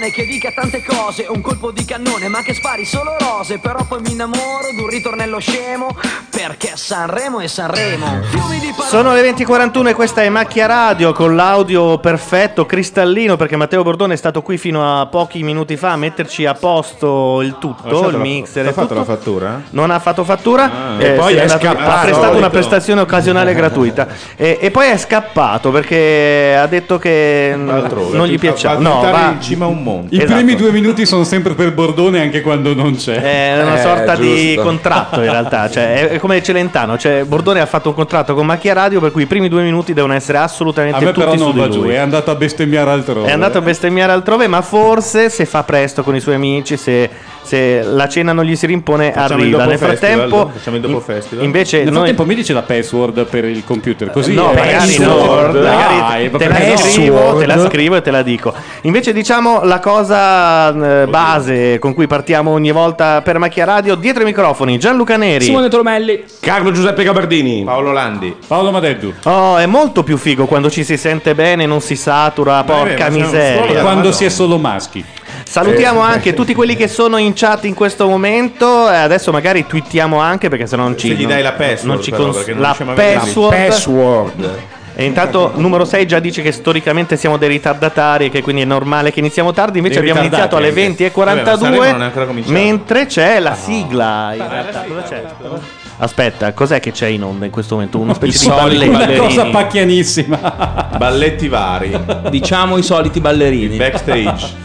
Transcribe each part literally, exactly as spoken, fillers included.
cane che dica tante cose, un colpo di cannone ma che spari solo rose. Però poi mi innamoro d'un ritornello scemo, perché Sanremo è Sanremo. Fiumi di parole. Sono le venti e quarantuno e questa è Macchia Radio con l'audio perfetto, cristallino, perché Matteo Bordone è stato qui fino a pochi minuti fa a metterci a posto il tutto, il mixer. Ha fatto la fattura? Non ha fatto fattura, ah, eh, e poi è andato, scappato, ha prestato una prestazione occasionale gratuita e, e poi è scappato perché ha detto che Altrove, non gli piaceva. No, va in cima a un monte. I esatto. primi due minuti sono sempre per Bordone anche quando non c'è. È una Eh, sorta giusto. di contratto in realtà, cioè, è come Celentano, cioè, Bordone ha fatto un contratto con Macchia Radio per cui i primi due minuti devono essere assolutamente A me tutti però su non di va lui. giù, è andato a bestemmiare altrove. È andato a bestemmiare altrove, ma forse se fa presto con i suoi amici, se, se la cena non gli si rimpone, Facciamo arriva. il Nel dopo frattempo, festival, facciamo il dopo in- festival. invece Nel noi frattempo mi dice la password per il computer, così no, è- magari no, Password. magari Dai, te, te ma la perché scrivo, no? te la scrivo e te la dico. Invece diciamo la cosa eh, base con cui partiamo ogni volta per Macchia Radio, dietro i microfoni Gianluca Neri, Simone Tromelli, Carlo Giuseppe Gabardini, Paolo Landi, Paolo Madeddu. Oh, è molto più figo quando ci si sente bene, non si satura, porca siamo miseria. solo- Quando si è solo maschi. Salutiamo anche tutti quelli che sono in chat in questo momento. E adesso magari twittiamo anche perché se non ci Se gli non- dai la password, non ci però, cons- perché non la riusciamo a vedere. password. password. E intanto numero sei già dice che storicamente siamo dei ritardatari e che quindi è normale che iniziamo tardi. Invece Dei abbiamo iniziato alle ritardati venti e anche. Vabbè, ma Sanremo quarantadue non è ancora cominciato. mentre c'è la sigla. In realtà cosa c'è? Aspetta, cos'è che c'è in onda in questo momento? Una specie di soliti balletto. Una cosa ballerini. pacchianissima. Balletti vari, diciamo i soliti ballerini. backstage.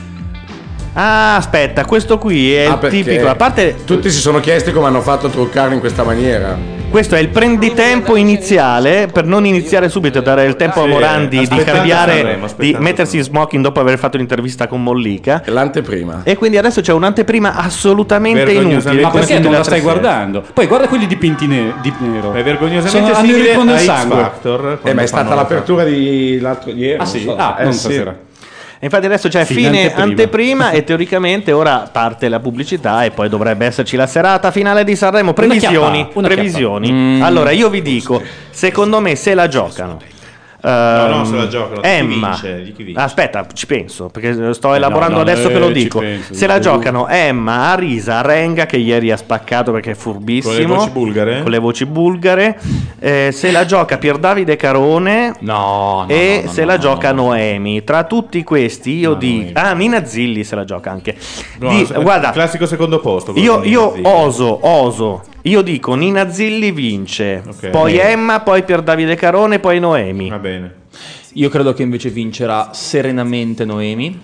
Ah, aspetta, questo qui è Ah, il perché tipico. A parte tutti si sono chiesti come hanno fatto a truccarlo in questa maniera. questo è il prenditempo iniziale per non iniziare subito e dare il tempo a Sì, Morandi di aspettando cambiare, Sanremo, di aspettando mettersi in smoking dopo aver fatto l'intervista con Mollica. L'anteprima. E quindi adesso c'è un'anteprima assolutamente Vergognosamente. inutile. Ma come perché tutte non le la stai altre serie. guardando? Poi guarda quelli dipinti ne- di nero. È vergognosamente Sono- hanno il simile ritmo nel a X sangue. Factor. Eh, quando ma è stata fanno la- l'apertura di l'altro ieri. Ah sì? non so. Ah, Eh, non sì. stasera. E infatti adesso c'è Fine fine anteprima. anteprima e teoricamente ora parte la pubblicità e poi dovrebbe esserci la serata finale di Sanremo. Previsioni, chiappa, una previsioni. chiappa. Allora io vi dico, secondo me se la giocano. No, no, ehm, se la giocano. Di chi Emma. vince? Di chi vince? Aspetta, ci penso perché sto elaborando no, adesso eh, che lo ci dico. penso, se la dico. giocano Emma, Arisa, Arenga che ieri ha spaccato perché è furbissimo. Con le voci bulgare? Con le voci bulgare. Eh, se la gioca Pier Davide Carone. No, no, E no, no, se no, la no, gioca no. Noemi. Tra tutti questi io dico ah, Nina Zilli se la gioca anche. No, Di- se- guarda, classico secondo posto. quello io, di io Nina Zilli. oso, oso. Io dico Nina Zilli vince, Ok. poi Bene. Emma, poi Pier Davide Carone, poi Noemi. Va bene. Io credo che invece vincerà serenamente Noemi.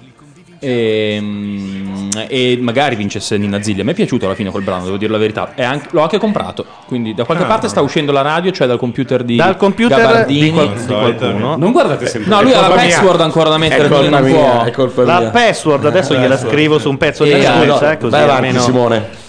E, mm, e magari vincesse Nina Zilli. A me è piaciuto alla fine quel brano, devo dire la verità. E anche- l'ho anche comprato. Quindi da qualche Ah. parte sta uscendo la radio, cioè dal computer di Dal computer Gabardini. di, qual- di Solitamente. qualcuno. Non guardate sempre. No, lui ha la colpa mia. password ancora da mettere, È quindi colpa non mia, può. è colpa La mia. password adesso gliela Password, scrivo sì. su un pezzo Eh, di no, carta, eh, così Vai avanti, almeno. Simone.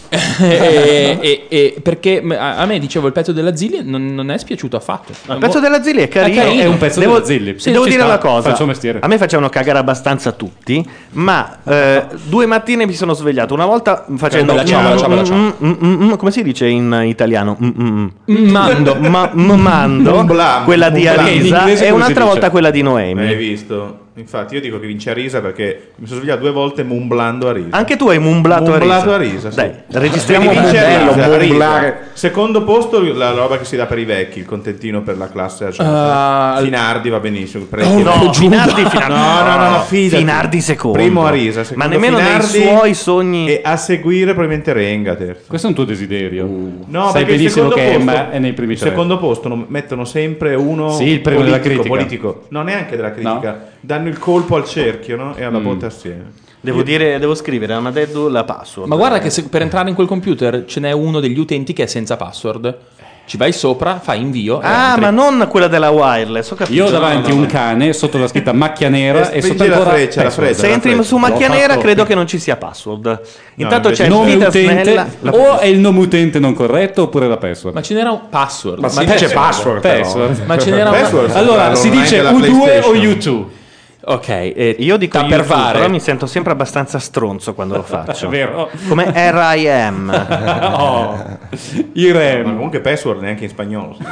e, e- e perché a a me dicevo il pezzo della Zilli non, non è spiaciuto affatto. Il pezzo della Zilli è carino. È carino. È un pezzo devo, della Zilli. sì, devo Ci dire sta, una cosa. faccio mestiere. A me facevano cagare abbastanza tutti, ma eh, due mattine mi sono svegliato. Una volta facendo Bella ciao, bella ciao, bella ciao. Mm, mm, mm, mm, come si dice in italiano? Mm, mm, mm. Mando. Ma, m- mando Mumblam, quella di mumblam. In Arisa inglese e come un'altra si dice? volta quella di Hai Noemi. visto? Infatti io dico che vince Arisa perché mi sono svegliato due volte mumblando Arisa. Anche tu hai mumblato Mumblato Arisa. Arisa, sì. Dai, registriamo Quindi vince bello, Arisa, Arisa. mumblare. Secondo posto la roba che si dà per i vecchi, il contentino per la classe Ah, aggiunta. Finardi va benissimo. Preti- No, Finardi, Finardi, No, no, no, no, fidati. Finardi secondo. Primo Arisa, secondo ma nemmeno Finardi, nei suoi sogni. E a seguire probabilmente Renga terzo. Questo è un tuo desiderio. No, Sai perché il benissimo secondo che posto- Emma è nei primi il tre. secondo posto non- mettono sempre uno Sì, il premio della politico, critica. politico. No, neanche della critica. Danno il colpo al cerchio, no? E alla botte assieme. Devo dire, devo scrivere a Madeddu la password. Ma guarda che se per entrare in quel computer ce n'è uno degli utenti che è senza password. Ci vai sopra, fai invio. e Ah, entri. ma non quella della wireless, ho capito. Io ho davanti un cane sotto la scritta macchia nera Eh, e sotto spingi la ancora freccia, la password. freccia. Se entri su macchia L'ho nera fatto. credo che non ci sia password. Intanto invece c'è Nome Vita utente, Snella. La- o è il nome utente non corretto oppure la password. Ma ce n'era un password. Ma si dice password, però. Password. Ma ce n'era un Password. Allora Non si hai dice della U due o PlayStation. U due? Ok, eh, Io dico da YouTube, pervare. però mi sento sempre abbastanza stronzo quando lo faccio. Vero? Come R I M. Oh, Ma Irem. comunque password neanche in spagnolo. Ho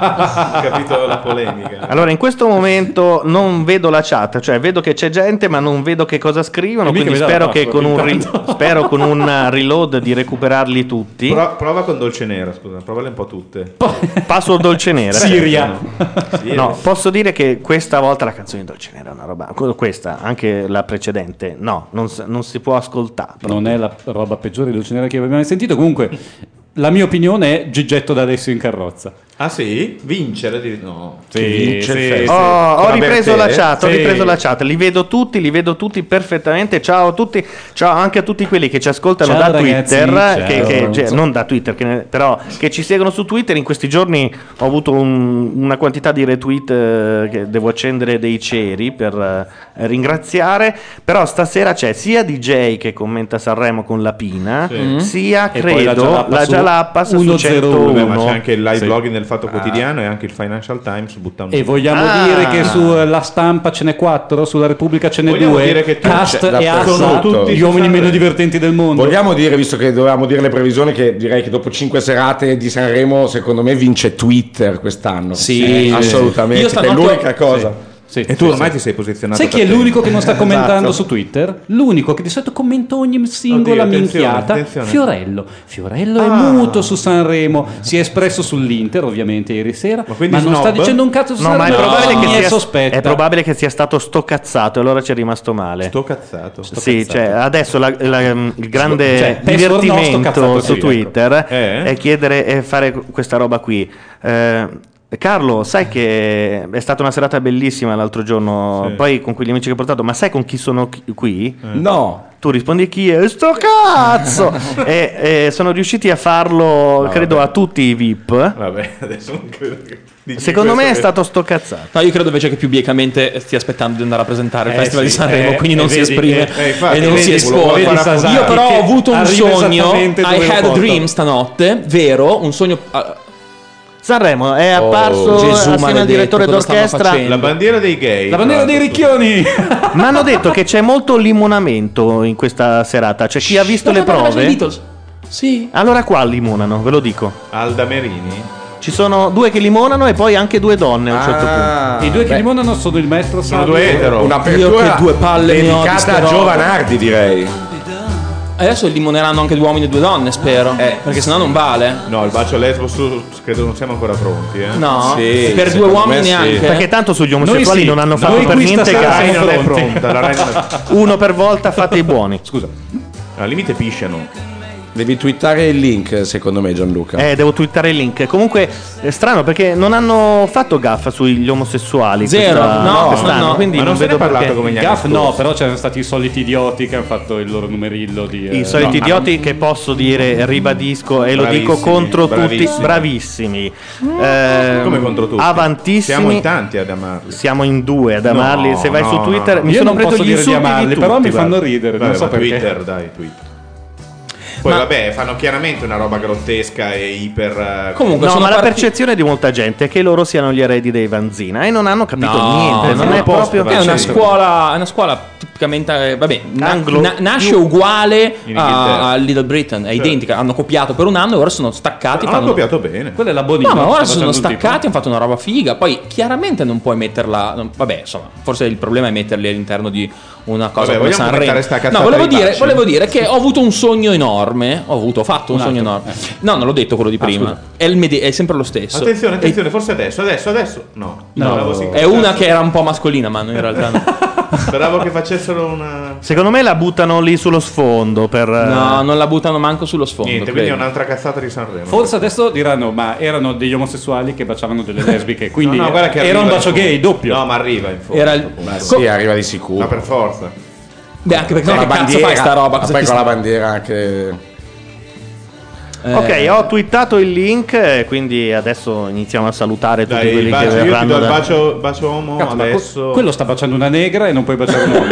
capito la polemica. Allora, in questo momento non vedo la chat, cioè vedo che c'è gente, ma non vedo che cosa scrivono. E mica Quindi mi dà la spero che con un, ri- password, spero con un reload di recuperarli tutti. Pro- prova con dolce nera, scusa, provale un po' tutte. Password dolce nera. Siria. Sì, No, posso dire che questa volta la canzone di dolce nera è una roba. Questa, anche la precedente, no, non, s- non si può ascoltare. Non è la roba peggiore di Dolce Nera che abbiamo mai sentito. Comunque, la mia opinione è Gigetto da adesso in carrozza. Ah sì? Vincere? Di... No. Sì, vince il sì, festival. sì. Oh, ho Con ripreso Bertè? la chat, ho Sì. ripreso la chat, li vedo tutti, li vedo tutti perfettamente. Ciao a tutti, ciao anche a tutti quelli che ci ascoltano Ciao, da ragazzi, Twitter, ciao. che, che- cioè, non da Twitter, che ne- però che ci seguono su Twitter. In questi giorni ho avuto un- una quantità di retweet eh, che devo accendere dei ceri per eh, ringraziare. Però stasera c'è sia D J che commenta Sanremo con la Pina, sia E poi la credo Jalappa la su Jalappas su uno zero uno. Vabbè, ma centouno. c'è anche il live Sì. blogging del Fatto Quotidiano e anche il Financial Times buttano E su. vogliamo Ah. dire che sulla Stampa ce n'è quattro, sulla Repubblica ce n'è Vogliamo due, dire che tu- Cast c'è- e dappertutto. Assa, Tutti gli su uomini Sanremo. meno divertenti del mondo. Vogliamo dire, visto che dovevamo dire le previsioni, che direi che dopo cinque serate di Sanremo, secondo me vince Twitter quest'anno. Sì. assolutamente. Io È stanotte- l'unica cosa. Sì, E tu sì, ormai sì. ti sei posizionato. Sai chi è per te. l'unico che non sta commentando Esatto. su Twitter? L'unico che di solito commenta ogni singola Oddio, attenzione, minchiata. attenzione. Fiorello. Fiorello è Ah. muto su Sanremo. Si è espresso sull'Inter, ovviamente, ieri sera. Ma quindi non snob? sta dicendo un cazzo su No, ma è Sanremo. probabile, mi che è sia, sospetta. è probabile che sia stato sto cazzato e allora ci è rimasto male. Sto cazzato. Sì, cioè adesso la- la- il grande Cioè, password no, sto divertimento cazzato su sì, Twitter ecco. Eh? è chiedere e fare questa roba qui. Eh, Carlo, sai che è stata una serata bellissima l'altro giorno, Sì. poi con quegli amici che ho portato, ma sai con chi sono qui- qui? No. Tu rispondi chi è? Sto cazzo! e, e sono riusciti a farlo, credo, vabbè. a tutti i V I P. Vabbè, adesso non credo che dici Secondo me è questo stato sto cazzato. No, io credo invece che più biecamente stia aspettando di andare a presentare il Eh, Festival sì, di Sanremo, eh, quindi non eh, si vedi, esprime eh, infatti, e non vedi, si volevo espone. fare Sasaki, Io però che ho avuto un arriva sogno, esattamente I dove lo had a porto. dream stanotte, vero? Un sogno... ah, Sanremo è apparso Gesù assieme al maledetto, direttore cosa stanno d'orchestra. facendo? La bandiera dei gay. La bandiera tra dei l'altro. ricchioni. Mi hanno detto che c'è molto limonamento in questa serata. C'è chi ha visto le guarda, guarda, prove. i Beatles. Sì. Allora qua limonano, ve lo dico. Alda Merini. Ci sono due che limonano e poi anche due donne a un certo punto. Ah, I due che beh, limonano sono il maestro Sono Sabio. due etero. un'apertura Io che due palle ne ho di dedicata ste a robe. Giovanardi, direi. Adesso limoneranno anche due uomini e due donne, spero. Perché sennò non vale. No, il bacio a lesbo su, credo non siamo ancora pronti. Eh. No, Sì, per due secondo uomini me sì. neanche. Perché tanto sugli omosessuali Noi sì, non hanno noi fatto per qui niente stasera gara. Rai non è pronti. pronta. La Rai non è... Uno per volta, fate i buoni. Scusa. Al limite pisciano. Devi twittare il link, secondo me, Gianluca. Eh, devo twittare il link. Comunque è strano perché non hanno fatto gaffa sugli omosessuali. Zero, questa- no, quest'anno, no, no. quindi Ma non se ne vedo è parlato perché. come gli anni Gaff no, scorsi. però c'erano stati i soliti idioti che hanno fatto il loro numerillo di... eh, I soliti no, idioti che posso dire, ribadisco e lo dico Bravissimi, contro tutti, bravissimi. bravissimi. Ehm, Come contro tutti? Avantissimi. Siamo in tanti ad amarli. Siamo in due ad amarli. No, Se vai no, su Twitter, no. mi Io sono non preso posso gli dire di insulti amarli, di tutti, però mi guarda. fanno ridere, Vabbè, non so ma perché. Twitter, dai, Twitter. Poi Ma- vabbè, fanno chiaramente una roba grottesca e iper... eh, Comunque No, sono ma la parti- percezione di molta gente è che loro siano gli eredi dei Vanzina e non hanno capito No, niente. Non no, è post- proprio. È una Certo. scuola, è una scuola tipicamente, eh, vabbè, na- Anglo- na- nasce uguale In Inghilterra. a, a Little Britain, è Certo. identica. Hanno copiato per un anno e ora sono staccati. hanno fanno- copiato bene. Quella è la Bonino. No, ma ora sta si sono facendo il tipo. staccati, hanno fatto una roba figa. Poi chiaramente non puoi metterla. non- vabbè, insomma, forse il problema è metterli all'interno di una cosa Vabbè, come vogliamo Sanremo. commentare sta cazzata No, volevo dei dire, baci? volevo dire che ho avuto un sogno enorme. Ho avuto, ho fatto un, Un sogno altro. enorme. No, non l'ho detto quello di prima. scusa. È, il medi- è sempre lo stesso. Attenzione, attenzione, forse adesso, adesso, adesso. No, No. Speravo si È una che era un po' mascolina, ma in realtà no. Speravo che facessero una... Secondo me la buttano lì sullo sfondo per. No, non la buttano manco sullo sfondo. Niente, quindi è credo. un'altra cazzata di Sanremo. Forse adesso diranno, ma erano degli omosessuali che baciavano delle lesbiche, quindi No, no, guarda che era arriva un in bacio fondo. gay doppio. No, ma arriva in fondo. Era il- Ma Co- sì, arriva di sicuro. Ma per forza. Beh, anche perché Con no, la che cazzo bandiera, fai sta roba? ma Cosa poi ti con la sta- bandiera anche... Eh, Ok, ho twittato il link, e quindi adesso iniziamo a salutare tutti Dai, il quelli che bacio, io ti verranno. do il da- bacio, bacio uomo Cazzo, ma que- adesso. quello sta baciando una negra e non puoi baciare un uomo.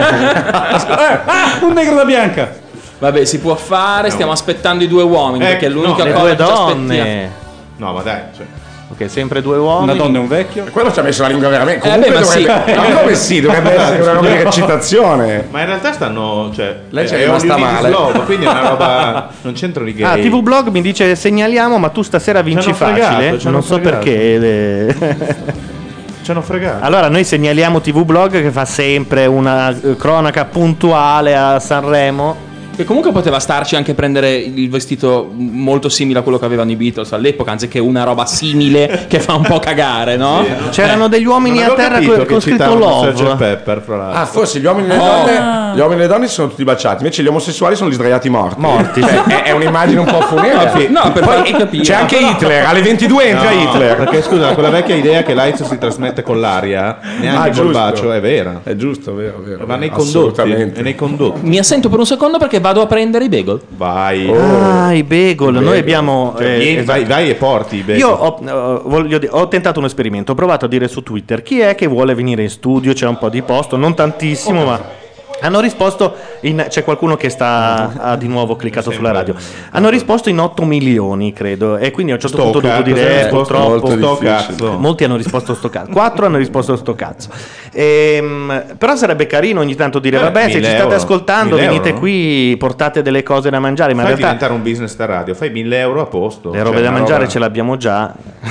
Eh, ah, un negro da bianca. Vabbè, si può fare, stiamo aspettando i due uomini, Eh, perché è l'unica no, Le cosa due che ci aspettiamo. donne. No, ma dai, cioè, Ok, sempre due uomini. Una donna e un vecchio. E quello ci ha messo la lingua veramente. Eh, Comunque beh, ma sì. dovrebbe, ma come sì, dovrebbe essere una roba di recitazione. Ma in realtà stanno. Cioè, Lei ci è è rimasta all you need male. is love, quindi è una roba. Non c'entrano i gay. Ah, T V Blog mi dice segnaliamo, ma tu stasera vinci Ci hanno fregato, facile. ci hanno Non so fregato. perché. le- Ci hanno fregato. Allora, noi segnaliamo T V Blog che fa sempre una eh, cronaca puntuale a Sanremo. Che comunque poteva starci anche prendere il vestito molto simile a quello che avevano i Beatles all'epoca, anziché una roba simile che fa un po' cagare, no? C'erano degli uomini Non a avevo terra capito con, che con scritto citavano sergent love. Pepper, fra l'altro. Ah, forse gli uomini e le donne, gli uomini e le donne si sono tutti baciati, invece gli omosessuali sono gli sdraiati morti. Morti, Cioè, è, è un'immagine un po' funerea. No, per farti capire. C'è anche Hitler, alle ventidue entra No, Hitler. Perché scusa, quella vecchia idea che l'AIDS si trasmette con l'aria, neanche Ah, col giusto. bacio, è vera. È giusto, vero, vero. Va nei vero, condotti. assolutamente. È nei condotti. Mi assento per un secondo perché vado a prendere i bagel. Vai. Ah, i bagel. Noi bagel. abbiamo. Cioè, eh, vieni, esatto. vai, vai e porti i bagel. Io ho, eh, voglio dire, ho tentato un esperimento, ho provato a dire su Twitter chi è che vuole venire in studio, c'è un po' di posto, non tantissimo, ma hanno risposto in, c'è qualcuno che sta ha di nuovo cliccato sulla radio. Hanno risposto in otto milioni, credo, e quindi a un certo Sto punto devo cazzo, dire hai eh, risposto purtroppo molto sto difficile. cazzo. molti hanno risposto sto cazzo, quattro hanno risposto sto cazzo. Ehm, però sarebbe carino ogni tanto dire Eh, vabbè, se ci mille state euro. ascoltando, mille venite euro, no? qui, portate delle cose da mangiare, ma Fai in realtà diventare un business da radio, fai mille euro a posto. le robe Cioè, da una mangiare roba- ce l'abbiamo già.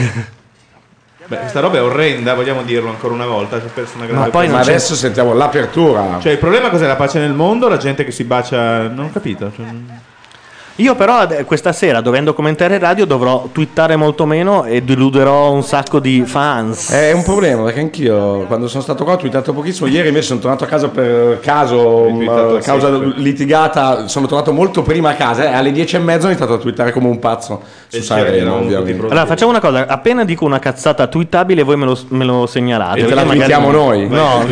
Beh, questa roba è orrenda, vogliamo dirlo ancora una volta. C'è perso una grande Ma poi Ma non c'è- adesso sentiamo l'apertura. Cioè, il problema cos'è? La pace nel mondo? La gente che si bacia. Non ho capito. Cioè, Io però ad- questa sera, dovendo commentare radio, dovrò twittare molto meno e deluderò un sacco di fans. È un problema perché anch'io quando sono stato qua ho twittato pochissimo. Ieri invece sono tornato a casa per caso, Hai twittato mh, causa sempre. litigata. Sono tornato molto prima a casa e alle dieci e mezza ho iniziato a twittare come un pazzo su E Sanremo, c'erano tutti ovviamente. i Allora facciamo una cosa, appena dico una cazzata twittabile voi me lo, me lo segnalate. E te perché la magari- twittiamo noi?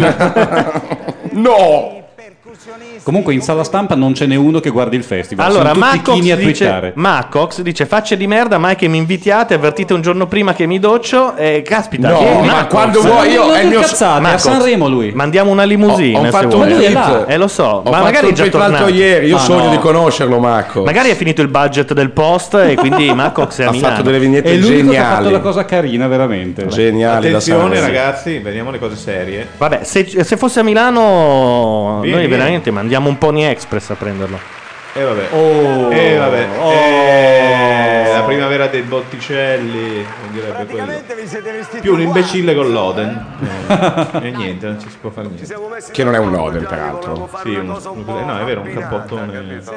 No, No! Comunque in sala stampa non ce n'è uno che guardi il festival. allora sono tutti Macox chini a dice, twittare. Macox dice facce di merda, mai che mi invitiate, avvertite un giorno prima che mi doccio e caspita, No, vieni, ma Macox. quando vuoi io Non è il mio cazzate, a Macox. Sanremo lui. Mandiamo una limousine Ho, ho se fatto vuoi. un lui è tweet. là. Eh lo so, Ho ma fatto magari è un già tweet l'altro tornato. ieri, io Ma sogno no. di conoscerlo, Marco. Magari è finito il budget del post e quindi Macox è a Ha Milano. fatto delle vignette È l'unico che ha fatto geniali. la cosa carina, veramente. Geniali da attenzione, Sanremo. ragazzi, vediamo le cose serie. Vabbè, se, se fosse a Milano Vieni, noi vieni. veramente mandiamo un Pony Express a prenderlo. E eh, vabbè. Oh, E vabbè. oh. Eh, la primavera dei Botticelli, non direbbe quello. Più un imbecille con l'Oden. Eh, e niente, non ci si può fare niente. Che non è un Loden, peraltro. Sì, un, un- no, è vero, un cappottone.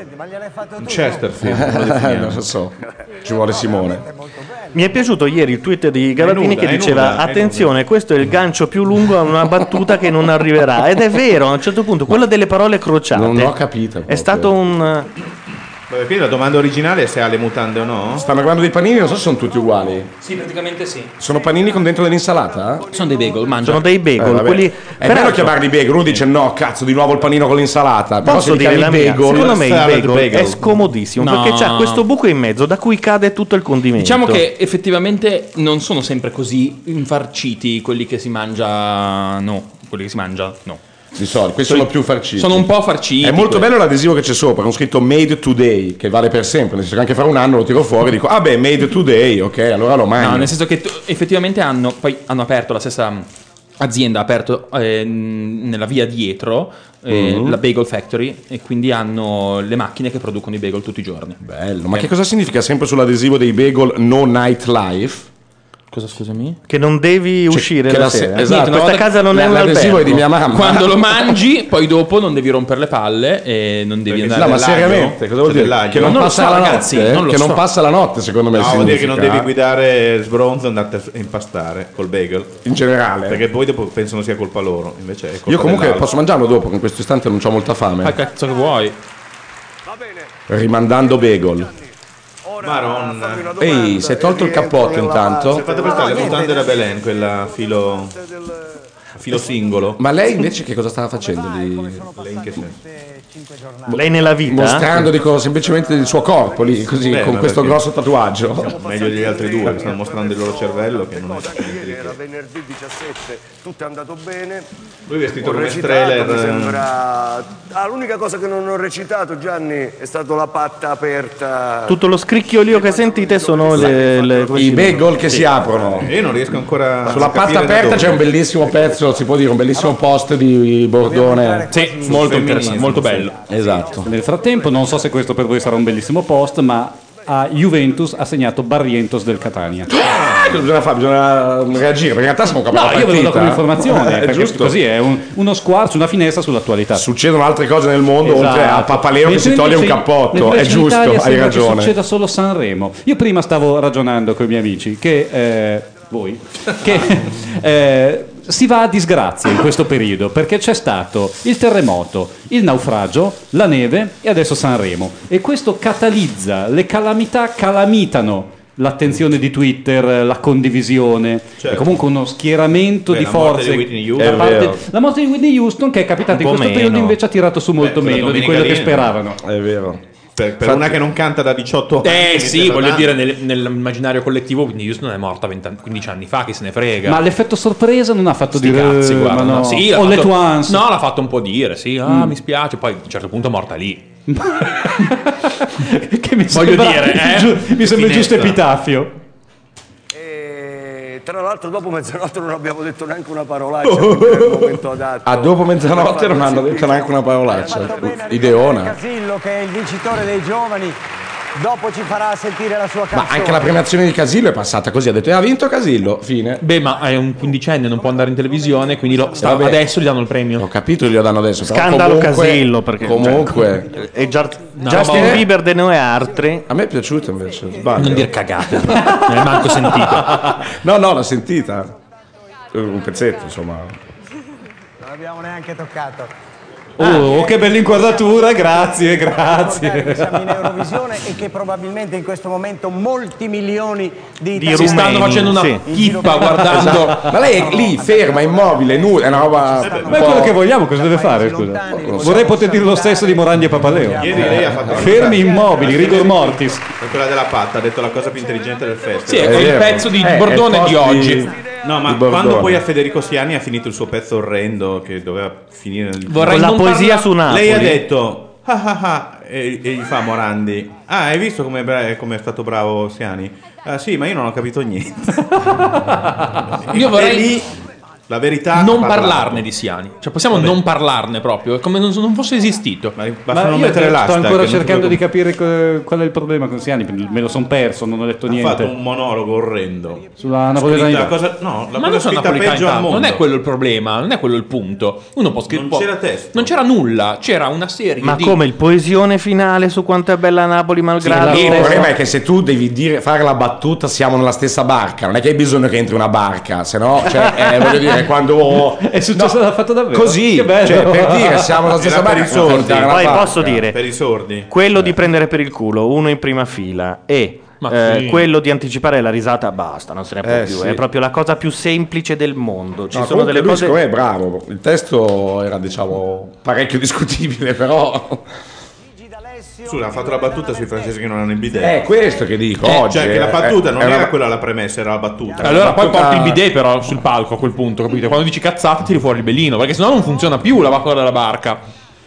Un Chesterfield, come lo definiamo. non lo so. Ci vuole Simone. Mi è piaciuto ieri il tweet di Galatini nuda, che è diceva nuda, è attenzione, questo è il gancio più lungo a una battuta che non arriverà. Ed è vero, a un certo punto, quello delle parole crociate. Non ho capito. È proprio. stato un... Vabbè, quindi la domanda originale è se ha le mutande o no. Stanno guardando dei panini, non so se sono tutti uguali. Sì, praticamente sì. Sono panini con dentro dell'insalata? Sono dei bagel, mangia. Sono dei bagel, Eh, vabbè. quelli... È bello peraltro, chiamarli bagel, uno dice no, cazzo, di nuovo il panino con l'insalata. Però posso se li dire chiami la mia? bagel, Secondo me il salad bagel, bagel. è scomodissimo No. perché c'ha questo buco in mezzo da cui cade tutto il condimento. Diciamo che effettivamente non sono sempre così infarciti quelli che si mangia. No, quelli che si mangia, no. di solito, questi sono più farciti. Sono un po' farciti. È molto quelli. bello l'adesivo che c'è sopra, con scritto Made Today, che vale per sempre, nel senso che anche fra un anno lo tiro fuori e dico, ah beh, Made Today, ok, allora lo mangio. No, nel senso che tu- effettivamente hanno, poi hanno aperto la stessa azienda, ha aperto eh, nella via dietro eh, Mhm. la Bagel Factory e quindi hanno le macchine che producono i bagel tutti i giorni. Bello, ma che cosa significa sempre sull'adesivo dei bagel no nightlife? Cosa, scusami? Che non devi uscire che la la se- sera. esatto, Questa una volta- casa non è un L'adesivo albergo. è di mia mamma. Quando lo mangi, poi dopo non devi rompere le palle e non devi Perché andare No, ma dell'aglio? seriamente, cosa vuol C'è dire? dell'aglio? Che non, Non lo passa so, la ragazzi, notte? non lo che so. non passa la notte, secondo me. No, vuol dire che non significa, devi guidare sbronzo e andare a impastare col bagel. in generale. Perché poi dopo pensano sia colpa loro. Invece è colpa Io comunque dell'altro. posso mangiarlo dopo, che in questo istante non ho molta fame. Fai cazzo che vuoi. Rimandando bagel. Maronna. Ehi, si è tolto il cappotto intanto. Fate prestare le mutande da Belen, quella filo filo singolo. Ma lei invece che cosa stava facendo lì? Lei in che senso? Lei nella vita? Mostrando dico, semplicemente il suo corpo lì, così, Beh, con ma questo perché- grosso tatuaggio. Meglio degli altri due che stanno mostrando il loro cervello che non è esattamente di Era venerdì diciassette, tutto è andato bene. Lui vestito Ho come recitato, Strehler. mi sembra... Ah, l'unica cosa che non ho recitato, Gianni, è stata la patta aperta. Tutto lo scricchiolio che sentite sono le, le I bagel che si aprono. Io non riesco ancora Sulla a capire patta da aperta dove. c'è un bellissimo pezzo, si può dire, un bellissimo post di Bordone. Sì, molto interessante, molto bello. Esatto. Nel frattempo, non so se questo per voi sarà un bellissimo post, ma a Juventus ha segnato Barrientos del Catania. Ah, cosa bisogna fare? Bisogna reagire, perché in realtà siamo No, io ve lo do come informazione, è perché giusto. così è un- uno squarcio, una finestra sull'attualità. Succedono altre cose nel mondo Esatto. oltre a Papaleo che si Mentre toglie un invece- cappotto, mentre è invece in giusto, Italia hai sembra che ragione. succeda solo Sanremo. Io prima stavo ragionando con i miei amici che eh, voi che eh, si va a disgrazia in questo periodo perché c'è stato il terremoto, il naufragio, la neve e adesso Sanremo, e questo catalizza, le calamità calamitano l'attenzione di Twitter, la condivisione. Certo. È comunque uno schieramento Beh, di la morte forze di Whitney da Houston. È parte- vero. la morte di Whitney Houston, che è capitata in Un po' questo periodo, meno. invece ha tirato su molto quella meno di Domenica quello che Lina. speravano. È vero. Per, per una che non canta da diciotto anni. Eh che sì, te la voglio danno. dire, nel- nell'immaginario collettivo Whitney Houston è morta venti quindici anni fa, chi se ne frega. Ma l'effetto sorpresa non ha fatto Sti dire cazzi, "Eh, guarda, ma no". no. Sì, l'ha o le fatto- Twans. No, l'ha fatto un po' dire, sì, ah, mi spiace, poi a un certo punto è morta lì. che mi Voglio sembra, dire, eh, giu- mi sembra il giusto finestra. epitafio. E tra l'altro dopo mezzanotte non abbiamo detto neanche una parolaccia, quindi era il momento adatto. A dopo mezzanotte per non hanno farlo detto neanche una parolaccia. Fatto bene a Ideona. Casillo, che è il vincitore dei giovani, dopo ci farà sentire la sua canzone. Ma anche la premiazione di Casillo è passata così, ha detto "Eh, ha vinto Casillo", fine. Beh, ma è un quindicenne, non può andare in televisione, quindi lo, sta- Vabbè. adesso gli danno il premio. Ho capito, glielo danno adesso. però Scandalo comunque- Casillo, perché Comunque, e Jar- No, Justin ma- Bieber de Noe Artre. a me è piaciuto invece. Sbaglio. Non dire cagate, non l'hai manco sentito. No, no, l'ho sentita. Un pezzetto, insomma. Non abbiamo neanche toccato. Oh, che bella inquadratura, grazie, Ricordare che siamo in grazie. Eurovisione e che probabilmente in questo momento molti milioni di Di italiani Si stanno rumeni, facendo una sì. chippa guardando. Esatto. Ma lei è lì, ferma, immobile, nuda, è una roba. un Ma è quello po'- che vogliamo, cosa deve fare? Scusa. Vorrei poter dire lo stesso di Morandi e Papaleo. Ieri lei ha fatto Fermi immobili, rigor mortis. Per quella della patta, ha detto la cosa più intelligente del festival. Sì, è È il vero. pezzo di Eh, è Bordone il di post oggi. No, ma di Bordone. quando poi a Federico Siani ha finito il suo pezzo orrendo che doveva finire nel... Vorrei Con la non poesia parla- su Napoli. Lei ha detto ah ah ah e, e gli fa Morandi: ah, hai visto come è stato bravo Siani? Ah sì, ma io non ho capito niente. Io vorrei E lì la verità non ha parlato. parlarne di Siani. Cioè possiamo non parlarne proprio, è come non, non fosse esistito. Ma basta Ma non io mettere sto l'asta. ancora che non cercando ti di capire co- qual è il problema con Siani, me lo son perso, non ho detto ha niente. fatto un monologo orrendo. Sulla Scritta, napoletanità. la cosa, no, la Ma cosa non sono scritta napoletani, peggio al mondo. non è quello il problema, non è quello il punto. Uno può scrivere. Non c'era testo. Non c'era nulla, c'era una serie Ma di. come il poesione finale su quanto è bella Napoli malgrado. Il problema è che se tu devi dire, fare la battuta siamo nella stessa barca, non è che hai bisogno che entri una barca, se no, cioè, eh, voglio dire, quando... È successo, l'ha fatto davvero? Così, Che bello. cioè, per dire siamo nella stessa Era per barca, i sordi. non entrare una Poi barca. posso dire Per i sordi. quello di prendere per il culo uno in prima fila e Ma eh, sì. quello di anticipare la risata, basta, non se ne può Eh, più. sì. È proprio la cosa più semplice del mondo. Ci No, sono comunque delle lui cose. secondo me è bravo, il testo era diciamo parecchio discutibile, però... Scusa, ha fatto la battuta sui francesi che non hanno il bidet. È questo che dico, Eh, oggi... cioè che la battuta è- non è era una- quella la premessa, era la battuta. Allora poi battuta- porti il bidet però sul palco a quel punto, capito? Quando dici cazzate tiri fuori il bellino, perché sennò non funziona più la battuta della barca.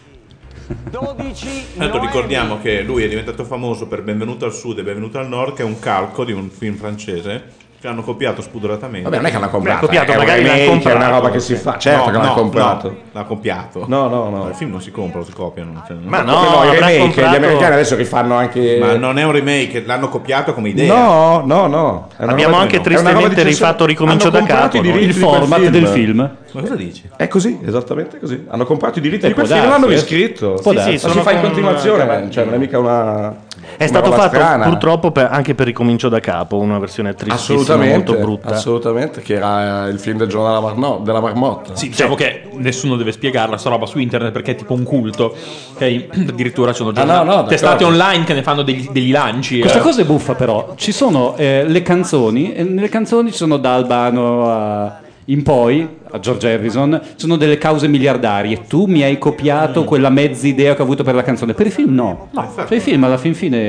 dodici Tanto ricordiamo che lui è diventato famoso per Benvenuto al Sud e Benvenuto al Nord, che è un calco di un film francese che hanno copiato spudoratamente. Vabbè, non è che l'hanno comprato, Beh, copiato, è un magari l'hanno remake, è comprato. una roba che si fa, certo No, che l'hanno no, comprato. no, l'ha copiato. No, no, no. Il film non si compra, lo si copiano. Cioè, Ma non- no, Come no, i avrà remake, comprato- gli americani adesso rifanno anche... Ma non è un remake, l'hanno copiato come idea. No, no, no. È una Abbiamo roba- anche è una roba tristemente di censura. rifatto Ricomincio Hanno da comprato capo, i no? diritti Il di quel format del film. Ma cosa dici? È così, esattamente così. Hanno comprato i diritti Eh, di quel può film, darsi, l'hanno eh. riscritto. Può Sì, darsi. sì, Sono si fa in con- continuazione, ma- cioè non è mica una... È una stato roba fatto strana. purtroppo per- anche per Ricomincio da capo, una versione tristissima, Assolutamente, molto brutta. assolutamente, che era il film del giorno della, marno- della marmotta. Sì, diciamo che nessuno deve spiegarla sta roba su internet perché è tipo un culto. Ok? Addirittura ci sono Ah, no, no, d'accordo. testate online che ne fanno degli, degli lanci. Questa eh. cosa è buffa però, ci sono eh, le canzoni, e nelle canzoni ci sono da Albano a- in poi, a George Harrison, ci sono delle cause miliardarie. Tu mi hai copiato quella mezza idea che ho avuto per la canzone, per il film no. Cioè il film alla fin fine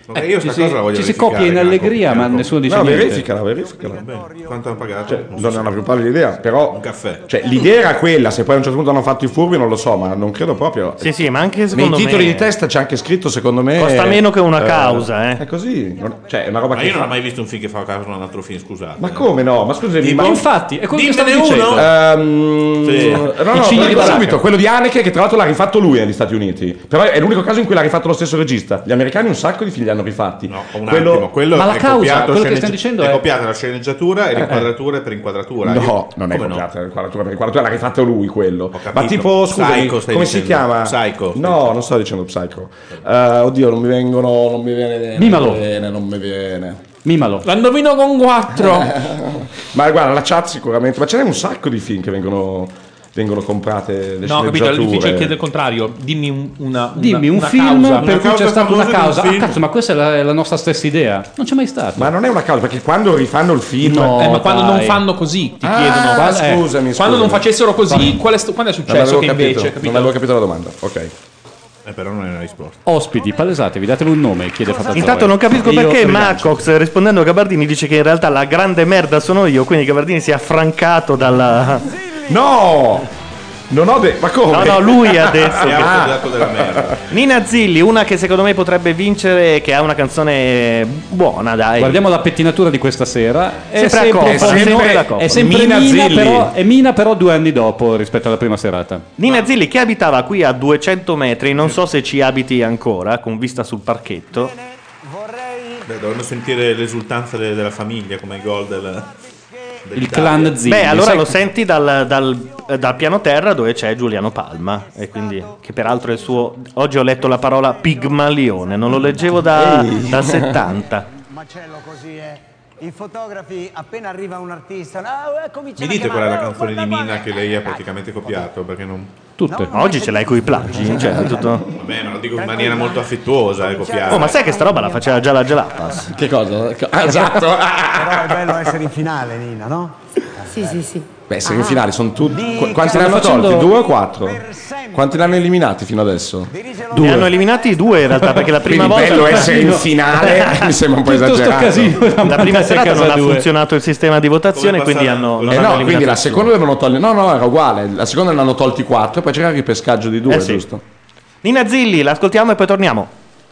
Eh, io ci sta si, cosa la voglio ci si verificare, copia in che la allegria, copia, ma la nessuno dice No, niente. verificala, verificala. Vabbè, quanto hanno pagato? Cioè, Non non so. è una più pallida idea, però. Un caffè. Cioè, l'idea era quella, se poi a un certo punto hanno fatto i furbi non lo so, ma non credo proprio. Sì, sì, ma anche Nei secondo me titoli di testa c'è anche scritto, secondo me. costa meno che una causa, eh. È così. non- Cioè, è una roba Ma che. io non ho mai visto un film che fa caso a un altro film, scusate. Ma come no? Ma scusami, Ma ma. infatti, è quello che stavo Dimmene dicendo. uno. Ehm, Sì. No, I no, cigni lo di dico baracca. subito, quello di Haneke che tra l'altro l'ha rifatto lui negli Stati Uniti. Però è l'unico caso in cui l'ha rifatto lo stesso regista. Gli americani un sacco di film li hanno rifatti. No, un quello... attimo, quello Ma la è causa, copiato quello che sceneggi- stiamo dicendo è è- copiata la sceneggiatura e l'inquadratura per inquadratura. No, Io- non è come no? copiata l'inquadratura, perché l'inquadratura l'ha rifatto lui quello. capito. Ma tipo, scusami, Psycho stai come si dicendo? chiama? Psycho, stai No, dicendo. non sto dicendo Psycho. Eh, oddio, non mi vengono, non mi viene bene. Mimalo. Non mi viene, non mi viene. Mimalo. L'andovino con quattro. Ma guarda, la chat sicuramente, ma ce n'è un sacco di film che vengono, vengono comprate le No, capito, è difficile sceneggiature. chiedere il contrario. Dimmi un, una, una, Dimmi un una film causa. per Una cui causa c'è stata una famosa di un causa. Ah, film. cazzo, ma questa è la, è la nostra stessa idea. Non c'è mai stato. Ma non è una causa, perché quando rifanno il film... No. Eh, ma quando dai. non fanno così ti Ah, chiedono. scusami, eh, scusami. Quando non facessero così, qual è st- quando è Non successo avevo che capito, invece, non capito? avevo capito la domanda. Ok. Eh, però non è una risposta. Ospiti, palesatevi, datemi un nome, chiede Fattazzone. Intanto non capisco Io perché rilancio. Macox, rispondendo a Gabardini, dice che in realtà la grande merda sono io, quindi Gabardini si è affrancato dalla... No! Non ho detto... Ma come? No, no, lui ha detto. Abbiamo Ah. studiato della merda. Nina Zilli, una che secondo me potrebbe vincere, che ha una canzone buona, dai. Guardiamo la pettinatura di questa sera. È Sempre a sempre, coppia, un po' sempre meno- da coppia. è sempre Mina Mina, Zilli. però, è Mina però due anni dopo rispetto alla prima serata. Nina Zilli che abitava qui a duecento metri, non so se ci abiti ancora, con vista sul parchetto. Beh, dovremmo sentire l'esultanza de- della famiglia come il gol del, Il dell'Italia. clan Zilli. Beh, allora sai- lo senti dal, dal- dal piano terra dove c'è Giuliano Palma, e quindi, che peraltro è il suo... Oggi ho letto la parola pigmalione, non lo leggevo da, Ehi. dal settanta. Macello così, eh. I fotografi, appena arriva un artista, ah, eh, cominciano Mi dite a qual è la chiamare, canzone oh, di guarda Mina qua. che lei ha praticamente copiato? Perché non... Tutte. Ma oggi ce l'hai coi plagi, cioè è tutto... Vabbè, ma lo dico in maniera molto affettuosa, eh, copiare. Oh, ma sai che sta roba la faceva già la Gelapas? Che cosa? Ah, esatto. Però è bello essere in finale, Nina, no? Sì, sì, sì. Beh, essere in finale sono tutti... Qu- quanti ne Stanno hanno facendo- tolti? Due o quattro? Quanti ne hanno eliminati fino adesso? Ne hanno eliminati due in realtà, perché la prima Quindi volta... bello essere in finale mi sembra un po' Tutto sto esagerato. casino. La prima Mandate a serata non casa ha due. funzionato il sistema di votazione, Come quindi passare- hanno... non Eh hanno no, eliminato quindi la nessuno. seconda devono togliere. No, no, era uguale. La seconda ne hanno tolti quattro e poi c'era il ripescaggio di due, Eh sì. giusto? Nina Zilli, l'ascoltiamo e poi torniamo.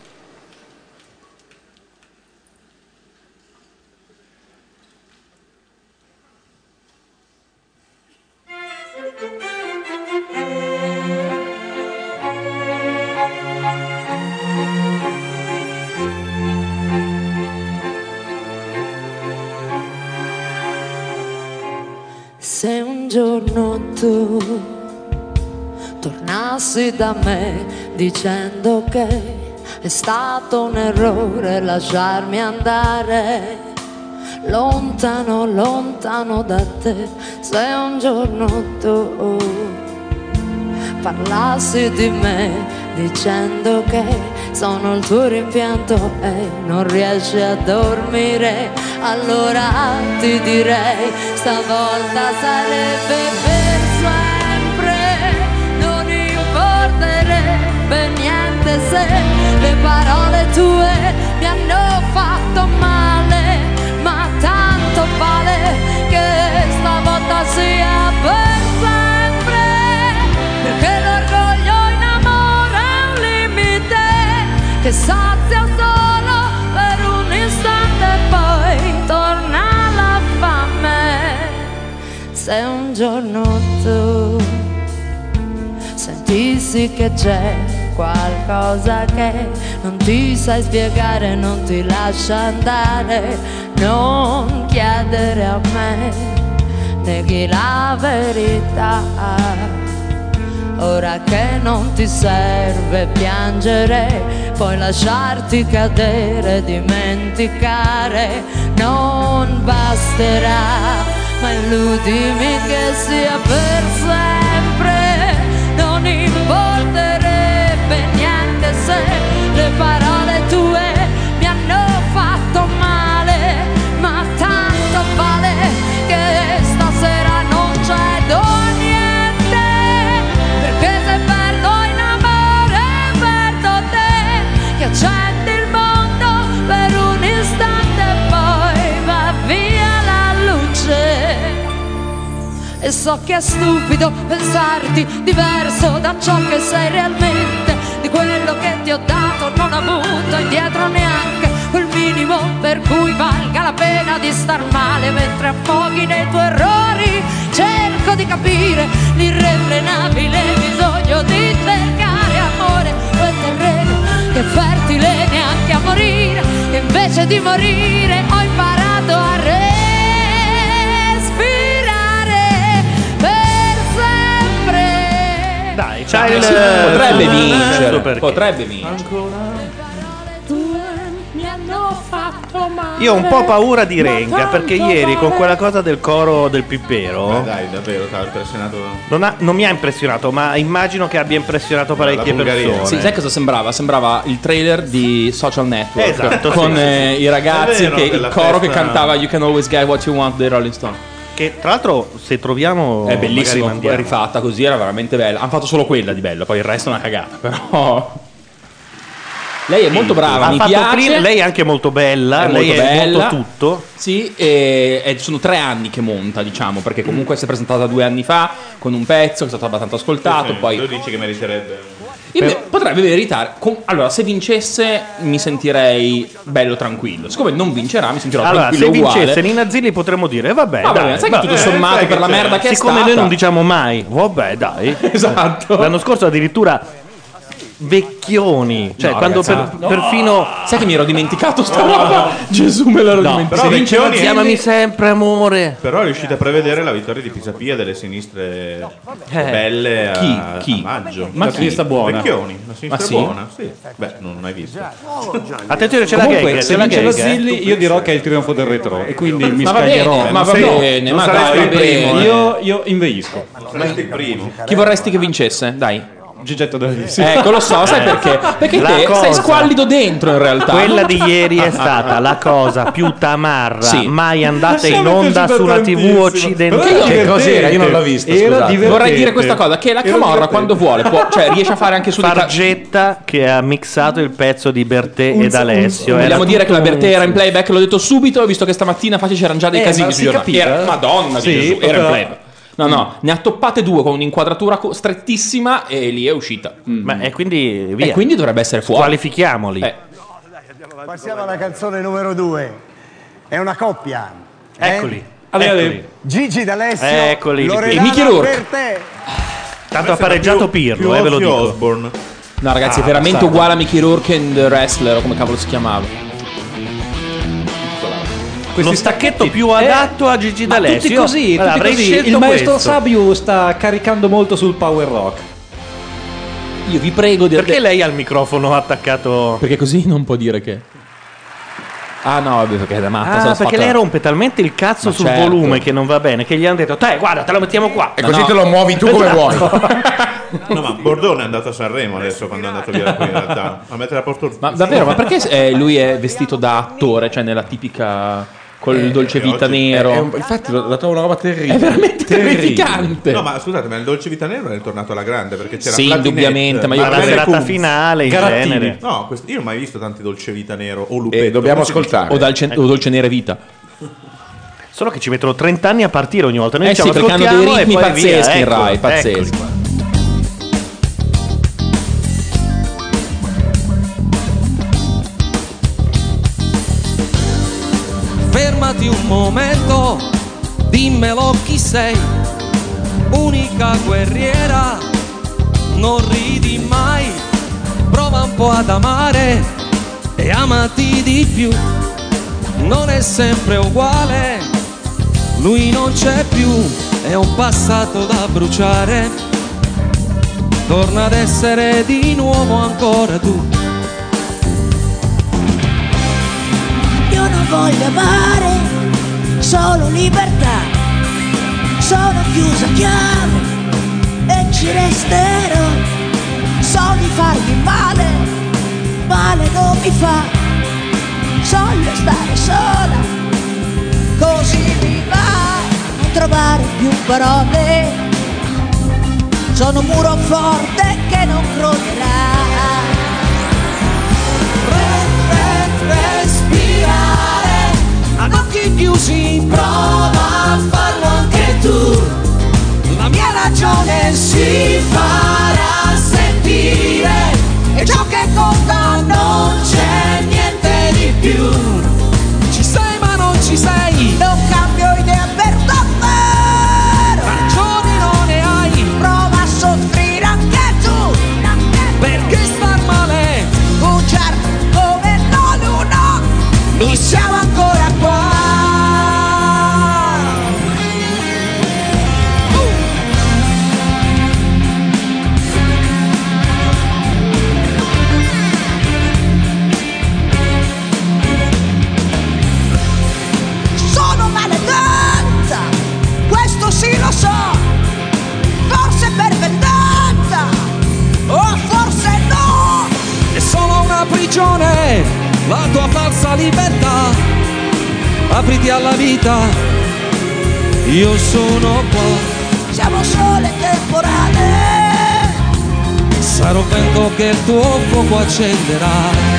Se un giorno tu tornassi da me dicendo che è stato un errore lasciarmi andare lontano, lontano da te, se un giorno tu parlassi di me dicendo che sono il tuo rimpianto e non riesci a dormire, allora ti direi stavolta sarebbe per sempre, non importerebbe niente se le parole tue mi hanno fatto male, ma tanto vale che stavolta sia per sempre, perché l'orgoglio in amore è un limite che sazia solo per un istante e poi torna la fame. Se un giorno tu sentissi che c'è qualcosa che non ti sai spiegare, non ti lascia andare, non chiedere a me, neghi la verità. Ora che non ti serve piangere, puoi lasciarti cadere, dimenticare, non basterà, ma illudimi che sia per sempre, non importerebbe niente se le parole tue mi hanno fatto male, ma tanto vale che stasera non cedo niente, perché se perdo in amore perdo te, che accetti il mondo e so che è stupido pensarti diverso da ciò che sei realmente. Di quello che ti ho dato non ho avuto indietro neanche quel minimo per cui valga la pena di star male mentre affoghi nei tuoi errori. Cerco di capire l'irrefrenabile bisogno di cercare amore, quel terreno che è fertile neanche a morire. E invece di morire ho imparato a respirare per sempre. Dai, c'hai Eh, il sì, potrebbe eh, vincere, perché. potrebbe vincere. Io ho un po' paura di Renga perché ieri con quella cosa del coro del Pippero. Ma dai, davvero, ti ha impressionato. Non, ha- non mi ha impressionato, ma immagino che abbia impressionato parecchie persone. Sì, sai cosa sembrava? Sembrava il trailer di Social Network Esatto, con sì, sì, eh, sì. i ragazzi, È vero, che, il quella coro che festa- cantava You Can Always Get What You Want dei Rolling Stone. Che tra l'altro se troviamo È bellissimo, magari mandiamo. è rifatta così, era veramente bella. Hanno fatto solo quella di bello, poi il resto è una cagata, però lei è molto brava, Ha mi fatto piace. prima- lei è anche molto bella, È lei molto è bella. molto tutto. Sì, e, e sono tre anni che monta, diciamo, perché comunque si è presentata due anni fa con un pezzo che è stato abbastanza ascoltato. Sì, poi tu dici che meriterebbe. Io me- potrebbe meritare. com- allora, se vincesse, mi sentirei bello tranquillo. Siccome non vincerà, mi sentirò Allora, se tranquillo uguale. vincesse Nina Zilli potremmo dire vabbè, Ah, dai, vabbè, sai che vabbè, tutto sommato sai per la c'è. merda che è Siccome stata- noi non diciamo mai, vabbè, dai. Esatto. L'anno scorso addirittura vecchioni, cioè No, quando ragazzi, per- no. perfino Sai che mi ero dimenticato sta roba? Gesù, me l'ero No, dimenticato. se vince Vecchioni- chiamami sempre amore. Però è riuscita a prevedere la vittoria di Pisapia delle sinistre belle a, Chi? Chi? a maggio. Ma La chi? sinistra buona. Vecchioni, la Ma sinistra sì? buona, sì. Beh, non hai visto. Attenzione, c'è Comunque, la gag, se c'è la vince la gag, eh. Zilli, io dirò che è il trionfo del retro e quindi mi Ma va scaglierò. bene, ma va Sì. bene, Non ma saresti dai, il va primo, bene. Io, io inveisco. Saresti il primo. Chi vorresti che vincesse? Dai. Gigetto D'Alessio. Ecco, lo so, sai perché? Perché La te cosa- sei squallido dentro in realtà. Quella di ieri è stata la cosa più tamarra Sì. mai andata in Mi è onda piaciuta su una tantissimo. tivù occidentale. Però Che cos'era? Io non l'ho vista, Era scusate. divertente. Vorrei dire questa cosa, che la Era Camorra divertente. quando vuole, può, cioè riesce a fare anche su dei ca- Fargetta che ha mixato il pezzo di Bertè Un- ed Alessio. un- Era Vogliamo dire che la tutto Bertè un- era in playback, l'ho detto subito, visto che stamattina facci c'erano già dei Eh, casini ma sui si giornali. capiva? Era, Madonna Sì, di Gesù, era in però- playback. No, no, ne ha toppate due con un'inquadratura co- strettissima e lì è uscita. Ma e quindi via. E quindi dovrebbe essere fuori. Qualifichiamoli. Eh. Passiamo alla canzone numero due. È una coppia. eh? Eccoli. Allora, Eccoli. Gigi D'Alessio. Eccoli, Loredana e Mickey Rourke. per te. Tanto ha pareggiato Pirlo, più eh, ve lo Ozzy dico. Osbourne. No, ragazzi, Ah, è veramente bastardo. uguale a Mickey Rourke and the Wrestler, o come cavolo si chiamava. Lo stacchetto più adatto a Gigi Ma D'Alessio. tutti così, Guarda, tutti avrei così. scelto Il maestro questo. Sabiu sta caricando molto sul power rock. Io vi prego di... Perché lei ha il microfono attaccato? Perché così non può dire che... Ah no, vabbè, perché è da matta. se Ah, l'ha perché fatta- lei rompe talmente il cazzo Ma sul certo. volume che non va bene, che gli hanno detto, te guarda, te lo mettiamo qua. E No, così no. te lo muovi tu come vuoi. No, ma Bordone è andato a Sanremo adesso quando è andato via da qui in realtà. A mettere a posto. Ma davvero, ma perché eh, lui è vestito da attore, cioè nella tipica... col dolce vita oggi- nero? È un- infatti lo, la trovo una roba terribile. È veramente Terribile. terrificante. No, ma scusate, ma il Dolce Vita Nero è tornato alla grande perché c'era Sì, Platinette, indubbiamente, ma io- Ma la Bene, serata Kunz. finale in Garattini. genere. No, quest- io non ho mai visto tanti Dolce Vita Nero o Lupetto. E dobbiamo come si dice? ascoltare. O, dolce, o dolce nere vita. Solo che ci mettono trenta anni a partire ogni volta. Noi Eh sì, diciamo, perché hanno dei ascoltiamo e ritmi poi via, pazzeschi in ecco, Rai, eccoli pazzeschi. qua. Fermati un momento, dimmelo chi sei, unica guerriera, non ridi mai, prova un po' ad amare e amati di più, non è sempre uguale, lui non c'è più, è un passato da bruciare, torna ad essere di nuovo ancora tu. Io non voglio amare, solo libertà. Sono chiusa a chiave e ci resterò. So di farmi male, male non mi fa. Voglio stare sola, così mi va. Non trovare più parole. Sono un muro forte che non crollerà. Respirare ad occhi chiusi, prova a farlo anche tu. ragione si farà sentire, e ciò che conta non c'è niente di più. Ci sei ma non ci sei, non cambio idea per davvero, ragioni non ne hai, prova a soffrire anche tu, perché star male, bugiardo come la luna, noi siamo ancora qua. Sono maledetta, questo sì lo so, forse per vendetta, o forse no. è solo una prigione, la tua falsa libertà. Apriti alla vita, io sono qua. Siamo sole temporale, Sarò vento che il tuo fuoco accenderà.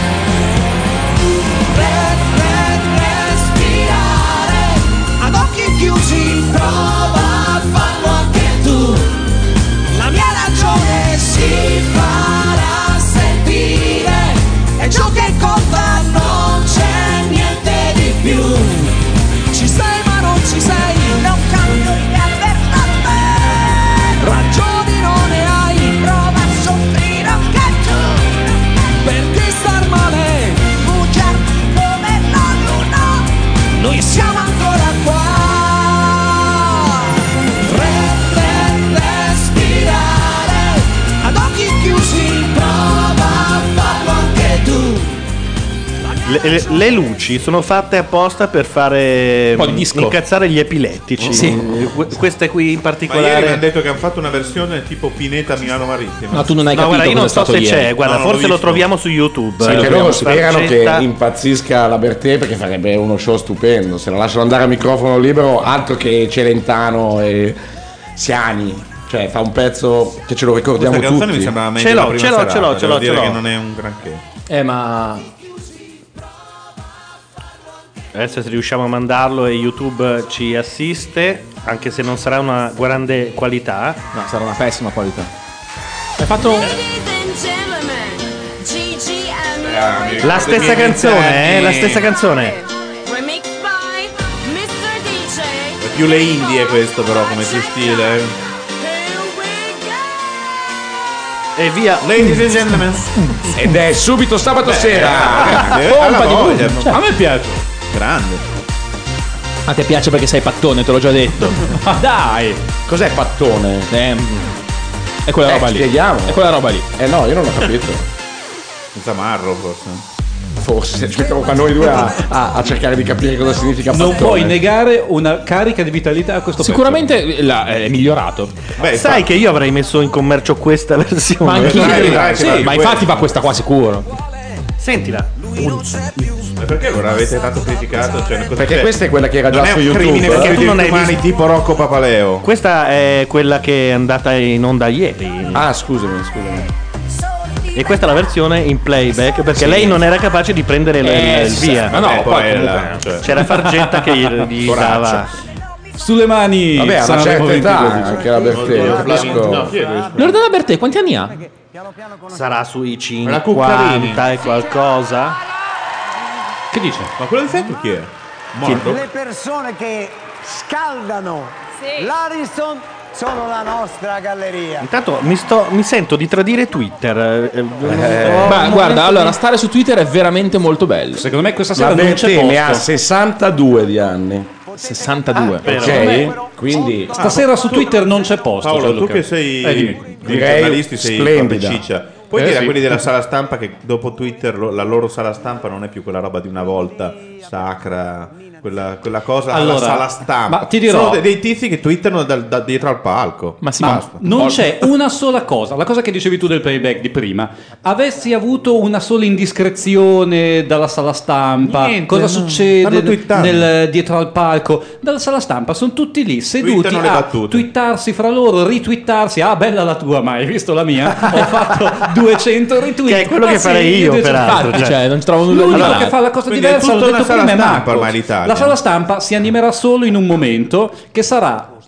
respirare, ad occhi chiusi prova a farlo anche tu. La mia ragione si farà sentire, e ciò che conta non c'è niente di più. Ci sei ma non ci sei, Non cambio idea per davvero, ragioni non ne hai, prova a soffrire anche tu, perché star male, bugiardo come la luna, noi siamo ancora qua. Re- re- respirare, ad occhi chiusi prova a farlo anche tu. Le, le- le luci sono fatte apposta per fare Un po' di disco. incazzare gli epilettici. Sì. Que- Queste qui in Ma ieri mi particolare. hanno detto che hanno fatto una versione tipo Pineta Milano Marittima. No, tu non hai No, capito guarda, io cosa non è so stato se ieri. c'è, guarda, No, non l'ho forse lo visto. troviamo su YouTube. Perché Eh, loro Farcetta. sperano che impazzisca la Bertè, perché farebbe uno show stupendo. Se la lasciano andare a microfono libero, altro che Celentano e Siani. Cioè, fa un pezzo che ce lo ricordiamo Questa canzone tutti. mi sembrava meglio Ce l'ho, la prima ce l'ho, serata, ce l'ho, ce devo l'ho, dire ce l'ho. che non è un granché. Eh, ma Adesso se riusciamo a mandarlo e YouTube ci assiste, anche se non sarà una grande qualità. no, sarà una pessima qualità. Hai fatto La stessa canzone, eh? La stessa canzone. È più le Indie questo però come suo stile. E via. Ladies and gentlemen. Ed è subito sabato sera. Grande, Pompa alla di voglia. Cioè, a me piace. Grande. A te piace perché sei pattone, te l'ho già detto. Ma dai. Cos'è pattone? Eh, è quella Eh, roba lì. spieghiamo. È quella roba lì. Eh no, io non ho capito. Zamarro forse. Forse ci mettiamo qua noi due a, a- a cercare di capire cosa significa Non pattone. puoi negare una carica di vitalità a questo Sicuramente la- è migliorato. Beh, Sai che io avrei messo in commercio questa versione. Ma anch'io. Dai, dai, Sì, che va- ma infatti va questa qua sicuro. Sentila. Ma perché allora avete tanto criticato? Cioè, cosa Perché c'è? questa è quella che era già Non è su un YouTube. crimine eh? perché tu tu non non hai umani visto- tipo Rocco Papaleo. Questa è quella che è andata in onda ieri. Ah, scusami, scusami. E questa è la versione in playback perché lei non era capace di prendere il- Eh, il via. ma no, Vabbè, poi quella, comunque- cioè. C'era Fargetta che gli, gli dava. Sulle mani. Vabbè, a una Sanremo certa età ventidue. anche la Bertè, io capisco. Loredana Bertè, quanti anni ha? Sarà sui La Cuccarini. cinquanta e qualcosa. Che dice? Ma quello di fianco chi è? Morto? Le persone che scaldano l'Ariston sono la nostra galleria. Intanto mi, sto, mi sento di tradire Twitter. eh, eh, Ma ho un guarda, momento allora, di- stare su Twitter è veramente molto bello. Secondo me questa La sera non c'è Bertè ne ha posto. sessantadue di anni. sessantadue. Ok? Quindi Stasera su Twitter non c'è posto. Paolo, tu Gianluca. che sei Eh, dimmi. dei Direi giornalisti, sei splendida. proprio ciccia. Puoi Eh, dire a sì. quelli della sala stampa che dopo Twitter lo- la loro sala stampa non è più quella roba di una volta sacra, quella, quella cosa Allora, alla sala stampa. ma ti dirò- Sono dei, dei tizi che twitterano dal- da dietro al palco. Ma sì, Ma ma non c'è una sola cosa, la cosa che dicevi tu del playback di prima, avessi avuto una sola indiscrezione dalla sala stampa, Niente, cosa no. succede Stanno twittando. nel- dietro al palco, dalla sala stampa sono tutti lì seduti Twittano le a battute. twittarsi fra loro, ritwittarsi, ah bella la tua, ma hai visto la mia? Ho fatto duecento retweet. Che è quello Ah, che sì, farei io, duecento. peraltro. infatti, cioè, non ci trovo nulla di L'unico male. che fa la cosa Quindi è diversa, l'ho tutta detto una sala prima, è stampa Marco. ormai l'Italia. La sala stampa si animerà solo in un momento che sarà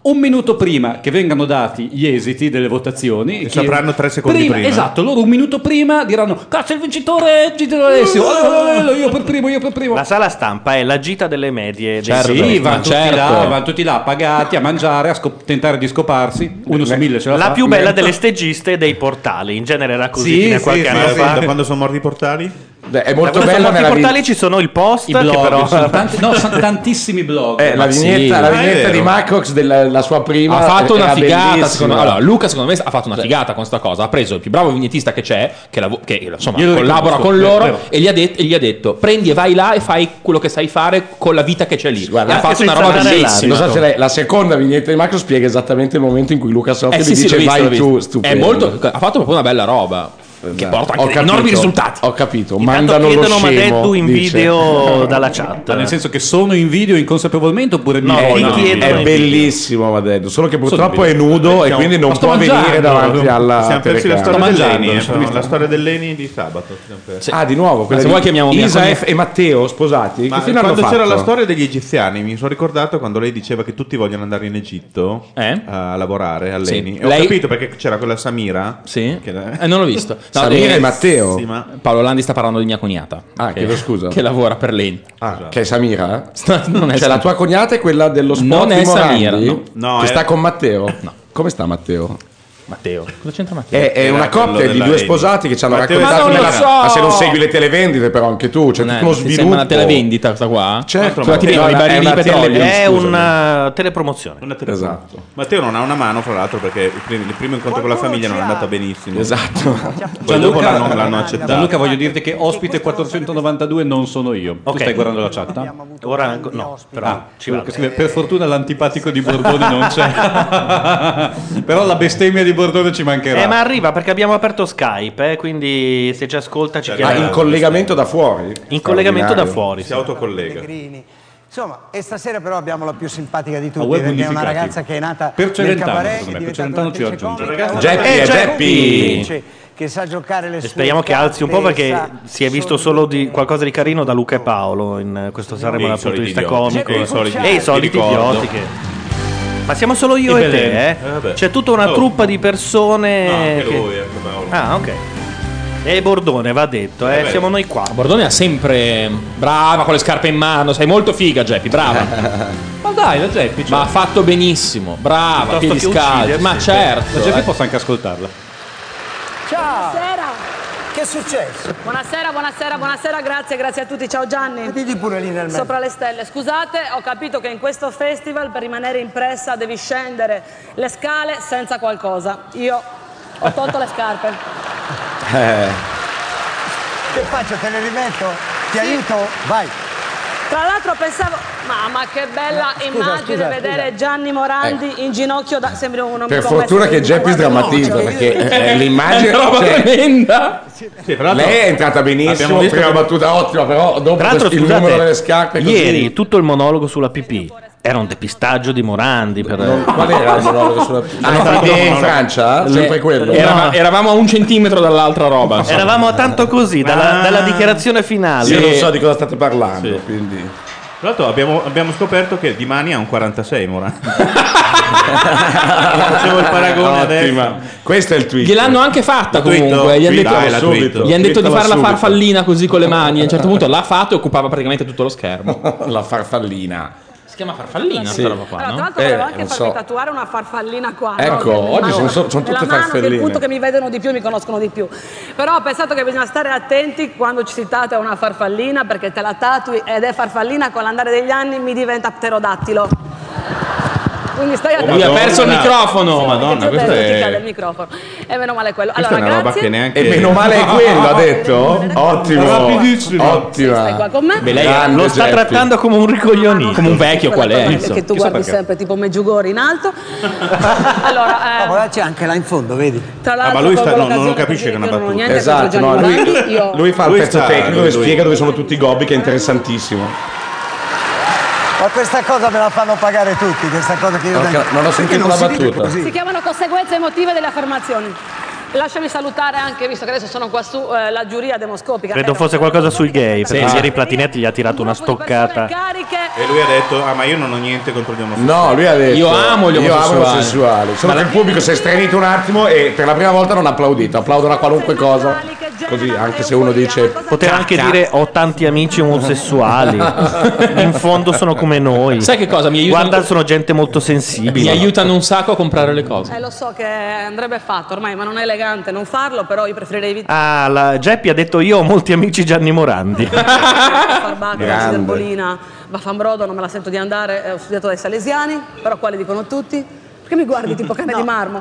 un minuto prima che vengano dati gli esiti delle votazioni. E sapranno tre secondi prima. Esatto, loro un minuto prima diranno cazzo il vincitore è Gigi D'Alessio, io per primo, io per primo. La sala stampa è la gita delle medie. Certo, dei sì, vanno tutti, certo. là, vanno tutti là pagati a mangiare, a scop- tentare di scoparsi. Uno su mille ce la, La fa. più bella delle stagiste dei portali. In genere era così Sì, fino a sì, qualche sì, anno sì. fa. Da quando sono morti i portali? Beh, è Da molto quando sono bella morti i nella portali ci sono il post I che blog, però sono tanti, no, sono tantissimi blog. Eh, la Ma vignetta, sì. la Ah, è vignetta vero. di Macrox della la sua prima Ha fatto una era figata, bellissima. secondo allora, Luca secondo me ha fatto una figata con sta cosa. Ha preso il più bravo vignettista che c'è, che, lav- che insomma Io lo collabora riconosco, con vero, loro vero. e gli, ha det- e gli ha detto prendi e vai là e fai quello che sai fare con la vita che c'è lì. Guarda, e ha anche fatto una senza roba andare là, bellissima. Non so se lei- la seconda vignetta di Macrox spiega esattamente il momento in cui Luca Soffi Eh gli sì, sì, dice l'ho visto, vai l'ho visto. tu, È stupendo. molto, ha fatto proprio una bella roba. Che porta Ho anche capito, enormi risultati. Ho capito, intanto mandano lo chiedono scemo, Madeddu in dice. video dalla chat. Ma nel senso che sono in video inconsapevolmente oppure mi No, vogliono? ti No, chiedono è in bellissimo Madeddu, solo che purtroppo Sono è nudo e Stiamo- quindi ma non sto può venire mangiando. davanti alla Siamo persi la telecamera. storia mangiando, dell'Eni, eh, sono però, la storia dell'Eni di sabato. Siamo persi. Ah, di nuovo, quella se di vuoi chiamiamo mia Isa cogn- e Matteo sposati? Ma che fine hanno quando c'era fatto? la storia degli egiziani mi sono ricordato quando lei diceva che tutti vogliono andare in Egitto Eh? a lavorare all'Eni. Sì. E ho Lei- capito perché c'era quella Samira. Sì. Che- Eh, non l'ho visto. No, Samira eh, e Matteo? Sì, ma Paolo Landi sta parlando di mia cognata. Ah, che, chiedo scusa. Che lavora per l'Eni. Ah, che è Samira? Non è Cioè la tua cognata è quella dello spot Non è di Morandi? Samira, no. No, che è- sta con Matteo? No. Come sta Matteo? Matteo. Cosa c'entra Matteo? È, è Era una quello coppia di della due Eni. sposati che ci hanno Matteo- raccontato Ma non lo nella... so! Ma se non segui le televendite però anche tu, c'è Non tutto è- uno ti sviluppo. sembra una televendita questa qua? Certo, Sulla ti no, vendono i è barili una di petrolio. tele- È scusami. una telepromozione. Una tele- Esatto. Matteo non ha una mano, fra l'altro, perché il primo, il primo incontro con la famiglia non è andata benissimo. Esatto. Poi dopo l'hanno, l'hanno accettato. Gianluca, voglio dirti che ospite quattrocentonovantadue non sono io. Ok. Tu stai guardando la chat? Ora no, però Ah, ci quello vado. che scrive, per fortuna l'antipatico di Bordone non c'è. Però la bestemmia di Bordone ci mancherà. Eh, ma arriva perché abbiamo aperto Skype, eh, quindi se ci ascolta ci Ah, chiama. in collegamento da fuori? In collegamento da Straordinario. fuori. Si sì. autocollega. Pellegrini. Insomma, e stasera però abbiamo la più simpatica di tutti, web perché è una unificati. ragazza che è nata Per nel Celentano, cabaret, secondo che è me, per diventata Celentano ci un'attrice aggiunge. comica, Geppi, Eh, è Geppi! Geppi! che sa giocare le sue Speriamo che alzi un po' perché carte, si è visto sa solo di sorridere. qualcosa di carino da Luca e Paolo in questo Sanremo E i dal punto di soliti vista idioti. comico E i soliti- e i soliti ti ricordo. idioti che... Ma siamo solo io E e, te, Belen. eh? Eh, vabbè. C'è tutta una Oh. truppa di persone No, anche che- lui, ecco, Paolo. Ah, ok. E Bordone va detto, eh, Eh, beh. siamo noi qua. Bordone ha sempre brava con le scarpe in mano, sei molto figa Geppi, brava. Ma dai, la Geppi, Ma ha fatto benissimo, brava, Piuttosto piedi che scalzi. uccidersi. Ma la certo. Geppi eh. posso anche ascoltarla. Ciao, Buonasera. che è successo? Buonasera, buonasera, buonasera, grazie, grazie a tutti. Ciao Gianni. Vedi pure lì nel mezzo. Sopra le stelle. Scusate, ho capito che in questo festival per rimanere impressa devi scendere le scale senza qualcosa. Io ho tolto le scarpe. Eh, Che faccio, te le rimetto? Ti aiuto? Vai. Tra l'altro pensavo, mamma che bella Scusa, immagine scusa, vedere scusa. Gianni Morandi in ginocchio da... sembri uno per fortuna che Geppi sdrammatizza, perché eh, l'immagine... roba cioè, tremenda. Sì, tra l'altro- lei è entrata benissimo, Abbiamo visto prima che- battuta ottima, però dopo Tra l'altro, il scusate, numero delle scarpe così... ieri tutto il monologo sulla pipì era un depistaggio di Morandi per... Non- qual era il monologo sulla... Ah, in Francia? Sempre quello? Erava- eravamo a un centimetro dall'altra roba. insomma. Eravamo a tanto così, dalla, Ah. dalla dichiarazione finale. Io non so di cosa state parlando, Sì. quindi... Tra l'altro abbiamo, abbiamo scoperto che Dimani ha un quarantasei, Morandi. Facevo il paragone Ottima. adesso. Questo è il tweet. Gliel'hanno anche fatta Lo tweeto? comunque. Gli hanno Tweet, detto, dai, la subito. gli han detto di Twittala fare la subito. farfallina così con le mani. A un certo punto l'ha fatto e occupava praticamente tutto lo schermo. La farfallina. Si chiama farfallina Sì. questa roba qua, Allora, tra no? l'altro Eh, volevo anche non farmi so. tatuare una farfallina qua. Ecco, no? oggi Nella sono- mano- sono tutte nella mano, che farfalline. il punto che mi vedono di più mi conoscono di più. Però ho pensato che bisogna stare attenti quando ci si tatua una farfallina, perché te la tatui ed è farfallina, con l'andare degli anni mi diventa pterodattilo. Quindi stai attento. Lui ha perso il microfono. Oh, Madonna, Che questo ti cade è... il microfono. E meno male quello. Questa Allora, è una roba grazie. che neanche... E meno male è quello, ha detto? Ottimo. Rapidissimo. Ottima. Stai qua con me? Beh, lei Grande Lo sta Geppi. trattando come un ricoglionito. come un vecchio qual è. Perché insomma. tu Chissà guardi perché. sempre tipo Meggiugorje in alto. Allora, eh, Guarda, c'è anche là in fondo, vedi? tra Ah, l'altro ma lui colgo sta- non- non l'occasione capisce per che è dire una io non ho battuta. niente contro Esatto, Gianni no, lui, Morandi, io- lui fa il Lui pezzo sta- tecnico lui- e lui- spiega dove sono tutti i gobbi, che è interessantissimo. Ma questa cosa me la fanno pagare tutti, questa cosa che io... Non ho- non ho Perché sentito non la si dice battuta. così? Si chiamano conseguenze emotive delle affermazioni. lasciami salutare anche, visto che adesso sono qua su, eh, la giuria demoscopica. Credo fosse qualcosa sui gay, perché ieri Platinetti gli ha tirato una stoccata. E lui ha detto, ah ma io non ho niente contro gli omosessuali. No, lui ha detto Io amo gli io amo omosessuali. gli omosessuali. Solo Ma che la- il pubblico si è strenito un attimo e per la prima volta non ha applaudito. Applaudono a qualunque cosa. Così, anche se uno dice Poteva anche "Cacca". dire ho tanti amici omosessuali. In fondo sono come noi. Sai che cosa? Mi aiutano- Guarda, sono gente molto sensibile. Mi aiutano un sacco a comprare le cose. Eh, lo so che andrebbe fatto ormai, ma non è elegante non farlo, però io preferirei evitare Ah, la Geppi ha detto io ho molti amici Gianni Morandi. Farbacca, Grande. Zerbolina, Vaffanbrodo, non me la sento di andare, eh, ho studiato dai salesiani, però quali dicono tutti? Perché mi guardi tipo cane di marmo?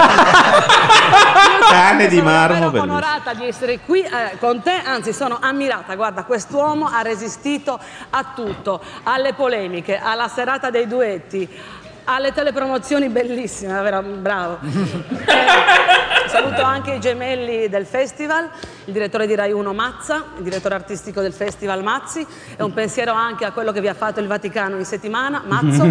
Cane di marmo, Sono bellissimo. onorata di essere qui eh, con te, anzi sono ammirata. Guarda, quest'uomo ha resistito a tutto, alle polemiche, alla serata dei duetti, alle telepromozioni bellissime, davvero bravo. Eh, saluto anche i gemelli del festival, il direttore di Rai uno Mazza, il direttore artistico del festival Mazzi, e un pensiero anche a quello che vi ha fatto il Vaticano in settimana, Mazzo.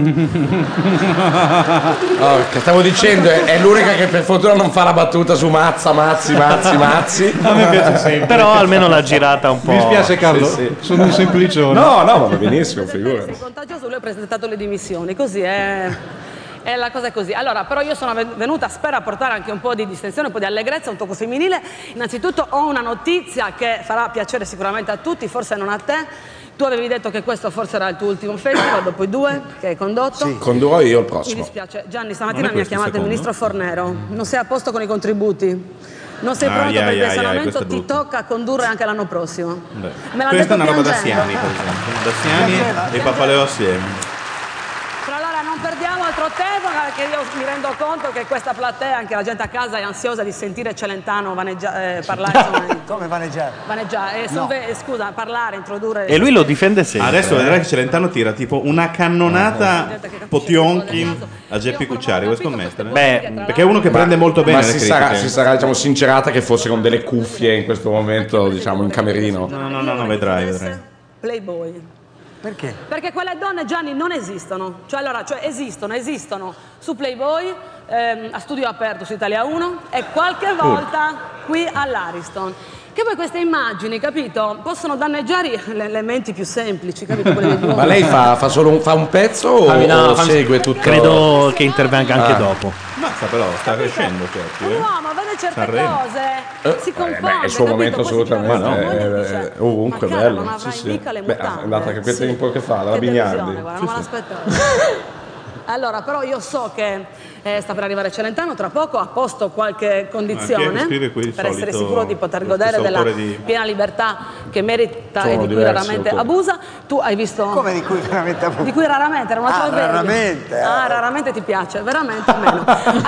Oh, che stavo dicendo, è, è l'unica che per fortuna non fa la battuta su Mazza, Mazzi, Mazzi, Mazzi. A me piace sempre. Però almeno l'ha girata un po'. Mi spiace Carlo, Sì, sì. sono un semplicione. No, no, va benissimo, figurati. Contagioso, lui ha presentato le dimissioni, così è, è la cosa è così. Allora, però io sono ven- venuta, spero, a portare anche un po' di distensione, un po' di allegrezza, un tocco femminile. Innanzitutto ho una notizia che farà piacere sicuramente a tutti, forse non a te. Tu avevi detto che questo forse era il tuo ultimo festival, dopo i due che hai condotto. Sì, condurrò io il Mi prossimo. dispiace, Gianni, Non stamattina è mi ha questo il chiamato il secondo? ministro Fornero. Non sei a posto con i contributi. Non sei Ai, pronto ai, per il ai, ai, pensionamento, questo è ti brutto. tocca condurre anche l'anno prossimo. Beh, Me l'ha questa è detto una roba da piangendo. Siani, per esempio. Da Siani e Papaleo assieme. Però allora non perdiamo altro tempo, perché io mi rendo conto che questa platea, anche la gente a casa, è ansiosa di sentire Celentano vaneggia- eh, parlare. Insomma, Come vaneggiare? vaneggiare, eh, son No. ve- scusa, parlare, introdurre. E lui lo difende sempre. Adesso eh. vedrai che Celentano tira tipo una cannonata Potionkin a Geppi Cucciari, vuoi scommettere? Beh, perché è uno che Ma- prende molto bene ma le si critiche. sarà, si sarà diciamo, sincerata che fosse con delle cuffie in questo momento, diciamo, in camerino. No, no, no, no, vedrai, vedrai. Playboy. Perché? Perché quelle donne, Gianni, non esistono. Cioè, allora, cioè esistono, esistono su Playboy, ehm, a studio aperto su Italia uno e qualche volta qui all'Ariston. Che poi queste immagini, capito, possono danneggiare le, le menti più semplici, capito? Quelle degli Ma uomini. lei fa, fa solo un, fa un pezzo o, Fammi- no, o fammi- segue tutto? Credo che intervenga anche Ah. dopo. Mazza però, sta crescendo Geppi, Un eh. uomo vede certe Sanremo. cose, Eh, si eh, confonde, beh, è il suo capito? momento Poi si assolutamente. trova eh, con moglie e eh, dice, eh, ovunque, "Ma cara, bello. non avrai Sì, sì. mica le Beh, mutande." è andata che quel Sì. tempo che fa, dalla Che Bignardi. televisione, guarda, Sì, non me sì. l'aspettavo. Allora, però io so che eh, sta per arrivare Celentano, tra poco ha posto qualche Ma condizione chi è che scrive qui il per essere solito- sicuro di poter lo godere stesso della autore di- piena libertà che merita Sono e di cui diversi raramente autori. abusa. Tu hai visto... Come di cui veramente avuto? Di cui raramente, era un altro Ah, albergo. raramente, eh. Ah, raramente ti piace, veramente meno.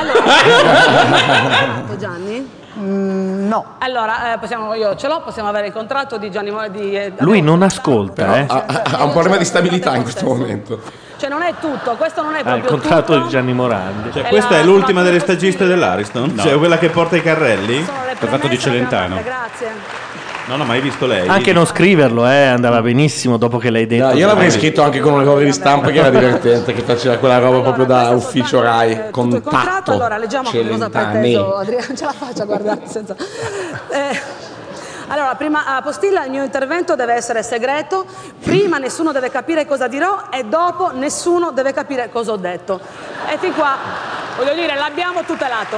Allora, Gianni? no. Allora, eh, possiamo, io ce l'ho, possiamo avere il contratto di Gianni Mo- di, eh, Lui non ascolta, eh. Ha, ha- ha un problema di stabilità in questo momento. Cioè non è tutto, questo non è Ha il proprio contratto tutto. di Gianni Morandi. Cioè, È questa la- è l'ultima sono delle alcune stagiste dell'Ariston? No. Cioè quella che porta i carrelli? Sono le Per fatto di premesse che abbiamo Celentano. fatte, Grazie. No, no, ma hai visto lei? Anche non scriverlo, eh, andava benissimo dopo che l'hai detto. No, io l'avrei scritto anche con un errore di stampa che era divertente, che faceva quella roba proprio da ufficio Rai. Eh, tutto il contratto, Contatto. allora leggiamo che cosa ha Celentani. preteso Adriano, ce la faccia a guardare senza... Eh, allora, prima a postilla il mio intervento deve essere segreto, prima nessuno deve capire cosa dirò e dopo nessuno deve capire cosa ho detto. E fin qua, voglio dire, l'abbiamo tutelato.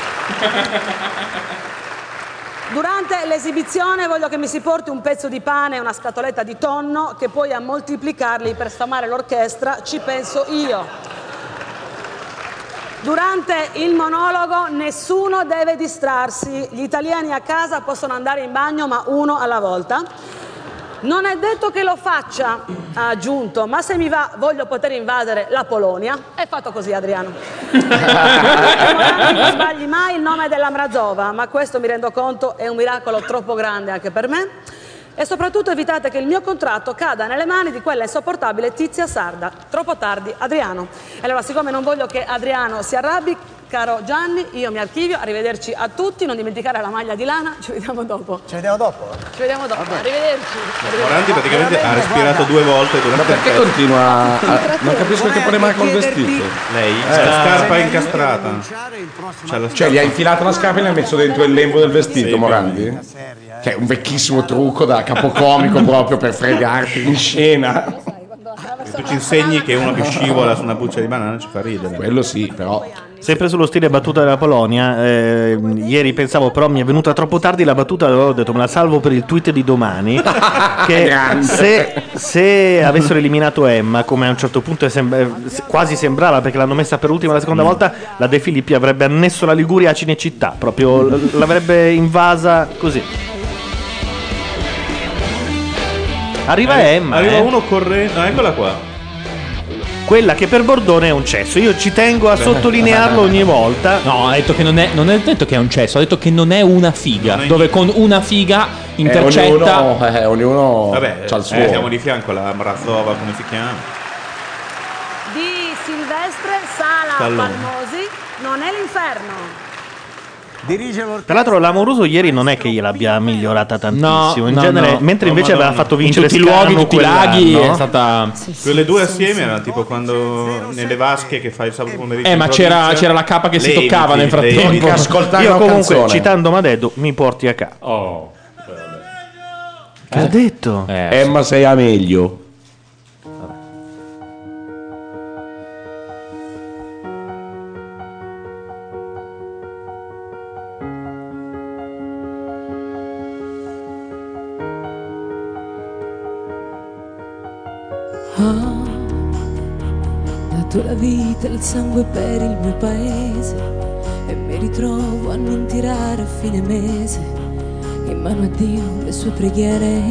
Durante l'esibizione voglio che mi si porti un pezzo di pane e una scatoletta di tonno che poi a moltiplicarli per sfamare l'orchestra ci penso io. Durante il monologo nessuno deve distrarsi, gli italiani a casa possono andare in bagno ma uno alla volta. Non è detto che lo faccia, ha aggiunto, ma se mi va voglio poter invadere la Polonia. È fatto così, Adriano. Non sbagli mai il nome della Mrazova, ma questo mi rendo conto è un miracolo troppo grande anche per me. E soprattutto evitate che il mio contratto cada nelle mani di quella insopportabile Tizia Sarda. Troppo tardi, Adriano. E allora, siccome non voglio che Adriano si arrabbi, Caro Gianni, io mi archivio, arrivederci a tutti, non dimenticare la maglia di lana, ci vediamo dopo. Ci vediamo dopo? Ci vediamo dopo, arrivederci. Morandi praticamente ha respirato due volte durante Ma perché il pezzo. continua a... Non capisco che problema ha col vestito. Lei? Eh. La scarpa è incastrata. C'ha la Cioè gli ha infilato una scarpa e gli ha messo dentro il lembo del vestito, Sì, Morandi? Che è un vecchissimo trucco da capocomico proprio per fregarti in scena. Tu ci insegni che uno che scivola su una buccia di banana ci fa ridere. Quello sì, però. Sempre sullo stile battuta della Polonia, eh, ieri pensavo però mi è venuta troppo tardi la battuta, avevo detto me la salvo per il tweet di domani, che se, se avessero eliminato Emma, come a un certo punto è sem- eh, quasi sembrava perché l'hanno messa per ultima la seconda volta, la De Filippi avrebbe annesso la Liguria a Cinecittà, proprio l- l'avrebbe invasa così. Arriva Arri- Emma, Arriva eh. uno correndo. No, eccola qua. Quella che per Bordone è un cesso. Io ci tengo a sottolinearlo ogni volta. No, ha detto che non è, non è detto che è un cesso, ha detto che non è una figa. Non è- Dove con una figa intercetta. Eh, ognuno, eh, ognuno Vabbè, c'ha il suo. eh, siamo di fianco alla Mrazova, come si chiama? Di Silvestre Sala Stallone. Palmosi, non è l'inferno. Dirige l'orchestra. Tra l'altro l'amoroso ieri non è che gliel'abbia migliorata tantissimo, No, in no, genere, no. mentre No, invece Madonna. aveva fatto In vincere tutti i luoghi, in Scarno tutti i laghi quell'anno. è stata. Quelle due assieme erano tipo quando nelle vasche che fai il sabato pomeriggio. Eh, in ma provincia, c'era, c'era la capa che si leviti, toccava nel frattempo. leviti. ascoltare Io una comunque, canzone. citando Madeddu, mi porti a casa. Oh. Che ha detto? Eh, Emma sei a meglio. Ho dato la vita e il sangue per il mio paese e mi ritrovo a non tirare a fine mese in mano a Dio le sue preghiere.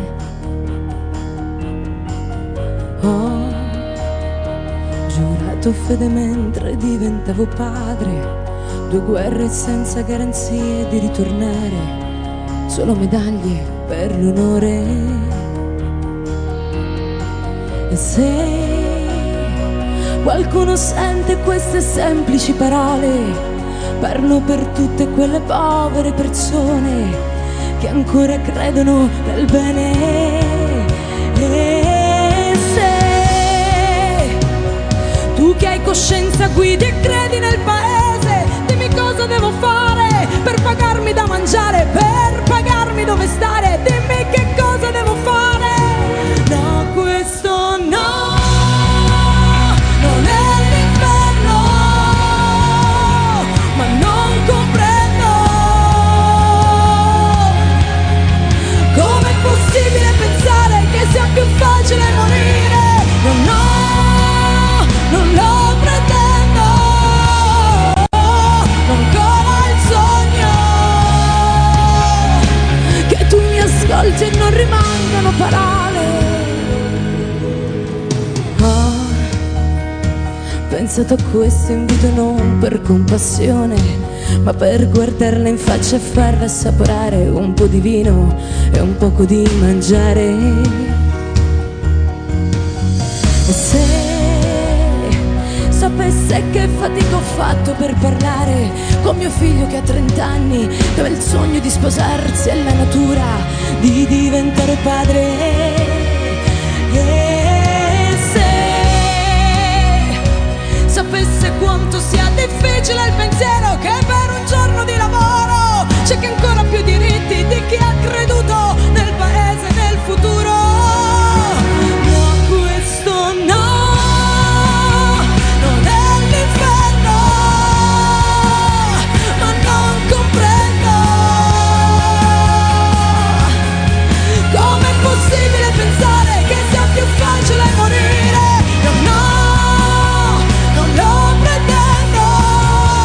Ho giurato fede mentre diventavo padre, due guerre senza garanzie di ritornare, solo medaglie per l'onore. E se qualcuno sente queste semplici parole, parlo per tutte quelle povere persone che ancora credono nel bene. E se tu che hai coscienza guidi e credi nel paese, dimmi cosa devo fare per pagarmi da mangiare, per pagarmi dove stare, dimmi che cosa devo fare. No, questo no, non è l'inferno, ma non comprendo com'è possibile pensare che sia più facile morire. No, no, non lo pretendo, ho ancora il sogno che tu mi ascolti e non rimangano parole. Ho pensato a questo invito non per compassione, ma per guardarla in faccia e farla assaporare un po' di vino e un poco di mangiare. E se sapesse che fatica ho fatto per parlare con mio figlio che ha trent'anni, che aveva il sogno di sposarsi alla natura, di diventare padre. E se sapesse quanto sia difficile il pensiero che per un giorno di lavoro c'è chi ha ancora più diritti di chi ha creduto nel paese e nel futuro. No, questo no, non è l'inferno, ma non comprendo com'è possibile pensare che sia più facile morire. No, no, non lo pretendo,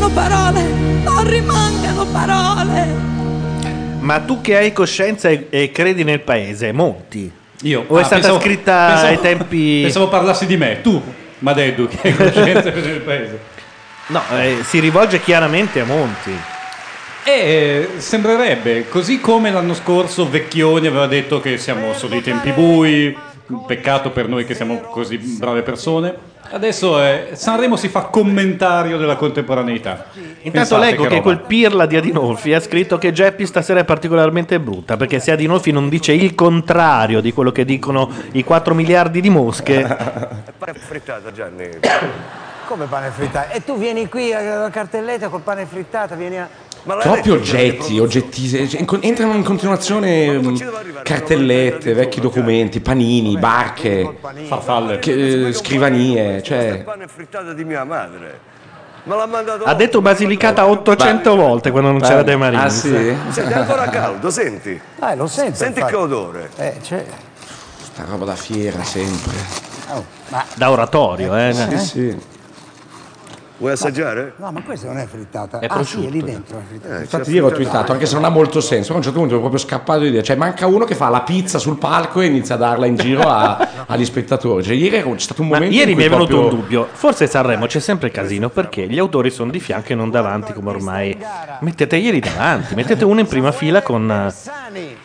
rimangano parole, non rimangano parole. Ma tu che hai coscienza e, e credi nel paese, Monti? Io? O è Ah, stata pensavo- scritta pensavo- ai tempi... Pensavo parlassi di me, tu, Madeddu, che hai coscienza del paese. No, eh, si rivolge chiaramente a Monti. E sembrerebbe, così come l'anno scorso Vecchioni aveva detto che siamo solo i tempi bui, un peccato per noi che siamo così brave persone. Adesso eh, Sanremo si fa commentario della contemporaneità. Intanto Pensate leggo che roba. quel pirla di Adinolfi ha scritto che Geppi stasera è particolarmente brutta, perché se Adinolfi non dice il contrario di quello che dicono i quattro miliardi di mosche... Pane frittata, Gianni. Come pane frittato? E tu vieni qui alla cartelletta col pane frittato, vieni a... Ma l'hai Troppi letto, oggetti, oggetti, cioè, in- entrano in continuazione mh, cartellette, vecchi documenti, panini, barche, farfalle, che- eh, scrivanie, cioè... pane frittata di mia madre. Me l'ha mandato. Ha detto Basilicata ottocento volte quando non c'era De Marinis. Ah sì? Senti, è ancora caldo, senti. Eh, lo sento. Senti infatti. che odore. Eh, c'è. Sta roba da fiera sempre. Oh, ma... Da oratorio, eh? Sì, sì. Vuoi assaggiare? No, ma questa non è frittata. È ah, sì, è prosciutto. lì dentro. È frittata. Eh, Infatti c'è io l'ho frittata. twittato, anche se non ha molto senso, a un certo punto mi è proprio scappato di dire, cioè manca uno che fa la pizza sul palco e inizia a darla in giro a- agli spettatori. Cioè ieri c'è stato un Ma momento ieri in mi cui è venuto proprio... un dubbio. Forse Sanremo c'è sempre casino perché gli autori sono di fianco e non davanti, come ormai. Metteteglieli davanti, mettete uno in prima fila con. eh,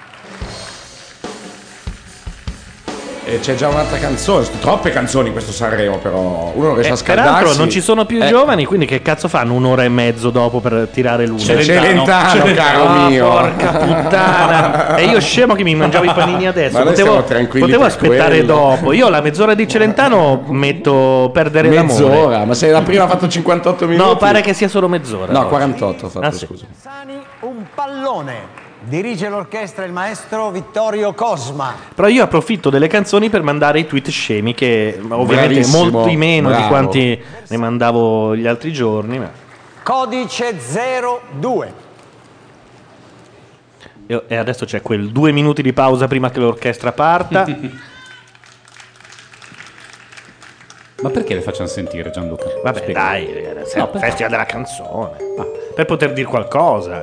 E c'è già un'altra canzone, troppe canzoni in questo Sanremo però, uno non riesce a Eh, scaldarsi. peraltro non ci sono più Eh, giovani, quindi che cazzo fanno un'ora e mezzo dopo per tirare l'uno? C'è Celentano, caro Ah, mio. porca puttana. E io scemo che mi mangiavo i panini adesso. Ma noi Potevo, siamo tranquilli potevo per aspettare quello. dopo. Io la mezz'ora di Celentano metto perdere l'amore. Mezz'ora, ma se la prima ha fatto cinquantotto minuti. No, pare che sia solo mezz'ora. No, oggi. quarantotto ha fatto, Ah, sì. scusa. Sani, un pallone. Dirige l'orchestra il maestro Vittorio Cosma. Però io approfitto delle canzoni per mandare i tweet scemi, che ovviamente Bravissimo, molti meno di bravo. quanti ne mandavo gli altri giorni. Ma... Codice zero due. Io- e adesso c'è quel due minuti di pausa prima che l'orchestra parta. Ma perché le facciano sentire, Gianluca? Vabbè, Spiega. dai, ragazzi, è No, il perché? festival della canzone. Per poter dire qualcosa.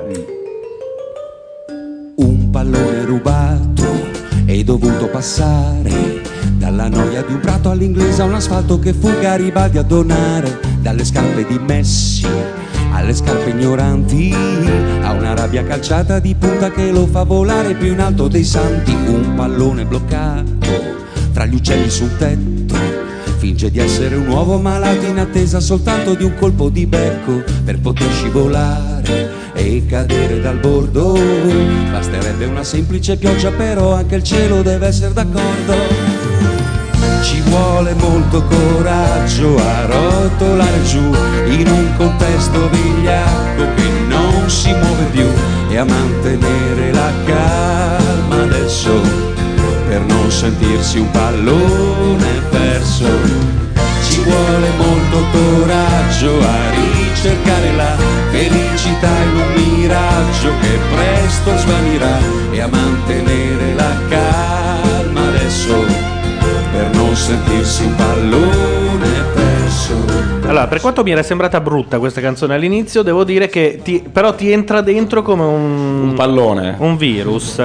Un pallone rubato è dovuto passare dalla noia di un prato all'inglese a un asfalto che fu Garibaldi a donare, dalle scarpe di Messi alle scarpe ignoranti, a una rabbia calciata di punta che lo fa volare più in alto dei santi. Un pallone bloccato tra gli uccelli sul tetto, finge di essere un uovo malato in attesa soltanto di un colpo di becco per poter scivolare e cadere dal bordo. Basterebbe una semplice pioggia, però anche il cielo deve essere d'accordo. Ci vuole molto coraggio a rotolare giù in un contesto vigliacco che non si muove più e a mantenere la calma adesso per non sentirsi un pallone perso. Ci vuole molto coraggio a ricercare la felicità in un miraggio che presto svanirà e a mantenere la calma adesso per non sentirsi un pallone perso. Allora, per quanto mi era sembrata brutta questa canzone all'inizio, devo dire che ti, però ti entra dentro come un, Un pallone. un virus.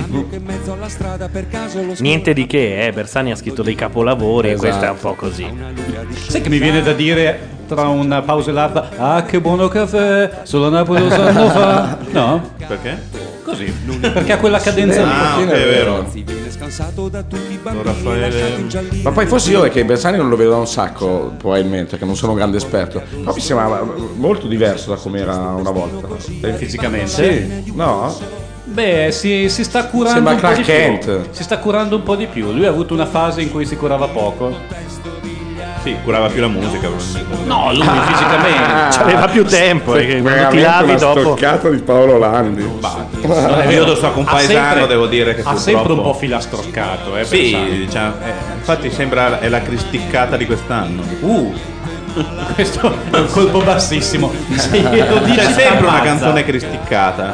Niente di che, eh. Bersani ha scritto dei capolavori e Esatto. questo è un po' così. Sai che mi viene da dire tra una pausa e l'altra, ah che buono caffè, solo a Napoli lo sanno fa. No? Perché? Così. Perché ha quella cadenza lì. Ah, ok, è vero. Don Raffaele. Ma poi forse io è che Bersani non lo vedo da un sacco, probabilmente, che non sono un grande esperto. Però mi sembrava molto diverso da come era una volta. Fisicamente? Sì, no? Beh, si, si sta curando Sembra un po' di Clark più. Kent. Si sta curando un po' di più. Lui ha avuto una fase in cui si curava poco. Sì, curava più la musica. probabilmente. No, lui fisicamente. C'aveva più tempo, eh, che quando ti Veramente lavi una dopo. stoccata di Paolo Landi. Non è vero. Io lo so, con Ha paesano sempre- devo dire che ha purtroppo... sempre un po' filastroccato, eh, Sì, Bersani. diciamo, eh, infatti sembra è la cristiccata di quest'anno. Uh, questo è un colpo bassissimo. Se glielo dici C'è sempre una t'ammazza. canzone cristiccata.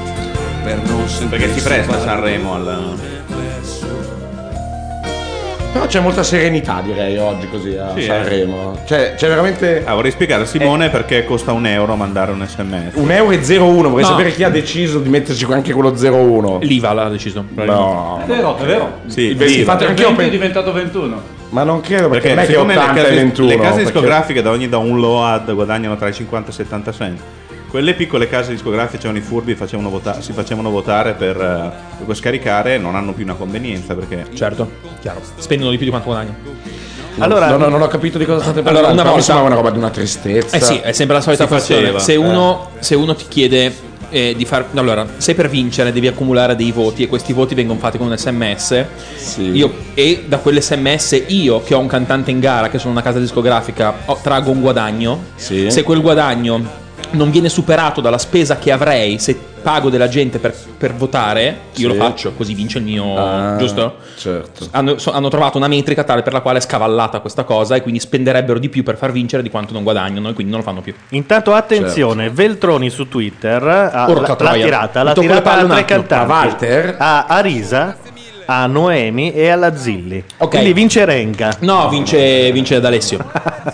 per non Perché si presta a Sanremo al... Però c'è molta serenità, direi, oggi così a Sì, Sanremo. Cioè, c'è veramente. Ah, vorrei spiegare a Simone perché costa un euro mandare un sms. Un euro e zero uno. Vorrei No. sapere chi ha deciso di metterci anche quello zero uno. L'Iva l'ha deciso. No. È vero, è vero. Sì, Il venti- infatti anch'io venti pe- è diventato ventuno. Ma non credo perché, Perché non è che siccome le ottanta e case, ventuno. le case perché- discografiche da ogni download guadagnano tra i cinquanta e i settanta cent. Quelle piccole case discografiche, c'erano i furbi, facevano vota- si facevano votare per, eh, per scaricare, non hanno più una convenienza perché. Certo, chiaro. Spendono di più di quanto guadagnano. Allora, no, no, non ho capito di cosa state parlando. Allora, una però mi volta- sembrava una roba di una tristezza. Eh sì, è sempre la solita Si questione. faceva, Se eh. uno, se uno ti chiede eh, di far. Allora, se per vincere devi accumulare dei voti e questi voti vengono fatti con un sms, io, e da quell'sms io, che ho un cantante in gara, che sono una casa discografica, ho- traggo un guadagno. Se quel guadagno non viene superato dalla spesa che avrei se pago della gente per, per votare, io Sì. lo faccio, così vince il mio. Ah, giusto? Certo. Hanno, so- hanno trovato una metrica tale per la quale è scavallata questa cosa e quindi spenderebbero di più per far vincere di quanto non guadagnano e quindi non lo fanno più. Intanto attenzione, Veltroni su Twitter ha Porca l'ha troia. tirata, Mi l'ha tocco le tirata palle a un tre attimo. cantanti. A Walter? A Arisa, a Noemi e alla Zilli. Quindi vince Renga. No, vince, vince D'Alessio.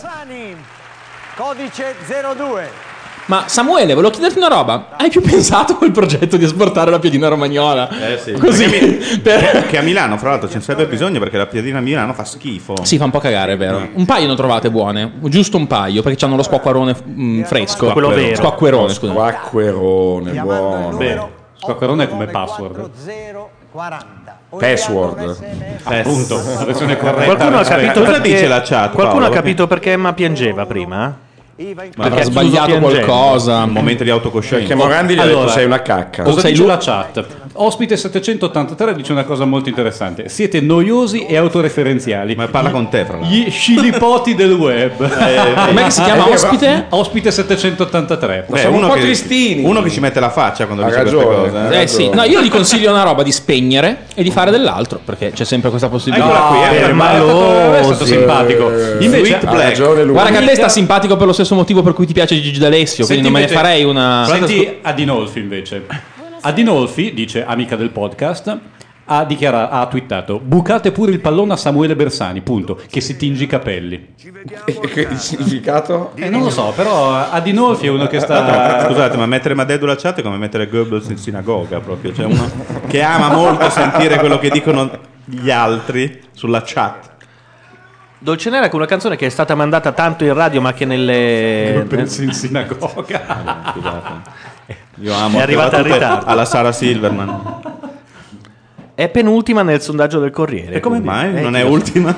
Codice zero due. Ma Samuele, volevo chiederti una roba. Hai più pensato col progetto di esportare la piadina romagnola? Eh sì. Così. Perché, che a Milano, fra l'altro, ce ne sarebbe bisogno perché la piadina a Milano fa schifo. Sì, fa un po' cagare, è vero. Un paio ne trovate buone, giusto un paio, perché hanno lo squacquerone mm, fresco. Quello vero. Squacquerone, scusa. Squacquerone, buono. Beh, squacquerone è come password. Password. Appunto, la versione corretta. Qualcuno ha capito Cosa perché, dice la chat, Qualcuno Paolo? ha capito perché Emma piangeva prima? Ma avrà sbagliato piangendo. qualcosa. Un momento di autocoscienza. Perché Morandi gli ha detto sei una cacca. Cosa sei dice lui? la chat? Ospite settecentottantatré dice una cosa molto interessante. Siete noiosi e autoreferenziali. Ma parla con te, fra l'altro. Gli scilipoti del web. Com'è che si chiama È vero. ospite? Ospite settecentottantatré. Beh, siamo un uno po' che, tristini. Uno che ci mette la faccia quando Ha dice ragione. queste cose. Eh sì, no, io gli consiglio una roba di spegnere e di fare dell'altro, perché c'è sempre questa possibilità. Eccola qui, Eh, eccola ma è stato, è stato simpatico. Invece, Sweet Ha Black. ragione lui. Guarda che a te sta simpatico per lo stesso motivo per cui ti piace Gigi D'Alessio, quindi non me ne invece- farei una. Senti Adinolfi invece. Adinolfi, dice amica del podcast, ha dichiarato, ha twittato: bucate pure il pallone a Samuele Bersani, punto, che si tinge i capelli. Il significato? Eh, non lo so, però Adinolfi è uno che sta. Scusate, ma mettere Madeddu la chat è come mettere Goebbels in sinagoga proprio. Cioè uno che ama molto sentire quello che dicono gli altri sulla chat. Dolce Nera, che è una canzone che è stata mandata tanto in radio ma che nelle... Pensi in sinagoga. Scusate. Io amo È arrivata in tutte ritardo. alla Sara Silverman. È penultima nel sondaggio del Corriere. E come quindi- mai? Eh, Non chi è lo sa. ultima?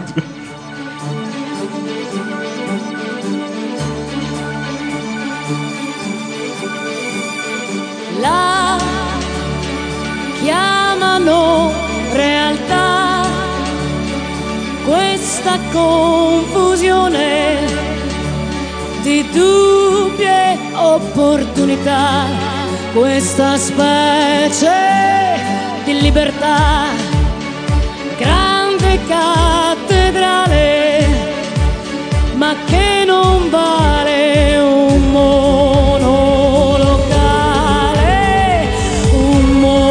La chiamano realtà questa confusione di dubbie opportunità, questa specie di libertà, grande cattedrale, ma che non vale un monolocale, un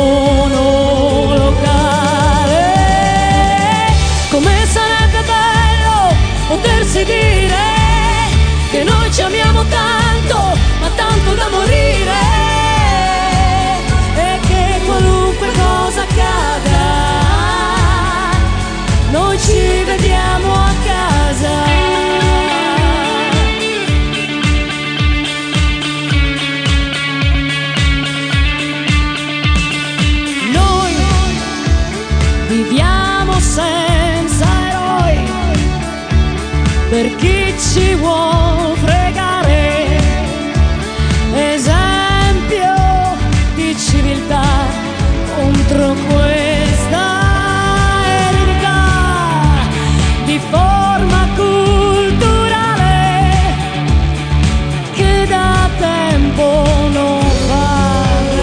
monolocale. Come sarebbe bello potersi dire che noi ci amiamo tanto, ma tanto da morire, e che qualunque cosa accada, noi ci vediamo a casa. Noi viviamo senza eroi per chi ci vuol fregare, esempio di civiltà contro questa eredità di forma culturale che da tempo non fa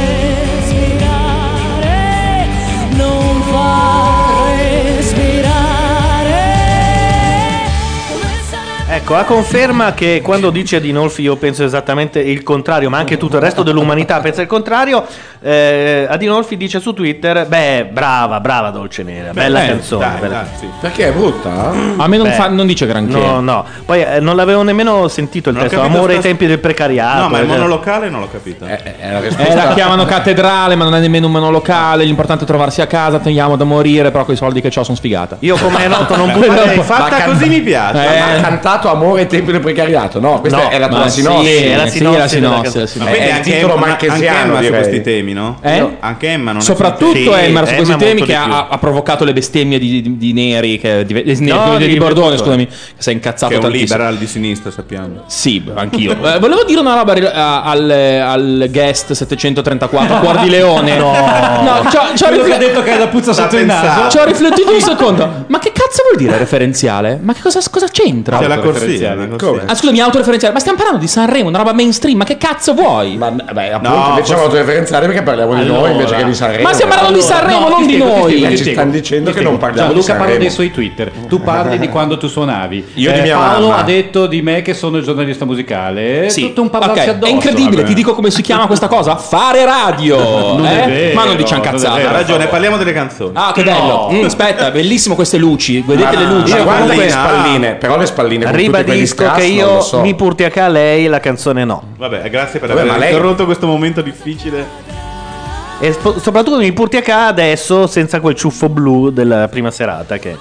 respirare, non fa respirare. Ecco, a conferma che quando dice Adinolfi io penso esattamente il contrario, ma anche tutto il resto dell'umanità pensa il contrario, eh, Adinolfi dice su Twitter, beh, brava, brava Dolce Nera, Beh, bella beh, canzone. dai, bella... dai, sì. Perché è brutta? A me non, Beh, fa, non dice granché. No, no. Poi eh, non l'avevo nemmeno sentito il Non ho testo, capito amore ai sta- tempi del precariato. No, ma il cioè- monolocale non l'ho capito. È la Eh, la chiamano cattedrale, ma non è nemmeno un monolocale. L'importante è trovarsi a casa, teniamo da morire, però con i soldi che ho sono sfigata. Io come è noto non Beh, butterei fatta così mi piace. Eh. Ma ha cantato Amore ai tempi del precariato? No, questa No, è la tua ma sinossi. sì, è la sì, sinossi la della sinossi, la Ma sinossi. quindi È il anche titolo Emma, marchesiano, anche Emma su direi. questi temi, no? Eh? Anche Emma non è Soprattutto Sì, Elmar su Emma questi temi molto che di più. ha, ha provocato le bestemmie di, di, di Neri, che, di, di, No, di, di- di Bordone, di- scusami, che si è incazzato che è un tantissimo. liberal di sinistra, sappiamo. Sì, anch'io. Eh, volevo dire una roba ri- a- al, al guest settecentotrentaquattro, Cuor di Leone. No. no ci ho, ci ho Quello che ha rifle- detto che ha la puzza sotto il naso. ci ho riflettuto un secondo. Ma che cazzo vuol dire referenziale? Ma che cosa, cosa c'entra? C'è la corsia. Autoreferenziale. la corsia. Come? Ah, scusami, autoreferenziale. Ma stiamo parlando di Sanremo, una roba mainstream. Ma che cazzo vuoi? Ma beh, appunto, No, invece forse- è autoreferenziale perché parliamo di noi invece che di Sanremo. Ma stiamo parlando di Allora, Sanremo, no, non ti di spiego, ti noi. spiego, ti Ci spiego. stanno dicendo Ti che non spiego. parliamo di Gianluca parla Sanremo. dei suoi Twitter. Tu parli di quando tu suonavi. Io di mia Paolo mamma. ha detto di me che sono il giornalista musicale. È Sì. tutto un parlarsi Ok, addosso. è incredibile, vabbè. ti dico come si chiama questa cosa? Fare radio. Non è eh? vero, Ma non diciamo non è cazzate. vero. Ha ragione, parliamo delle canzoni. Ah, che bello. Mm, aspetta, bellissimo queste luci. Vedete Ma- le luci? ma guarda Comunque- le spalline, però le spalline con tutti quelli Ribadisco strass, che non io lo so. mi purti a ca lei, la canzone no. Vabbè, grazie per Vabbè, aver ma lei- interrotto questo momento difficile. E sp- soprattutto mi purti a ca adesso senza quel ciuffo blu della prima serata che...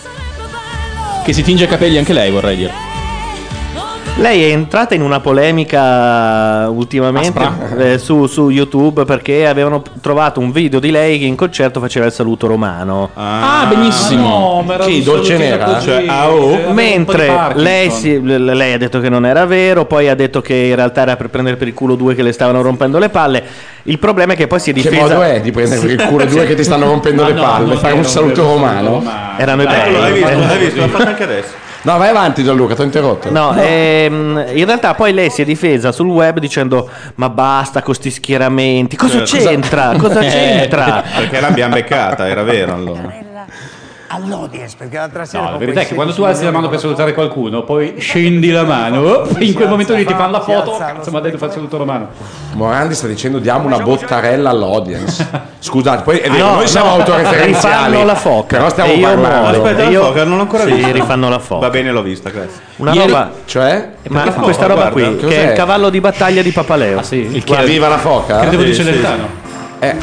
Che si tinge i capelli anche lei, vorrei dire. Lei è entrata in una polemica ultimamente eh, su, su YouTube perché avevano trovato un video di lei che in concerto faceva il saluto romano. Ah, benissimo. No, ma era Chi, un Dolce salutino Nera? così, Cioè, ah, oh. eh, aveva un po' di Mentre Parkinson. lei, si- l- lei ha detto che non era vero, poi ha detto che in realtà era per prendere per il culo due che le stavano rompendo le palle. Il problema è che poi si è Che difesa. modo è di prendere per il culo due che ti stanno rompendo Ma le no, palle? non Fare era un saluto vero romano? Erano i Eccolo, l'hai visto, belli. l'hai visto, l'ha fatto anche adesso. No, vai avanti Gianluca, ti ho interrotto. No, ehm, in realtà poi lei si è difesa sul web dicendo ma basta con sti schieramenti, cosa Cioè, cosa- c'entra? Cosa c'entra? Perché l'abbiamo beccata, era vero allora. All'audience, perché l'altra sera... No, la con verità è quei che quando tu sedici alzi la mano per salutare qualcuno, poi scendi la mano, in quel momento lì ti fanno la Si foto, alza, cazzo, ma ha detto fa il saluto romano. Morandi sta dicendo diamo una bottarella all'audience. Scusate, poi è vero, No, noi siamo no, autoreferenziali. rifanno la foca. Però stiamo E io parlando. muoio. Aspetta, io- la foca, non l'ho ancora sì, vista. rifanno la foca. Va bene, l'ho vista, grazie. Una Ieri- roba, Cioè? ma foca, questa roba guarda. qui, che Cos'è? è il cavallo di battaglia di Papaleo. Ah sì? Il Guarda, viva la foca? Credevo Sì, di sì. Celentano. Eh,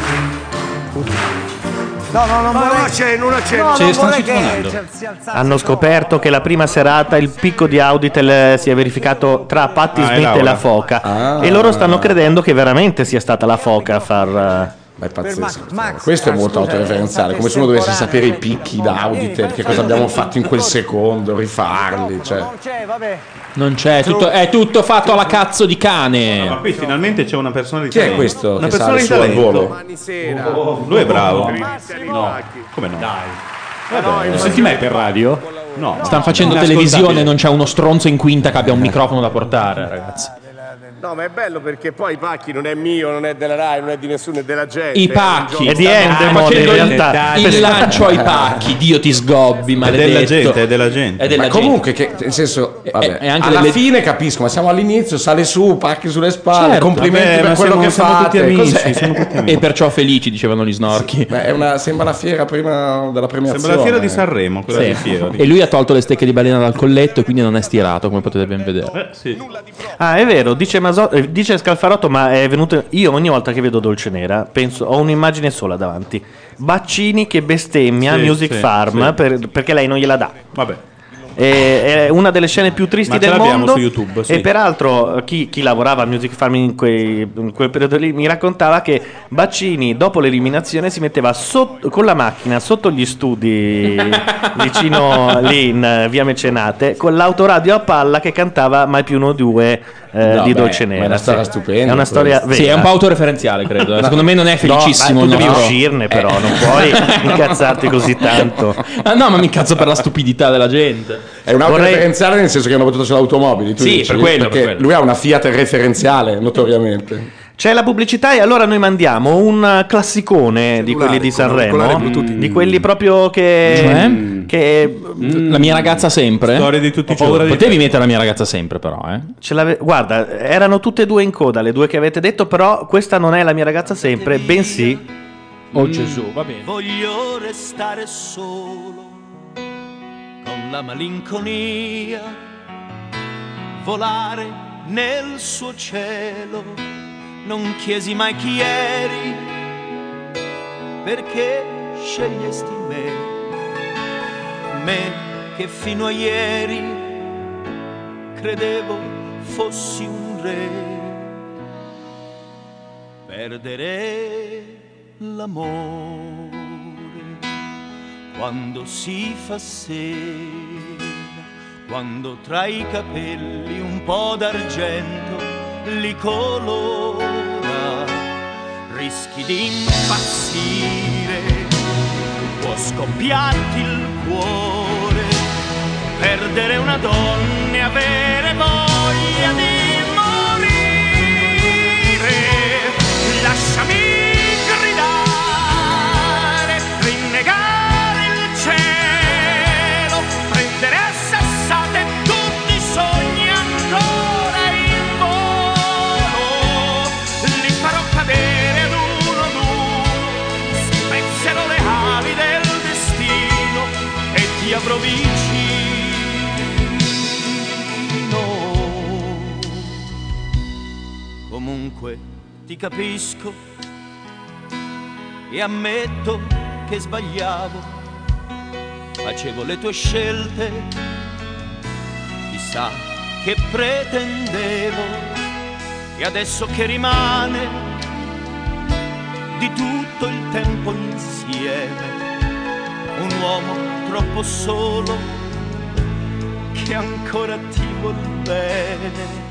No, no, non Ma vorrei... non accenno, non accenno. No, Ce non ne stanno vorrei che citofonando. ci- si alzasse Hanno troppo. scoperto che la prima serata il picco di Auditel si è verificato tra Patti Ah, e Smith e Laura. la foca. Ah. E loro stanno credendo che veramente sia stata la foca a far. ma è pazzesco. Max, Max, Questo è ah, molto scusa, autoreferenziale, come se uno dovesse sapere i picchi da Auditel, che cosa abbiamo fatto in quel secondo, rifarli, cioè. Non c'è, vabbè. Non c'è, tutto- è tutto fatto alla cazzo di Ma cane. qui finalmente c'è una persona di Chi è talento. questo Una che persona sale di su al talento. volo? Domani sera. Lui è bravo. No. Come no? Lo senti mai per radio? No. Stanno facendo televisione, non c'è uno stronzo in quinta che abbia un microfono da portare, ragazzi. No, ma è bello perché poi i pacchi non è mio, non è della Rai, non è di nessuno, è della gente. I È un pacchi. gioco. È di Stanno Endemol, facendo in il- realtà. Il lancio ai pacchi, Dio ti sgobbi, È maledetto. della gente, è della gente. È della Ma gente. comunque, che, nel senso, vabbè, è anche alla delle- fine capisco, ma siamo all'inizio, sale su, pacchi sulle spalle, Certo. complimenti Vabbè, per ma quello siamo- che siamo fate. tutti amici, Cos'è? siamo tutti amici. E perciò felici, dicevano gli snorchi. Beh, è una, sembra la fiera prima della premiazione. Sembra la fiera di Sanremo, quella Sì. di Fieri. E lui ha tolto le stecche di balena dal colletto e quindi non è stirato, come potete ben vedere. Eh, sì. Ah, è vero, dice, Maso- eh, dice Scalfarotto, ma è venuto. Io ogni volta che vedo Dolce Nera penso, ho un'immagine sola davanti. Baccini che bestemmia Sì, Music sì, Farm sì. per- perché lei non gliela dà. Vabbè. E- È una delle scene più tristi Ma ce del l'abbiamo mondo. su YouTube, sì. E peraltro chi, chi lavorava a Music Farm in, quei- in quel periodo lì mi raccontava che Baccini dopo l'eliminazione si metteva sotto- con la macchina sotto gli studi vicino lì in eh, via Mecenate con l'autoradio a palla che cantava Mai più uno due eh, No, di beh, Dolce ma è Nera. una storia sì. stupenda È una storia Sì, è vera. un po' autoreferenziale, credo. eh. Secondo me non è felicissimo. No, ma il tu devi nostro- uscirne però, non puoi incazzarti così tanto. Ah, no, ma mi incazzo per la stupidità della gente. È un autoreferenziale nel senso che hanno votato sulle automobili. Tu Sì, dici? per quello, Perché per quello. lui ha una Fiat referenziale, notoriamente. C'è la pubblicità e allora noi mandiamo un classicone di quelli di Sanremo, di quelli proprio che... Cioè? che La mia ragazza sempre? Storie di tutti i Ho paura giorni. di- Potevi mettere la mia ragazza sempre però, eh? Ce l'ave- Guarda, erano tutte e due in coda, le due che avete detto, però questa non è la mia ragazza sempre, bensì... Oh Gesù, va bene. Voglio restare solo con la malinconia, volare nel suo cielo. Non chiesi mai chi eri, perché scegliesti me, me che fino a ieri credevo fossi un re. Perdere l'amore quando si fa sera, quando tra i capelli un po' d'argento li colora, rischi di impazzire, può scoppiarti il cuore, perdere una donna e avere voglia di morire. Lasciami gridare, rinnegare il cielo, prendere a sassate tutti i sogni ancora in volo, li farò cadere ad uno ad uno, spezzerò le ali del destino e ti avrò vicino. Comunque ti capisco e ammetto che sbagliavo, facevo le tue scelte, chissà che pretendevo, e adesso che rimane di tutto il tempo insieme, un uomo troppo solo che ancora ti vuol bene.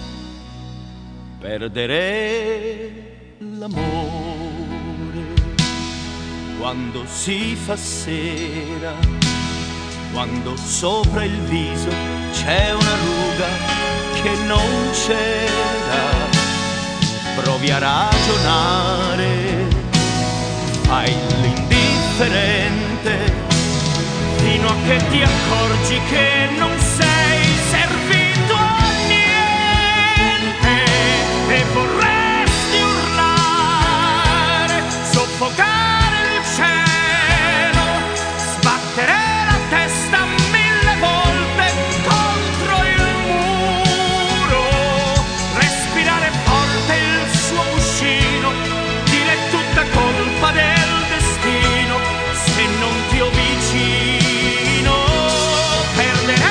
Perdere l'amore quando si fa sera, quando sopra il viso c'è una ruga che non c'era. Provi a ragionare, fai l'indifferente, fino a che ti accorgi che non sei servito a niente e vorresti urlare, soffocare il cielo, sbattere la testa mille volte contro il muro, respirare forte il suo cuscino, dire tutta colpa del destino se non ti ho vicino. Perdere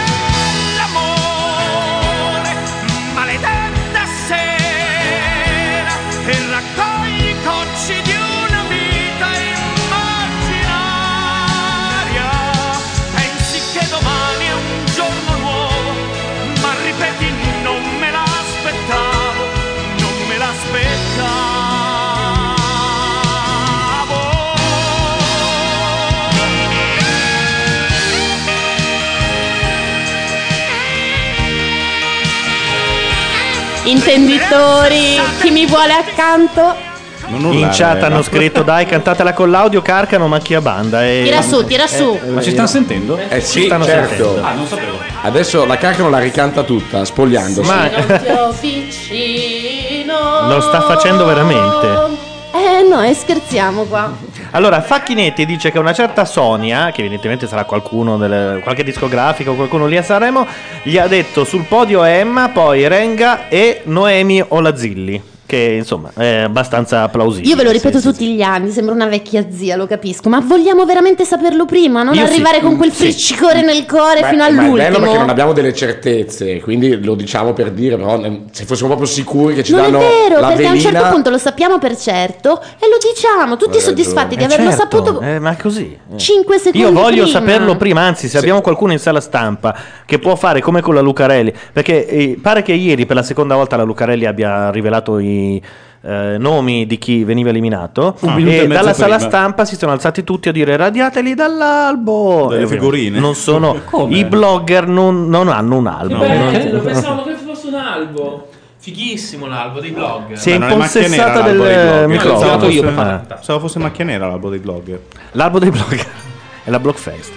l'amore, maledetta sera, e raccogli i cocci di una vita immaginaria. Pensi che domani è un giorno nuovo, ma ripeti non me l'aspettavo, non me l'aspettavo. Intenditori, chi mi vuole accanto? In chat hanno scritto dai cantatela con l'audio Carcano macchia banda e... Tira su, tira su. Ma ci stanno sentendo? Eh sì, stanno certo. sentendo. Ah, non sapevo. Adesso la Carcano la ricanta tutta, spogliandosi. Ma- Non ti ho vicino. Lo sta facendo veramente. Eh no, e scherziamo qua. Allora, Facchinetti dice che una certa Sonia, che evidentemente sarà qualcuno del, qualche discografico, qualcuno lì a Sanremo, gli ha detto sul podio Emma, poi Renga e Noemi Olazzilli, che insomma è abbastanza plausibile. Io ve lo ripeto tutti gli anni, sembra una vecchia zia, lo capisco, ma vogliamo veramente saperlo prima, non Io arrivare sì. con quel Sì. friccicore nel cuore Ma- fino ma è bello all'ultimo. perché non abbiamo delle certezze, quindi lo diciamo per dire, però ne- se fossimo proprio sicuri che ci Non è danno vero, la perché a un velina, certo punto lo sappiamo per certo e lo diciamo, tutti Hai soddisfatti di Eh, averlo certo, saputo eh, ma così. eh. cinque secondi Io voglio prima. saperlo prima, anzi, se abbiamo qualcuno in sala stampa che può fare come con la Lucarelli, perché eh, pare che ieri per la seconda volta la Lucarelli abbia rivelato i eh, nomi di chi veniva eliminato Un minuto e e mezzo dalla sala prima. stampa si sono alzati tutti a dire radiateli dall'albo. Delle E ovviamente figurine. Non sono Come? i blogger non, non hanno un albo. Bello, Non- pensavano che fosse un albo. Fighissimo l'albo dei blogger. Si è Beh, non macchia nera impossessata l'albo dei del blogger. microfono. Pensavo io fosse- per fare- Pensavo fosse macchia nera l'albo dei blogger. L'albo dei blogger è la Blockfest.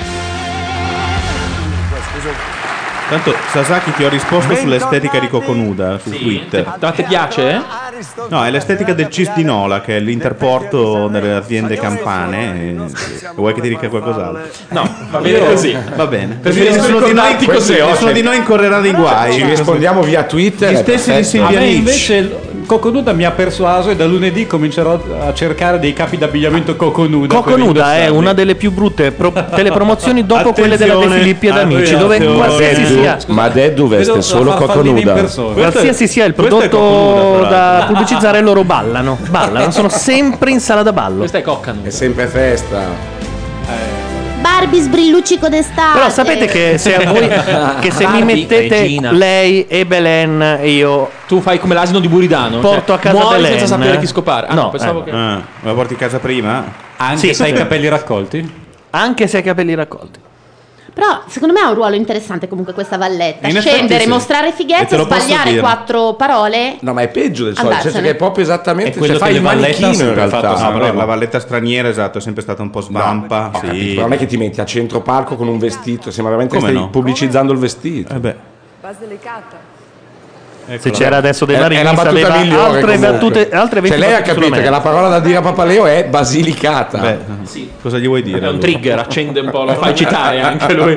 Tanto Sasaki ti ho risposto sull'estetica di Coconuda su Twitter. A te piace? No, è l'estetica del C I S di Nola, che è l'interporto delle aziende campane. E... Vuoi che ti dica qualcos'altro? No, va bene così. Va bene. Preferisco Nessuno di noi, ricordarti cos'è, nessuno oh, di noi incorrerà nei guai. Ci rispondiamo via Twitter. Gli è stessi di perfetto. Silvia A me Ricci. invece il Coconuda mi ha persuaso e da lunedì comincerò a cercare dei capi d'abbigliamento Coconuda. per Coconuda è indossarli. una delle più brutte pro- telepromozioni dopo quelle della De Attenzione, Filippi ed Amici, dove attenzione. qualsiasi Deddu, sia, ma Deddu veste Vedo solo la farfallina in Coconuda. persona. qualsiasi sia il questo è prodotto Coconuda, tra da l'altro. pubblicizzare, loro ballano. Ballano, sono sempre in sala da ballo. Questa è Coccanuda. È sempre festa. Barbie sbrilluccico d'estate. Però sapete che se a voi che se mi Barbie, mettete regina. lei e Belen e io Tu fai come l'asino di Buridano. porto cioè, a casa muori Belen senza sapere chi scopare. Ah, no, no, pensavo eh. che. Ah, me la porti a casa prima? Anche Sì, se hai i sì. capelli raccolti? anche se hai i capelli raccolti. Però secondo me ha un ruolo interessante comunque questa valletta. In effetti Scendere, sì. mostrare E te fighezza, lo posso sbagliare dire. quattro parole. No, ma è peggio del solito. Andarsene. Cioè, che è proprio esattamente. È quello Cioè, che fai il le Valletta manichino in hanno sempre realtà. fatto. Ah, però bravo. la valletta straniera, esatto, è sempre stata un po' svampa. Ho sì. capito, però non è che ti metti a centro palco con un vestito, sembra veramente che Come stai no? pubblicizzando il vestito. Eh beh, Basilicata. Se eccola. c'era adesso De È, è Marini la battuta aveva migliore altre comunque. battute, altre Cioè venti lei ha battute sulla capito me. che la parola da dire a Papaleo è basilicata. Beh, cosa gli vuoi dire? È un allora? trigger, accende un po', lo fai citare anche lui.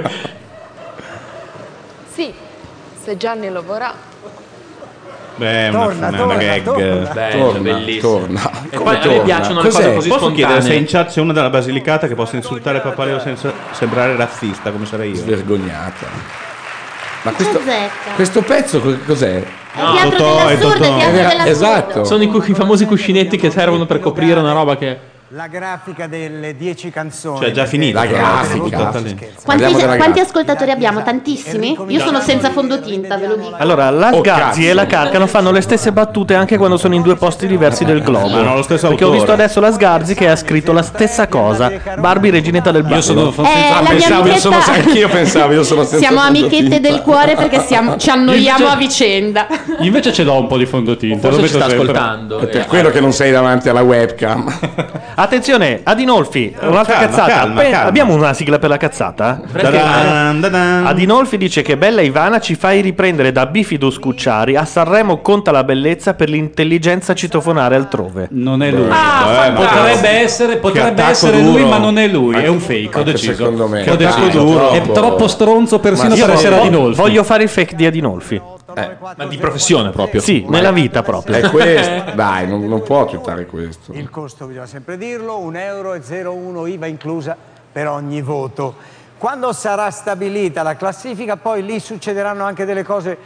Sì, se Gianni lo vorrà. Beh, è una, Torna, una, torna, una gag. torna. Bello, Torna, bellissimo. torna. E poi a me piacciono le Cos'è? cose così Posso chiedere se in spontanee. chat c'è una della Basilicata che possa insultare Papaleo senza sembrare razzista come sarei io? Svergognata. Ma questo, Zecca. questo pezzo co- cos'è? È il teatro Totò, è dell'assurdo, è il Totò. teatro Eh, dell'assurdo. esatto. Sono i, cu- i famosi cuscinetti che servono per coprire una roba che. La grafica delle dieci canzoni. Cioè, è già perché- finita. La grafica. Scherzo. Quanti, Parliamo della quanti gara. ascoltatori abbiamo? Tantissimi? Io sono senza fondotinta, ve lo dico. Allora, la Oh, Sgarzi cazzo. e la Carcano fanno le stesse battute anche quando sono in due posti diversi del globo. Hanno lo stesso Perché ho autore. visto adesso la Sgarzi che ha scritto la stessa cosa. Barbie, reginetta del ballo. Io sono Eh, la mia Pensavo, io sono, amichetta- anch'io pensavo, io sono senza Siamo amichette fondotinta. del cuore perché siamo- ci annoiamo Invece- a vicenda. Invece ce l'ho un po' di fondotinta. Forse lo ci vedo sta sempre. ascoltando. È per Eh, quello che non sei davanti alla webcam. Attenzione, Adinolfi, un'altra calma, cazzata. calma, Beh, calma. abbiamo una sigla per la cazzata? Da-dan, da-dan. Adinolfi dice che Bella Ivana ci fai riprendere da Bifidus Cucciari. A Sanremo conta la bellezza, per l'intelligenza citofonare altrove. Non è lui. Ah, ma- potrebbe essere, potrebbe attacco essere lui, duro. ma non è lui. È un fake. Ho Anche deciso. secondo me. Che ho Che attacco deciso. duro. È troppo stronzo persino Ma per io essere Voglio- Adinolfi. Voglio fare il fake di Adinolfi. Ma di professione proprio. Sì, nella vita proprio. È questo. Dai, non, non può twittare questo. Il costo bisogna sempre dirlo, un euro e zero uno I V A inclusa per ogni voto. Quando sarà stabilita la classifica, poi lì succederanno anche delle cose,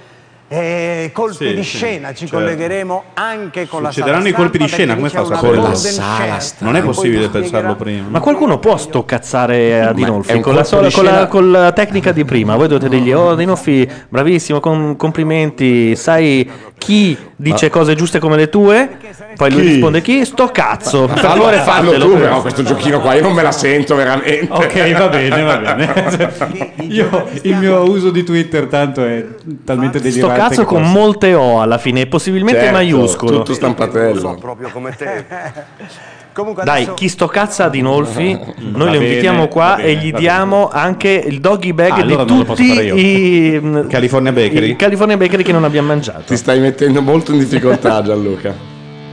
eh, colpi Sì, di sì, scena, ci certo. collegheremo anche con la sala Succederanno i colpi di stampa, scena, perché come lì fa a c'è una saperlo? golden Con la sala share. stampa. Non è Poi possibile ti spiegherà- pensarlo prima. Ma qualcuno può stocazzare Adinolfi è un con, la colpo sola- di con, la, scena. con la tecnica di prima? Voi dovete dirgli: oh, Adinolfi, bravissimo, com- complimenti. Sai chi dice cose giuste come le tue? Poi lui Chi? risponde: chi? Sto cazzo. Per Fallo, favore, fallo fatelo. tu, però questo giochino qua io non me la sento veramente. Ok, va bene, va bene. Io il mio uso di Twitter tanto è talmente Sto delirante. cazzo che con posso- molte O alla fine, e possibilmente Certo, maiuscolo. tutto stampatello. Sono proprio come te. Comunque Dai, adesso- chi sto cazzo Adinolfi, noi Va lo bene, invitiamo qua va bene, e gli va diamo anche il doggy bag Ah, di allora non lo posso tutti fare io. i mm, California Bakery? i California Bakery che non abbiamo mangiato. Ti stai mettendo molto in difficoltà, Gianluca.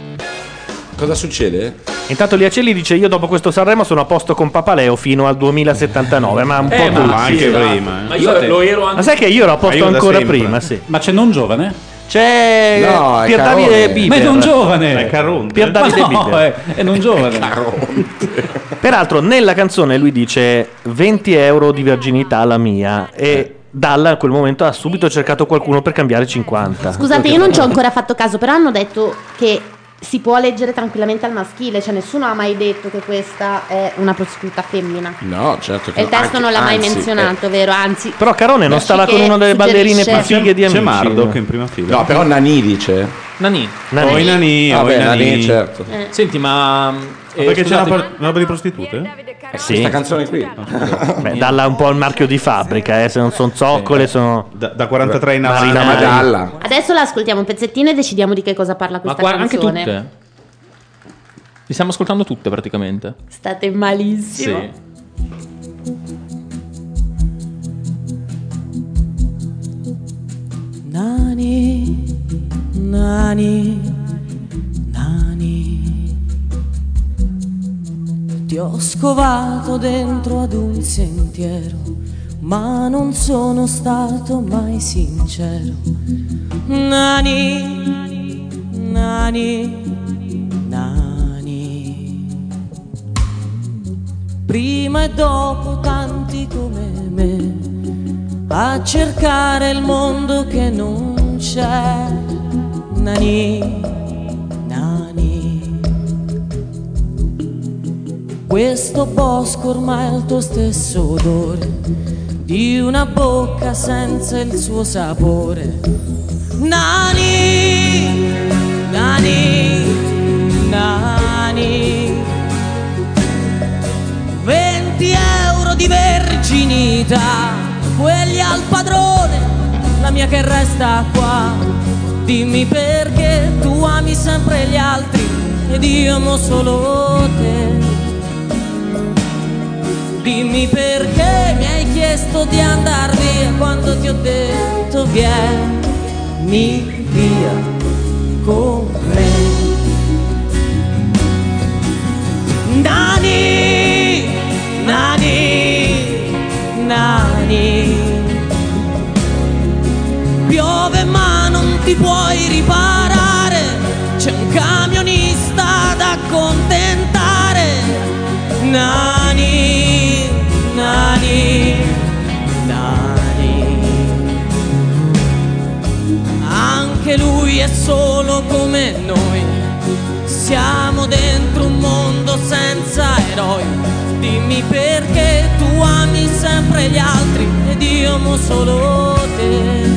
Cosa succede? Intanto Liacelli dice: io dopo questo Sanremo sono a posto con Papaleo fino al duemilasettantanove. Ma un po' Eh, ma tutti. Ma anche sì, prima. Ma io Scusate, lo ero anche. Ma sai che io ero a Ma posto io da ancora sempre. prima, sì. Ma c'è non giovane? C'è No, è Pier Carone. Davide Ma Biber. è non giovane. È Caronte. Pier Ma Davide no, Biber. è, è non giovane. Peraltro nella canzone lui dice venti euro di virginità la mia, e Dalla a quel momento ha subito cercato qualcuno per cambiare cinquanta. Scusate, io non ci ho ancora fatto caso, però hanno detto che si può leggere tranquillamente al maschile, cioè nessuno ha mai detto che questa è una prostituta femmina. No, certo che E il testo anche- non l'ha mai anzi, menzionato, vero? Anzi, Però Carone non Beh, stava sì con che una delle ballerine più suggerisce- fighe di C'è Amici. Mardoc in prima fila. eh, No, però Nani dice. Nani. Nani. O i Nani, o Vabbè, i Nani. Nani, certo. eh. Senti, ma Ma perché c'è una, scusate- par- una roba di prostitute? Eh, Questa canzone qui. Beh, Dalla è un po' il marchio di fabbrica, eh, se non sono zoccole, sono Da, da quarantatré in avanti. Marina Madalla. Adesso la ascoltiamo un pezzettino e decidiamo di che cosa parla Ma questa guarda, anche canzone. tutte. Li stiamo ascoltando tutte praticamente. State malissimo. Sì. Nani, nani, nani. Ti ho scovato dentro ad un sentiero, ma non sono stato mai sincero. Nani, nani, nani. Prima e dopo tanti come me, a cercare il mondo che non c'è. Nani, nani. Questo bosco ormai ha il tuo stesso odore, di una bocca senza il suo sapore. Nani, nani, nani. Venti euro di verginità, quelli al padrone, la mia che resta qua. Dimmi perché tu ami sempre gli altri ed io amo solo te. Dimmi perché mi hai chiesto di andar via quando ti ho detto vieni via con me. Nani, nani, nani. Piove ma non ti puoi riparare, c'è un camionista da accontentare. Nani, nani, nani. Anche lui è solo come noi, siamo dentro un mondo senza eroi. Dimmi perché tu ami sempre gli altri ed io amo solo te.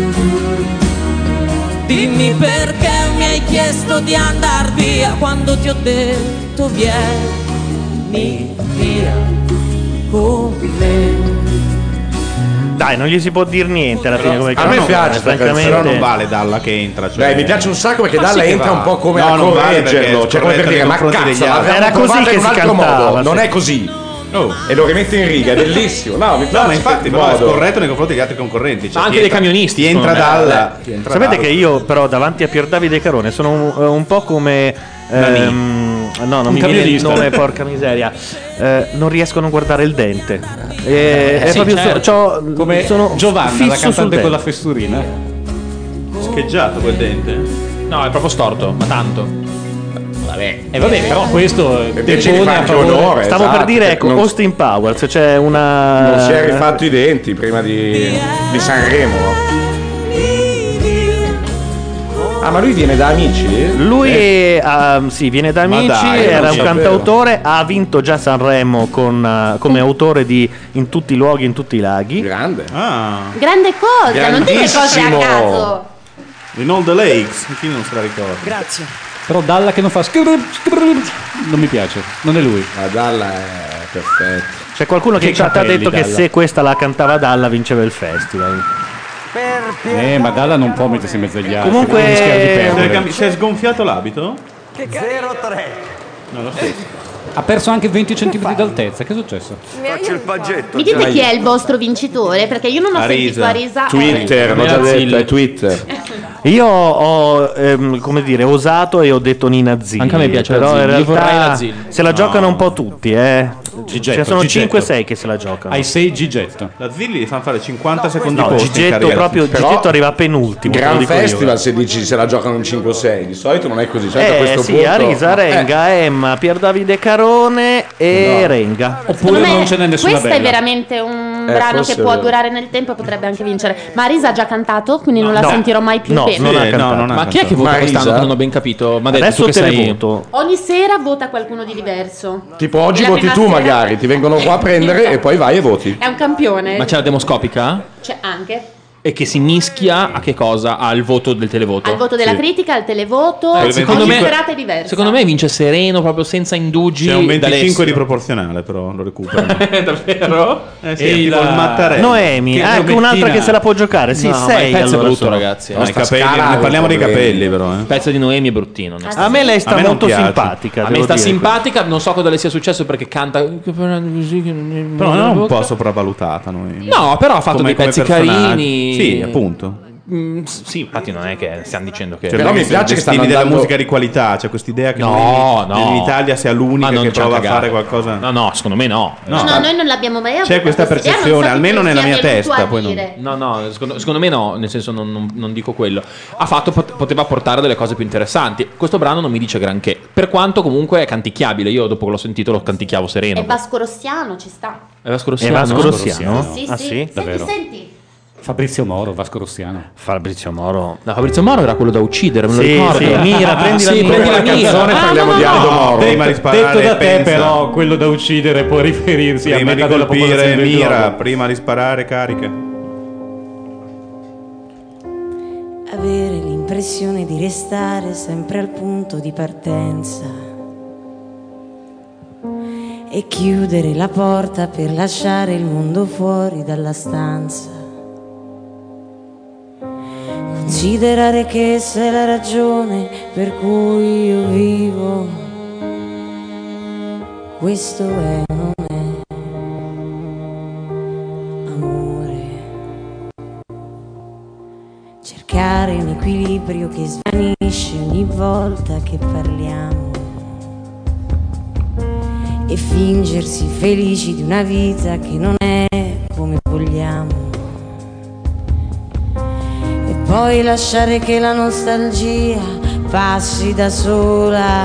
Dimmi perché mi hai chiesto di andar via quando ti ho detto vieni via con me. Dai, non gli si può dire niente alla fine come A me canzone, piace sta francamente. Però non vale Dalla che entra. Cioè... Beh, mi piace un sacco perché Ma Dalla sì che entra va. un po' come No, a non vale correggerlo, perché cioè come per scorretta dire nei ma confronti cazzo, degli altri. l'abbiamo Era così trovata che in un si altro cantava, modo, non sì. è così. Oh. E lo rimette in riga, è bellissimo. No, mi piace No, ma infatti, questo però è modo. scorretto nei confronti degli altri concorrenti. Cioè, Ma anche chi dei entra- camionisti, Chi entra secondo me. Dalla. chi entra Sapete Dalla- che io però davanti a Pier Davide Carone sono un, un po' come ehm, no, non Un mi viene il camionista. nome, porca miseria. Eh, non riesco a non guardare il dente. Eh, è sì, proprio certo. c'ho- Come sono Giovanna, fisso la sul cantante dente. con la festurina. Scheggiato quel dente? No, è proprio storto, ma tanto. Vabbè. E vabbè, però questo Invece di depone a farci favore. onore, Stavo esatto, per dire, che ecco, non- Austin Powers, c'è una... Non si è rifatto i denti prima di, di Sanremo. Ah, ma lui viene da Amici? Lui Eh. ah, sì, viene da Ma Amici, dai, era non un sapevo. cantautore, ha vinto già Sanremo con, eh, come autore di In tutti i luoghi, in tutti i laghi. Grande. Ah. Grande cosa, non dite cose a Grandissimo. caso. In All the Lakes. Chi non se la ricorda? Grazie. Però Dalla che non fa scribr, scribr, non mi piace, non è lui. Ma Dalla è perfetto. C'è qualcuno che Che in chat ha capelli, detto che Dalla. se questa la cantava Dalla vinceva il festival. Eh, ma Dalla non può mettersi in mezzo agli altri. Comunque- non rischiare di Si è, perdere. cambi- si è sgonfiato l'abito? zero tre. No, lo stesso. Ha perso anche venti centimetri d'altezza. Che è successo? Faccio il paggetto. Mi dite chi è il vostro vincitore? Perché io non ho sentito a Risa. Twitter, l'ho già detto, è Twitter. Io ho, ehm, come dire, osato e ho detto Nina Zilli. Anche a me piace la però in Zilli, io vorrei realtà la Zilli. se la giocano un po' tutti, eh. Gigetto, Ce ne sono Gigetto. cinque sei che se la giocano. Hai sei Gigetto. La Zilli gli fanno fare cinquanta secondi No, posti in Gigetto carriera. proprio, Però- Gigetto arriva penultimo. te lo Gran dico io. festival se dici se la giocano in cinque sei. Di solito non è così. Di solito a Eh questo sì, punto. Arisa, Renga, Emma, Pier Davide Carone e No. Renga. Secondo Oppure me non ce n'è nessuna questo bella. è veramente un Eh, brano forse che è può vero. durare nel tempo e potrebbe anche vincere. Ma Risa ha già cantato, quindi non la No. sentirò mai più No, bene. non ha Sì, cantato. no, non ha Ma chi è che cantato. vota Marisa? quest'anno? Che non ho ben capito. Ma adesso Adesso tu che te ne sei. voto. Ogni sera vota qualcuno di diverso. Tipo oggi La voti prima tu sera- magari, ti vengono qua a prendere e poi vai e voti. È un campione. Ma c'è la demoscopica? C'è anche. E che si mischia a che cosa? Al voto del televoto. Al voto della Sì. critica, al televoto, Eh, secondo ogni me- serata è diversa. Secondo me vince sereno, proprio senza indugi. C'è un venticinque d'Alessio. di proporzionale, però lo recupero. Davvero? Eh sì, è tipo il Mattarella. Noemi, Che ah, ecco romettina. un'altra che se la può giocare. Sì, No, ma sei il pezzo allora è brutto, sono. ragazzi. No, i capelli, ne parliamo dei capelli, però. Eh. Il pezzo di Noemi è bruttino. A me lei sta A me non molto piace. simpatica. A me devo sta dire. simpatica, non so cosa le sia successo perché canta. Però Però non è un po' sopravvalutata. Noi. No, però ha fatto Come- dei come pezzi personaggio. carini. Sì, appunto. Mm, sì, infatti non è che stiamo dicendo che. Cioè, però mi piace che stanno della musica di qualità, c'è quest'idea che No, noi no. in Italia sia l'unica Ma non che ci ha prova a cagato. fare qualcosa. No, no, secondo me no. No, no, noi non l'abbiamo mai avuto. C'è questa questa idea, non percezione, so chi almeno sia nella mia venuto testa, a poi non- dire. No, no, secondo, secondo me no, nel senso non, non- non dico quello. Ha fatto, pot- poteva portare delle cose più interessanti. Questo brano non mi dice granché, per quanto comunque è canticchiabile. Io dopo che l'ho sentito lo canticchiavo sereno. È Vasco Rossiano, ci sta. È Vasco Rossiano? È Vasco Rossiano? Sì, Ah, sì. sì? Senti, Davvero? senti. Fabrizio Moro, Vasco Rossiano. Fabrizio Moro. No, Fabrizio Moro era quello da uccidere, me lo Sì, ricordo. sì, Mira, prendi la Sì, Mira. prendi la Quella Mira. canzone Ah, parliamo no, di no, Aldo no. Moro. Prima di sparare, Detto da te, pensa. però, quello da uccidere può riferirsi a Prima di metà della popolazione colpire del mira, globo. prima di sparare carica. Avere l'impressione di restare sempre al punto di partenza e chiudere la porta per lasciare il mondo fuori dalla stanza. Considerare che sei la ragione per cui io vivo. Questo è o non è amore. Cercare un equilibrio che svanisce ogni volta che parliamo e fingersi felici di una vita che non è come vogliamo. E poi lasciare che la nostalgia passi da sola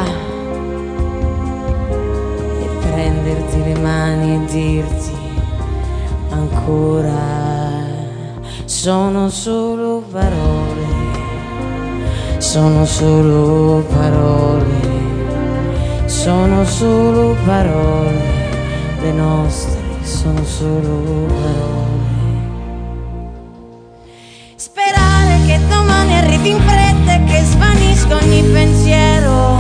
e prenderti le mani e dirti ancora. Sono solo parole, sono solo parole, sono solo parole, le nostre sono solo parole. Sperare che domani arrivi in fretta e che svanisca ogni pensiero.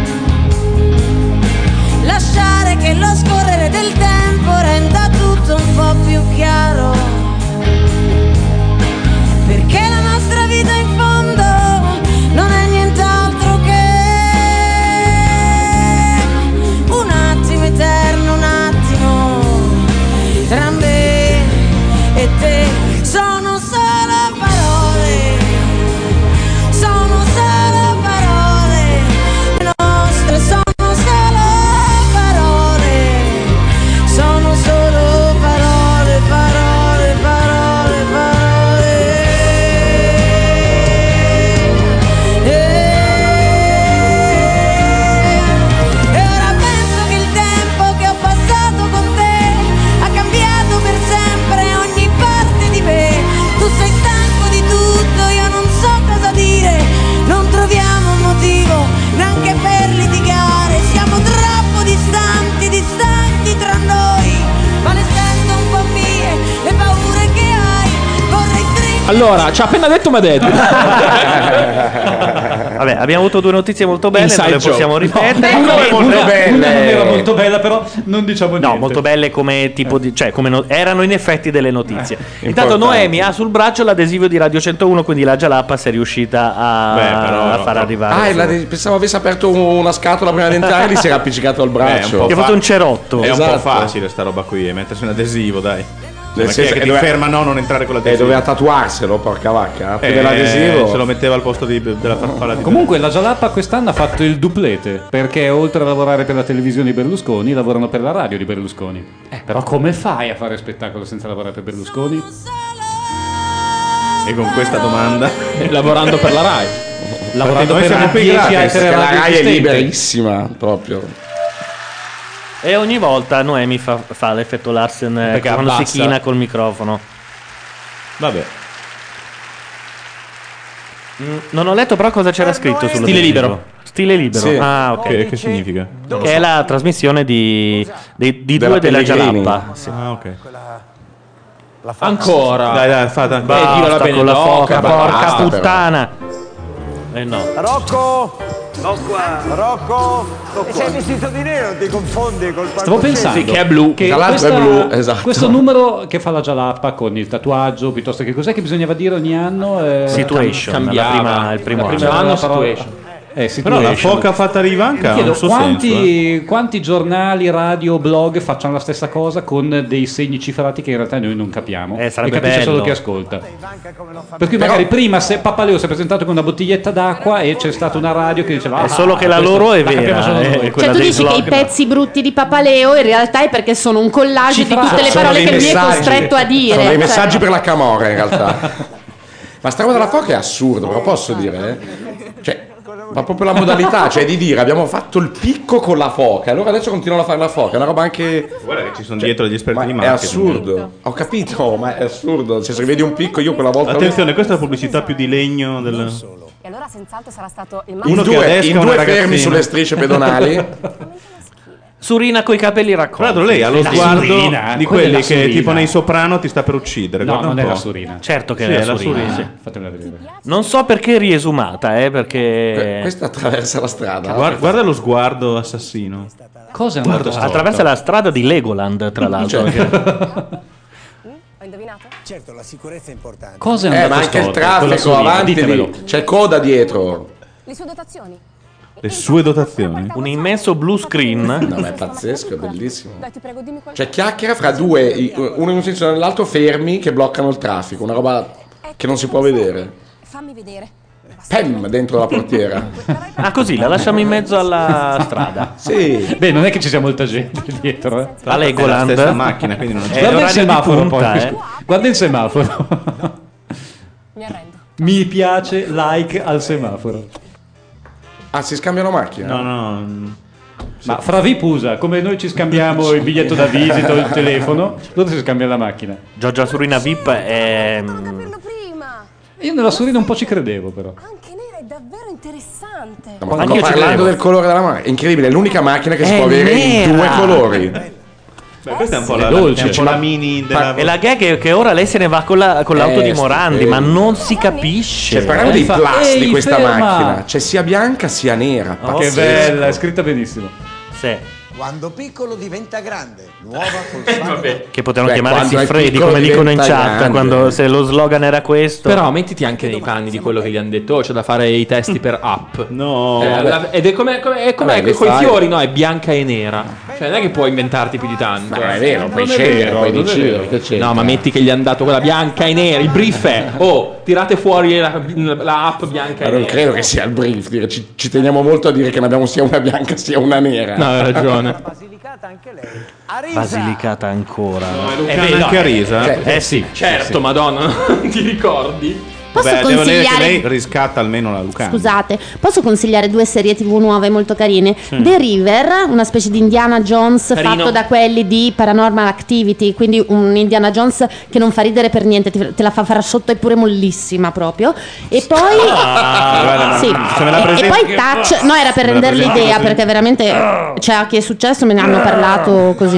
Lasciare che lo scorrere del tempo renda tutto un po' più chiaro. Perché la nostra vita in fondo non è nient'altro che un attimo eterno, un attimo tra me e te. Sono solo parole, sono solo parole, le nostre sono solo parole, sono solo parole, parole, parole, parole. E ora penso che il tempo che ho passato con te ha cambiato per sempre ogni parte di me. Tu sei stanco di tutto, io non so cosa dire, non troviamo un motivo neanche per litigare. Siamo troppo distanti, distanti tra noi, ma ne sento un po' mie le paure che hai. Vorrei stringere. Allora, ci ha appena detto Maded. Vabbè, abbiamo avuto due notizie molto belle, Inside non le joke. possiamo ripetere. No, una è molto Una- bella. una Una non era molto bella, però non diciamo niente. No, molto belle come tipo di. Cioè, come no- erano in effetti delle notizie. Eh, Intanto importante. Noemi ha sul braccio l'adesivo di Radio centouno, quindi la Jalappa si è riuscita a, Beh, però- a far arrivare. Ah, e su- la- pensavo avesse aperto una scatola prima di entrare e gli si era appiccicato al Eh, è un braccio. po' Ti ha fatto un cerotto. È un Esatto. po' facile sta roba qui, mettersi un adesivo, dai. Nel Ma chi è senso che che ti doveva- ferma no non entrare con E l'adesivo? doveva tatuarselo, porca vacca. Eh, Eh, l'adesivo. se lo metteva al posto di- della farfalla di Comunque la Jalappa quest'anno ha fatto il duplete, perché oltre a lavorare per la televisione di Berlusconi, lavorano per la radio di Berlusconi. Eh, però come fai a fare spettacolo senza lavorare per Berlusconi? E con questa domanda Lavorando per la Rai. Lavorando noi per siamo qui dieci gratis, altre Perché la radio Rai è esistenti. liberissima, proprio. E ogni volta Noemi fa, fa l'effetto Larsen eh, Perché quando si abbassa. china col microfono. vabbè. Mm, non ho letto però cosa c'era scritto sullo Stile libero. Stile libero. Sì. Ah, ok. Che, che significa? Che è la trasmissione di, dei- di Della due della Pellegrini. Jalappa. Sì. Ah, ok. La foca. Ancora. Dai, dai, fate ancora. Beh, Dio la Basta con la benedocca, foca, basta, porca però. puttana. Eh no. Rocco! Rocco! E sei vestito di nero, ti confondi col Stavo pensando Sì, che è blu. che Tra l'altro questa- è blu, esatto. questo numero che fa la Jalappa con il tatuaggio piuttosto che cos'è che bisognava dire ogni anno? Eh, Situation, cambiava. la prima- il primo La anno. prima anno anno parola- situation. Eh, Però la situation. foca fatta di Ivanka ha Chiedo, un suo quanti, senso. eh. quanti giornali, radio, blog facciano la stessa cosa con dei segni cifrati che in realtà noi non capiamo Eh, e sarebbe capisce bello. solo chi ascolta. Per cui magari prima se Papaleo si è presentato con una bottiglietta d'acqua e c'è stata una radio che diceva È "Ah, solo che la questo loro è la capiamo vera, solo eh, noi". quella Cioè tu dei dici che i vlog, no. pezzi brutti di Papaleo in realtà è perché sono un collage di Cifrati. tutte le Sono parole dei che lui è messaggi. costretto a dire. Sono dei Cioè, messaggi per la camorra in realtà. Ma sta roba della foca è assurdo, però posso dire? eh? Cioè, ma proprio la modalità, cioè di dire abbiamo fatto il picco con la foca, allora adesso continuano a fare la foca, è una roba anche... Guarda che ci sono dietro degli esperti Ma di è marketing. assurdo, ho capito, ma è assurdo. Cioè, se vedi un picco, io quella volta. Attenzione, questa è la pubblicità più di legno del... E allora senz'altro sarà stato il In Uno che due, adesca in una due ragazzina. fermi sulle strisce pedonali. Surina coi capelli raccolti. Tra l'altro lei ha lo La sguardo Surina, di quella è quelli la che Surina. tipo nei Soprano ti sta per uccidere. No, guarda non un è la po'. Surina. Certo che Sì, è è la la Surina. Surina. sì. Fatemela vedere. Non so perché è riesumata, eh, perché... Que- Questa attraversa la strada. Guarda, guarda lo sguardo assassino. Cosa è un Guarda, attraversa la strada di Legoland, tra l'altro. Cioè. che- Ho indovinato? Certo, la sicurezza è importante. Cosa è Eh, andato ma anche il storto con la traffico Surina? avanti Ditemelo. lì. C'è coda dietro. Le sue dotazioni? Le sue dotazioni. Un immenso blue screen. No, ma è pazzesco, è bellissimo. Dai, ti prego, dimmi qualcosa. Cioè chiacchiera fra due, i- uno in un senso e nell'altro fermi che bloccano il traffico, una roba che non si può vedere. Fammi vedere. Pem dentro la portiera. Ah, così la lasciamo in mezzo alla strada. Sì. Beh, non è che ci sia molta gente dietro. Eh. La Legoland. È la stessa macchina, quindi non c'è. È Guarda il l'orario di semaforo punta, poi. eh. Guarda il semaforo. Mi arrendo. Mi piace, like al semaforo. Ah, si scambiano macchine? No, no. Ma fra V I P usa, come noi ci scambiamo il biglietto da visita o il telefono, loro si scambiano la macchina. Giorgia Surina V I P è... Prima. Io nella Surina un po' ci credevo però. Anche nera è davvero interessante. No, ma Anche sto io ci parlando credevo. del colore della macchina. È incredibile, è l'unica macchina che si È può avere in nera. due colori. Beh, questa è un po' È la, dolce. è un po' la mini della... E la gag è che ora lei se ne va con, la- con l'auto Eh, di Morandi, ma stupendo. non si capisce. Cioè, parliamo Eh, dei fa- plus Ehi, di questa ferma! macchina. C'è sia bianca sia nera. Oh, Che Pazzesco. bella, è scritta benissimo. Sì. Quando piccolo diventa grande, nuova Volkswagen. Che potevano Beh, chiamare quando è Siffredi, piccolo come dicono in diventa chat, grande. quando se lo slogan era questo. Però mettiti anche nei panni di quello che gli hanno detto. Oh, c'è da fare i testi per app. No. Eh, la- ed è come, come, è come Vabbè, li con i fai. fiori, no? È bianca e nera. Cioè, non è che puoi inventarti più di tanto. Ma eh. è vero, puoi Non è scegliere, vero, puoi non è decidere. vero. Che c'entra? No, ma metti che gli hanno dato quella bianca e nera. Il brief è: oh, tirate fuori la, la app bianca Ma e non nera. credo che sia il brief. dire, Ci, ci teniamo molto a dire che ne abbiamo sia una bianca sia una nera. No, hai ragione. Basilicata anche lei. Arisa. Basilicata ancora. Lucana Eh, beh, no, anche a risa. Cioè, Eh sì. Certo, madonna, non ti ricordi? Posso Beh, devo dire che consigliare... lei riscatta almeno la Lucana. Scusate, posso consigliare due serie tivù nuove molto carine? The River, una specie di Indiana Jones Carino. fatto da quelli di Paranormal Activity, quindi un Indiana Jones che non fa ridere per niente, ti- te la fa fare sotto, è pure mollissima proprio. E poi Ah, guarda, ma- sì. se me la E, e presenti- poi Touch, no, era per Me la rendere presenti l'idea così? perché veramente cioè che è successo, me ne hanno parlato così.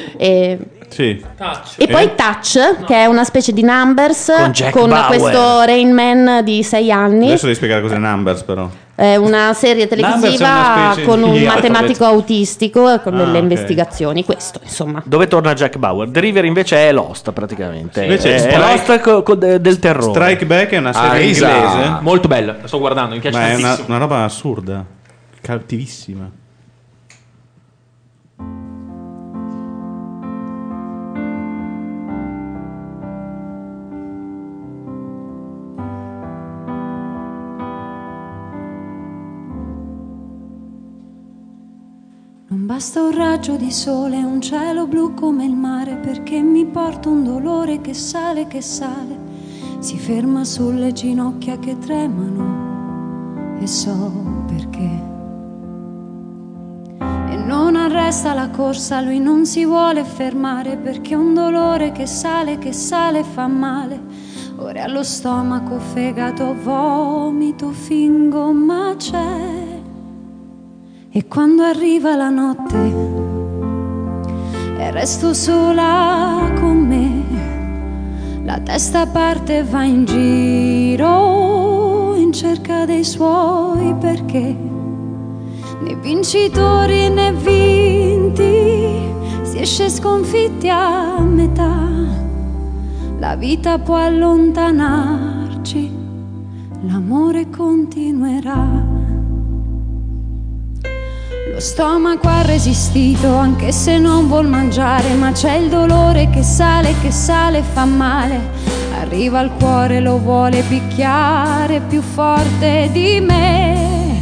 E, Sì. e poi Touch, che è una specie di Numbers Con Jack con Bauer. questo Rain Man di sei anni. Adesso devi spiegare cos'è Numbers, però. È una serie Numbers è una televisiva specie con un di matematico autistico e con Ah, delle ok. investigazioni. Questo, insomma. Dove torna Jack Bauer? The River invece è Lost praticamente. Invece è, è Strike- Lost co- co- de- del terrore. Strike Back è una serie Arisa. inglese, Molto bella, la sto guardando, mi piace ma è una, tantissimo. una roba assurda. Cattivissima. Non basta un raggio di sole, un cielo blu come il mare, perché mi porta un dolore che sale, che sale, si ferma sulle ginocchia che tremano e so perché. E non arresta la corsa, lui non si vuole fermare, perché un dolore che sale, che sale fa male. Ora allo stomaco, fegato, vomito, fingo, ma c'è. E quando arriva la notte e resto sola con me, La testa parte e va in giro in cerca dei suoi perché, né vincitori né vinti, si esce sconfitti a metà. La vita può allontanarci, l'amore continuerà. Lo stomaco ha resistito anche se non vuol mangiare, ma c'è il dolore che sale, che sale, fa male. Arriva al cuore, lo vuole picchiare più forte di me.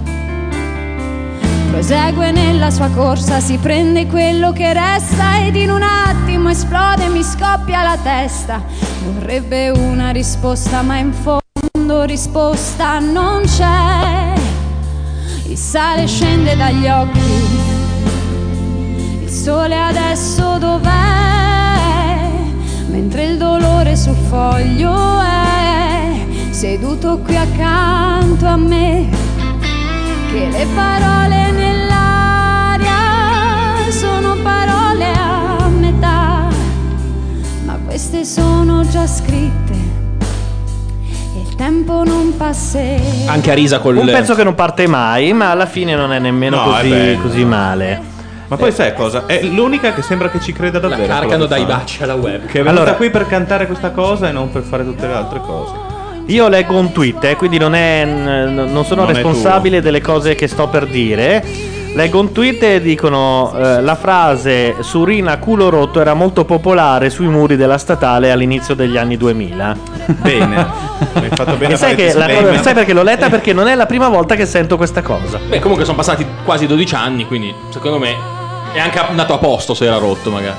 Prosegue nella sua corsa, si prende quello che resta ed in un attimo esplode, mi scoppia la testa. Vorrebbe una risposta, ma in fondo risposta non c'è. Il sale scende dagli occhi, il sole adesso dov'è? Mentre il dolore sul foglio è seduto qui accanto a me, che le parole nell'aria sono parole a metà, ma queste sono già scritte. Il tempo non passerà. Anche Arisa col Un pezzo che non parte mai, ma alla fine non è nemmeno No, così, è bello. così male. Ma poi sai cosa? È l'unica che sembra che ci creda davvero. La caricano quello che dai fa. baci alla web. Che è venuta Allora- qui per cantare questa cosa e non per fare tutte le altre cose. Io leggo un tweet, eh, quindi non, è, n- non sono Non è responsabile delle cose che sto per dire. Leggo un tweet e dicono eh, la frase Surina culo rotto era molto popolare sui muri della statale all'inizio degli anni duemila. Bene, hai fatto bene E a sai, fare che questo la, statement. sai perché l'ho letta? Perché non è la prima volta che sento questa cosa. Beh, comunque sono passati quasi dodici anni, quindi secondo me è anche andato a posto se era rotto magari.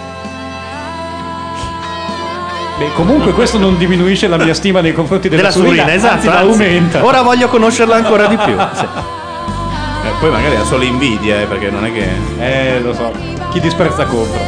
Beh, comunque questo non diminuisce la mia stima nei confronti della, Della Surina, esatto, anzi la anzi, aumenta. ora voglio conoscerla ancora di più. Sì. Eh, poi magari ha solo invidia, eh, perché non è che. Eh, lo so. Chi disprezza compra.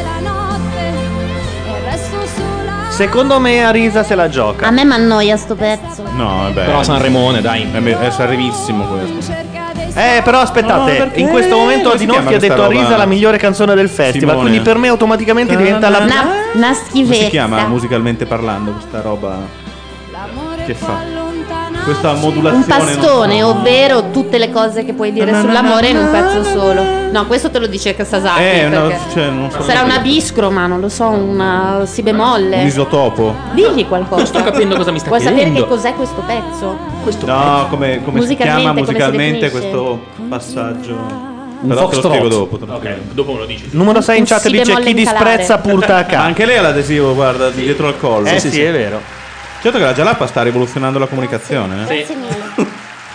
Secondo me Arisa se la gioca. A me mi annoia sto pezzo. No, vabbè. Però Sanremone, dai. È, è sanremissimo questo. Eh, però aspettate, No, perché? in questo momento Come si Adinolfi chiama ha detto questa a Risa roba? la migliore canzone del festival, Simone. quindi per me automaticamente diventa la Una, una Come schifezza. si chiama musicalmente parlando questa roba? Che fa? Questa modulazione. Un pastone, non so. ovvero tutte le cose che puoi dire Na, na, sull'amore in na, un na, pezzo solo. No, questo te lo dice Sasaki. Eh, no, perché cioè, non so sarà come una dire. biscroma, non lo so, una si bemolle. Un isotopo. Digli qualcosa. Non sto capendo cosa mi sta Vuoi sapere chiedendo. che cos'è questo pezzo? Questo No, come, come si Musicalmente, chiama come si musicalmente definisce? questo passaggio? Un Però te lo foxtrot. spiego dopo. te lo Ok, spiego. dopo me lo dici. numero sei in Un chat si dice bemolle chi in calare. disprezza purta a casa. Anche lei ha l'adesivo, guarda, dietro al collo. Eh sì, è vero. Certo che la Jalapa sta rivoluzionando la comunicazione. eh? Grazie mille.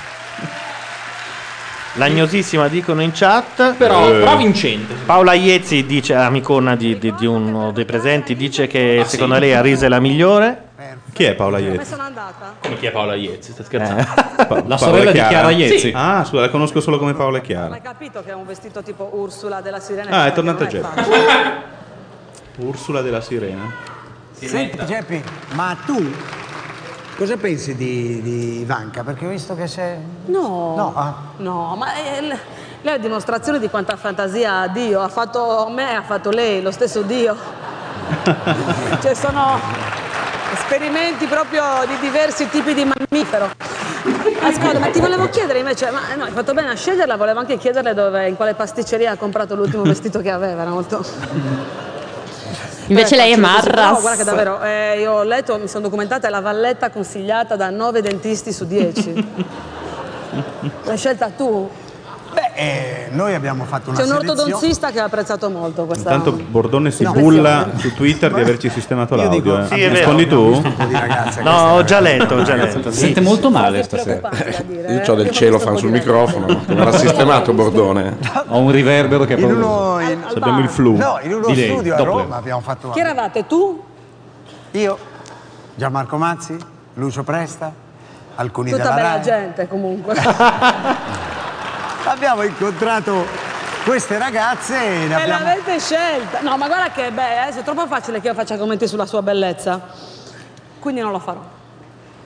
Lagnosissima dicono in chat. Però, Eh. però vincente. Paola Iezzi dice, amicona di, di- di uno dei presenti, dice che Ah, secondo sì? lei Arisa è la migliore. Chi è Paola Come Iezzi? sono andata? Come chi è Paola Iezzi? Stai scherzando? Eh. Pa- Paola sorella di Chiara Iezzi. Sì. Ah, scusa, la conosco solo come Paola Chiara. Hai capito che è un vestito tipo Ursula della Sirena? Ah, è Che tornato non Geppi. facile. Ursula della Sirena. Senti Geppi, ma tu cosa pensi di, di Ivanka? Perché ho visto che sei... No, No, ah. no, ma è- l- lei è dimostrazione di quanta fantasia ha Dio. Ha fatto me, ha fatto lei, lo stesso Dio. Cioè sono esperimenti proprio di diversi tipi di mammifero. Ascolta, ma ti volevo chiedere invece, ma no, hai fatto bene a sceglierla, volevo anche chiederle dove, in quale pasticceria ha comprato l'ultimo vestito che aveva, era molto... Invece Eh, lei è facile così. Marras. No, guarda che davvero, eh, io ho letto, mi sono documentata, è la valletta consigliata da nove dentisti su dieci. L'hai scelta tu? Beh, eh, noi abbiamo fatto una C'è un selezione... ortodontista che ha apprezzato molto questa... Intanto Bordone si No. bulla su Twitter di averci sistemato Io dico, l'audio. sì, eh. è vero, Rispondi abbiamo tu? visto un po' di ragazze che No, stanno- ho già letto, ho già letto. Si sente molto male stasera. Io ho del celofan sul microfono, me l'ha sistemato Bordone. Ho un riverbero che è In proprio... uno, in- Abbiamo il flu. no, in uno Di lei, studio a dopo Roma lei. abbiamo fatto... Chi eravate? Tu? Io, Gianmarco Mazzi, Lucio Presta, alcuni Tutta della bella Rai. gente comunque. Abbiamo incontrato queste ragazze e ne E abbiamo... l'avete scelta. No, ma guarda che, beh, adesso è troppo facile che io faccia commenti sulla sua bellezza. Quindi non lo farò.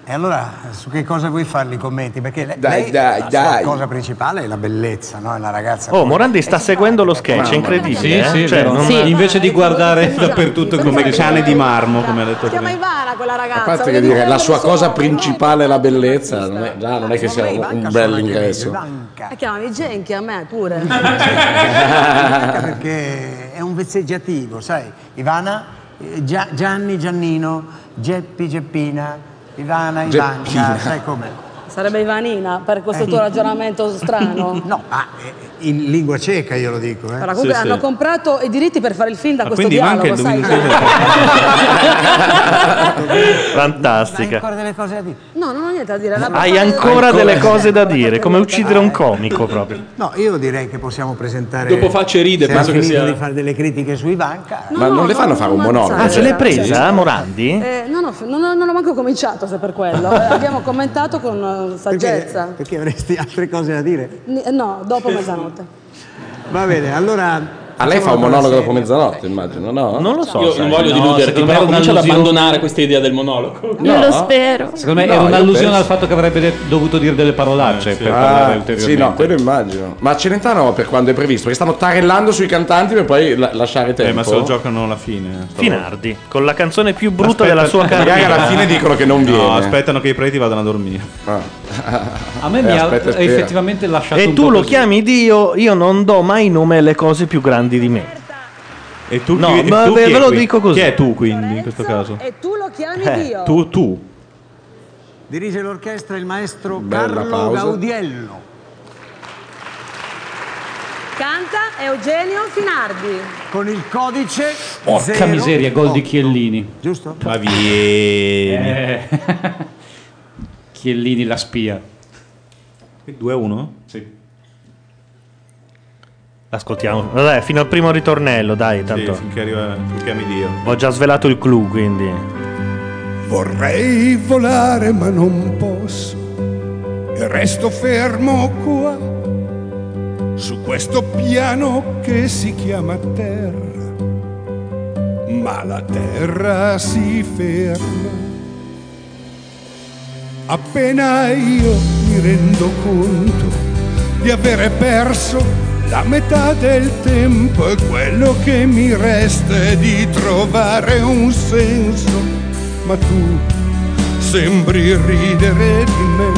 E allora su che cosa vuoi farli i commenti? Perché lei, Dai, lei- dai, la dai. sua cosa principale è la bellezza, no? È una ragazza. Oh, Morandi sta seguendo lo sketch, è incredibile. Sì, sì, eh? Cioè, vero. non- Sì. Invece di guardare dappertutto come Come cane di marmo, come ha detto Si chiama prima. Ivana quella ragazza. A parte che voglio dire, la dire, sua non so, cosa principale è la bellezza, non è, già non è che sia un, un bel ingresso. Eh, chiamami Genchi a me pure. Anche perché è un vezzeggiativo, sai? Ivana, eh, Gia- Gianni, Giannino, Geppi, Geppina, Ivana, Ivanca, Geppina. sai com'è? Sarebbe Ivanina per questo tuo ragionamento strano. No, ah, eh, in lingua ceca io lo dico, eh. Allora, comunque Sì, hanno sì. comprato i diritti per fare il film da Ma questo quindi va anche dialogo, il sai? Hai Fantastica. ancora delle cose da dire? No, non ho niente da dire. la- Hai ancora delle cose da dire, come uccidere un comico proprio. No, io direi che possiamo presentare. Dopo Facce ride, se penso ha che finito sia- di fare delle critiche su Ivanka. Ma non le fanno fare un monologo? Ah, ce l'hai presa, Morandi? Eh, no, no, non, ho, non ho manco cominciato se per quello. Eh, abbiamo commentato con eh, saggezza. Perché, perché avresti altre cose da dire? Ni- eh, No, dopo mezzanotte. Va bene, allora. A lei fa un facciamo monologo la dopo mezzanotte, immagino, no? Non lo so. Io sai. non voglio No, deluderti, secondo me però è comincia ad un'allusione- abbandonare questa idea del monologo. Io lo spero. Secondo me No, era io un'allusione penso- al fatto che avrebbe de- dovuto dire delle parolacce per parlare Ah, ulteriormente. sì, no, quello immagino. Ma a Celentano per quando è previsto? Perché stanno tarellando sui cantanti per poi la- lasciare tempo. Eh, ma se lo giocano alla fine. stavolta. Finardi, con la canzone più brutta Aspetta- della sua Magari carriera. alla fine dicono che non viene. No, aspettano che i preti vadano a dormire. A me Eh, mi ha aspetta e spera. effettivamente lasciato E un tu po' lo così. chiami Dio, io non do mai nome alle cose più grandi di me. E tu No, chi, e ma tu ve- chi è ve lo qui? dico così. Chi è tu quindi in questo caso? E tu lo chiami Eh, Dio. Tu, tu. Dirige l'orchestra il maestro Bella Carlo pausa. Gaudiello. Canta Eugenio Finardi. Con il codice. Porca zero miseria, gol di otto. Chiellini. Giusto? Ma vieni. Eh. Chiellini la spia. due a uno? Sì. Ascoltiamo. Vabbè, fino al primo ritornello, dai, tanto. Sì, finché arriva, tu chiami Dio. Ho già svelato il clou, quindi. Vorrei volare ma non posso e resto fermo qua su questo piano che si chiama terra, ma la terra si ferma appena io mi rendo conto di avere perso la metà del tempo e quello che mi resta è di trovare un senso, ma tu sembri ridere di me,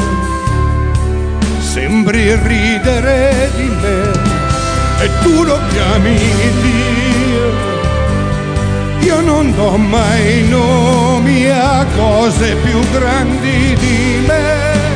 sembri ridere di me e tu lo chiami Dio. Io non do mai nomi a cose più grandi di me,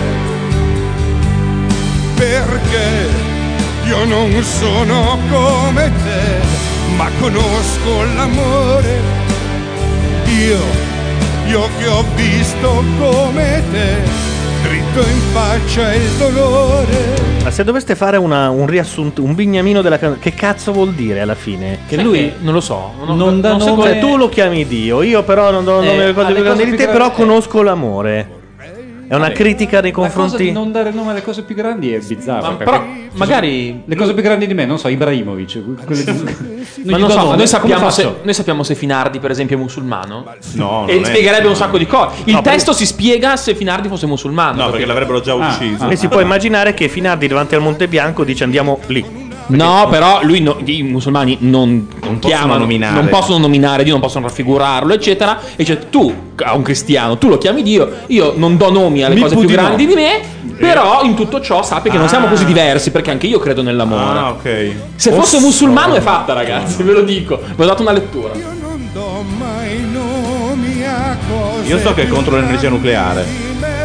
perché io non sono come te, ma conosco l'amore. Io, io che ho visto come te, dritto in faccia il dolore. Ma se doveste fare una- un riassunto, un bignamino della canzone, che cazzo vuol dire alla fine? Che lui non lo so, non, Non dà non so nome- come- Cioè, tu lo chiami Dio, io però non do Eh, nome alle cose alle più grandi cose di più te, grandi- però conosco l'amore. È una Vabbè, critica nei La cosa confronti. di non dare nome alle cose più grandi è bizzarra. Ma perché però, ci magari- sono- le cose più grandi di me, non so, Ibrahimovic. quelle di- Ma gli non do so, nome, noi sappiamo, come se, faccio? noi sappiamo se Finardi, per esempio, è musulmano. No, E non è- spiegherebbe un sacco di cose. Il No, testo si spiega se Finardi fosse musulmano. No, perché capito? l'avrebbero già Ah, ucciso. E si può immaginare che Finardi davanti al Monte Bianco dice andiamo lì. No, però lui no- i musulmani non, non chiamano, nominare. non possono nominare Dio, non possono raffigurarlo, eccetera. E dice tu, a un cristiano, tu lo chiami Dio, io non do nomi alle Mi cose più puti no. grandi di me, però in tutto ciò sappi che non siamo Ah. così diversi, perché anche io credo nell'amore. Ah, ok. Se fosse musulmano è fatta, ragazzi, ve lo dico. Vi ho dato una lettura. Non do mai nomi a cose Io so che è più contro l'energia grandi nucleare. di me.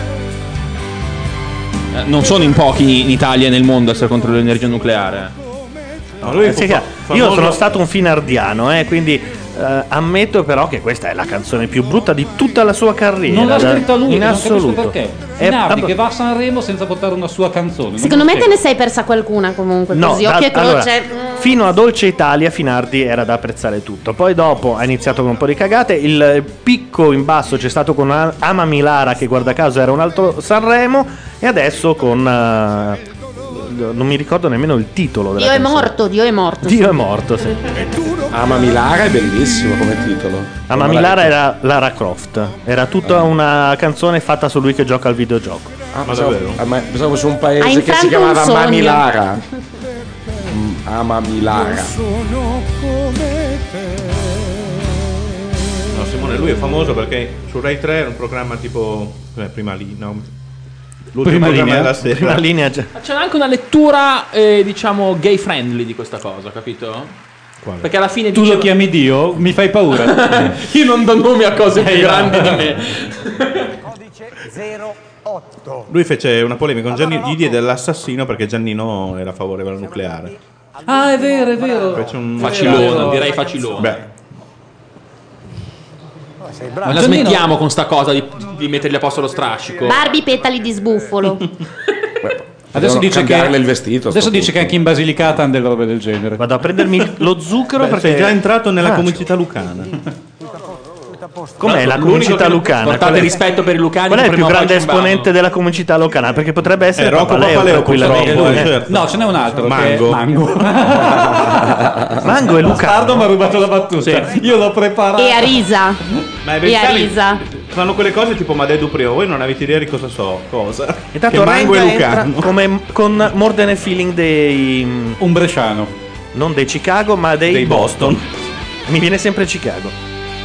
Eh, Non sono in pochi in Italia e nel mondo a essere contro l'energia nucleare. No, lui Eh, sì, fa- che- fa io molto- sono stato un finardiano, eh, quindi eh, ammetto però che questa è la canzone più brutta di tutta la sua carriera. Non l'ha da- scritta lui, in non capisco assoluto. perché. È- Finardi vabbè- che va a Sanremo senza portare una sua canzone. non Secondo me lo te ne spiego. sei persa qualcuna comunque, No, così da- occhio e allora, croce. fino a Dolce Italia Finardi era da apprezzare tutto. Poi dopo ha iniziato con un po' di cagate. Il picco in basso c'è stato con A- Amami Lara, che guarda caso era un altro Sanremo, e adesso con eh, non mi ricordo nemmeno il titolo della Dio è canzone. morto, Dio è morto. Dio è morto, sì. E tu lo Amami Lara è bellissimo come titolo. Amami Lara era Lara Croft. Era tutta una canzone fatta su lui che gioca al videogioco. Ah, pensavo, ah, ma pensavo fosse un Ha paese che infranto si chiamava un sogno. Mami Lara. Mm, Amami Lara. No, Simone, lui è famoso perché su Rai tre era un programma tipo eh, prima lì, no? L'ultimo Prima programma linea, della sera. prima linea già. C'è anche una lettura, eh, diciamo, gay friendly di questa cosa, capito? Perché alla fine Tu diceva... lo chiami Dio? Mi fai paura. Io non do nomi a cose più Eh, grandi no. di me. Codice zero otto. Lui fece una polemica con Giannino, gli diede dell'assassino perché Giannino era favorevole al nucleare. Ah, è vero, è vero. Fece un Facilona, direi facilona. Beh. Ma la smettiamo con sta cosa di, di mettergli a posto lo strascico. Barbie petali di sbuffolo. Adesso Devono dice che, cambiarle il vestito, adesso sto dice che anche in Basilicata hanno delle robe del genere. Vado a prendermi lo zucchero Beh, perché sei già entrato nella Ah, comunità lucana. Com'è la L'unico comunicità che- lucana? portate Qual è- rispetto per i lucani. Qual è che il più prima o poi grande ci vanno. esponente della comunicità lucana? Perché potrebbe essere Eh, Rocco Papaleo, Papaleo, tranquillamente. purtroppo, eh, Eh. certo. No, ce n'è un altro. Mango. Che è Mango. Mango e Lucano. Bastardo mi ha rubato la battuta. Io l'ho preparata. E a risa. Ma i E a vegetali risa. fanno quelle cose tipo Madè Duprio, voi non avete idea di cosa so, cosa? Intanto che Mango e Renga entra Lucano. come, con more than a feeling dei... Un bresciano. Non dei Chicago, ma dei, Dei Boston. Mi viene sempre Chicago.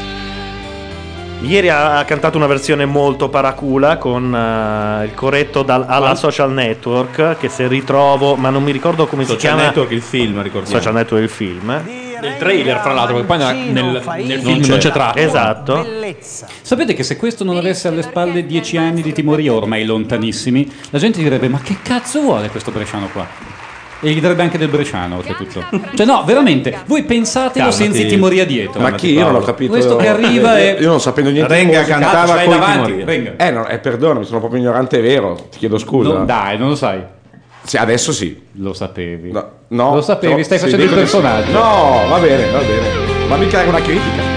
Ieri ha ha cantato una versione molto paracula con eh, il corretto dal- alla Social Network, che se ritrovo, ma non mi ricordo come Social si chiama. Network, il film, ricordiamo. Social Network il film. Nel trailer, fra l'altro, perché poi nel, nel, nel film c'è. non c'è traccia. Esatto. Sapete che se questo non avesse alle spalle dieci anni di timoria ormai lontanissimi, la gente direbbe: ma che cazzo vuole questo bresciano qua? E gli darebbe anche del bresciano, oltretutto. Cioè, no, veramente, voi pensatelo Calmati. senza timoria dietro. Ma chi? Io non ho capito. Questo che arriva Eh, e. Io non sapendo niente Renga di musica. cantava Cazzo, ce l'hai coi davanti, timori. Renga. Eh, no, eh, perdonami, sono proprio ignorante, è vero. Ti chiedo scusa. No, dai, non lo sai. Sì, adesso sì. Lo sapevi. No, no, Lo sapevi, no, stai sì, facendo il dico di sì. personaggio. No, va bene, va bene. Ma mica era una critica.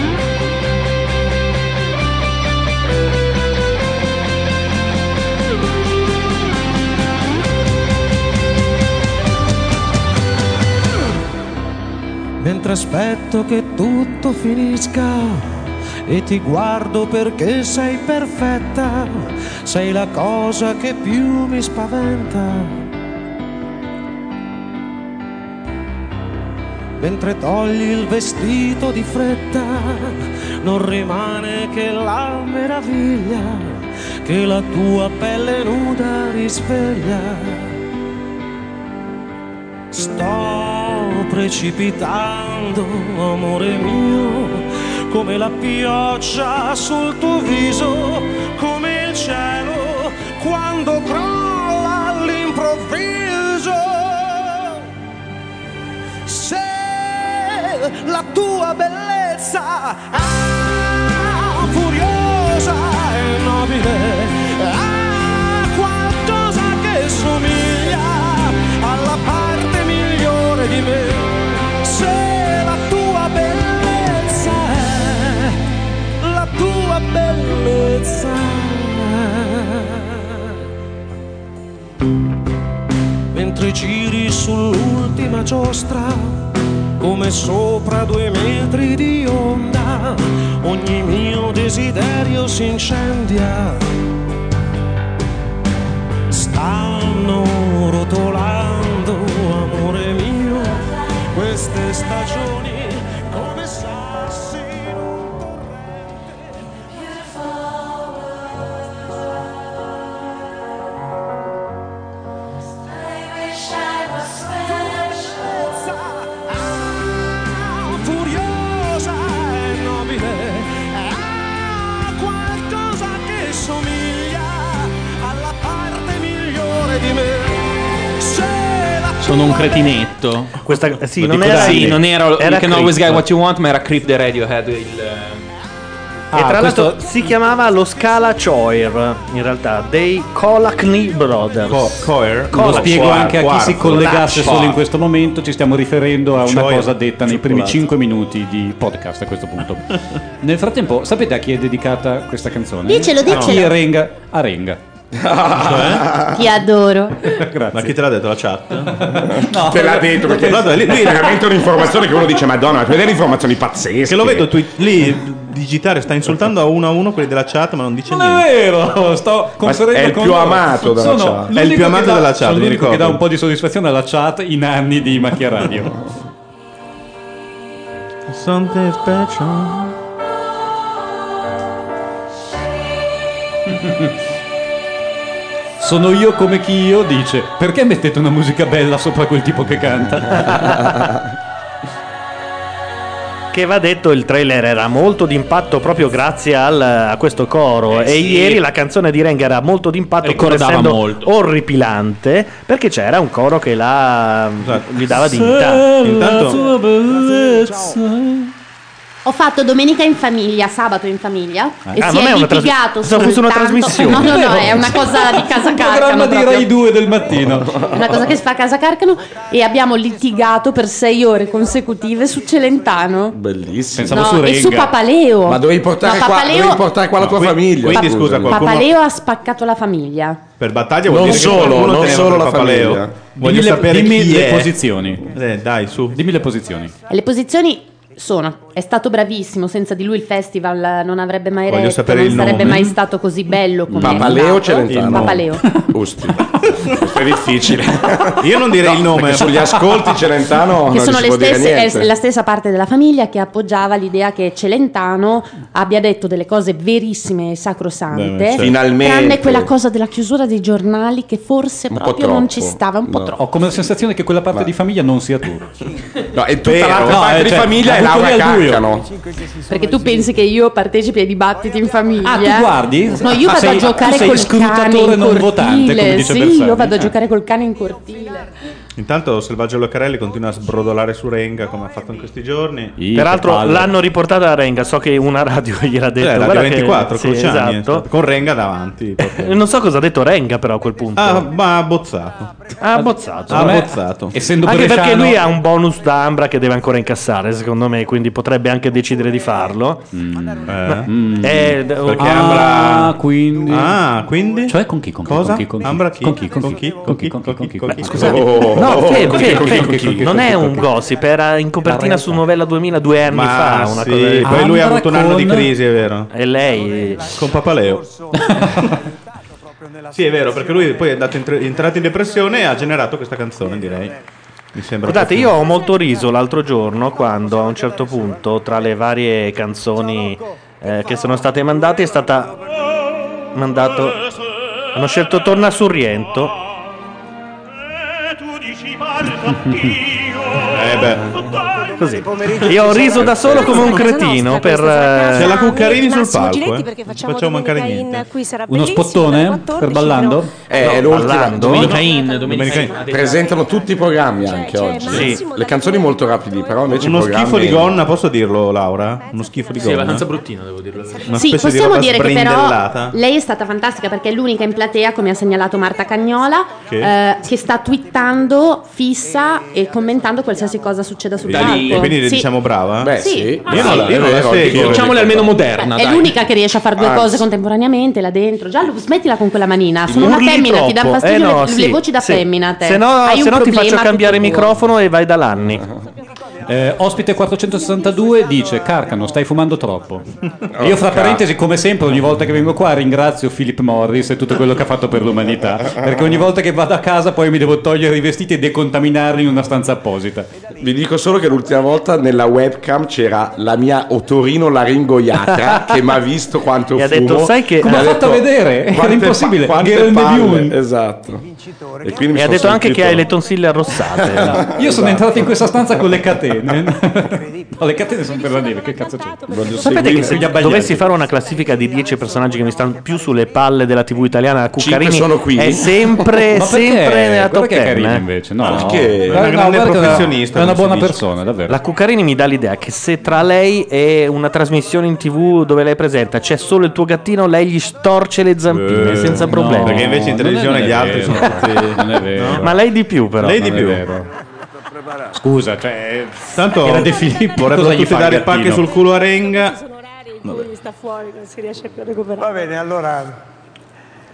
Mentre aspetto che tutto finisca e ti guardo perché sei perfetta, sei la cosa che più mi spaventa. Mentre togli il vestito di fretta, non rimane che la meraviglia che la tua pelle nuda risveglia. Sto precipitando, amore mio, come la pioggia sul tuo viso, come il cielo quando crolla all'improvviso. Se la tua bellezza, ah, furiosa e nobile, ah, qualcosa che somiglia alla parte migliore di me. Se la tua bellezza è la tua bellezza, mentre giri sull'ultima giostra come sopra due metri di onda, ogni mio desiderio si incendia. Stanno rotolando, amore mio, queste stagioni come sassi non furiosa e nobile, ah, qualcosa che somiglia alla parte migliore di me. Se la Sono un cretinetto. Questa, sì, Lo non dico era, da- sì, non era, era You Can Always Creep. Get What You Want, ma era Creep the Radiohead. Il, E tra l'altro si chiamava lo Scala Choir, in realtà, dei Colacny Brothers. Co- Choir? Lo spiego anche a chi si collegasse Quarto. solo in questo momento, ci stiamo riferendo a una Cioè, cosa detta nei primi cioccolato. cinque minuti di podcast a questo punto. Nel frattempo, sapete a chi è dedicata questa canzone? Dicelo, A chi dicelo. è Renga? A Renga. Cioè? Ti adoro. Ma chi te l'ha detto? La chat? No, te l'ha detto perché Guarda, lì- lui è veramente un'informazione che uno dice Madonna, ma vedere informazioni pazzesche. Che lo vedo twi- lì digitare, sta insultando a uno a uno quelli della chat, ma non dice Non niente. è vero, sto conferendo è il con più loro. amato della Sono chat. l'unico È il più che amato dà- della chat, sono mi l'unico che ricordo. dà un po' di soddisfazione alla chat in anni di Macchia Radio. Something special. Sono io come chi io dice perché mettete una musica bella sopra quel tipo che canta? Che va detto, il trailer era molto d'impatto proprio grazie al- a questo coro. Eh e sì. ieri la canzone di Renga era molto d'impatto, pur Ricordava essendo molto. orripilante, perché c'era un coro che la, gli dava dignità. Ho fatto domenica in famiglia, sabato in famiglia e Ah, si non è è una tras- litigato pensavo fosse una soltanto- trasmissione. No, no, no, è una cosa di Casa Un Carcano programma di proprio. Rai due del mattino. È una cosa che si fa a Casa Carcano e abbiamo litigato per sei ore consecutive su Celentano. Bellissimo. No, e su Papaleo. Ma dovevi portare, No, qua, Papaleo- dovevi portare qua la tua qui- famiglia. quindi, scusa, qualcuno- Papaleo ha spaccato la famiglia. Per battaglia vuol Non dire solo, che qualcuno non teneva solo per la Papaleo. famiglia. Voglio Dimmi le- sapere dimmi chi le è. posizioni. Eh, dai, su. Dimmi le posizioni. E le posizioni sono: è stato bravissimo, senza di lui il festival non avrebbe mai Voglio retto, sapere non il sarebbe nome. mai stato così bello come Papaleo è stato. Celentano. Papaleo. Usti. Questo è difficile. Io non direi No, il nome. perché sugli ascolti Celentano Che non sono si le può dire stesse, niente. è la stessa parte della famiglia che appoggiava l'idea che Celentano abbia detto delle cose verissime e sacrosante, Beh, certo. Finalmente. tranne quella cosa della chiusura dei giornali che forse Un po' proprio non troppo. ci stava, un po' No. troppo. Ho come la sensazione che quella parte di famiglia non sia tu. No, e tutta Vero. l'altra No, parte eh, di cioè, famiglia è la butto Laura lì al buio. Carcano. Perché tu pensi che io partecipi ai dibattiti in famiglia? Ah, tu guardi? No, io Ah, vado sei- a giocare tu sei col scrutatore cane in non cortile. votante, come dice sì, Bersani. io vado a Eh. giocare col cane in cortile. Intanto Selvaggio Lucarelli continua a sbrodolare su Renga come ha fatto in questi giorni. Peraltro l'hanno riportata a Renga, so che una radio gliel'ha detto. Cioè, Radio guarda che- ventiquattro, sì, Cruciani, esatto. con Renga davanti. proprio. Eh, Non so cosa ha detto Renga però a quel punto. Ah, ma ha bozzato. Ha abbozzato. Ha Secondo me- bozzato. Anche perché lui ha un bonus da Ambra che deve ancora incassare, secondo me, quindi potrebbe anche decidere di farlo. Ma- eh, d- Perché ah, Ambra quindi Ah, quindi? Cioè con chi? Con chi? Cosa? Con chi? Con chi? Ambra chi? Con chi? Con Con chi? chi? Con chi? Con chi? Con chi? Con chi? Scusate. Oh. No, fermo, Con chi? fermo, Con chi? fermo. Con chi? Non è un gossip, era in copertina su Novella duemila due anni Ma fa. Una sì, cosa del- poi lui ha Ambra avuto un anno di con- crisi, è vero. E lei con Papaleo. Sì, è vero, perché lui poi è andato in, è entrato in depressione e ha generato questa canzone, direi. Mi sembra. Guardate, proprio- io ho molto riso l'altro giorno quando a un certo punto, tra le varie canzoni eh, che sono state mandate, è stata mandato. Hanno scelto Torna sul Riento. Eh beh. Così. Io ho riso da solo come un cretino per. eh, C'è la Cuccarini sul Massimo palco, Giletti, eh. perché Non facciamo facciamo mancare Domenica niente. in- qui sarà Uno bellissimo, spottone dalle per quattordici Ballando? Eh, No, è l'ultima. Ballando. Domenica in, domenica in. Presentano tutti i programmi anche oggi. Sì. Le canzoni molto rapidi, però invece Uno i programmi... schifo di gonna, posso dirlo, Laura? Uno schifo di Sì, gonna. abbastanza bruttino, devo dirlo. Una Sì, specie di possiamo roba dire che però sbrindellata. lei è stata fantastica perché è l'unica in platea, come ha segnalato Marta Cagnola, Che? eh, che sta twittando fissa e commentando qualsiasi cosa succeda sul Da palco. lì. E quindi le Sì. diciamo brava? Beh, Sì. sì. Io non la, io non la vero, seguo. Diciamole almeno moderna, È dai. l'unica che riesce a fare due Anzi. cose contemporaneamente là dentro. Già, Lu, smettila con quella manina. Sono una Urli femmina, ti dà troppo. fastidio Eh no, le, sì, le voci da sì. femmina. a Te. Se no, Hai se un no ti faccio problema cambiare tutto tuo. microfono e vai da Lanni. Eh, ospite quattrocentosessantadue dice: Carcano, stai fumando troppo. E io, fra Oh, parentesi, come sempre, ogni volta che vengo qua ringrazio Philip Morris e tutto quello che ha fatto per l'umanità. Perché ogni volta che vado a casa poi mi devo togliere i vestiti e decontaminarli in una stanza apposita. Vi dico solo che l'ultima volta nella webcam c'era la mia otorino-laringoiatra che mi ha visto quanto E ha fumo. detto, sai che- Mi Come ha ha fatto detto, a vedere? Era quante impossibile. pa- quante Era in the palle. viewing. Esatto. E quindi mi E ha sono detto anche che sentito- hai le tonsille arrossate. Io sono entrato in questa stanza con le catene. No, le catene sono per la neve, che cazzo c'è? Voglio Sapete che se Sugli abbagliati. dovessi fare una classifica di dieci personaggi che mi stanno più sulle palle della tivù italiana, Cuccarini Cinque sono qui. è sempre, Ma perché? sempre nella Guarda top che è carino ten. invece. No, Perché? no, È una grande guarda che professionista, È una come buona si dice. persona, davvero. La Cuccarini mi dà l'idea che se tra lei e una trasmissione in tivù dove lei presenta c'è solo il tuo gattino, lei gli storce le zampine Eh, senza no. problemi. Perché invece in Non è- televisione non è gli altri vero. sono tutti. Non è vero. Ma lei di più però. Lei di Non è più. vero. Scusa, cioè. Tanto Era De Filippo, vorrebbero cosa gli tutti fa il dare gattino? pacche sul culo a Renga. Sono orari in cui sta fuori, non si riesce più a recuperare. Va bene, allora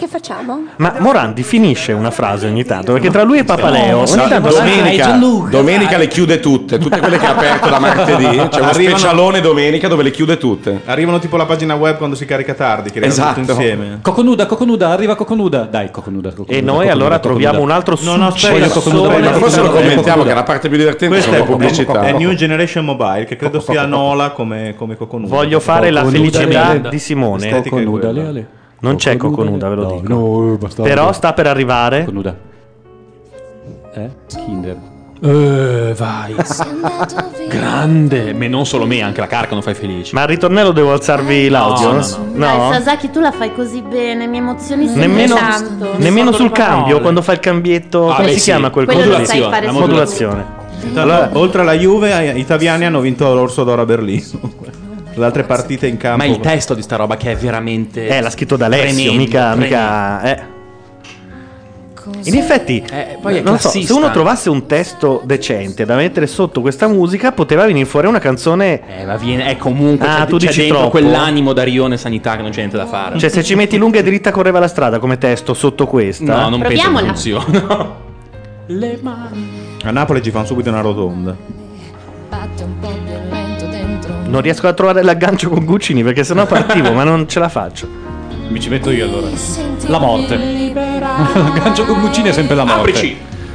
Che facciamo? Ma Morandi finisce una frase ogni tanto, perché tra lui e Papaleo ogni No, tanto domenica, domenica le chiude tutte, tutte quelle che ha aperto da martedì. C'è uno Arrivano- specialone domenica dove le chiude tutte. Arrivano tipo la pagina web quando si carica tardi, che arrivano Esatto. tutto insieme. Coconuda, Coconuda, arriva Coconuda. Dai, Coconuda. Coconuda, E noi Coconuda, allora Coconuda. troviamo un altro No, no, aspetta, successo. Coconuda, Sole- Ma forse lo Coconuda. commentiamo che la parte più divertente Questa sono è, le pubblicità. è New Generation Mobile, che credo sia Nola come, come Coconuda. Voglio fare la Coconuda felicità Lele. di Simone. L'estetica è Coconuda, quella. Lele. Non c'è Coconuda, ve lo dico. Però sta per arrivare. Coconuda. Eh? Kinder. Eh, vai. Grande. Ma non solo me, anche la carica non fai felice. Ma al ritornello devo alzarvi l'audio? no, Dai, No? Sasaki, tu la fai così bene, mi emozioni sempre Nemmeno, tanto. nemmeno sul cambio, quando fa il cambietto, Ah, come beh, si sì. chiama quel Quello coso lo lì? sai fare La solo tu. modulazione. Allora, oltre alla Juve, gli italiani hanno vinto l'Orso d'Oro a Berlino. Le altre partite in campo. Ma il testo di sta roba che è veramente. Eh, l'ha scritto da Alessio, tremendo, mica, tremendo. mica eh. In effetti, Eh, poi è non so, se classista. uno trovasse un testo decente da mettere sotto questa musica, poteva venire fuori una canzone. Eh, ma viene, è comunque. Ah, c'è, tu c'è dici dentro troppo? quell'animo da Rione Sanità che non c'è niente da fare. Cioè, se ci metti lunga e dritta correva la strada come testo sotto questa. No, non Proviamola. penso che funzioni. Le mani. A Napoli ci fanno subito una rotonda. Batte un po' più lento dentro. Non riesco a trovare l'aggancio con Guccini perché sennò partivo, ma non ce la faccio. Mi ci metto io allora. La morte. L'aggancio con Guccini è sempre la morte. Aprici.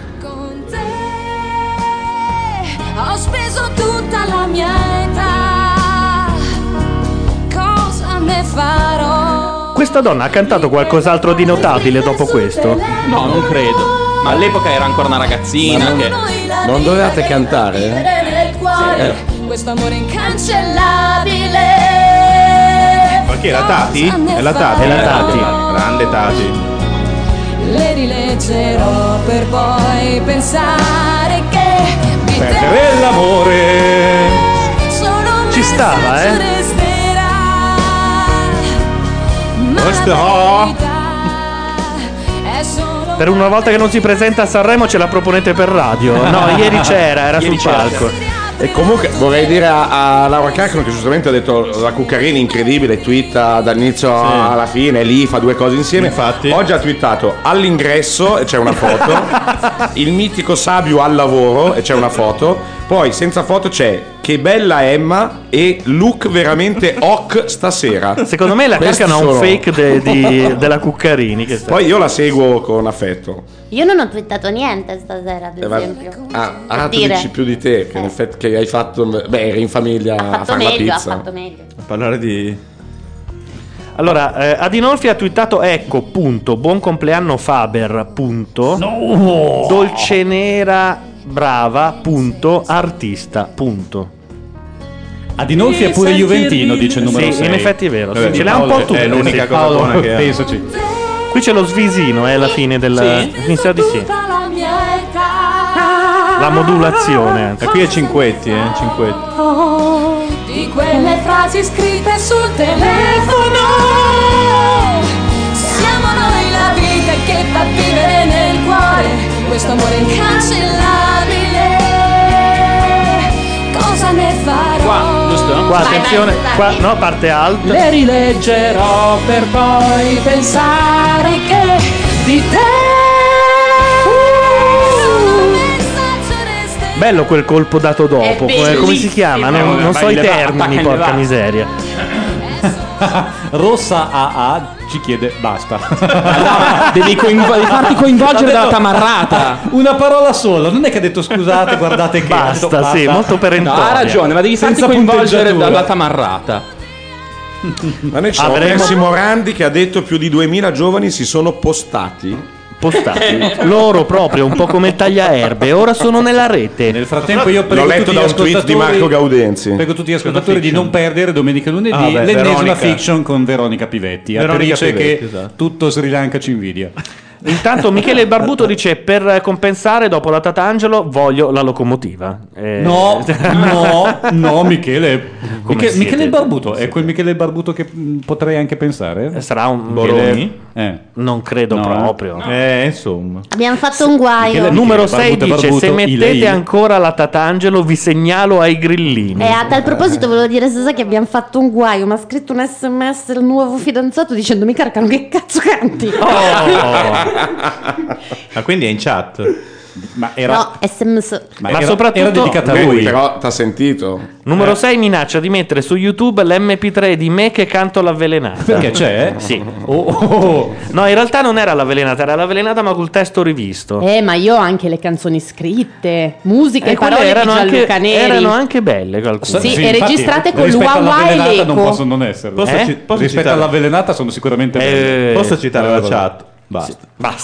Ho speso tutta la mia età. Cosa ne farò? Questa donna ha cantato qualcos'altro di notabile dopo questo? No, non credo. Ma all'epoca era ancora una ragazzina che. Non dovevate cantare? eh? Nel cuore, questo amore incancellabile. Ma chi è la Tati? È la Tati? È la Tati. Grande Tati. Le rileggerò per poi pensare che di te Per l'amore. solo un Ci stava, messaggio eh? resterà. Ma Questo la no. verità è solo Per una volta che non si presenta a Sanremo ce la proponete per radio. No, ieri c'era, era Ieri sul c'era. palco. E comunque vorrei dire a, a Laura Carcano che giustamente ha detto la Cuccarini incredibile, twitta dall'inizio alla fine, lì fa due cose insieme. Infatti. Oggi ha twittato all'ingresso e c'è una foto, il mitico Sabio al lavoro e c'è una foto, poi senza foto c'è che bella Emma e look veramente hoc stasera. Secondo me la Questi Carcano ha un sono- fake de- di- della Cuccarini. Che sta- Poi io la seguo con affetto. Io non ho twittato niente stasera, ad Eh, va- esempio. Ah, Per ah tu dire. dici più di te, che in effetti che hai fatto. Beh, eri in famiglia Ha a fatto fare la meglio, ha pizza. fatto meglio. A parlare di. Allora, eh, Adinolfi ha twittato ecco, punto, buon compleanno Faber, punto. Dolce nera, brava, punto, artista, punto. Adinolfi è pure Juventino, dice il numero Sì, sei. in effetti è vero, sì, Vabbè, ce l'ha un po' Paolo tutte. è l'unica sì. cosa Paolo, buona che ha. Pensaci. Qui c'è lo svisino, è alla fine del. Sì? Mi sa di sì. la mia età. La modulazione, anzi. E qui è Cinquetti, eh? Cinquetti. Di quelle frasi scritte sul telefono. Siamo noi la vita che fa vivere nel cuore questo amore incancellabile. Cosa ne farò? Qua, giusto? Qua, attenzione, qua, no, parte alta. Le rileggerò per poi pensare che di te solo un messaggio resterà. Bello quel colpo dato dopo. È Come, come si bellissimo. chiama? Non, non so i Vai, termini, attacca in porca levata. miseria. Rossa A A ci chiede basta. Devi, coinvo- devi farti coinvolgere Ha dalla detto- tamarrata. Una parola sola, non è che ha detto scusate, guardate che ha detto Basta, sì, molto No, perentoria. ha ragione, ma devi farti Senza coinvolgere punteggiatura. dalla tamarrata. Ma noi ci siamo Avremo- persi Morandi che ha detto più di duemila giovani si sono postati. Postati. Loro proprio, un po' come tagliaerbe. Ora sono nella rete. Nel frattempo io L'ho prego letto tutti da gli un tweet di ascoltatori- Marco Gaudenzi. Prego tutti gli ascoltatori di non perdere domenica e lunedì Ah, beh, l'ennesima Veronica. fiction con Veronica Pivetti, Veronica attrice Pivetti, che esatto. tutto Sri Lanka ci invidia. Intanto Michele il Barbuto dice: per compensare dopo la Tatangelo voglio la locomotiva. Eh, No, no, no, Michele. Come Michele, siete? Michele il Barbuto è quel Michele il Barbuto che mh, potrei anche pensare? Sarà un Boroni? Eh. Non credo No. proprio. Eh, insomma. Abbiamo fatto un guaio. Numero sei Barbuto, dice: Barbuto, se mettete Ilei. ancora la Tatangelo vi segnalo ai grillini. E a tal proposito volevo dire, Sasa, che abbiamo fatto un guaio. Mi ha scritto un sms il nuovo fidanzato dicendomi: Carcano, che cazzo canti? Ma quindi è in chat? Ma No, sms. Ma, soprattutto Lui, però t'ha sentito. Numero sei minaccia di mettere su YouTube l'emme pi tre di me che canto l'avvelenata. Perché c'è? Sì. Oh, oh, oh. No, in realtà non era l'avvelenata, era l'avvelenata ma col testo rivisto. Eh, ma io ho anche le canzoni scritte, musiche E e quelle parole erano di anche, Gianluca Neri. erano anche belle qualcune. Sì, e infatti, registrate con rispetto l'Ua Ua e all'avvelenata non l'Eco. possono non esserlo. Posso Eh? ci- posso rispetto citare- all'avvelenata sono sicuramente belle. Eh, Posso citare la vabbè. chat? Basta.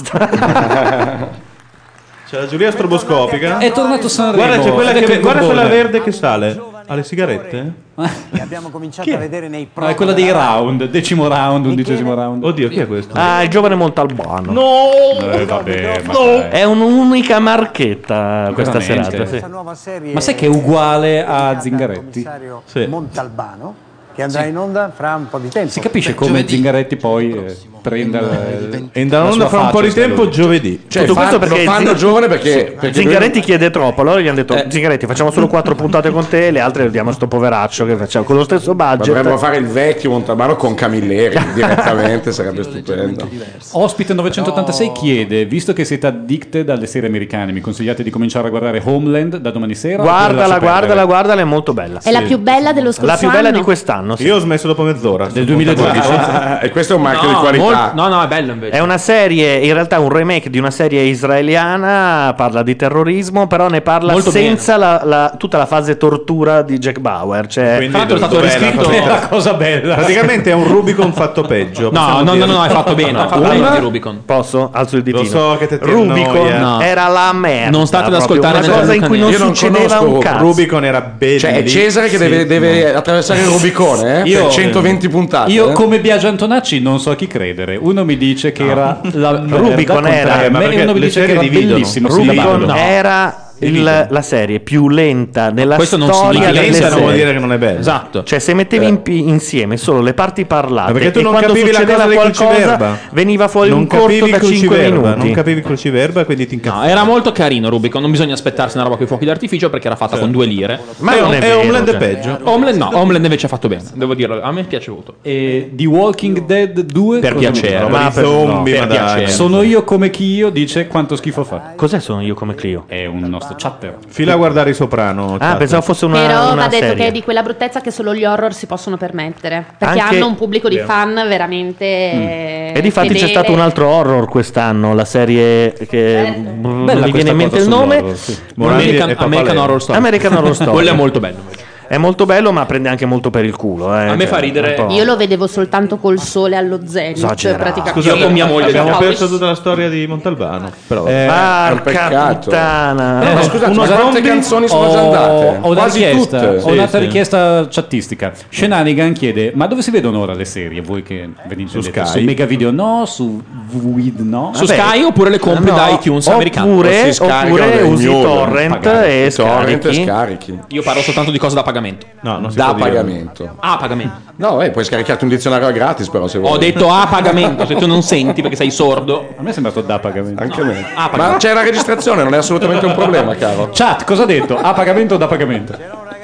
Basta. C'è la giuria stroboscopica. È tornato Sanremo. Guarda, c'è quella, Ed ecco che, il guarda Borbone. quella verde che sale. Alle sigarette? Che abbiamo cominciato a vedere nei No, è quella dei round, decimo round, undicesimo round. Oddio, chi è questo? Ah, il giovane Montalbano. No! Eh, vabbè, ma No! dai. È un'unica marchetta questa Veramente? serata. sì. questa nuova serie. Ma sai che è uguale a Zingaretti? Commissario Sì. Montalbano, che andrà in onda fra un po' di tempo. Si capisce come Zingaretti poi eh, prenda il- E andrà la in onda sua fra un po' faccia, di tempo sta lui. giovedì. Cioè, Tutto fan- questo perché lo fanno Zing- giovane perché, perché Zingaretti chiede troppo, allora gli hanno detto: Eh. Zingaretti, facciamo solo quattro puntate con te, le altre le diamo a sto poveraccio che facciamo con lo stesso Ma budget. dovremmo fare il vecchio Montalbano con Camilleri direttamente, sarebbe stupendo. Ospite novecentottantasei chiede: visto che siete addicted alle serie americane, mi consigliate di cominciare a guardare Homeland da domani sera? oppure Guardala, lascio guardala, perdere? guardala, è molto bella. È la più bella dello scorso La più bella anno. di quest'anno. sì. Io ho smesso dopo mezz'ora. Del duemiladodici. E questo è un marchio No, di qualità. molt- no, no, è bello invece. È una serie, in realtà un remake di una serie israeliana, parla di terrorismo, però ne parla Molto senza la- la- tutta la fase tortura di Jack Bauer. Cioè, Quindi Tra l'altro è stato dov'è la riscritto- cosa- È la cosa bella. Praticamente è un Rubicon fatto peggio. No, possiamo no, no, dire. no, no, hai fatto bene. Hai fatto Una- bene di Rubicon. Posso? Alzo il ditino. Lo so che te ti Rubicon annoia. No. era la merda. Non state ad proprio ascoltare una nemmeno cosa in Luca cui non Io non succedeva conosco un cazzo. Rubicon era bellissimo. Cioè, è Cesare che deve, deve attraversare il Rubicone eh? Io- per centoventi puntate. Io eh? come Biagio Antonacci non so a chi credere. Uno mi dice che era la merda Rubicon era- contraria a ma me, perché e uno mi le dice che serie era dividono. bellissimo. sì, Rubicon no. era il- la serie più lenta nella Questo non storia significa delle Lenta non vuol serie. dire che non è bello. Esatto. Cioè, se mettevi in pi- insieme solo le parti parlate, Ma perché tu e non quando capivi la succedeva cosa del qualcosa, cruciverba? veniva fuori non un corto capivi da il cinque cruciverba, minuti. non capivi il cruciverba, quindi ti incazzavi. No, era molto carino Rubicon, non bisogna aspettarsi una roba con i fuochi d'artificio perché era fatta con due lire. Ma è, non è è vero, Homeland cioè. è peggio. Homeland no, Homeland invece ha fatto bene, devo dirlo, a me è piaciuto. E The Walking Dead due? Per cosa piacere. mi- Roba Ma di per- zombie, no, ma per dai. piacere. Sono io come chi io dice quanto schifo fa. Cos'è sono io come Clio? È un nostro chatter. Fila a guardare i Soprano. Ah, chat. pensavo fosse una, Però una va detto serie. che è di quella bruttezza che solo gli horror si possono permettere. Perché Anche- hanno un pubblico di Vero. fan veramente. eh, E difatti c'è fedele. stato un altro horror quest'anno, la serie che Eh. mm, Bella non mi questa viene in mente cosa il nome. sull'horror, sì. Morandi American, e Papaleo. American Horror Story. American Horror Story. Quello è molto bello invece. È molto bello, ma prende anche molto per il culo. eh. A me fa ridere- un po'. Io lo vedevo soltanto col sole allo zenith, Esagerato. praticamente. Scusa, io con mia moglie Abbiamo abbiamo perso tutta la storia di Montalbano. Però Eh, è un Porca peccato. puttana. Eh, ma scusate, uno ma quante zombie- canzoni sono già Ho, andate? ho una Quasi richiesta, tutte. ho Sì, un'altra sì. richiesta chattistica. Shenanigan chiede: ma dove si vedono ora le serie? Voi che venite Su detto, Sky. su Mega Video no, su Vuid no. Su Vabbè, Sky oppure le compri no, da iTunes americano. Oppure, O si scaricano oppure dai usi mule, torrent pagare. e Torrent e scarichi. scarichi. Io parlo soltanto di cose da pagamento. no, non si Da può dire. pagamento. Ah, pagamento. No, eh, puoi scaricarti un dizionario gratis però se vuoi. Ho detto a pagamento, se tu non senti perché sei sordo. A me è sembrato da pagamento. Anche a me. Ah, Ma c'è la registrazione, non è assolutamente un problema, caro. Chat, cosa ha detto? A pagamento o da pagamento?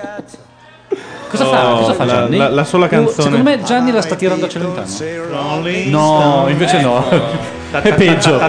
Cosa fa? Oh, Cosa fa la- Gianni? la- la sola Uh, canzone. Secondo me Gianni la sta tirando a Celentano. No, invece no. È peggio.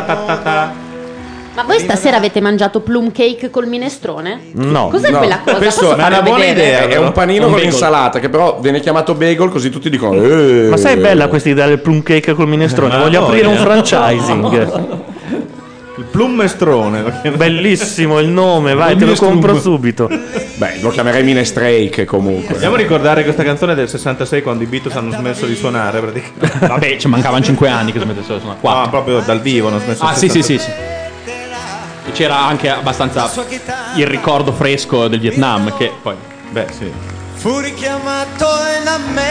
Ma voi stasera avete mangiato plum cake col minestrone? No. Cos'è No, quella cosa? questo Posso è farlo una buona vedere? idea. È un panino Un con bagel. l'insalata che però viene chiamato bagel così tutti dicono "Eh". Ma sai, è bella questa idea del plum cake col minestrone. Ma Voglio no, aprire eh. un franchising. Il plummestrone. Bellissimo il nome, vai, te lo compro subito. Beh, lo chiamerei minestrake comunque. Vogliamo ricordare questa canzone del sessantasei quando i Beatles hanno smesso di suonare praticamente. Vabbè, ci mancavano cinque anni che smettessero di suonare. Ah, Quattro. proprio dal vivo hanno smesso. Ah, il sì, sì, sì, sessantasei. sì. E c'era anche abbastanza il ricordo fresco del Vietnam, che poi. Beh, sì. Fu richiamato in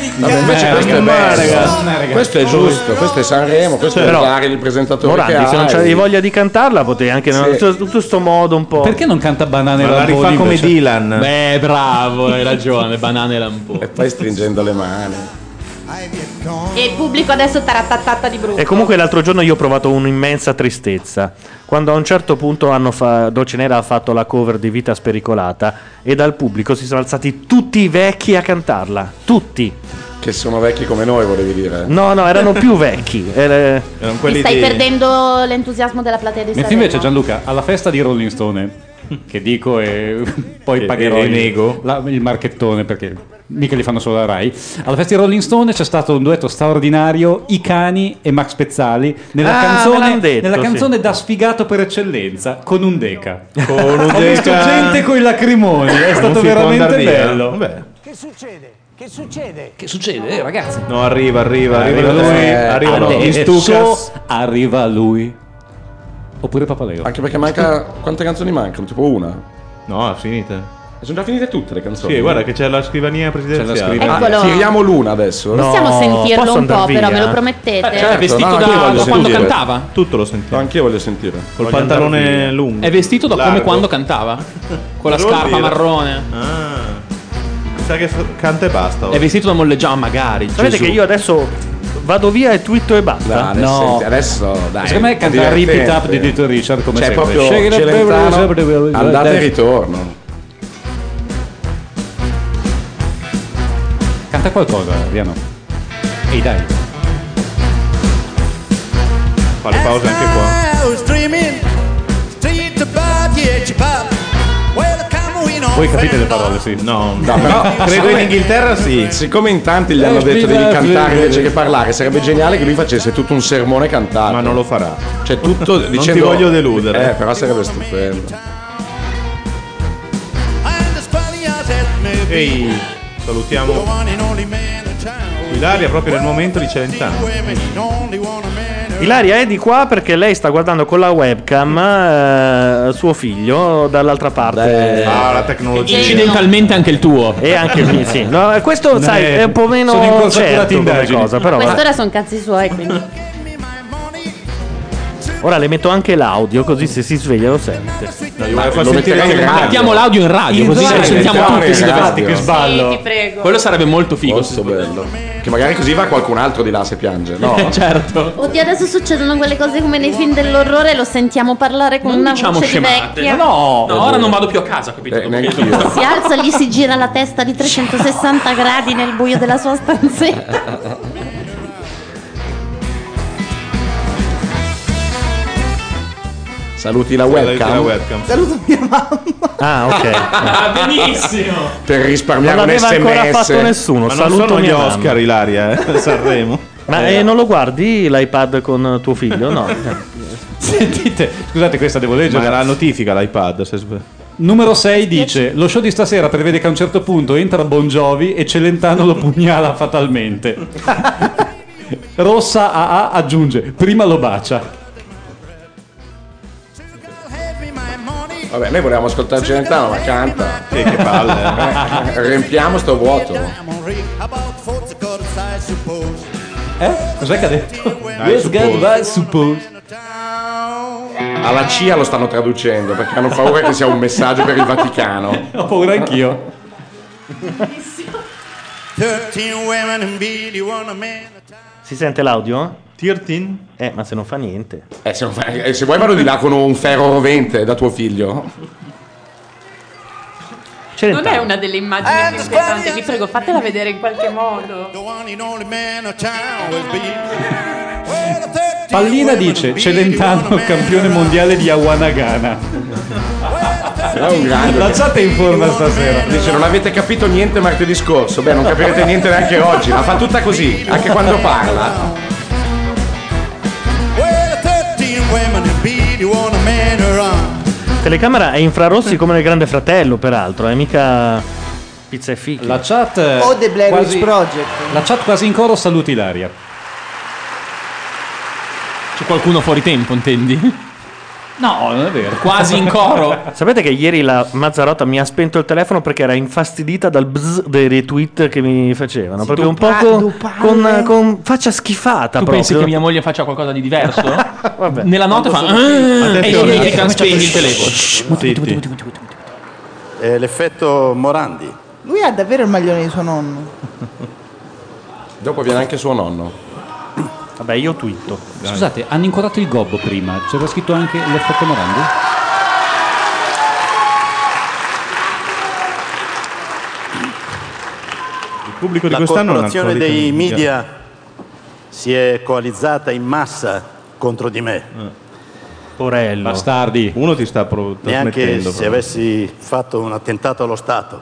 Vabbè, invece questo è bello. Questo è giusto, questo è Sanremo, questo Però, è dare il presentatore Morandi, che se non hai. c'avevi voglia di cantarla, potevi anche Sì. in tutto sto modo un po'. Perché non canta Banane Ma la Lamponi rifà come invece? Dylan. Beh, bravo, hai ragione, banane lampone. E poi stringendo le mani. E il pubblico adesso tarattattata di brutto. E comunque l'altro giorno io ho provato un'immensa tristezza quando a un certo punto hanno fa- Dolce Nera ha fatto la cover di Vita Spericolata e dal pubblico si sono alzati tutti i vecchi a cantarla, tutti. Che sono vecchi come noi, volevi dire? No, no, erano più vecchi. Era- Ti stai perdendo l'entusiasmo della platea di Mentre Sanremo. invece Gianluca, alla festa di Rolling Stone, che dico e poi E- pagherò e il, nego. la- il marchettone perché mica li fanno solo la Rai. Alla festa di Rolling Stone c'è stato un duetto straordinario, I Cani e Max Pezzali, nella Ah, me canzone, l'han detto, nella sì. canzone da sfigato per eccellenza, con un deca. Con un Ho visto deca. gente con i lacrimoni, è Non stato si può veramente andar via. bello. Vabbè. Che succede? Che succede? Che succede, eh, ragazzi? No, arriva, arriva, Arriva arriva lui. lui, Arrivano gli adesso Stukas. arriva lui. Oppure Papaleo. Anche perché manca. Quante canzoni mancano? Tipo una? No, finite. Sono già finite tutte le canzoni. Sì, guarda che c'è la scrivania presidenziale. C'è la scrivania. Eccolo. Ah, tiriamo l'una adesso. Possiamo sentirlo posso un po', andar però, via? me lo promettete? Certo, È vestito no, da, anch'io voglio da quando sentire. cantava? Tutto lo sentiamo. No, anch'io voglio sentire. Col Voglio pantalone andare via. lungo. È vestito da come Largo. quando cantava? Con la Cosa vuol scarpa dire? marrone. Ah. Mi sa che f- canta e basta. ora. È vestito da molleggiama, magari. Sapete Gesù. che io adesso vado via e twitto e basta? Dai, adesso, No. senti, adesso dai. Secondo me è canta Rip It divertente. Up di Dito Richard come C'è sempre. proprio Shake it up, Celentano, baby, andata e dai. ritorno. Canta qualcosa, Riano. Ehi dai. Fa le pause anche qua. Voi capite le parole, sì. No, No, però credo in Inghilterra sì. Siccome in tanti gli hanno detto devi cantare invece che parlare, sarebbe geniale che lui facesse tutto un sermone cantato. Ma non lo farà. Cioè tutto Non dicendo ti voglio deludere. Eh, però sarebbe stupendo. Ehi, salutiamo Ilaria proprio nel momento di Celentano. Ilaria è di qua perché lei sta guardando con la webcam eh, suo figlio dall'altra parte. Ah, la tecnologia. Incidentalmente anche il tuo. E anche il mio, sì. No, questo, Non sai, è- è un po' meno sono in corso certo curati come indagini. cosa, A però vabbè. quest'ora sono cazzi suoi, quindi. Ora le metto anche l'audio così se si sveglia lo sente. No, io Ma voglio far lo sentire metterai in anche radio. Mettiamo l'audio in radio, In così radio, lo sentiamo mettiamo tutti. in si radio. diverte. Che sballo. Sì, ti prego. Quello sarebbe molto figo. Molto bello. Che magari così va qualcun altro di là se piange, no? Certo. Oddio, adesso succedono quelle cose come nei film dell'orrore, lo sentiamo parlare con Non una diciamo voce di scemate. vecchia. No, no, ora non vado più a casa, capito? Eh, neanche io. Si alza, gli si gira la testa di trecentosessanta gradi nel buio della sua stanzetta. Saluti la Saluti webcam, la webcam. Saluto mia mamma. Ah, ok. Ah, benissimo. per Non risparmiare un l'aveva ancora sms. fatto nessuno. Ma non Saluto sono gli mia mamma. Oscar, Ilaria, eh? Sanremo. Ma eh, non lo guardi l'iPad con tuo figlio? No. Sentite, scusate, questa devo Ma leggere. era la notifica l'iPad. Se... Numero sei dice: lo show di stasera prevede che a un certo punto entra Bon Jovi e Celentano lo pugnala fatalmente. Rossa A A aggiunge: prima lo bacia. Vabbè, noi volevamo ascoltare Celentano, ma canta. Che, che palle. Eh, riempiamo sto vuoto. Eh? Cos'è che ha detto? I suppose. I suppose. Alla C I A lo stanno traducendo perché hanno paura che sia un messaggio per il Vaticano. Ho paura anch'io. Si sente l'audio? tredici? Eh, ma se non fa niente. Eh, se, non fa- eh, se vuoi vado di là con un ferro rovente da tuo figlio. Non è una delle immagini più importanti, vi prego, fatela vedere in qualche modo. Pallina dice: Celentano campione mondiale di Awanagana. È un grande. La chat è in forma stasera. Dice non avete capito niente martedì scorso. Beh, non capirete niente neanche oggi. La fa tutta così, anche quando parla. Telecamera è infrarossi come nel Grande Fratello, peraltro, è mica pizza e fichi. La chat O The Blair Witch quasi, Project. la chat quasi in coro saluti Ilaria. C'è qualcuno fuori tempo, intendi? No, non è vero. Quasi in coro. Sapete che ieri la Mazzarotta mi ha spento il telefono perché era infastidita dal bzz dei retweet che mi facevano. Proprio un dupa- poco dupalle. con, con faccia schifata. Tu proprio. pensi che mia moglie faccia qualcosa di diverso? Vabbè. Nella notte fa Quando sono- "Ah", e Attenzione, io gli eh. spegni il telefono. È l'effetto Morandi. Lui ha davvero il maglione di suo nonno. Dopo viene anche suo nonno. Vabbè, io twitto. Scusate, hanno inquadrato il gobbo prima. C'era scritto anche l'effetto Morandi? Il pubblico di La quest'anno è un corporazione alcolito dei in- media si è coalizzata in massa contro di me. Porello. Bastardi. Uno ti sta pro- Neanche trasmettendo. se però. avessi fatto un attentato allo Stato.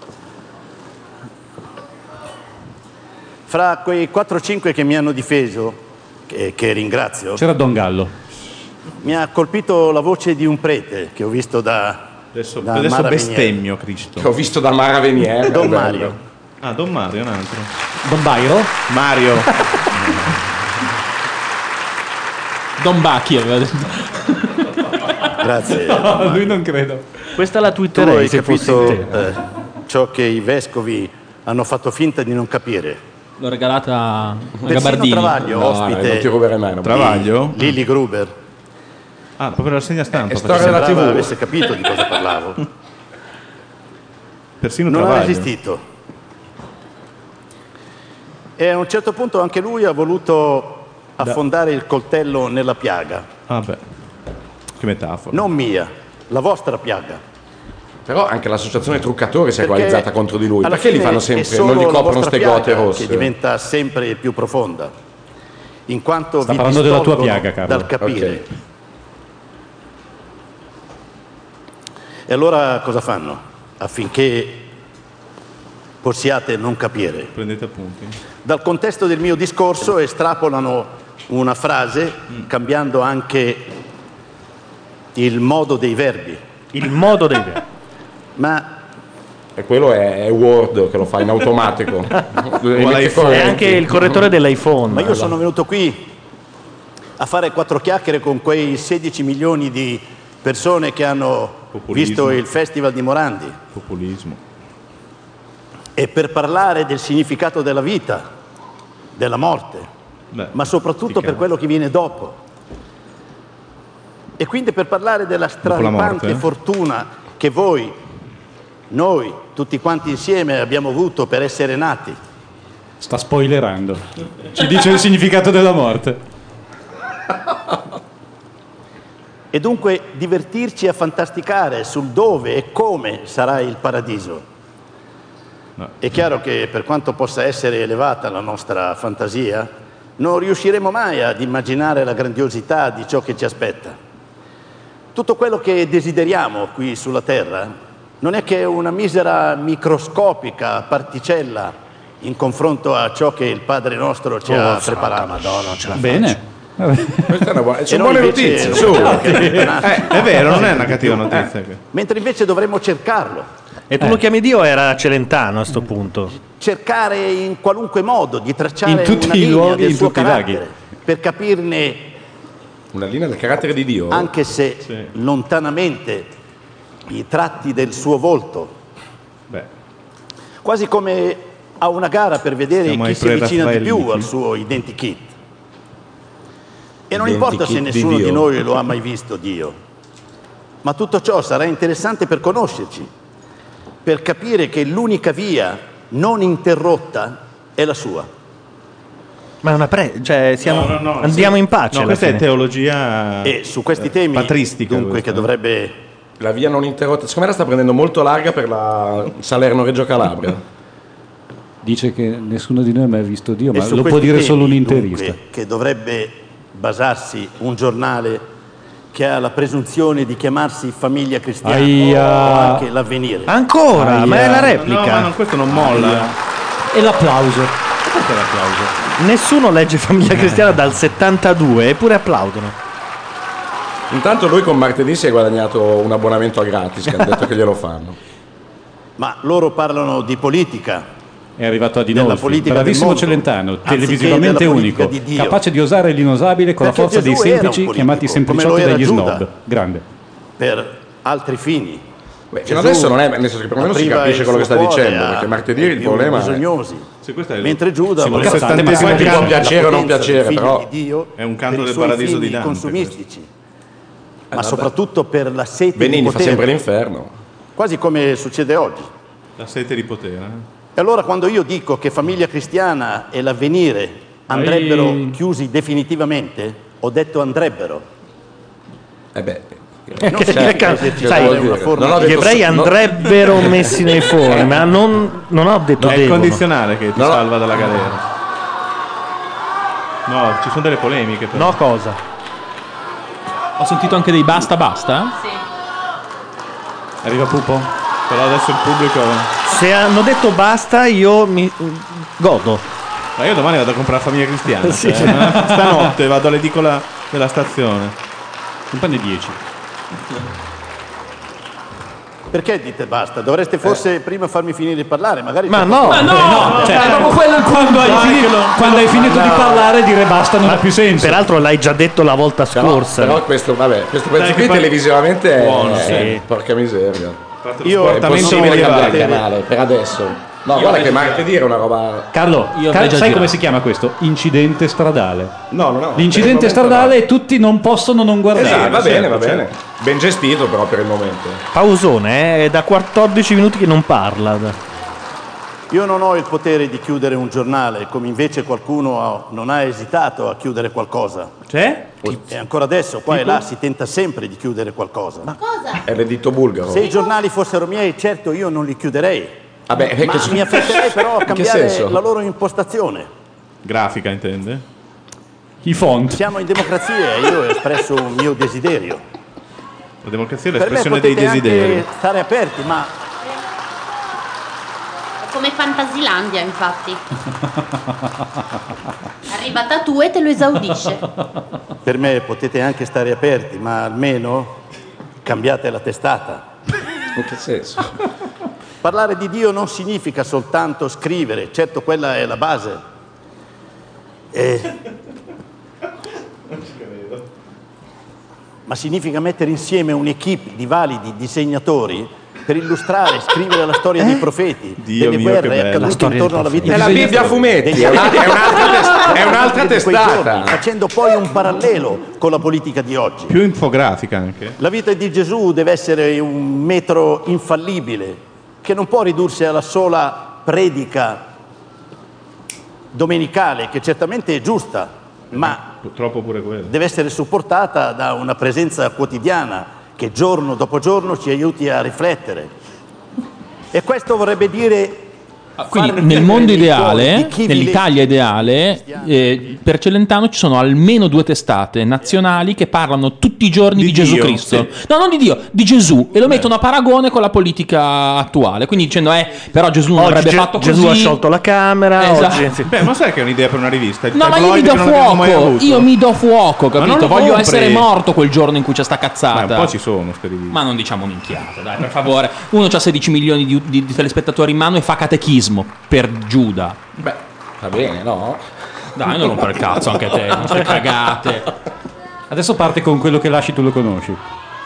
Fra quei quattro cinque che mi hanno difeso, che, che ringrazio, C'era Don Gallo. mi ha colpito la voce di un prete che ho visto da, Adesso, da adesso Mara bestemmio, Cristo. Che ho visto da Mara Venier. Don è bello. Mario. Ah, Don Mario, un altro. Don Bairo? Mario. Don Bacchi aveva detto. Grazie. No, lui non credo. Questa la Tu twitterei hai se fossi capito in te. eh, ciò che i vescovi hanno fatto finta di non capire. L'ho regalata a Persino Gabardini. Travaglio, No, ospite non ti ruberei mai una Travaglio? di Lili Gruber, Ah, proprio la segna stampa. È storia persino- della sembrava tivù. avesse capito di cosa parlavo. Persino Non ha Travaglio. resistito. E a un certo punto anche lui ha voluto affondare il coltello nella piaga. Ah, beh. Che metafora. Non mia, la vostra piaga. Però anche l'associazione truccatori si è Perché coalizzata contro di lui. alla Perché li fine fanno è sempre? solo Non gli la coprono vostra ste piaga gote rosse. che diventa sempre più profonda. In quanto Sta vi parlando della tua distolgono piaga, Carlo. dal capire. Ok. E allora cosa fanno? Affinché possiate non capire. Prendete appunti. Dal contesto del mio discorso estrapolano una frase, cambiando anche il modo dei verbi. Il modo dei verbi. Ma E quello è, è Word che lo fa in automatico. Li mette È corretti. anche il correttore dell'iPhone. Ma io sono venuto qui a fare quattro chiacchiere con quei sedici milioni di persone che hanno Populismo. visto il Festival di Morandi Populismo. e per parlare del significato della vita, della morte, Beh, ma soprattutto per quello che viene dopo. E quindi per parlare della la straripante morte, eh? fortuna che voi, noi, tutti quanti insieme abbiamo avuto per essere nati. Sta spoilerando. Ci dice il significato della morte. E dunque divertirci a fantasticare sul dove e come sarà il paradiso. No. È chiaro che per quanto possa essere elevata la nostra fantasia, non riusciremo mai ad immaginare la grandiosità di ciò che ci aspetta. Tutto quello che desideriamo qui sulla Terra non è che una misera microscopica particella in confronto a ciò che il Padre nostro ci ha preparato. Madonna, ce la Bene. Questa è una buona, E sono noi buone invece notizie. lo Su. sappiamo che è nato. Eh, è vero, non è una cattiva notizia. Mentre invece dovremmo cercarlo. E tu lo chiami Dio, era Celentano a sto punto. Cercare in qualunque modo di tracciare In tutti una i linea luoghi, del in suo tutti i carattere, laghi. per capirne, Una linea del carattere di Dio. anche se lontanamente, i tratti del suo volto. Beh, Quasi come a una gara per vedere Siamo chi ai si avvicina di più pre-raffaelliti. al suo identikit. E non Identikit importa se di nessuno di, Dio. noi lo ha mai visto Dio, ma tutto ciò sarà interessante per conoscerci, per capire che l'unica via non interrotta è la sua. Ma è una pre... cioè siamo... No, no, no, andiamo sì. in pace. No, alla questa è fine. teologia E su questi eh, temi, patristica. dunque, questa, che eh. dovrebbe La via non interrotta. Secondo me la sta prendendo molto larga per la Salerno-Reggio Calabria. Dice che nessuno di noi ha mai visto Dio, E ma su lo può questi dire temi, solo un interista. dunque, che dovrebbe basarsi un giornale che ha la presunzione di chiamarsi Famiglia Cristiana Aia. o anche L'Avvenire. Ancora, Aia. ma è la No, replica. ma non, questo non molla. E l'applauso. Perché l'applauso? Nessuno legge Famiglia Cristiana dal settantadue, eppure applaudono. Intanto lui con martedì si è guadagnato un abbonamento a gratis, che hanno detto che glielo fanno. Ma loro parlano di politica, È arrivato a della Dinolfi, politica bravissimo del mondo, Celentano, anziché televisivamente della politica unico, di Dio. capace di osare l'inosabile con Perché la forza Gesù dei era un semplici, politico, chiamati come lo sempliciotti era dagli Giuda. snob. Grande. Per altri fini. Beh, fino adesso non è, nel senso che per me non si apriva capisce il quello che suo sta cuore dicendo, a- perché martedì ai il più problema è... bisognosi. Sì, questo è il- Mentre Giuda Sì, voleva questo è stare il sempre può alla piacere o non potenza del piacere, figlio però di Dio è un canto per i del suoi paradiso fini di Dante, consumistici, ma vabbè. soprattutto per la sete Benigni di fa potere. sempre l'inferno. Quasi come succede oggi. La sete di potere. eh. E allora quando io dico che Famiglia Cristiana e l'Avvenire andrebbero Ehi. chiusi definitivamente, ho detto andrebbero. Eh beh, Non si Sai, può esercitare una forma non ho di- gli ebrei no. andrebbero messi nei forni, ma non, non ho detto No, è il devono. condizionale che ti No, no. salva dalla galera. No, ci sono delle polemiche. Però. No, cosa? Ho sentito anche dei basta basta? Sì. Arriva Pupo? Però adesso il pubblico. Se hanno detto basta, io mi godo. Ma io domani vado a comprare la Famiglia Cristiana. Sì. cioè, stanotte vado all'edicola della stazione. Un pane dieci. Perché dite basta? Dovreste forse prima farmi finire di parlare, magari. Ma c'è no! qualcosa- Ma no! Cioè, È proprio quello quando hai, No, finito, anche lo- quando hai finito di no. parlare dire basta non ha più senso. Peraltro l'hai già detto la volta Però, scorsa. però questo, vabbè, questo pezzo Dai, qui che poi- televisivamente è... Buono, è- sì. Porca miseria. Io- è impossibile Io- cambiare Io- canale per adesso. No, Io guarda vedo che martedì era una roba... Carlo, Io Car- avrei già sai girato. come si chiama questo? Incidente stradale. No, no, no. L'incidente per il momento stradale e tutti non possono non guardare. Esatto, va bene, va Certo, bene. Ben gestito però per il momento. Pausone, eh, è da quattordici minuti che non parla. Io non ho il potere di chiudere un giornale, come invece qualcuno ha- non ha esitato a chiudere qualcosa. Cioè? E ancora adesso, qua Tipo? e là, si tenta sempre di chiudere qualcosa. È l'editto bulgaro. Se i giornali fossero miei, certo io non li chiuderei. Vabbè, Ma che- mi affretterei però a in che cambiare senso? la loro impostazione. Grafica, intende? I font. Siamo in democrazia e io ho espresso un mio desiderio. La democrazia è Per me l'espressione dei potete desideri. anche stare aperti, ma È come Fantasilandia, infatti. Arriva Tatu e te lo esaudisce. per me potete anche stare aperti, ma almeno cambiate la testata. In che senso? Parlare di Dio non significa soltanto scrivere, certo quella è la base. Eh, ma significa mettere insieme un'equipe di validi disegnatori per illustrare e scrivere la storia dei profeti, Dio delle mio, guerre che bello. La accadute storia intorno dei alla vita È la di Bibbia a Gesù, fumetti, degli è un'altra- è un'altra tes- è della un'altra vita di quei testata. giorni, facendo poi un parallelo con la politica di oggi. Più infografica anche. La vita di Gesù deve essere un metro infallibile, che non può ridursi alla sola predica domenicale, che certamente è giusta, ma Purtroppo pure quello. deve essere supportata da una presenza quotidiana che giorno dopo giorno ci aiuti a riflettere. E questo vorrebbe dire Quindi far nel mondo vivere nei cuori ideale, di chi vi nell'Italia ideale, eh, per Celentano ci sono almeno due testate nazionali che parlano tutti i giorni di, Di Gesù Dio, Cristo. sì. No, non di Dio, di Gesù. E lo mettono a paragone con la politica attuale. Quindi dicendo, eh, però Gesù non Oggi avrebbe Ge- fatto così. Gesù ha sciolto la Camera. Esatto. Oggi, sì. Beh, ma sai che è un'idea per una rivista? Il No, ma io mi tabloide do che non abbiamo mai fuoco. avuto. Io mi do fuoco, Ma non capito? lo Voglio compri. essere morto quel giorno in cui c'è sta Ma cazzata. un po' ci sono ste riviste. Ma non diciamo un'inchiata, dai, per favore. Uno ha sedici milioni di, di- di telespettatori in mano e fa catechismo per Giuda. Beh, va bene, no? Dai, non rompere il cazzo anche te, non stai cagate. Adesso parte con quello che lasci tu lo conosci.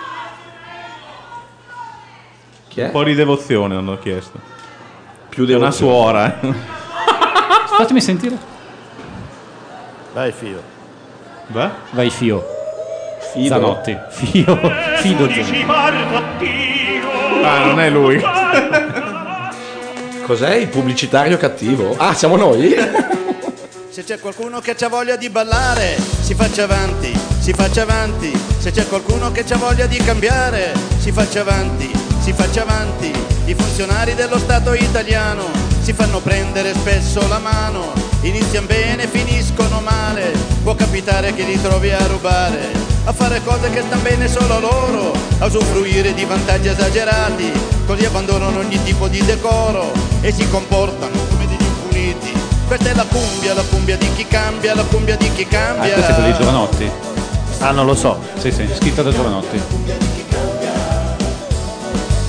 Chi è? Un po' di devozione hanno chiesto. Più È una suora. eh. Fatemi sentire. Vai fio. Va? Vai Fio. Fido. Zanotti. Fio. Fido Zanotti. Ah, non è lui. Cos'è il pubblicitario cattivo? Ah, siamo noi? Se c'è qualcuno che ha voglia di ballare, si faccia avanti, si faccia avanti. Se c'è qualcuno che ha voglia di cambiare, si faccia avanti, si faccia avanti. I funzionari dello Stato italiano si fanno prendere spesso la mano, iniziano bene, finiscono male. Può capitare che li trovi a rubare, a fare cose che stanno bene solo a loro, a usufruire di vantaggi esagerati, così abbandonano ogni tipo di decoro e si comportano come degli impuniti. Questa è la cumbia, la cumbia di chi cambia, la cumbia di chi Ah, cambia. questo è quello di Giovanotti. Ah, non lo so. Sì, sì, scritta da Giovanotti.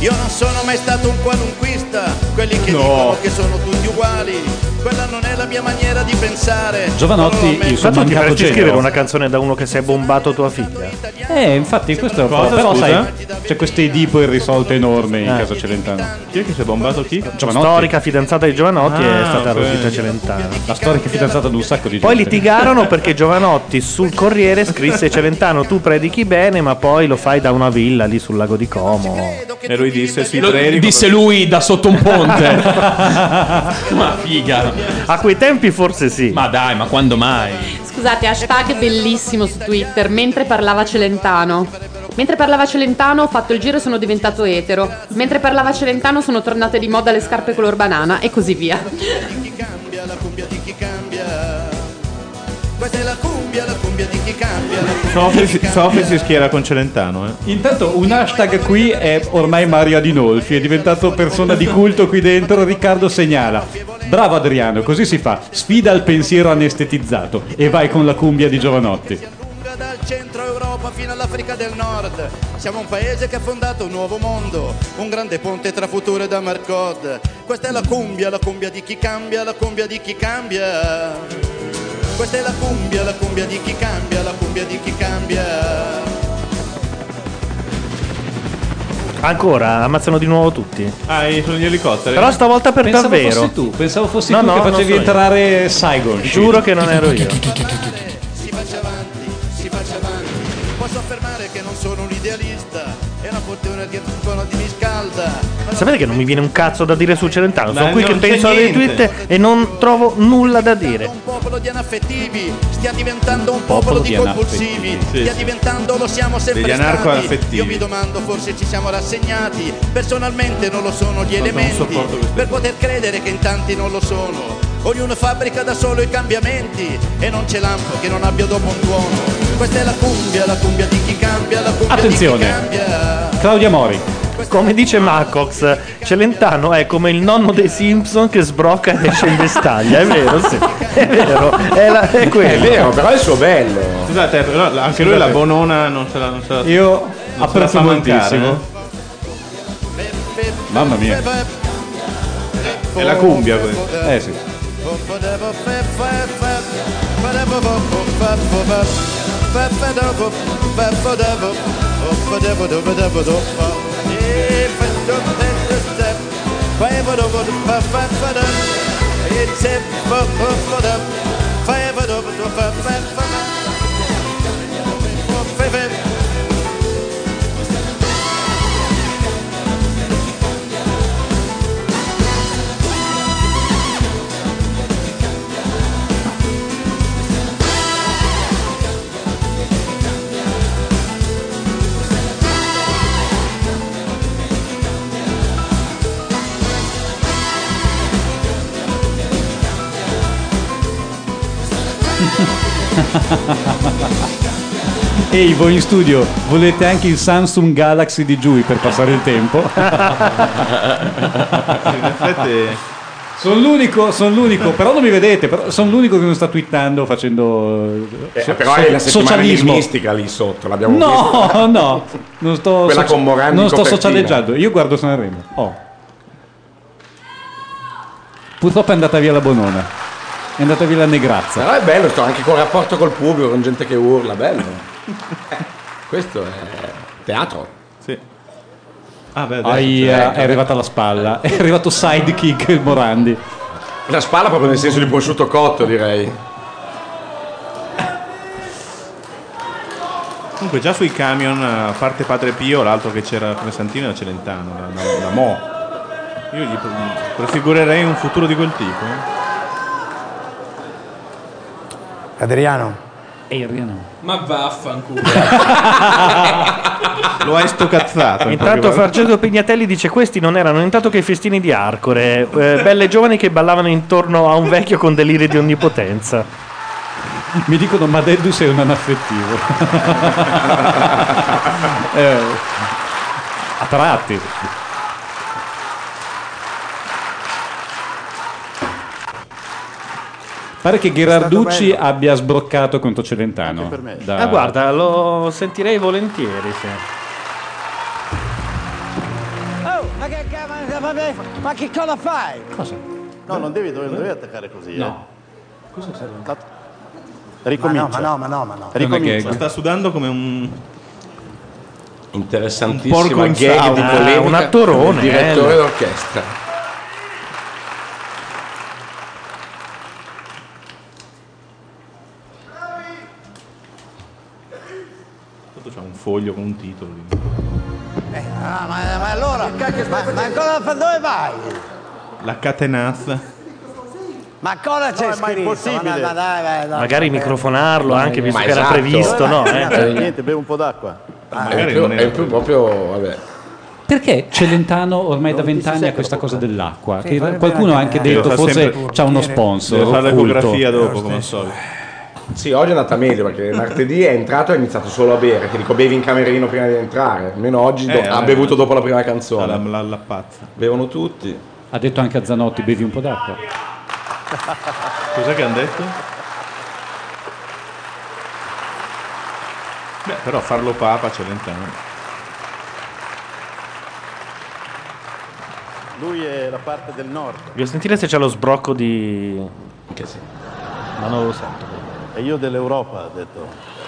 Io non sono mai stato un qualunquista, quelli che No. dicono che sono tutti uguali. Quella non è la mia maniera di pensare. Giovanotti, il suo Ma tu ti mancato faresti genero. scrivere una canzone da uno che si è bombato tua figlia? Eh, infatti questo è un po'. Cosa, Però scusa? sai, c'è queste Edipo irrisolte enorme in Eh. casa Celentano. Chi è che si è bombato chi? Giovanotti. Storica fidanzata di Giovanotti Ah, è stata ok. Rosita Celentano. La storica fidanzata di un sacco di Poi gente. litigarono perché Giovanotti sul Corriere scrisse: Celentano, tu predichi bene, ma poi lo fai da una villa lì sul lago di Como. E lui disse: sì, Lo- predico. disse lui da sotto un ponte. Ma figa. A quei tempi forse sì. Ma dai, ma quando mai? Scusate, hashtag bellissimo su Twitter, mentre parlava Celentano. Mentre parlava Celentano ho fatto il giro e sono diventato etero. Mentre parlava Celentano sono tornate di moda le scarpe color banana e così via. La cumbia di chi cambia. Questa è la cumbia, la cumbia di chi cambia. La cumbia Sofri, di chi si- cambia. Sofri si schiera con Celentano, eh. Intanto un hashtag qui è ormai Mario Adinolfi, è diventato persona di culto qui dentro. Riccardo segnala: bravo Adriano, così si fa, sfida il pensiero anestetizzato e vai con la cumbia di Giovanotti. Dal centro Europa fino all'Africa del Nord. Siamo un paese che ha fondato un nuovo mondo, un grande ponte tra futuro ed Amarcord. Questa è la cumbia, la cumbia di chi cambia, la cumbia di chi cambia. Questa è la cumbia, la cumbia di chi cambia, la cumbia di chi cambia. Ancora, ammazzano di nuovo tutti. Ah, e sono gli elicotteri. Però stavolta per Pensavo davvero. fossi tu, pensavo fossi No, tu no, che non facevi sono io. entrare Saigon. Giuro che non ero io. Si faccia avanti, si faccia avanti. Posso affermare che non sono un idealista, è una fortuna che ancora ti riscalda. Sapete che non mi viene un cazzo da dire su Celentano? Sono Ma qui che non c'è penso alle niente. tweet e non trovo nulla da dire. Un popolo di anaffettivi, stia diventando un popolo popolo di di compulsivi, anaffettivi. stia Sì. diventando, lo siamo sempre Degli stati. anarco-affettivi. Io mi domando, forse ci siamo rassegnati, personalmente non lo sono gli non elementi, sopporto queste per poter credere che in tanti non lo sono. Ognuno fabbrica da solo i cambiamenti e non c'è lampo che non abbia dopo un tuono. Questa è la cumbia, la cumbia di chi cambia, la cumbia Attenzione. di chi cambia. Claudia Mori. Come dice Macox, Celentano è come il nonno dei Simpson che sbrocca e esce in vestaglia. È vero, sì. È vero, è, la, è quello. È vero, però è il suo bello. Scusate, però anche lui la bonona non se la, non se la Io non se la apprezzo fa mancare, moltissimo. eh. Mamma mia. È la cumbia questa. Eh sì. Ehi, voi in studio, volete anche il Samsung Galaxy di Giui per passare il tempo? In effetti Sono l'unico, sono l'unico, però non mi vedete, però sono l'unico che non sta twittando facendo Eh, so- però so- è la settimana socialismo. enigmistica lì sotto, l'abbiamo No, vista. no, non sto, Quella socia- con Morandi non in sto copertina. socialeggiando, io guardo Sanremo. Oh. Purtroppo è andata via la Bonona, è andata via la Negrazza. Però è bello, sto anche con rapporto col pubblico, con gente che urla, bello. Eh, questo è teatro. Sì. Ah, beh, adesso Aia, c'è- è arrivata la spalla, è arrivato sidekick il Morandi. La spalla proprio nel senso di prosciutto cotto, direi. Comunque già sui camion, a parte Padre Pio, l'altro che c'era come Santino era Celentano, da, da, da Mo. Io gli prefigurerei un futuro di quel tipo. eh. Adriano. Ehi Adriano. Ma vaffanculo. Lo hai stocazzato. in Intanto poche parole. Francesco Pignatelli dice: questi non erano nient'altro che i festini di Arcore, eh, belle giovani che ballavano intorno a un vecchio con deliri di onnipotenza. Mi dicono Madeddus è un anaffettivo. eh, a tratti. Pare che Gherarducci bello. abbia sbroccato contro Celentano. Anche per me. Da- Ah, guarda, lo sentirei volentieri. Sì. ma, ma che cosa fai? Cosa? No, non devi, non devi attaccare così. No. Eh. Cosa serve? Ricomincia. Ma no, ma no, ma no. Ricomincia. Ma sta sudando come un... Interessantissima Un porco in gag sauna. di polemica un attorone, del direttore eh. d'orchestra. Sotto c'è un foglio con un titolo. Eh, ah, ma, ma allora, ma, ma cosa fa? Dove vai? La catenazza. Ma cosa c'è No, ma è scritto? impossibile. Ma, ma dai, vai, dai. Magari microfonarlo anche, visto Ma che era esatto. previsto, no? Eh? Eh, niente, bevi un po' d'acqua. Ah, è più, è più proprio, vabbè. Perché Celentano ormai da vent'anni ha questa cosa dell'acqua? Sì, Che farebbe qualcuno ha anche- anche Deve detto, far forse sempre- c'ha uno sponsor. Deve fare occulto. l'ecografia dopo, come al solito. Sì, oggi è andata meglio perché martedì è entrato e ha iniziato solo a bere. Che dico, bevi in camerino prima di entrare. Almeno oggi do- Eh, ha eh, bevuto dopo la prima canzone. La, la, la pazza. Bevono tutti. Ha detto anche a Zanotti, bevi un po' d'acqua. Cos'è che hanno detto? Beh, però farlo papa Celentano. Lui è la parte del nord. Voglio sentire se c'è lo sbrocco di... Che sì. Ma non lo sento. E io dell'Europa, ha detto.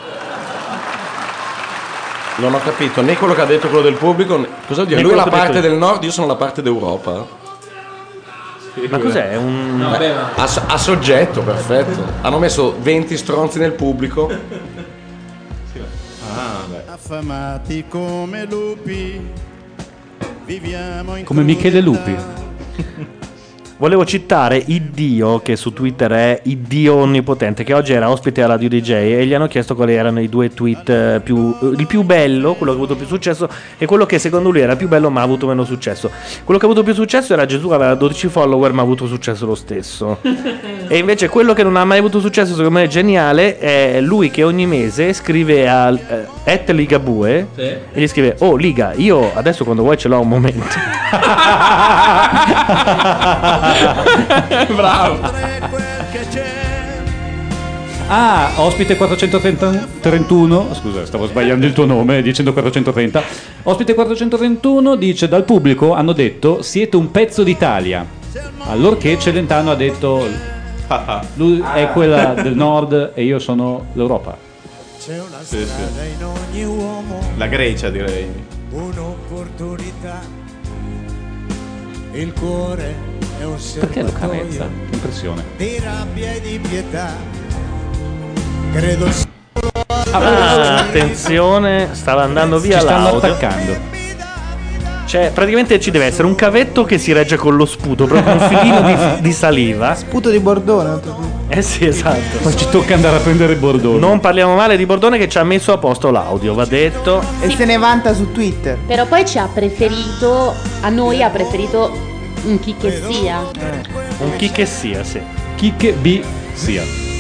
Non ho capito né quello che ha detto quello del pubblico. né- Cosa vuol dire? Né Lui è la quello che ho parte detto del nord, io sono la parte d'Europa. Ma cos'è? È un... Beh, a, so- a soggetto, perfetto. Hanno messo venti stronzi nel pubblico. Ah, beh. Affamati come lupi, viviamo in Come Michele Lupi. Volevo citare Iddio, che su Twitter è Iddio Onnipotente, che oggi era ospite a Radio D J e gli hanno chiesto quali erano i due tweet eh, più... eh, il più bello, quello che ha avuto più successo, e quello che secondo lui era più bello ma ha avuto meno successo. Quello che ha avuto più successo era Gesù, che aveva dodici follower ma ha avuto successo lo stesso. E invece quello che non ha mai avuto successo, secondo me è geniale, è lui che ogni mese scrive a eh, at Ligabue Sì. e gli scrive: oh Liga, io adesso quando vuoi ce l'ho un momento. Bravo. Ah, ospite quattrocentotrentuno, scusa, stavo sbagliando il tuo nome dicendo quattrocentotrenta. Ospite quattrocentotrentuno dice: dal pubblico hanno detto siete un pezzo d'Italia. Allorché Celentano ha detto lui è quella del nord e io sono l'Europa. C'è una Sì, sì. strada in ogni uomo, La Grecia, direi. un'opportunità. Il cuore è un Perché lo carezza? serbatoio Che impressione. di rabbia e di pietà. Credo solo Ah, attenzione, stava andando via Ci stanno l'audio. attaccando. Cioè, praticamente ci deve essere un cavetto che si regge con lo sputo, proprio un filino di, di saliva. Sputo di Bordone. Eh sì, esatto. Poi ci tocca andare a prendere il bordone. Non parliamo male di Bordone che ci ha messo a posto l'audio, va detto. E se ne vanta su Twitter. Però poi ci ha preferito, a noi ha preferito un chi che sia. Un chi che sia, sì. Chi che B sia.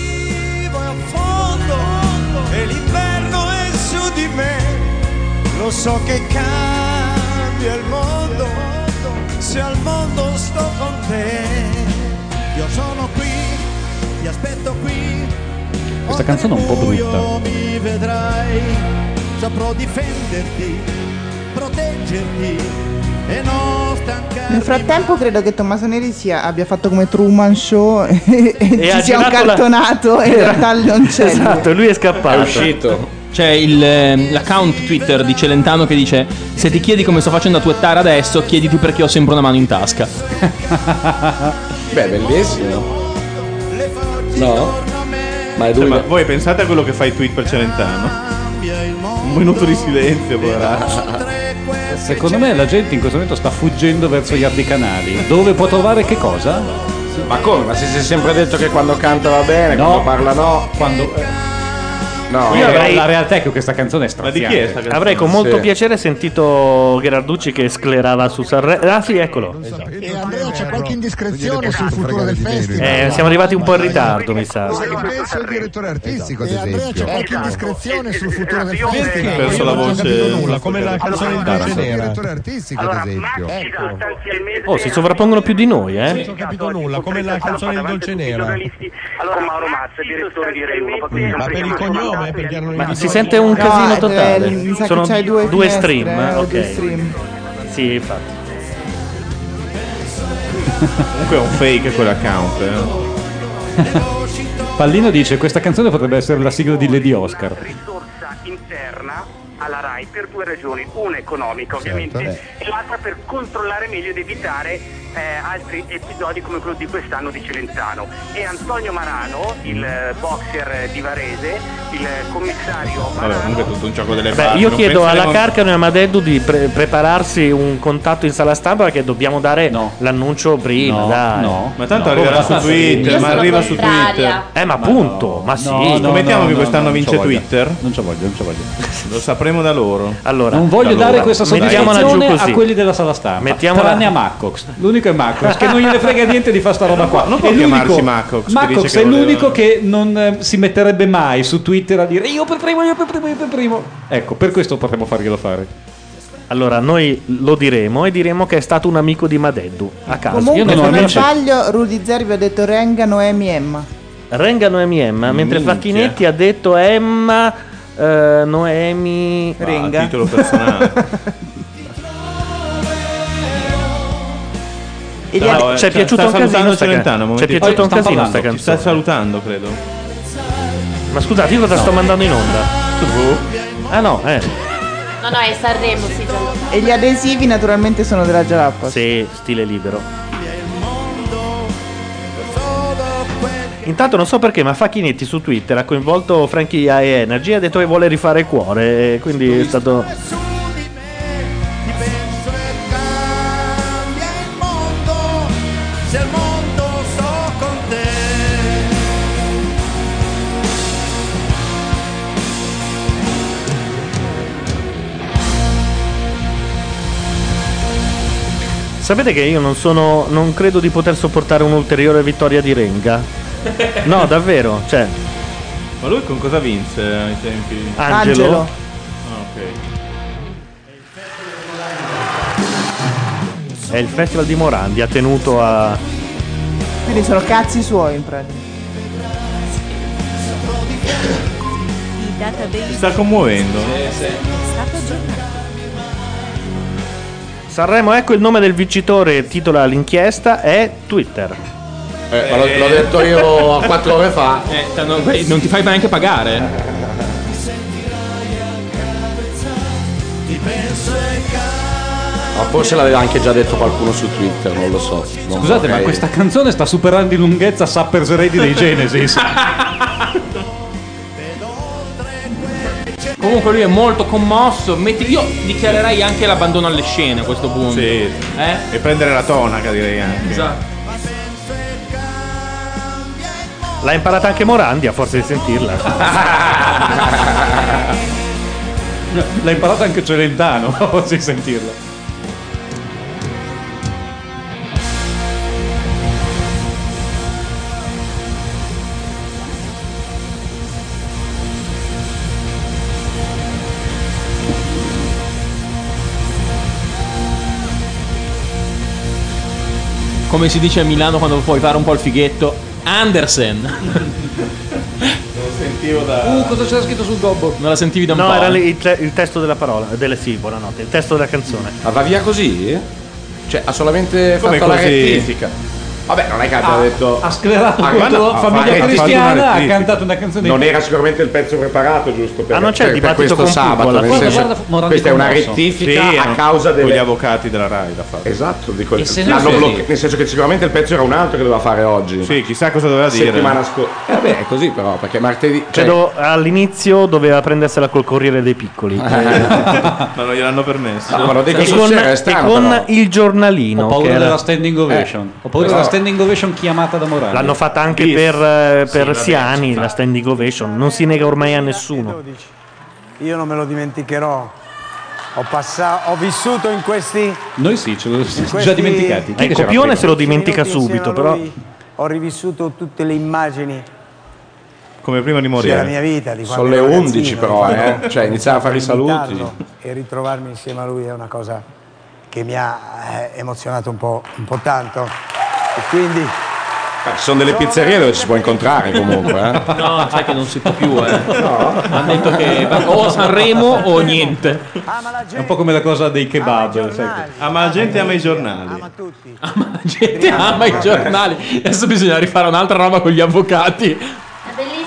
e l'inverno è su di me. Lo so che cambia il mondo, se al mondo sto con te. Io sono qui, ti aspetto qui. Questa canzone è un po' brutta. Mi vedrai, saprò difenderti, proteggerti e non stancarmi. Nel frattempo credo che Tommaso Neri sia, abbia fatto come Truman Show e, E ha ci sia un girato la- cartonato e in realtà non c'è. Esatto, lui è scappato. È uscito. C'è il, ehm, l'account Twitter di Celentano che dice: se ti chiedi come sto facendo a twittare adesso, chiediti perché ho sempre una mano in tasca. Beh, bellissimo. No? Ma è Cioè, lui. ma voi pensate a quello che fa i tweet per Celentano? Un minuto di silenzio, poveraccio. Secondo me la gente in questo momento sta fuggendo verso gli altri canali. Dove può trovare che cosa? Ma come? Ma si si è sempre detto che quando canta va bene, No. quando parla no. Quando. eh, No. Io avrei- La realtà è che questa canzone è Ma di straziante. chi è sta canzone? Avrei con molto Sì. piacere sentito Gherarducci che sclerava su Sanremo. Ah sì, eccolo. E Andrea, c'è qualche indiscrezione sul futuro del festival? Eh, siamo arrivati un po' in ritardo, mi sa. Cosa ne pensa il direttore artistico, ad E Andrea, esempio? c'è qualche indiscrezione sul futuro del festival? Perso la Non ho voce. capito nulla, come la Allora, canzone di allora, Dolce il Nera. direttore artistico, ad esempio. Oh, si sovrappongono più di noi, eh. Non ho capito nulla, come la canzone di Dolce Nera. Allora Mauro Mazza, direttore di Rai uno. Ma per il cognome, perché erano Ma i si sente un casino No, totale. eh, mi sa che Sono c'hai due due finestre, stream, eh, ok. due stream. Sì, infatti. Comunque è un fake quell'account. Eh. Pallino dice questa canzone potrebbe essere la sigla di Lady Oscar. Risorsa interna alla RAI per due ragioni, una economica ovviamente Certo. e l'altra per controllare meglio ed evitare eh, altri episodi come quello di quest'anno di Celentano. E Antonio Marano, il eh, boxer di Varese, il commissario Vabbè, comunque è tutto un gioco delle Beh, parti. io non chiedo penso alla che- Carcano e a Madeddu di pre- prepararsi un contatto in sala stampa perché dobbiamo dare l'annuncio prima. No, dai. no. Ma tanto arriverà su Twitter, ma arriva su Twitter. Eh, ma appunto, ma sì. No, Scommettiamo che quest'anno vince Twitter? Non ci voglio, non ci voglio. Lo sapremo da loro. Allora, Non voglio da dare loro. questa Mettiamola giù soddisfazione così. a quelli della sala stampa. Mettiamola- Tranne a Maccox. L'unico è Maccox, che non gliene frega niente di fare sta roba qua. Non può È l'unico- chiamarsi Maccox, che Maccox dice che è voleva- l'unico che non eh, si metterebbe mai su Twitter a dire io per primo, io per primo, io per primo. Ecco, per questo potremmo farglielo fare. Allora, noi lo diremo e diremo che è stato un amico di Madeddu. A caso. Comunque, se non sbaglio, Rudy Zeri vi ha detto Renga, Noemi, Emma. Renga Noemi Emma, mentre Minchia. Facchinetti ha detto Emma, eh, Noemi, Renga. a titolo personale. E gli ha- ci è piaciuto un casino sta Celentano, ca- ci è piaciuto un casino sta Ti sta canzone. salutando, credo. Ma scusate, io cosa sto mandando in onda? Ah no, eh. No, no, è Sanremo, sì, già. E gli adesivi naturalmente sono della Jalapas. Sì, stile libero. Intanto non so perché, ma Facchinetti su Twitter ha coinvolto Frankie A E Energy e ha detto che vuole rifare il cuore. E quindi è stato. Se al mondo sto con te. Sapete che io non sono. Non credo di poter sopportare un'ulteriore vittoria di Renga. No, davvero. Cioè, Ma lui con cosa vinse ai tempi? Angelo. Ah, ok. È il festival di Morandi, ha tenuto a. Quindi sono cazzi suoi in pratica. Il database Si sta commuovendo. è stato aggiornato. Sanremo, ecco il nome del vincitore, titola l'inchiesta, è Twitter. Eh, ma l'ho, l'ho detto io quattro ore fa. Eh, non, non ti fai neanche pagare. Ma forse l'aveva anche già detto qualcuno su Twitter, non lo so. Non Scusate, ma vorrei- questa canzone sta superando in lunghezza Supper's Ready dei Genesis. Comunque lui è molto commosso. Metti- io dichiarerei anche l'abbandono alle scene a questo punto. Sì. Eh? E prendere la tonaca, direi anche. Esatto. L'ha imparata anche Morandi, a forza di sentirla. L'ha imparata anche Celentano, a forza di sentirla. Come si dice a Milano quando puoi fare un po' il fighetto, Andersen. Lo sentivo da. Uh, cosa c'era scritto sul gobbo? Non la sentivi da un No, po'. era eh? lì il, te- il testo della parola, delle sì, buonanotte, il testo della canzone. Ma va via così? Cioè, ha solamente Come fatto la così? rettifica. Vabbè, non è che abbia Ha- detto. ha sclerato Ah, contro ma no, Famiglia ha fatto Cristiana, una ha rettifica. cantato una canzone. Non era sicuramente il pezzo preparato, giusto? Per, Ah, non c'è il per- per dibattito questo con sabato. Cubo, Nel guarda, senso, guarda, Morandi questa è una commosso. rettifica Sì, a no, causa con gli delle. avvocati della RAI l'ha fatto. Esatto, dico, E se l'hanno no- bloccato, nel senso che sicuramente il pezzo era un altro che doveva fare oggi. Sì, chissà cosa doveva dire. Settimana scorsa. Eh, vabbè, è così però, perché martedì. Cioè, Credo all'inizio doveva prendersela col Corriere dei Piccoli. Ma non gliel'hanno permesso. No, ma l'ho detto e sul con, serio, è e strano, con però. il giornalino. Ho paura che era- della standing ovation. Ho paura no. della standing ovation chiamata da Morandi. L'hanno fatta anche Bis. per, eh, per vabbè, Siani, si fa. la standing ovation. Non si nega ormai a nessuno. Io non me lo dimenticherò. Ho, passato, ho vissuto in questi. Noi sì, ce lo siamo questi già dimenticati. Chi Eh, che c'era Copione prima? se lo dimentica minuti insieme subito, a però. lui Ho rivissuto tutte le immagini Come prima di morire. della mia vita. Di quando Sono le ero undici ragazzino, però, di eh. quando- Cioè, iniziare a fare i saluti. invitarlo E ritrovarmi insieme a lui è una cosa che mi ha eh, emozionato un po', un po' tanto. E quindi Ci sono delle pizzerie dove ci si può incontrare comunque. Eh? No, sai che non si può più, eh. Hanno detto che va- o a Sanremo o niente. È un po' come la cosa dei kebab. sai che- Ama la gente, ama i giornali. La gente ama i giornali. Adesso bisogna rifare un'altra roba con gli avvocati. È bellissima.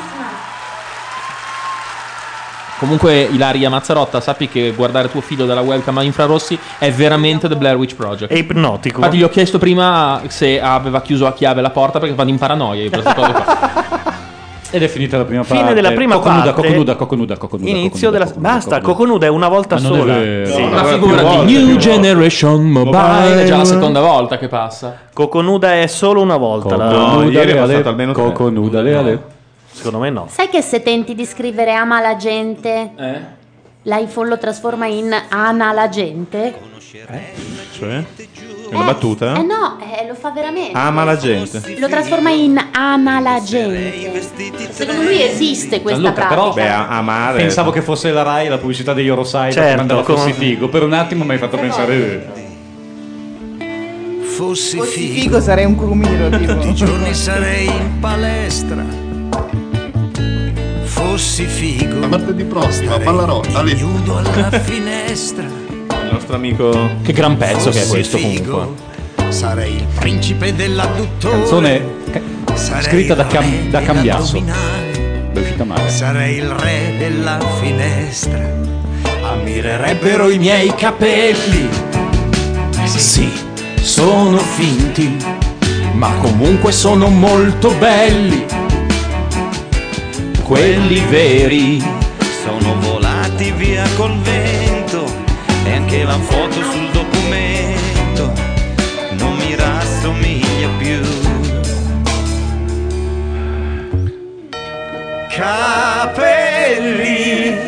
Comunque, Ilaria Mazzarotta, sappi che guardare tuo figlio dalla webcam a infrarossi è veramente The Blair Witch Project. È ipnotico. Infatti, gli ho chiesto prima se aveva chiuso a chiave la porta perché vado in paranoia io per queste cose qua. Ed è finita la prima parte. Fine della prima Coconuda, parte. Coconuda, coconuda, coconuda. Inizio coconuda, della. Basta, Coconuda è una volta Ma non è sola. vero. Sì. Una figura di New Generation Mobile. È già la seconda volta che passa. Coconuda è solo una volta. la- Coconuda, le ale, Coconuda, le ale. Secondo me no. Sai che se tenti di scrivere ama la gente, Eh? l'iPhone lo trasforma in ana la gente? Cioè? È una battuta? Eh no, eh, lo fa veramente. Ama la gente. Lo trasforma in ama la gente. Secondo lui esiste questa Gianluca, pratica. però Beh, a- amare. pensavo che fosse la Rai, la pubblicità degli Eurosai Certo, che mandava come- Fossi Figo. Per un attimo mi hai fatto pensare. eh. Fossi Fossi figo, figo sarei un crumiro tipo. tutti i giorni sarei in palestra. Fossi figo, La martedì prossima, Ballarotta, lì. nudo alla finestra. Il nostro amico. Che gran pezzo che è Fossi questo figo, comunque. sarei il principe dell'adduttore. Canzone ca- Sarei scritta da, il Cam- re da Cambiasso. dell'addominale. È uscita male. Sarei il re della finestra. Ammirerebbero i miei capelli. Sì, sono finti, ma comunque sono molto belli. Quelli veri Sono volati via col vento e anche la foto sul documento non mi rassomiglia più. Capelli,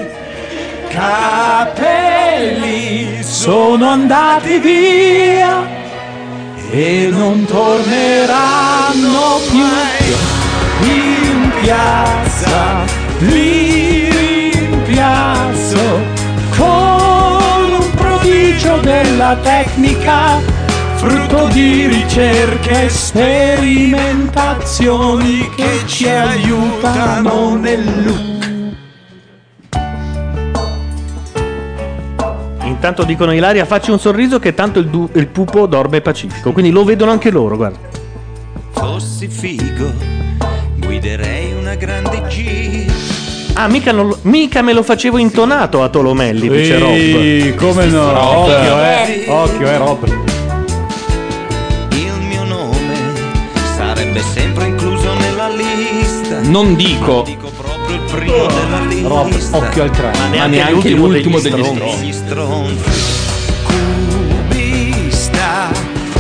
capelli sono andati via e non torneranno più. in piazza, li rimpiazzo con un prodigio della tecnica, frutto di ricerche e sperimentazioni che ci aiutano nel look. Intanto dicono Ilaria, facci un sorriso che tanto il, du- il pupo dorme pacifico. Quindi lo vedono anche loro, guarda. Fossi figo, guiderei una grande Jeep. Ah, mica, non lo- mica me lo facevo intonato a Tolomelli, dice Rob. Sì, come no? Occhio, eh. Occhio, eh, Rob. Il mio nome sarebbe sempre incluso nella lista. Non dico. Dico proprio il primo della lista. Rob, occhio al treno. Ma neanche l'ultimo degli Degli stronzi. stronzi. Cubista,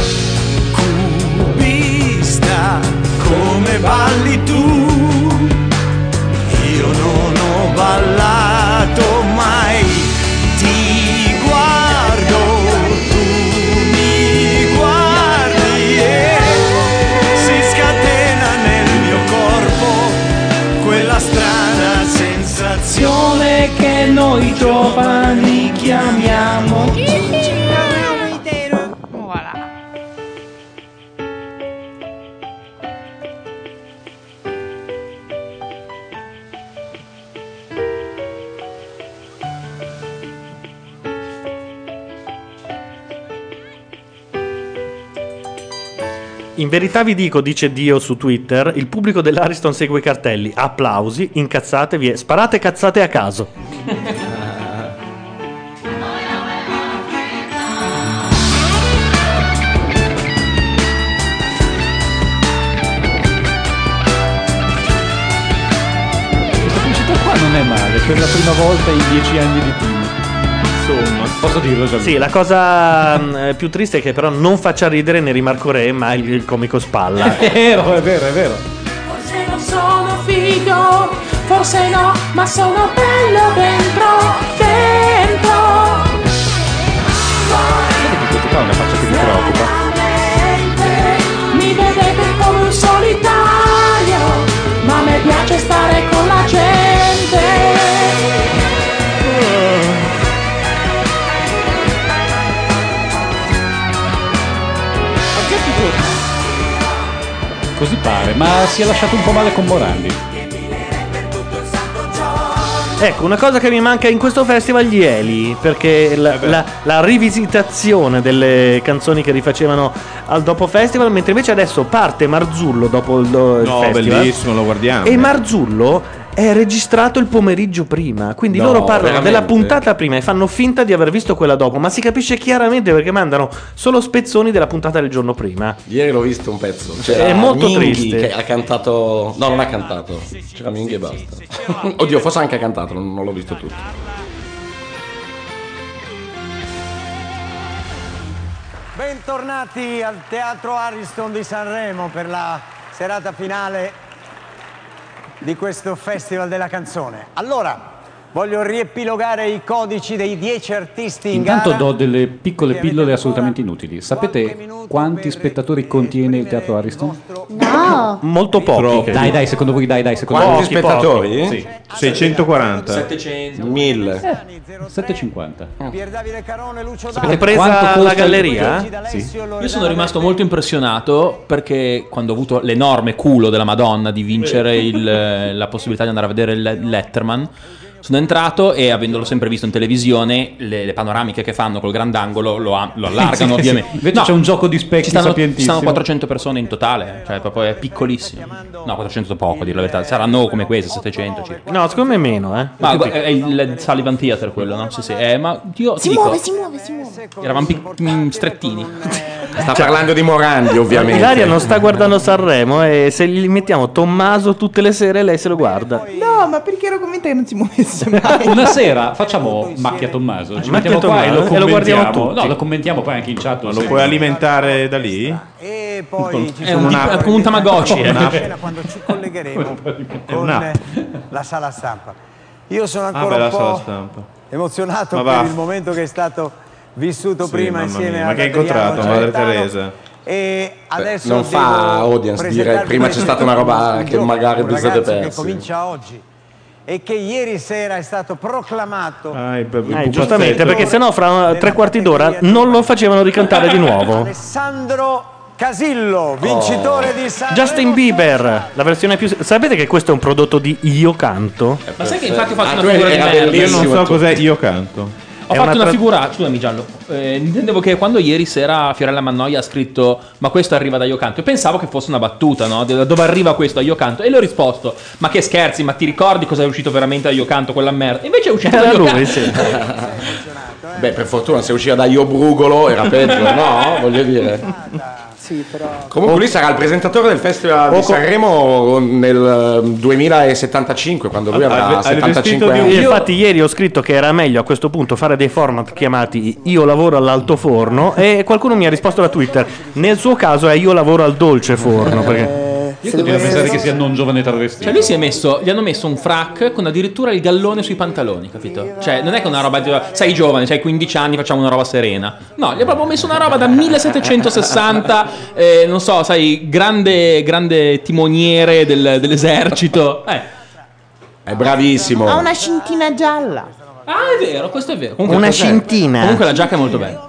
cubista, Come balli tu? Io non ho ballato mai. Ti guardo, tu mi guardi e si scatena nel mio corpo quella strana sensazione che noi giovani chiamiamo. In verità vi dico, dice Dio su Twitter, il pubblico dell'Ariston segue i cartelli, applausi, incazzatevi e sparate cazzate a caso. Questa pubblicità qua non è male, per la prima volta in dieci anni di team. Insomma, posso dirlo già. Sì, la cosa mh, più triste è che però non faccia ridere Neri Marco Re, ma il, il comico Spalla. È vero, è vero, è vero. Forse non sono figo, forse no, ma sono bello dentro, dentro. Questo qua è una faccia che mi preoccupa. Mi vedete come un solitario, ma a me piace stare con la gente. Così parla. ma si è lasciato un po' male con Morandi. Ecco, una cosa che mi manca in questo festival, gli Eli, perché la, la, la rivisitazione delle canzoni che rifacevano al dopo festival, mentre invece adesso parte Marzullo dopo il, il No, festival. bellissimo, lo guardiamo. E Marzullo è registrato il pomeriggio prima, quindi No, loro parlano veramente? della puntata prima e fanno finta di aver visto quella dopo, ma si capisce chiaramente perché mandano solo spezzoni della puntata del giorno prima. Ieri l'ho visto un pezzo. È molto Minghi triste. che ha cantato. No, non ha cantato. C'era Minghi e basta. Oddio, forse anche ha cantato, non, non l'ho visto tutto. Bentornati al Teatro Ariston di Sanremo per la serata finale di questo Festival della Canzone. Allora, voglio riepilogare i codici dei dieci artisti in Intanto gara. do delle piccole pillole assolutamente inutili. Sapete quanti spettatori contiene il Teatro Ariston? No. Molto pochi. Dai, dai, secondo voi, dai, dai, secondo Quanti voi. spettatori? Sì. seicentoquaranta. settecento. mille. settecentocinquanta. Pier Davide Carone, Lucio Sapete Compresa quanto la costa il- galleria? Sì. Io sono rimasto molto impressionato perché quando ho avuto l'enorme culo della Madonna di vincere il- la possibilità di andare a vedere il Letterman, sono entrato e avendolo sempre visto in televisione, le, le panoramiche che fanno col grandangolo lo, a- lo allargano Sì, sì. ovviamente. Invece c'è un gioco di specchi ci stanno, ci sapientissimo. stanno quattrocento persone in totale, cioè proprio è piccolissimo. No, quattrocento è poco, a dire la verità. Saranno come queste, settecento circa. No, secondo me meno, eh. Ma gu- è il Sullivan Theater quello, no? Sì, sì. Eh, ma io ti Si dico, muove, si muove, si muove. eravamo pic- mm, strettini. Sta parlando di Morandi, ovviamente. Ilaria non sta guardando Sanremo e se gli mettiamo Tommaso tutte le sere lei se lo guarda. No, ma perché ero convinta che non si muovesse mai. Una sera facciamo Macchia Tommaso, ci Macchia mettiamo qua e lo Tommaso, e lo guardiamo commentiamo. tutti. No, lo commentiamo poi anche in chat. Ma lo puoi alimentare da lì? E poi ci È sono un, un'app. è come un Tamagotchi. eh. Appena quando ci collegheremo con un'app. la sala stampa. Io sono Ah, ancora beh, la un sala po' stampa. emozionato Ma per va. il momento che è stato vissuto Sì, prima mamma insieme mia, a ma che hai incontrato Madre Teresa? E adesso non fa devo audience dire presentarvi prima c'è stata una roba un che giovane, magari un vi siete ragazzo che persi. comincia oggi e che ieri sera è stato proclamato Ah, il, il Eh, giustamente, perché sennò fra tre quarti d'ora non lo facevano ricantare di nuovo. Alessandro Casillo, vincitore di Sanremo. Justin Bieber, la versione più. Sapete che questo è un prodotto di Io Canto? Ma sai che infatti ho fatto Ah, una tu figura di era merda? Io bellissimo. non so tu. cos'è Io Canto. Ho È fatto una una, tra- figura, scusami Giallo, eh, intendevo che quando ieri sera Fiorella Mannoia ha scritto ma questo arriva da Io Canto, io pensavo che fosse una battuta, no? Da dove arriva questo a Io Canto? E le ho risposto, ma che scherzi, ma ti ricordi cosa è uscito veramente da Io Canto, quella merda? Invece è uscito da Era Io lui, Canto. sì. Beh, per fortuna se usciva da Io Brugolo era peggio, no? Voglio dire. Sì, però. Comunque lui sarà il presentatore del Festival O di co- Sanremo nel eh, duemilasettantacinque, quando lui Ah, avrà hai- hai settantacinque vestito di- anni. Io infatti ieri ho scritto che era meglio a questo punto fare dei format chiamati Io lavoro all'alto forno e qualcuno mi ha risposto da Twitter. Nel suo caso è Io lavoro al dolce forno. Perché... Io continuo a pensare che sia non giovane travestito. Cioè lui si è messo, gli hanno messo un frac con addirittura il gallone sui pantaloni, capito? Cioè non è che una roba di, sei giovane, sei quindici anni, facciamo una roba serena. No, gli ha proprio messo una roba da millesettecentosessanta, eh, non so, sai, grande, grande timoniere del- dell'esercito. Eh. È bravissimo. Ha una scintina gialla. Ah, è vero, questo è vero. Comunque, Una cos'è? scintina. Comunque la giacca è molto bella.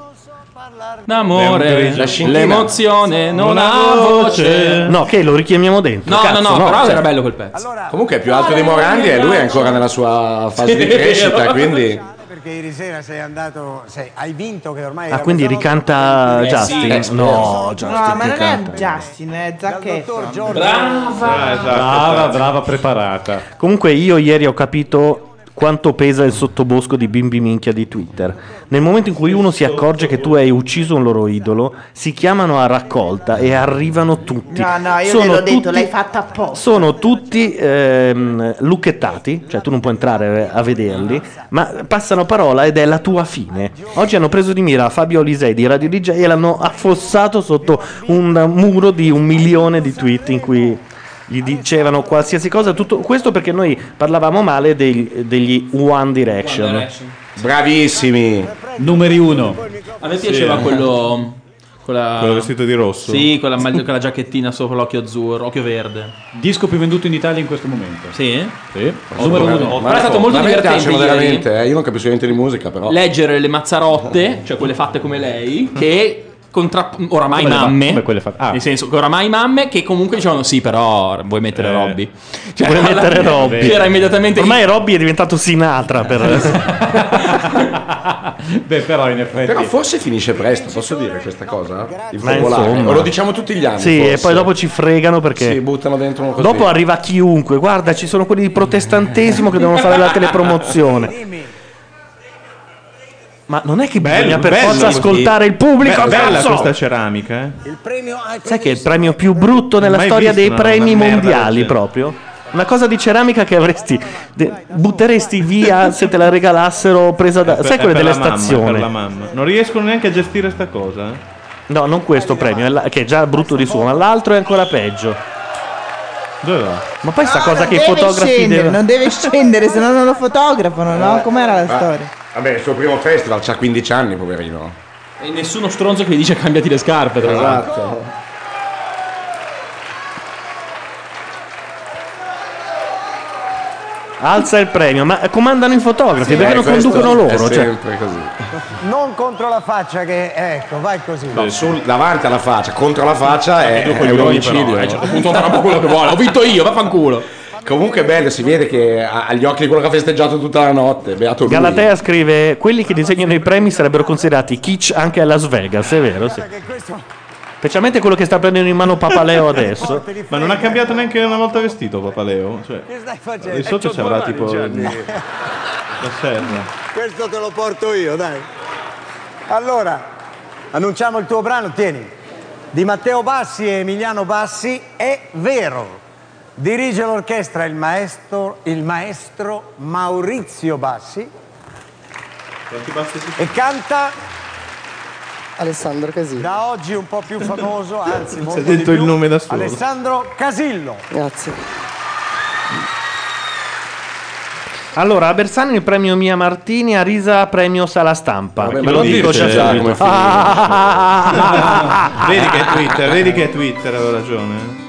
L'amore, La scintina. l'emozione non ha voce. No, che lo richiamiamo dentro. No, Cazzo, no, no, però cioè- era bello quel pezzo. Comunque è più alto di Morandi e lui è ancora nella sua fase di Sì, è crescita, vero. quindi Perché ieri sera sei andato, sei, hai vinto che ormai Ah, era quindi mezzanotte. ricanta Eh, Justin? sì, no, Justin. No, ma che non canta. è Justin, è Zac Dal dottor Efron. Giorgio Brava. Ah, esatto, Brava, esatto. brava, preparata. Comunque io ieri ho capito quanto pesa il sottobosco di bimbi minchia di Twitter. Nel momento in cui uno si accorge che tu hai ucciso un loro idolo, si chiamano a raccolta e arrivano tutti. No, no, io Sono gliel'ho detto, tutti- l'hai fatta apposta. Sono tutti ehm, lucchettati, cioè tu non puoi entrare a vederli, ma passano parola ed è la tua fine. Oggi hanno preso di mira Fabio Lisei di Radio D J e l'hanno affossato sotto un muro di un milione di tweet in cui gli dicevano qualsiasi cosa, tutto questo perché noi parlavamo male dei- degli One Direction. bravissimi. Numeri uno. A me piaceva quello. Quella... Quello vestito di rosso? Sì, quella, mag- quella giacchettina sopra l'occhio azzurro, occhio verde. Disco più venduto in Italia in questo momento. Sì? Sì. Numero uno. Però è stato molto Ma a me divertente piacciono ieri veramente, eh, io non capisco niente di musica, però. leggere le mazzarotte, cioè quelle fatte come lei, che contra- oramai Come le va- mamme, come quelle fa- ah. nel senso che oramai mamme che comunque dicevano sì, però vuoi mettere Eh. Robby. Vuoi alla- mettere Robby? C'era immediatamente Ormai Robby è diventato Sinatra per... Beh, però in effetti. Però forse finisce presto, posso dire questa cosa? Il Ma focolare. insomma. O lo diciamo tutti gli anni. Sì, forse. e poi dopo ci fregano perché... Sì, buttano dentro uno così. Dopo arriva chiunque, guarda, ci sono quelli di protestantesimo che devono fare la telepromozione. Ma non è che bisogna per bello forza così. ascoltare il pubblico, Be- bella cazzo! questa ceramica, eh. Il premio ai Sai che è il premio più brutto nella Mai storia visto dei una- premi una merda del mondiali genere. proprio? Una cosa di ceramica che avresti de- butteresti via se te la regalassero presa da... Per- sai è quelle per delle la mamma, stazioni? per la mamma. Non riescono neanche a gestire sta cosa, eh. No, non questo premio, è la- che è già brutto di suo, ma l'altro è ancora peggio. Dove va? Ma poi sta Ah, cosa non che i deve fotografi scendere, devono... non deve scendere, se no non lo fotografano, no? Com'era la Ah, storia? Vabbè, il suo primo festival c'ha quindici anni, poverino. E nessuno stronzo che gli dice cambiati le scarpe, tra l'altro. Esatto. Alza il premio, ma comandano i fotografi, Sì, perché eh, non questo conducono è loro? Cioè. sempre così. Non contro la faccia che... Ecco, vai così. No, sul- davanti alla faccia, contro la faccia è, due è coglioni, un omicidio. però, eh, a un certo punto farà un po' quello che vuole. Ho vinto io, vaffanculo. Comunque è bello, si vede che ha ha gli occhi di quello che ha festeggiato tutta la notte. Beato lui. Galatea scrive: quelli che disegnano i premi sarebbero considerati kitsch anche a Las Vegas, è vero? Sì. Specialmente quello che sta prendendo in mano Papaleo adesso. Ma non ha cambiato neanche una volta vestito Papaleo? Cioè, Che stai facendo? di sotto Eh, ci avrà c'ho tipo due il- mani, la serra. Questo te lo porto io, dai. Allora, annunciamo il tuo brano, tieni. Di Matteo Bassi e Emiliano Bassi, È vero. Dirige l'orchestra il maestro, il maestro Maurizio Bassi Quanti bassi si e canta Alessandro Casillo. da oggi un po' più famoso, anzi molto Si è detto di il più, nome da solo. Alessandro Casillo. Grazie. Allora, a Bersani il premio Mia Martini, a Risa premio Sala Stampa. Vabbè, Me ma lo non dico dice già già subito. come finire. Ah, Vedi che è Twitter, vedi che è Twitter, avevo ragione.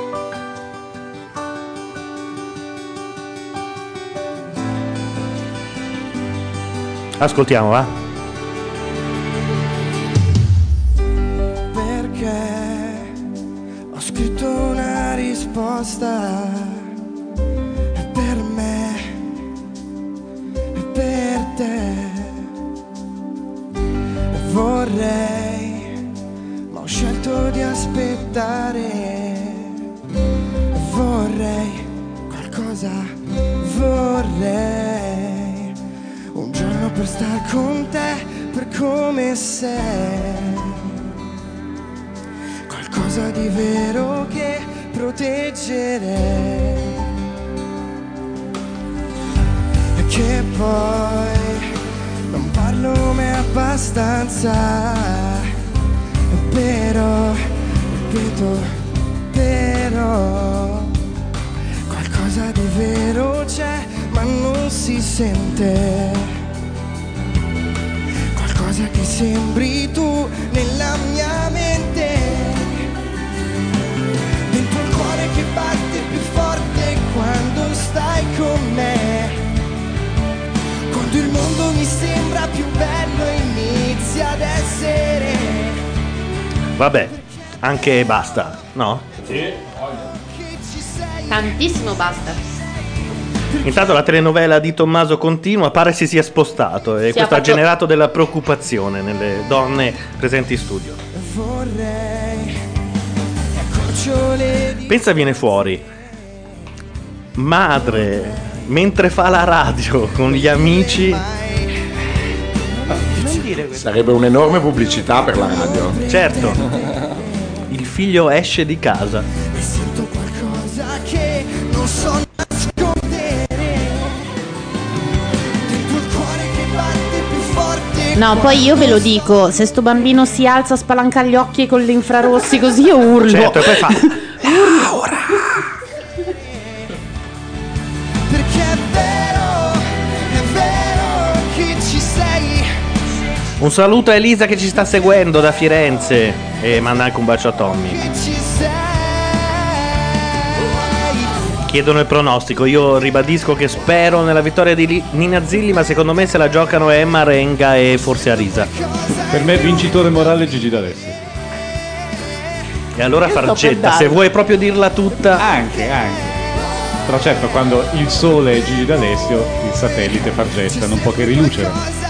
Ascoltiamo, va. Perché ho scritto una risposta è per me, è per te. E vorrei, ma ho scelto di aspettare. E vorrei qualcosa, vorrei un giorno per star con te, per come sei. Qualcosa di vero che proteggerei. E che poi non parlo mai abbastanza. Però, ripeto, però qualcosa di vero c'è, ma non si sente. Qualcosa che sembri tu nella mia mente. Dentro il cuore che batte più forte quando stai con me. Quando il mondo mi sembra più bello e inizia ad essere. Vabbè, anche basta, no? Tantissimo basta. Intanto la telenovela di Tommaso continua, pare si sia spostato e Sì, questo ha ha fatto- generato della preoccupazione nelle donne presenti in studio. Vorrei accorciole di Pensa viene fuori madre mentre fa la radio con gli amici. Sarebbe un'enorme pubblicità per la radio. Certo. Il figlio esce di casa. sento qualcosa che non so nascondere. Dentro il cuore che batte più forte. No, poi io ve lo dico, se sto bambino si alza, spalanca gli occhi con gli infrarossi così io urlo. Certo, e poi fa Perché è vero, è vero che ci sei. un saluto a Elisa che ci sta seguendo da Firenze e manda anche un bacio a Tommy. Che ci sei. Chiedono il pronostico. Io ribadisco che spero nella vittoria di Li- Nina Zilli, ma secondo me se la giocano Emma, Renga e forse Arisa. Per me vincitore morale Gigi D'Alessio. E allora Io sto per Fargetta, dare. se vuoi proprio dirla tutta. Anche, anche. Però certo, quando il sole è Gigi D'Alessio, il satellite Fargetta non può che rilucere.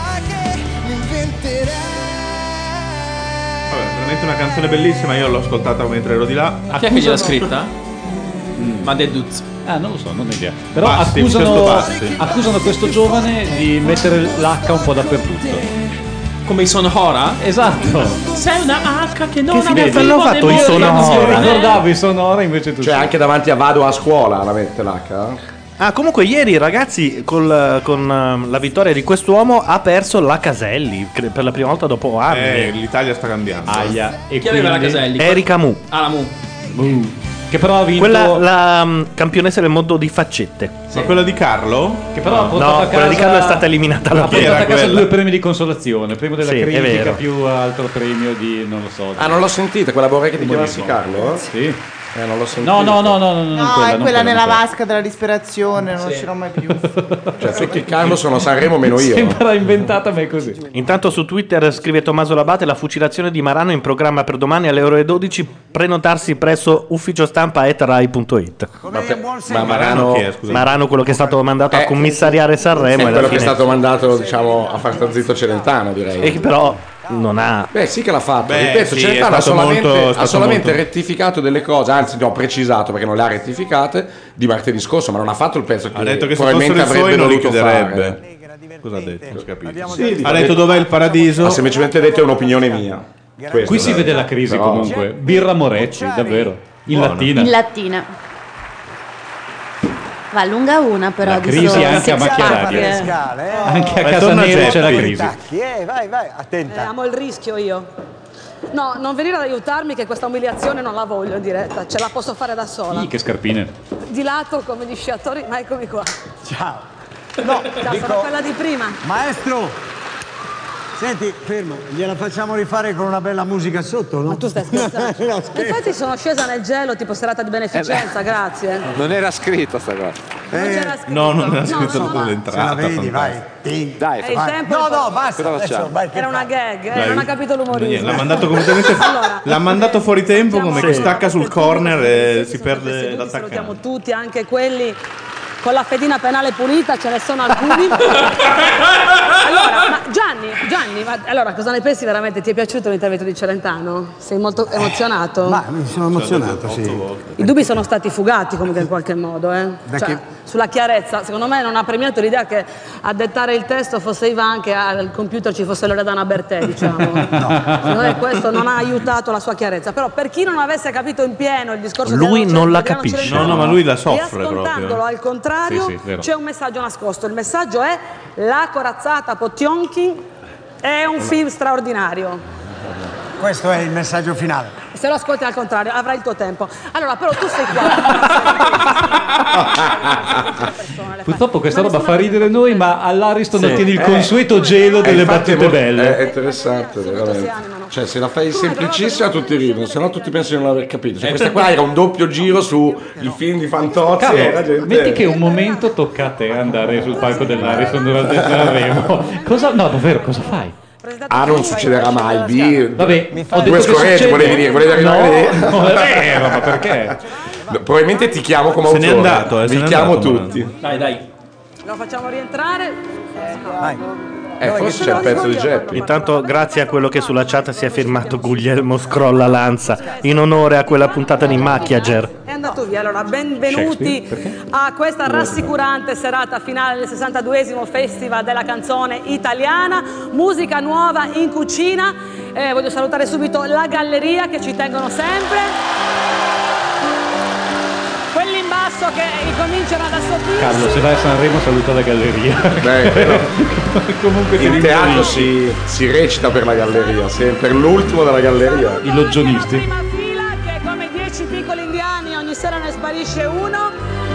Vabbè, veramente una canzone bellissima, io l'ho ascoltata mentre ero di là. Chi è che gliel'ha scritta? Ma De Duz. Ah, non lo so, non ho idea. Però Basti, accusano, piuttosto basti. accusano questo giovane di mettere l'H un po' dappertutto. Come i Sonora? Esatto. Sei una H che non Che ha fine hanno fatto i Sonora? Ricordavo i Sonora, invece tu. Cioè, anche davanti a vado a scuola la mette l'H? Ah, comunque ieri ragazzi col- con eh, la vittoria di quest'uomo ha perso la Caselli cre- per la prima volta dopo anni. Eh, l'Italia sta cambiando. Aia. E Chi aveva la quindi- Caselli? Erika Mu. Ah, la Mu. Mu. Che però ha vinto. Quella la mm, campionessa del mondo di faccette. Ma quella di Carlo? Che però ha No, portato a casa, quella di Carlo è stata eliminata alla Ha fine. portato a casa quella? due premi di consolazione. Primo della Sì, è critica vero. più altro premio di non lo so. Ah, non l'ho sentita, quella vorrei che ti Umorismo. chiamassi Carlo? Sì. Eh, non l'ho sentita. No, no, no, no, no, non No, quella, è non quella non nella quella. vasca della disperazione, non uscirò mai più. Cioè, finché Carlo sono a Sanremo meno io. Sembra inventata me così. Intanto su Twitter scrive Tommaso Labate: la fucilazione di Marano in programma per domani alle ore dodici. Prenotarsi presso ufficio stampa at rai punto it. Ma, per- ma Marano Marano chi è, scusa? Marano, quello che è stato mandato a Eh, commissariare Sanremo, è e alla quello che è fine- stato mandato, diciamo, a far sta zitto Celentano, direi. e che però non ha. Beh, sì che l'ha fatto. Beh, Ripeto, sì, Celentano è ha stato solamente, molto- è ha stato solamente molto- rettificato delle cose, anzi, no, precisato perché non le ha rettificate di martedì scorso, ma non ha fatto il pezzo che Ha detto che se probabilmente fossero i suoi avrebbe non li dovuto chiuderebbe. fare. Cosa ha detto? Non ho capito. Sì, Ha detto dov'è il paradiso? Ha semplicemente detto è un'opinione mia. Questo, Qui si dai. vede la crisi Però- comunque. Birra Morecci, davvero. In Buono. lattina. In lattina. Va lunga una però La di crisi solo. anche a Six macchia pack. d'aria. Le scale, eh. Anche a Beh, casa torna nera c'è la Geppi. crisi. Tacchi, eh, vai, vai, Eh, attenta. amo il rischio io. No, non venire ad aiutarmi che questa umiliazione non la voglio in diretta, ce la posso fare da sola. Ih, che scarpine. Di lato come gli sciatori, ma eccomi qua. Ciao. No, Già, dico, sono quella di prima. maestro, senti, fermo, gliela facciamo rifare con una bella musica sotto, no? Ma tu stai scherzando? No, scherzo. Infatti sono scesa nel gelo, tipo serata di beneficenza, grazie. Non era scritto sta cosa. Non c'era scritto. No, non era No, scritto no, no, dopo no. l'entrata. Se la vedi, vai. fantastico. Ting. Dai, È il Vai. tempo No, di- no, basta. Cosa Adesso facciamo? vai per Era una parte. gag, eh, Dai. non ha capito l'umorismo. L'ha mandato completamente. Allora, L'ha mandato fuori tempo come Sì. chi stacca sul corner e si sono perde presieduti, l'attaccante. salutiamo tutti, anche quelli con la fedina penale pulita, ce ne sono alcuni. Allora, ma Gianni, Gianni, ma allora cosa ne pensi veramente? Ti è piaciuto l'intervento di Celentano? Sei molto emozionato? Ma mi sono emozionato, sì. I dubbi sono stati fugati comunque in qualche modo, eh? Da Cioè, che- sulla chiarezza, secondo me non ha premiato l'idea che a dettare il testo fosse Ivan, che al computer ci fosse Loredana Bertè, diciamo. Secondo me questo non ha aiutato la sua chiarezza. Però per chi non avesse capito in pieno il discorso di Lui Adriano non la Adriano capisce. Celentano, No, no, ma lui la e soffre ascoltandolo proprio. al contrario Sì, sì, vero. c'è un messaggio nascosto. Il messaggio è: la corazzata Potionkin è un film straordinario. Questo è il messaggio finale. Se lo ascolti al contrario avrai il tuo tempo. Allora però tu sei qua. Purtroppo questa roba fa ridere noi, ma all'Ariston Sì. ottieni il Eh. consueto gelo Eh, delle infatti è battute mo- belle. È interessante, veramente. Cioè, se la fai semplicissima tutti ridono, se no tutti pensano di non aver capito. Cioè, questa qua era un doppio giro sui film di Fantozzi Cavolo, e la gente... metti che un momento tocca a te andare sul palco dell'Ariston durante il Sanremo. Cosa, no, davvero, cosa fai? A non succederà mai, B. Vabbè, ho detto due che scorregge, succede. volevi dire, volevi arrivare lì? No, non è vero, ma perché? No, probabilmente ti chiamo come Se n'è autore. andato, eh, se Vi n'è chiamo andato, tutti. Dai, dai. Lo facciamo rientrare. Eh, forse c'è il pezzo di Geppi. Intanto grazie a quello che sulla chat si è firmato Guglielmo Scrolla Lanza in onore a quella puntata di Macchiager. È andato via. Allora, benvenuti a questa rassicurante serata finale del sessantaduesimo Festival della canzone italiana. Musica nuova in cucina. Eh, voglio salutare subito la galleria che ci tengono sempre. Quelli in basso che ricominciano ad assopirsi. Carlo, se vai a Sanremo saluta la galleria. Beh, però Comunque in teatro si, si recita per la galleria, se- per l'ultimo della galleria. I loggionisti. Prima fila che come dieci piccoli indiani ogni sera ne sparisce uno.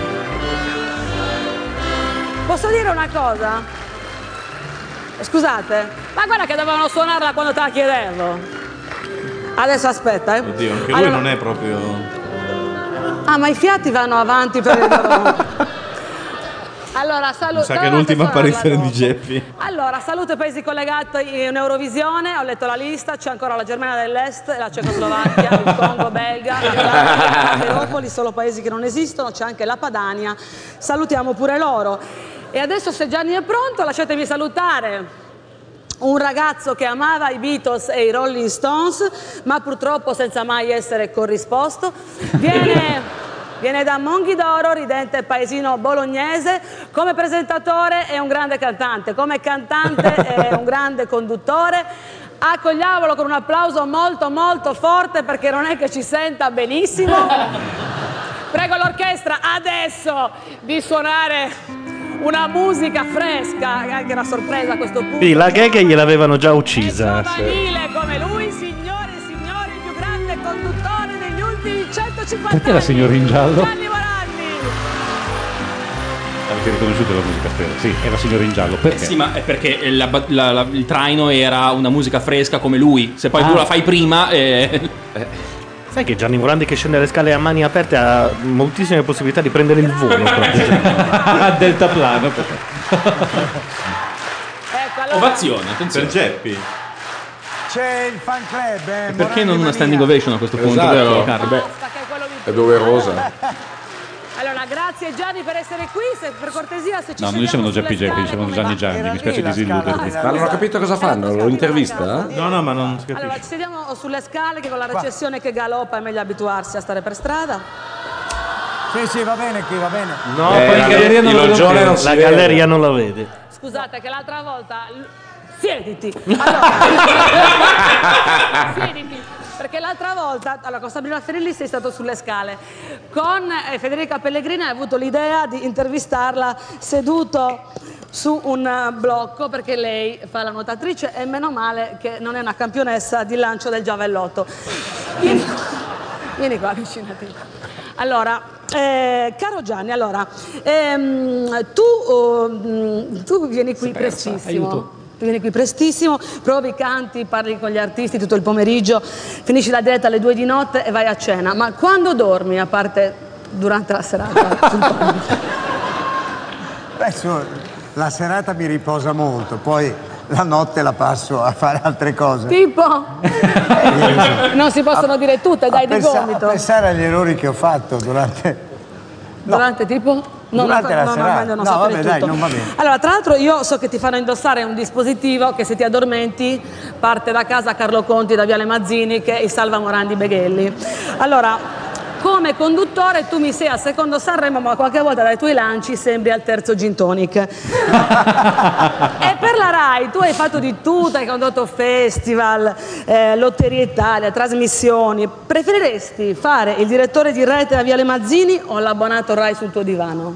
Posso dire una cosa? Scusate, ma guarda che dovevano suonarla quando te la chiedevo. Adesso aspetta, eh. Oddio, anche lui Allora- non è proprio. Ah, ma i fiati vanno avanti per il loro... Allora, salu- Mi sa che è no, no, l'ultima questo apparizione parla di Geppi. Allora, salute paesi collegati in Eurovisione, ho letto la lista, c'è ancora la Germania dell'Est, la Cecoslovacchia, il Congo belga, la Francia, l'Europoli, solo paesi che non esistono, c'è anche la Padania, salutiamo pure loro. E adesso se Gianni è pronto, lasciatemi salutare un ragazzo che amava i Beatles e i Rolling Stones, ma purtroppo senza mai essere corrisposto. Viene... Viene da Monghidoro, ridente paesino bolognese, come presentatore è un grande cantante, come cantante è un grande conduttore. Accogliamolo con un applauso molto molto forte perché non è che ci senta benissimo. Prego l'orchestra adesso di suonare una musica fresca, anche una sorpresa a questo punto. Sì, la gag gliel'avevano già uccisa. Giovanile come lui, signore e signori, il più grande conduttore degli ultimi centocinquanta Perché la signora in giallo? Gianni Morandi. Avete riconosciuto la musica stessa? Sì, è la signora in giallo. Perché? Eh sì, ma è perché la- la- la- il traino era una musica fresca come lui. Se poi Ah. tu la fai prima. Eh... Sai che Gianni Morandi che scende le scale a mani aperte ha moltissime possibilità di prendere il volo proprio. A deltaplano. Ovazione, attenzione. Per Geppi. C'è il fan club, eh, Perché non una standing ovation a questo punto, Esatto. vero Carlo? Beh, è doverosa. Allora, grazie Gianni per essere qui, se per cortesia se ci No, non sediamo dicevano sulle Geppi Geppi, scale, dicevano come Gianni va? Gianni, mi spiace disilludervi. Ma non ho capito cosa fanno, lo intervista? No, no, ma non si Allora, capisce. ci sediamo sulle scale che con la recessione che galoppa è meglio abituarsi a stare per strada. Sì, sì, va bene qui, va bene. No, Eh, poi la- in galleria non il lo loggione vede. non si La vede. galleria non la vede. Scusate che l'altra volta... Siediti! Allora... Siediti! Perché l'altra volta, allora, con Sabrina Ferilli sei stato sulle scale. Con eh, Federica Pellegrini hai avuto l'idea di intervistarla seduto su un eh, blocco perché lei fa la nuotatrice e meno male che non è una campionessa di lancio del giavellotto. Vieni, vieni qua, avvicinati. Allora, eh, caro Gianni, allora, ehm, tu, oh, mh, tu vieni qui prestissimo. aiuto. Tu vieni qui prestissimo, provi, canti, parli con gli artisti tutto il pomeriggio, finisci la diretta alle due di notte e vai a cena. Ma quando dormi, a parte durante la serata? sul palco? Beh, su, la serata mi riposa molto, poi la notte la passo a fare altre cose. Tipo? Non si possono dire tutte, dai, di Pensa- gomito. pensare agli errori che ho fatto durante... Durante tipo? No, Durante no, la no, no, serata. meglio non No, sapere vabbè, dai, tutto. non va bene. Allora, tra l'altro io so che ti fanno indossare un dispositivo che se ti addormenti parte da casa Carlo Conti da Viale Mazzini, che è il Salva Morandi Beghelli. Allora, come conduttore tu mi sei al secondo Sanremo, ma qualche volta dai tuoi lanci sembri al terzo gin tonic. E per la Rai tu hai fatto di tutto, hai condotto festival, eh, Lotteria Italia, trasmissioni. Preferiresti fare il direttore di rete da Viale Mazzini o l'abbonato Rai sul tuo divano?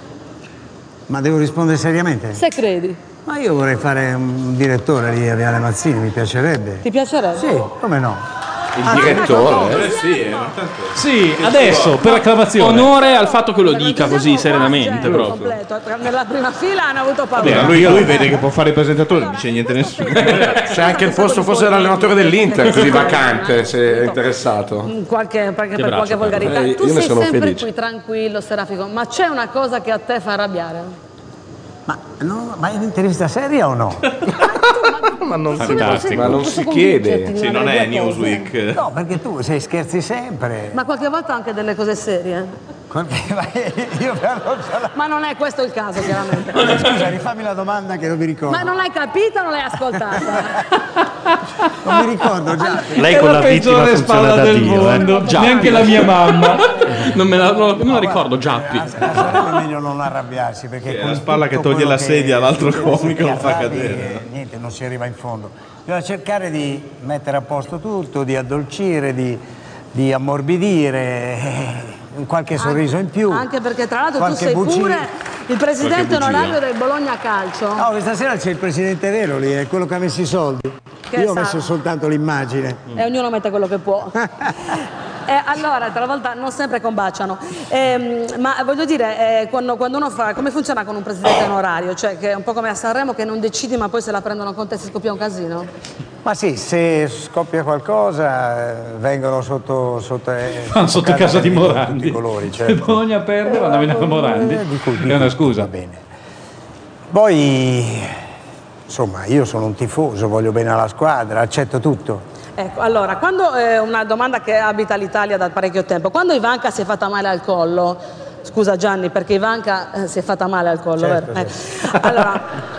Ma devo rispondere seriamente? Se credi. Ma io vorrei fare un direttore lì a Viale Mazzini, mi piacerebbe. Ti piacerebbe? Sì, come no? Il Ah, direttore? Eh sì, eh, ma tanto... Sì, adesso, per acclamazione. Onore al fatto che lo dica così serenamente proprio. Completo. Nella prima fila hanno avuto paura. Vabbè, lui, lui vede che può fare il presentatore, non dice niente nessuno. C'è anche il posto forse dell'allenatore dell'Inter, così vacante, se è interessato. Qualche, perché per braccio, qualche volgarità. eh, tu io ne sei sono sempre felice. qui tranquillo, Serafico, ma c'è una cosa che a te fa arrabbiare? Ma, no, ma è un'intervista seria o no? Ma non Come non sei- Ma non posso si convincerti chiede. di Sì, una non è delle due cose? Newsweek. No, perché tu sei scherzi sempre. Ma qualche volta anche delle cose serie. Qualche- ma io però ce l'ho- Ma non è questo il caso, chiaramente. Scusa, rifammi la domanda che non mi ricordo. Ma non l'hai capita o non l'hai ascoltata? Non mi ricordo già. Lei È con la la vittima peggiore funziona spalla da del Dio. mondo. Eh. Già. Neanche la mia mamma. Non me la, non me la ricordo, Giappi. A Sanremo è meglio non arrabbiarsi perché Sì, è con la spalla tutto che toglie quello la sedia all'altro comico, ti lo fa arrabbi, cadere. eh, Niente, non si arriva in fondo. Bisogna cercare di mettere a posto tutto, di addolcire, di, di ammorbidire, eh, qualche sorriso in più. Anche perché tra l'altro tu qualche sei bugia. pure il presidente Qualche bugia. onorario del Bologna Calcio. No, questa sera c'è il presidente vero lì, è quello che ha messo i soldi. Che Io ho sa. messo soltanto l'immagine. E ognuno mette quello che può. Eh, allora, tra l'altro non sempre combaciano. Ehm, ma voglio dire, eh, quando, quando uno fa. Come funziona con un presidente onorario? Cioè, che è un po' come a Sanremo che non decidi, ma poi se la prendono con te si scoppia un casino? Ma sì, se scoppia qualcosa eh, vengono sotto sotto, eh, Vanno sotto casa di Morandi. tutti i colori, Se certo. Bologna perde, vanno a venire a Morandi. Eh, di cui- di È una cui- scusa. va bene. Poi, insomma, io sono un tifoso, voglio bene alla squadra, accetto tutto. Ecco, allora, quando eh, una domanda che abita l'Italia da parecchio tempo, quando Ivanka si è fatta male al collo, scusa Gianni, perché Ivanka eh, si è fatta male al collo, Certo, vero? Eh, allora,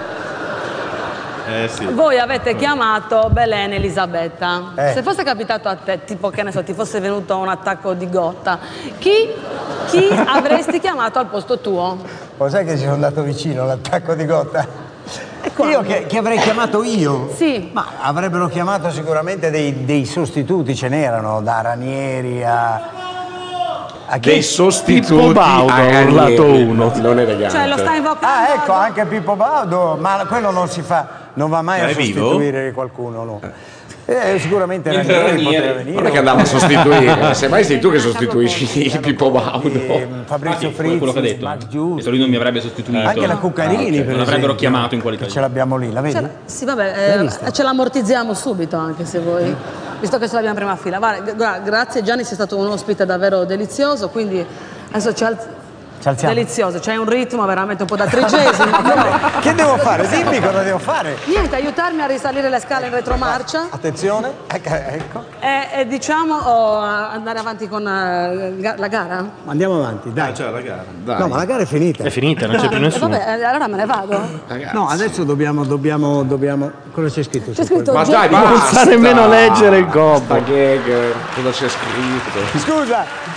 Eh sì. voi avete chiamato Belen Elisabetta. Eh. Se fosse capitato a te, tipo che ne so, ti fosse venuto un attacco di gotta, chi, chi avresti chiamato al posto tuo? Lo sai che ci sono andato vicino all'attacco di Gotta? Io che, che avrei chiamato io? Sì. Ma avrebbero chiamato sicuramente dei, dei sostituti, ce n'erano, da Ranieri a... a chi? Dei sostituti Pippo Baudo, a Ranieri. urlato uno. Non elegante. Cioè, lo stai invocando? Ah, ecco, anche Pippo Baudo, ma quello non si fa, non va mai Ma a è vivo? sostituire qualcuno, no. Eh, sicuramente Ranieri poteva venire. Non è che andava a sostituire, semmai sei tu che sostituisci Pippo Baudo. Eh, Fabrizio Ah, sì, quello che ha Frizzi, detto. Max Giusto. E se lui non mi avrebbe sostituito. Anche la Cuccarini, Ah, ok. per Non avrebbero esempio, chiamato in qualità che di. ce l'abbiamo lì, la vedi? Ce- sì, vabbè, L'hai eh, visto? ce l'ammortizziamo subito anche se vuoi, visto che ce l'abbiamo in prima fila. Guarda, gra- grazie Gianni, sei stato un ospite davvero delizioso, quindi adesso ci alz- Ci alziamo. delizioso, c'hai un ritmo veramente un po' da trigesimo. però- Che devo fare? Dimmi cosa devo fare. Niente, aiutarmi a risalire le scale in retromarcia Attenzione, ecco, ecco. e, e diciamo oh, andare avanti con eh, ga- la gara. Andiamo avanti, dai. C'è la gara. No, ma la gara è finita. È finita, non c'è più E nessuno. vabbè, eh, allora me ne vado. No, adesso dobbiamo, dobbiamo, dobbiamo... Cosa c'è scritto? C'è su quello? scritto Ma Gio- dai, Non basta! sa nemmeno leggere il gobbo. Sta gag, cosa c'è scritto? Scusa!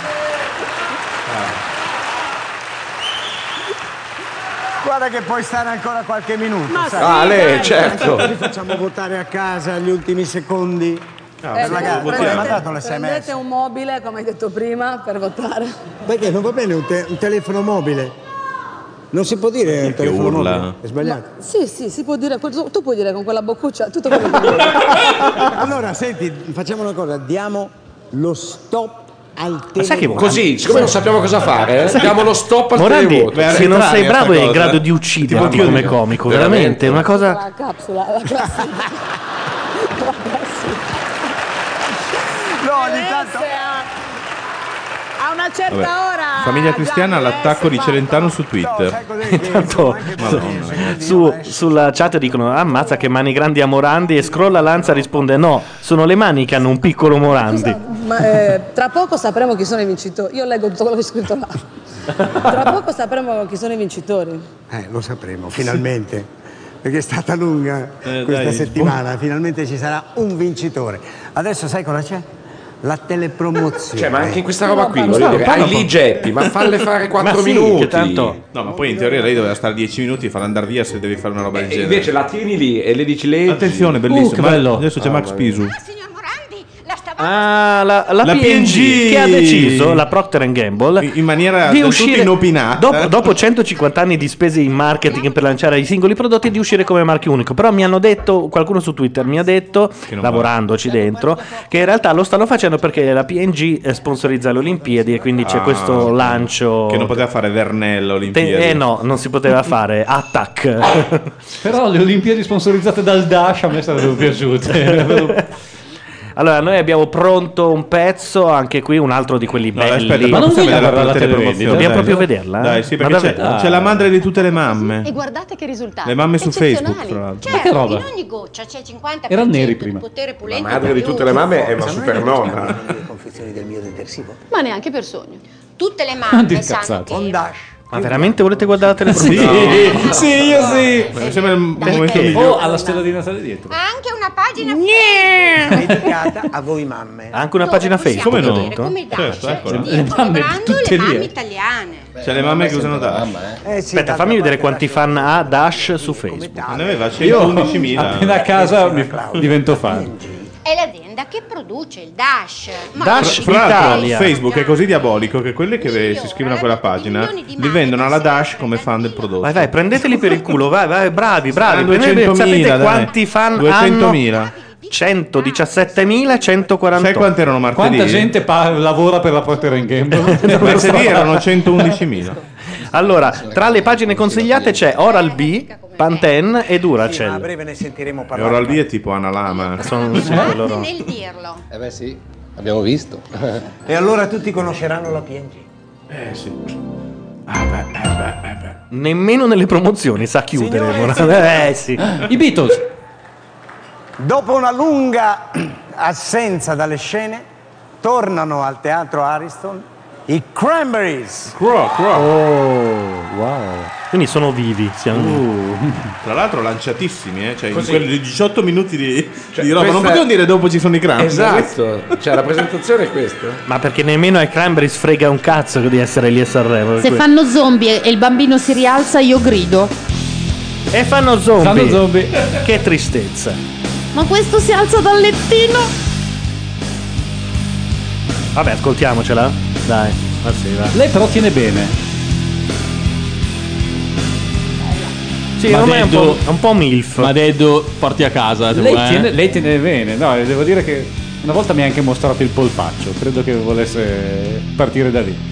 Guarda che puoi stare ancora qualche minuto. Ma sai. sì, Ah, lei, dai. certo. Li facciamo votare a casa gli ultimi secondi. Eh, per la gara. Chi ha prendete, mandato l'S M prendete S? un mobile, come hai detto prima, per votare. Perché non va bene un, te- un telefono mobile? Non si può dire un che telefono urla? mobile? È sbagliato. Sì, sì, si può dire, tu, tu puoi dire con quella boccuccia tutto quello che vuoi. Allora, senti, facciamo una cosa, diamo lo stop al televoto. sai che- Così, siccome non sappiamo cosa fare, eh, diamo lo stop al Morandi, televoto. se non sei sta bravo è in cosa. grado di ucciderti Tipo come chiudi. comico, Veramente. veramente, è una cosa... La capsula, la classica. La classica. No, ogni tanto... A una certa Vabbè. ora. Famiglia Cristiana Gianni, all'attacco eh, di si Celentano fa. su Twitter. Intanto su, sulla chat dicono ammazza che mani grandi a Morandi e scrolla Lanza risponde no, sono le mani che hanno un piccolo Morandi. Ma, eh, tra poco sapremo chi sono i vincitori. Io leggo tutto quello che è scritto là. Tra poco sapremo chi sono i vincitori. Eh, lo sapremo, finalmente. Perché è stata lunga Eh, questa dai. settimana, finalmente ci sarà un vincitore. Adesso sai cosa c'è? La telepromozione. Cioè, ma anche in questa roba qui, voglio parla, dire, parla hai un lì po'. Geppi, ma falle fare quattro Ma sì, minuti. che tanto- No, ma poi in teoria lei doveva stare dieci minuti e farla andare via se devi fare una roba del E genere. invece la tieni lì e le dici leggi. Attenzione, bellissimo. Uh, che Ma bello. Adesso c'è Ah, Max vai. Pisu. Ah, la, la, La P and G, P and G. che ha deciso, la Procter and Gamble, In- in maniera di del tutto uscire inopinata. dopo, dopo centocinquanta anni di spese in marketing per lanciare i singoli prodotti, di uscire come marchio unico. Però mi hanno detto, qualcuno su Twitter mi ha detto, non lavorandoci dentro, che in realtà lo stanno facendo perché la P and G eh, sponsorizza le Olimpiadi e quindi c'è Ah, questo lancio. Che non poteva fare Vernello Te- Olimpiadi. eh no, non si poteva fare. Attack. Però le Olimpiadi sponsorizzate dal Dash a me sarebbero piaciute. Allora, noi abbiamo pronto un pezzo, anche qui un altro di quelli No, belli. aspetta, Ma non possiamo vogliamo vedere la guardare la telepromozione? televendita? Dobbiamo Dai. proprio vederla? Dai, sì, Ma perché c'è, davvero? c'è la madre di tutte le mamme. E guardate che risultati. Le mamme su eccezionali. Facebook, tra l'altro. Certo, Ma che roba? in ogni goccia c'è il cinquanta per Erano cento neri di prima. potere La pulente. madre di tutte le mamme è una super nonna. Le confezioni del mio detersivo. Ma neanche per sogno. Tutte le Ah, mamme di sanno cazzate. che... On Dash. Ma veramente volete guardare la Sì, telepromozione? sì, io sì. Mi sembra il Dai, momento perché? migliore. Oh, alla stella di Natale dietro. Ha anche una pagina Dedicata a voi mamme. Ha anche una dove pagina possiamo Facebook, Come no? vedere detto. come il Dash Certo, eccola. stia Le mamme celebrando tutte le lì, mamme eh. italiane. C'è le mamme che usano Dash. Eh sì, Aspetta, d'altra fammi vedere parte quanti Dash fan è ha Dash su Facebook. Ne aveva Io centoundicimila. appena a casa mi divento fan. È l'azienda che produce il Dash. Ma Dash Fra l'altro, Italia. Facebook è così diabolico che quelli che si iscrivono a quella pagina li vendono alla Dash come fan del prodotto. Vai, vai, prendeteli per il culo, vai, vai, bravi, bravi. Ah, Prendete- duecentomila, sapete dai. quanti fan duecentomila. hanno? centodiciassettemilacentoquarantotto. Sai quante erano martedì? Quanta gente pa- lavora per la Procter and Gamble? Martedì erano centoundicimila. Allora, tra le pagine consigliate c'è Oral-B, Pantene e A Duracell. breve ne sentiremo E parlare. Oral-B è tipo Analama. Sono sì, loro. Nel dirlo. Eh beh sì, abbiamo visto. E allora tutti conosceranno la P and G. Eh sì. Ah beh, eh beh, eh beh. Nemmeno nelle promozioni sa chiudere. Signore, Morale. Eh sì. I Beatles. Dopo una lunga assenza dalle scene, tornano al teatro Ariston i Cranberries. Crow, crow. Oh, wow. Quindi sono vivi. Siamo Uh, tra l'altro lanciatissimi, eh? Cioè in Così. quelli diciotto minuti di, Cioè, di roba. Non questa- potevo dire dopo ci sono i crampi. Esatto, cioè la presentazione è questa. Ma perché nemmeno ai Cranberries frega un cazzo di essere lì a Sanremo. Se fanno zombie e il bambino si rialza, io grido. E fanno zombie. Fanno zombie. Che tristezza. Ma questo si alza dal lettino. Vabbè, ascoltiamocela. Dai. Ma sì, va. Lei però tiene bene. Sì, Ma ormai è un Deddo- po', è un po' milf. Ma Deddo, porti a casa. tu, Lei eh. tiene, lei tiene bene. No, devo dire che una volta mi ha anche mostrato il polpaccio. Credo che volesse partire da lì.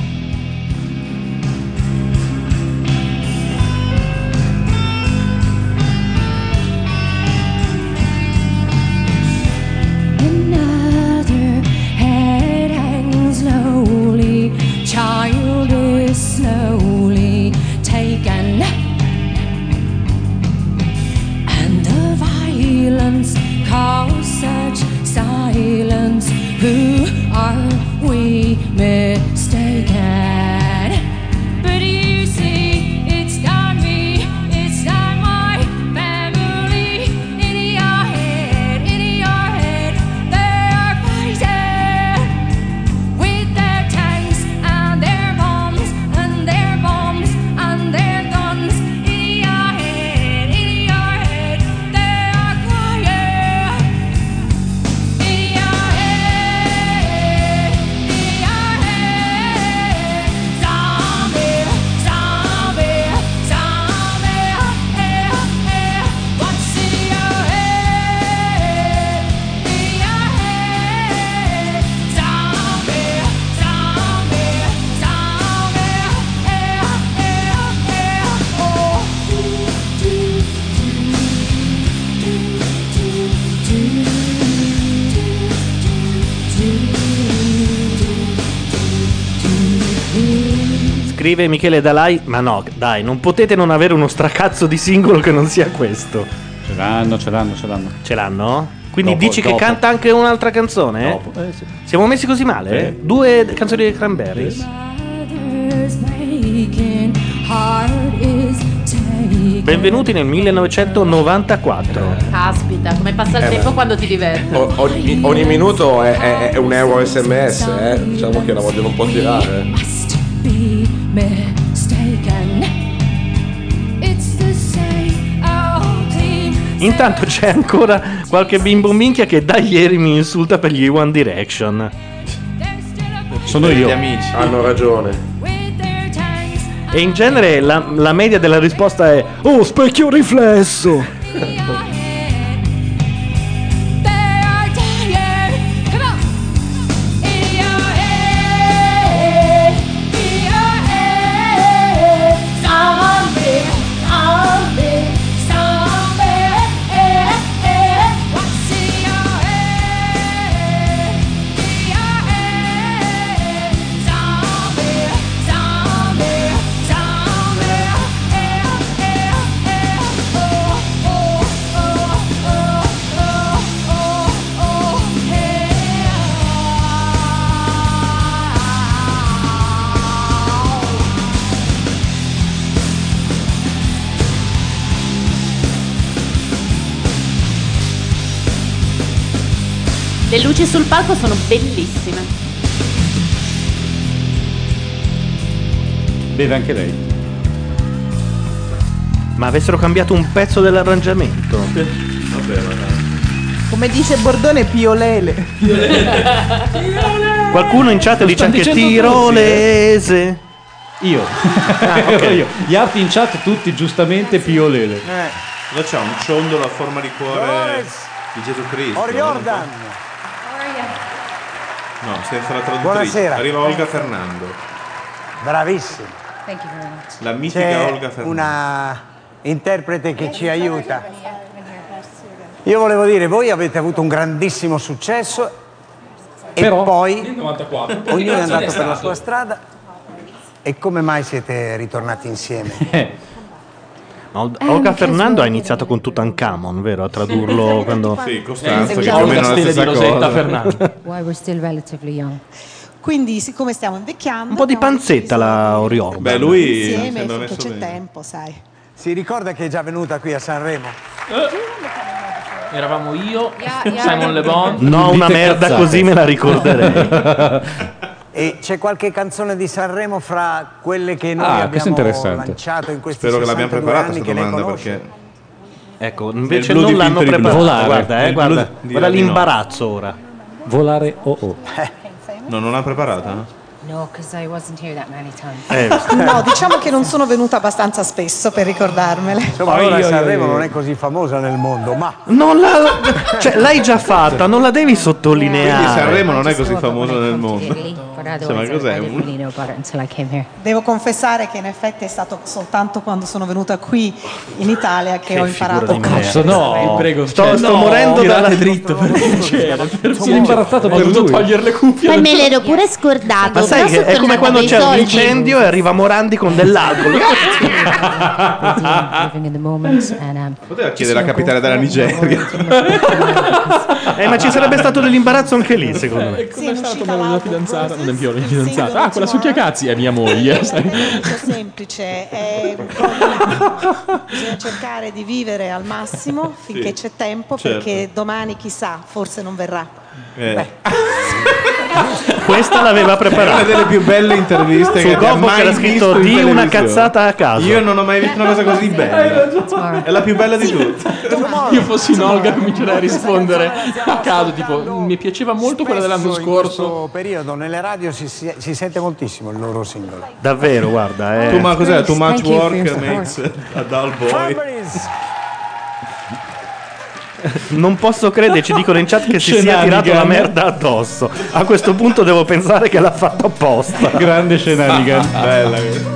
Another head hangs slowly, child is slowly taken, and the violence caused such silence. Who are we mistaken? But you see, it's not me, it's not my family. In your head, in your head, they are fighting with their tanks and their bombs and their bombs and their guns. In your head, in your head, they are crying. In your head, in your head, zombie, zombie, zombie, eh, eh. What's in your head? In your head, zombie, zombie, zombie, eh, eh, eh. Oh. Scrive Michele Dalai. Ma no, dai, non potete non avere uno stracazzo di singolo che non sia questo. Ce l'hanno, ce l'hanno, ce l'hanno. Ce l'hanno? Quindi Dopo, dici dopo. che canta anche un'altra canzone? Dopo, eh, sì. Siamo messi così male? Sì. Due canzoni dei Cranberries? Mother's breaking heart is taken. Benvenuti nel millenovecentonovantaquattro. Caspita, come passa il Eh, tempo beh. quando ti diverti. O- ogni, ogni minuto è, è- è un euro sms, eh? Diciamo che la vogliono un po' tirare. Must be mistaken. It's the same old thing. Intanto c'è ancora qualche bimbo minchia che da ieri mi insulta per gli One Direction. Sono Gli io. amici. Hanno ragione. E in genere la, la media della risposta è: oh, specchio riflesso. They are dying. Come on. In your head, in your head, zombie, zombie, zombie, eh, eh. What's in your head? In your head, zombie, zombie, zombie, eh, eh, eh. Oh, oh, oh, oh, oh, oh, oh, hey. Le luci sul palco sono bellissime. Beve anche lei. Ma avessero cambiato un pezzo dell'arrangiamento. Vabbè, vabbè. Come dice Bordone, piolele. Qualcuno in chat Lo dice stanno anche dicendo tirolese. Io. ok. io. Gli altri in chat tutti giustamente piolele. Cosa c'ha? Un ciondolo a forma di cuore. Di Gesù Cristo. Oriordan. No, senza la traduttrice. Buonasera. Arriva Olga Fernando. Bravissimo. Thank you very much. La mitica C'è Olga Fernando. una interprete che ci aiuta. Io volevo dire, voi avete avuto un grandissimo successo e Però- poi Nel novantaquattro. ognuno è andato È per la stato. sua strada. E come mai siete ritornati insieme? Ma Ol- Olga Fernando ha iniziato con Tutankhamon, vero? A tradurlo quando... Sì, Costanzo, Eh, che diciamo più o meno è la stile stessa di Rosetta cosa. Fernando. Why we're still relatively young. Quindi, siccome stiamo invecchiando, Un po' di panzetta la Oriordan. Beh, lui insieme sembra finché messo c'è bene. tempo, sai. Si ricorda che è già venuta qui a Sanremo? Eravamo io, Simon Le Bon. No, una merda così me la ricorderei. E c'è qualche canzone di Sanremo fra quelle che noi Ah, questo è abbiamo interessante. lanciato in questi Spero che l'abbiamo sessantadue preparata anni questa che lei domanda conosce? perché... Ecco, Nel invece blu non di l'hanno Pimperi Blu. preparato. Volare. Guarda, eh, Nel guarda, blu di guarda Ladino. l'imbarazzo ora. Volare o oh, oh. No, non l'ha preparata? No, because I wasn't here that many times. Eh, No, diciamo che non sono venuta abbastanza spesso per ricordarmele. Insomma, allora Sanremo non è così famosa nel mondo, ma Non la, cioè, l'hai già fatta, non la devi Quindi sottolineare. Sanremo non è così famoso nel mondo. But Cioè, ma otherwise, I, cos'è? I didn't really know about it until I came here. Devo confessare che in effetti è stato soltanto quando sono venuta qui in Italia che, Che ho figura imparato di a merda. Cazzo, no, Prego, Sto, cioè, sto no, morendo tirate dalla... dritto per piacere. Sono imbarazzato Ho per dovuto lui. togliere le cuffie. Poi me l'ero pure scordato. Ma sai però che sono è come tornata quando coi c'è un soldi. incendio e arriva Morandi con dell'alcol. Living in the moment, and um, Poteva chiedere la capitale della Nigeria. Eh, ma ci sarebbe stato dell'imbarazzo anche lì, secondo me. Ecco, Sì, è Come è stata uscita la mia l'album fidanzata? Non è più la mia Process, il fidanzata. singolo Ah, quella Tomorrow. succhiacazzi è mia moglie. sai. È molto semplice, è un po' di- bisogna cercare di vivere al massimo finché Sì, c'è tempo, certo. perché domani chissà, forse non verrà. Eh. Questa l'aveva È una preparata. delle più belle interviste Sul che abbia corpo mai c'era visto scritto in di una televisione. cazzata a caso. Io non ho mai visto una cosa così bella. È la più bella di tutte. Io fossi in Olga comincerei a rispondere a caso, tipo, mi piaceva molto quella dell'anno spesso in scorso. questo periodo nelle radio si, si, si sente moltissimo il loro singolo. Davvero, guarda. Tu, Eh. ma cos'è? Too much Thank you for work your makes a dull boy. Fabris! Non posso credere, ci dicono in chat che si sia Shenanigan. tirato la merda addosso. A questo punto devo pensare che l'ha fatto apposta. Grande shenanigan. Bella questa.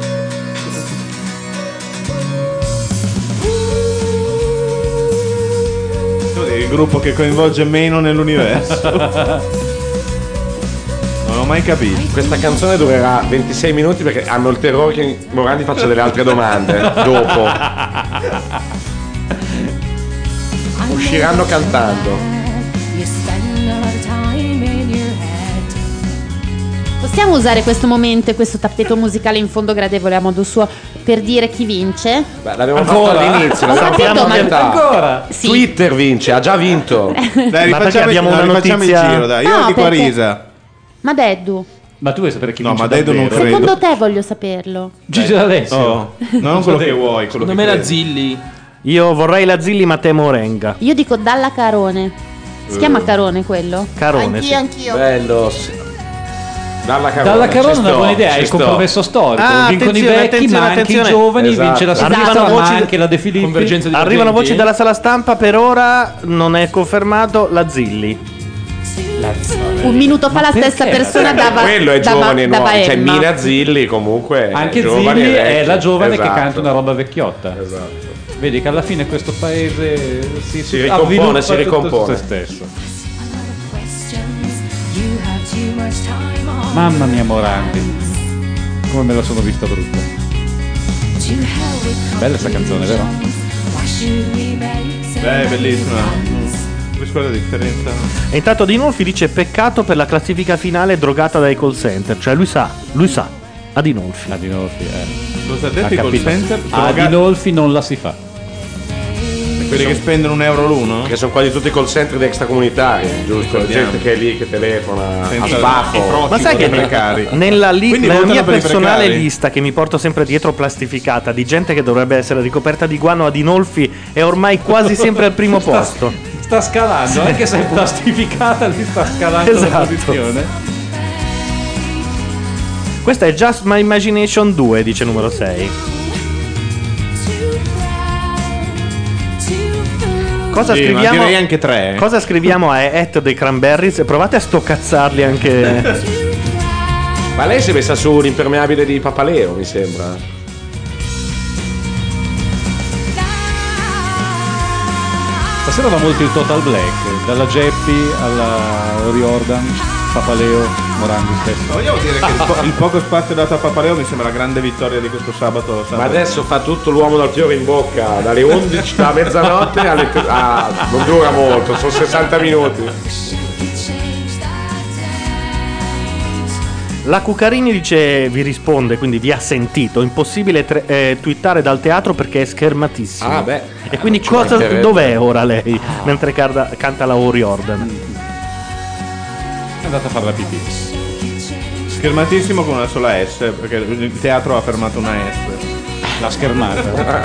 Il gruppo che coinvolge meno nell'universo. Non ho mai capito. Questa canzone durerà ventisei minuti perché hanno il terrore che Morandi faccia delle altre domande dopo. Usciranno cantando. you spend a lot of time in your head. Possiamo usare questo momento e questo tappeto musicale in fondo gradevole a modo suo per dire chi vince? Beh, l'abbiamo Ancora? fatto all'inizio, Ho l'abbiamo capito, fatto a ma- metà. Ancora? Sì. Twitter vince, ha già vinto. Dai, Ma perché rifacciamo, abbiamo no, una rifacciamo notizia- il giro, dai. Io No, dico perché- Arisa. Ma Deddu, Ma tu vuoi sapere chi No, vince ma Dedo non davvero? credo. secondo te voglio saperlo. Gigi D'Alessio. Oh, non quello che vuoi, quello Secondo che me la credi. Zilli. Io vorrei la Zilli, ma temo Orenga. Io dico Dalla Carone. Si chiama Carone quello? Carone, sì. Anch'io, anch'io. Bello. sì. Dalla Carona. Dalla ci Carona è sto, una buona idea, è ci il sto. compromesso storico. Ah, Vincono i attenzione, vecchi, attenzione, ma anche attenzione. i giovani, Esatto. vince la Arrivano sinistra, ma voci- anche la De Filippi. Convergenza di Arrivano agenti. voci dalla sala stampa, per ora non è confermato la Zilli. Un minuto fa la perché? stessa persona dava Quello è dava- giovane e dava nuovo. Cioè Emma. Mina Zilli comunque. Anche giovane Zilli e è vecchia. la giovane che Esatto. canta una roba vecchiotta. Esatto. Vedi che alla fine questo paese si, Si ricompone, avviluppa si ricompone. tutto su se stesso. You have too much time on. Mamma mia Morandi, come me la sono vista brutta. To hell with Bella sta canzone, vero? Why should we make Beh, è bellissima. Questa è la differenza. E intanto Adinolfi dice peccato per la classifica finale drogata dai call center. Cioè lui sa, lui sa. Adinolfi. Adinolfi, eh. Cosa ha detto Ha i call capito. center? A Adinolfi non la si fa. Quelli che spendono un euro l'uno? Che sono quasi tutti i call center di extracomunitari, giusto? Ricordiamo. Gente che è lì che telefona Senza- a sbaffo. Ma sai che precari. nella, li- Quindi nella votano mia per i personale precari? lista che mi porto sempre dietro plastificata di gente che dovrebbe essere ricoperta di guano, Adinolfi è ormai quasi sempre al primo posto. Sta scalando, anche se è plastificata, li sta scalando la Esatto. posizione. Questa è Just My Imagination due, dice numero sei. Cosa Sì, ma scriviamo? direi anche tre. Cosa scriviamo a at dei Cranberries? Provate a stoccazzarli anche. Ma lei si è messa su un impermeabile di Papaleo, mi sembra. Stasera va molto il Total Black, dalla Geppi alla Riordan, Papaleo, Morandi stesso. Vogliamo dire che il, po- il poco spazio dato a Papaleo mi sembra la grande vittoria di questo sabato. sabato. Ma adesso fa tutto l'uomo dal fiore in bocca, dalle undici, da mezzanotte alle... Ah, non dura molto, sono sessanta minuti. La Cucarini dice, vi risponde, quindi vi ha sentito. Impossibile tre- eh, twittare dal teatro perché è schermatissimo. Ah, beh. E quindi Ci cosa, mancherebbe. dov'è ora lei? Mentre carda- canta la O'Riordan. È andata a fare la pipì. Schermatissimo con una sola S, perché il teatro ha fermato una S. La schermata.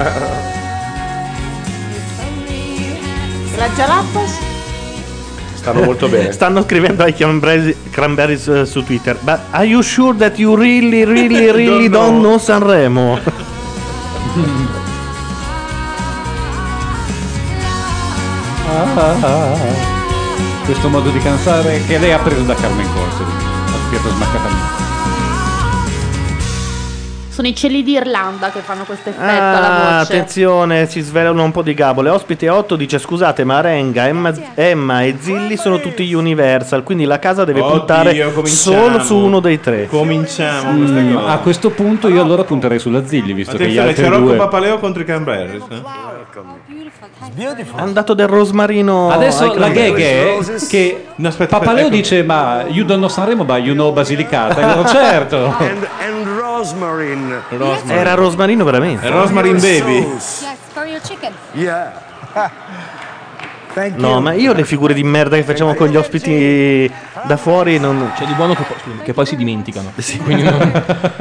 La Jalapas? Stanno molto bene. Stanno scrivendo ai Cranberries, Cranberries eh, su Twitter. But are you sure that you really, really, really don't know Sanremo? Questo modo di cantare che lei ha preso da Carmen Consoli, la Pietro Smaccatamente. Sono i cieli d'Irlanda che fanno questo effetto Ah, alla voce. attenzione, si svelano un po' di gabole. Ospite otto dice: scusate, ma Renga, Emma, Emma e Zilli sono tutti Universal, quindi la casa deve Oddio, puntare cominciamo. solo su uno dei tre. Cominciamo Mm, queste cose. a questo punto io allora punterei sulla Zilli, visto che gli Attenzione, altri c'è Rocco due... Papaleo contro i Cranberries. eh. È andato del rosmarino. Adesso ai la gag Cranberries. è che No, aspetta, Papaleo aspetta, ecco. dice ma you don't know Sanremo ma you know Basilicata. E loro, certo. And, and Rosmarin. Era rosmarino veramente. È Rosmarin Baby. Yes, for your chicken. Yeah. Thank No, you. ma io le figure di merda che facciamo con gli ospiti da fuori non. C'è di buono che, poi- scusami, che poi si dimenticano. Quindi non...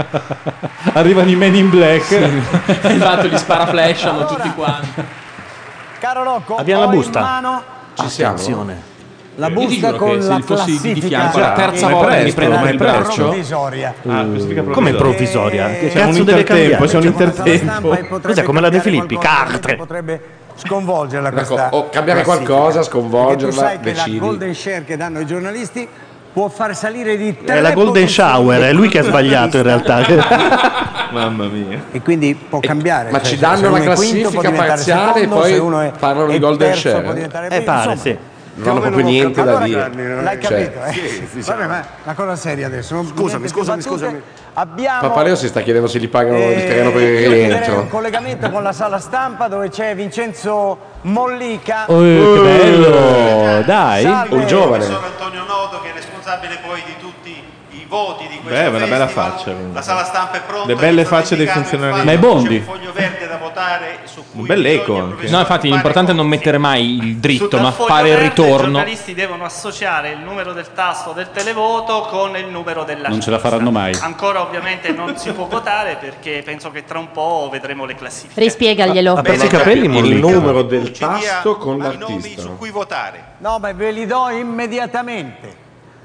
Arrivano i Men in Black. Esatto, gli spara flash, hanno tutti quanti. Caro Rocco, Abbiamo la ho busta? in mano Ci siamo. Attenzione. la Io ti busta giuro con che se la li fossi di classifica fianco la terza che- volta presto, mi prendo ma il è presto. braccio. provvisoria. Ah, classifica Come provvisoria. provvisoria? Che C'è un cazzo deve intertempo, cambiare? c'è un C'è una sala intertempo. stampa e potrebbe Cos'è, come la De cambiare Filippi? qualcosa, Carte. potrebbe sconvolgerla Ecco, questa o cambiare classifica. qualcosa, Perché tu sconvolgerla, sai che decidi. la golden share che danno i giornalisti può far salire di tre È la Golden posizioni Shower, è lui che ha sbagliato in realtà. Mamma mia. e quindi può cambiare. Ma cioè, ci se danno uno la è quinto, può classifica diventare parziale secondo, e poi se uno è- parlano di è golden terzo, share. può diventare Eh, primo, pare, insomma. sì. Non hanno Più o proprio meno niente da allora, dire. L'hai Cioè, capito, eh? Vabbè, ma una cosa seria adesso. non- Scusami, niente più scusami, battute. scusami. Abbiamo Papaleo si sta chiedendo se gli pagano il eh, terreno per il io chiederei un rientro. collegamento con la sala stampa dove c'è Vincenzo Mollica. Oh, che bello, dai. Salve. Un giovane. Sono Antonio Noto, che è responsabile poi di tutti i voti di questo Beh, una bella festival. faccia, comunque. La sala stampa è pronta. Le belle è stato facce dei indicato funzionari. infatti, Ma è Bondi. C'è un foglio verde da votare su cui Un bell'eco bisogna anche. No, infatti l'importante è non mettere mai il dritto, Sul ma foglio fare il verde I ritorno. giornalisti devono associare il numero del tasto del televoto con il numero della Non ce la cesta. faranno mai. Ancora ovviamente non si può votare perché penso che tra un po' vedremo le classifiche. Rispiegaglielo. Ha perso i capelli, Il Mollica. numero del Ci dia tasto con i nomi l'artista. su cui votare. No, ma ve li do immediatamente.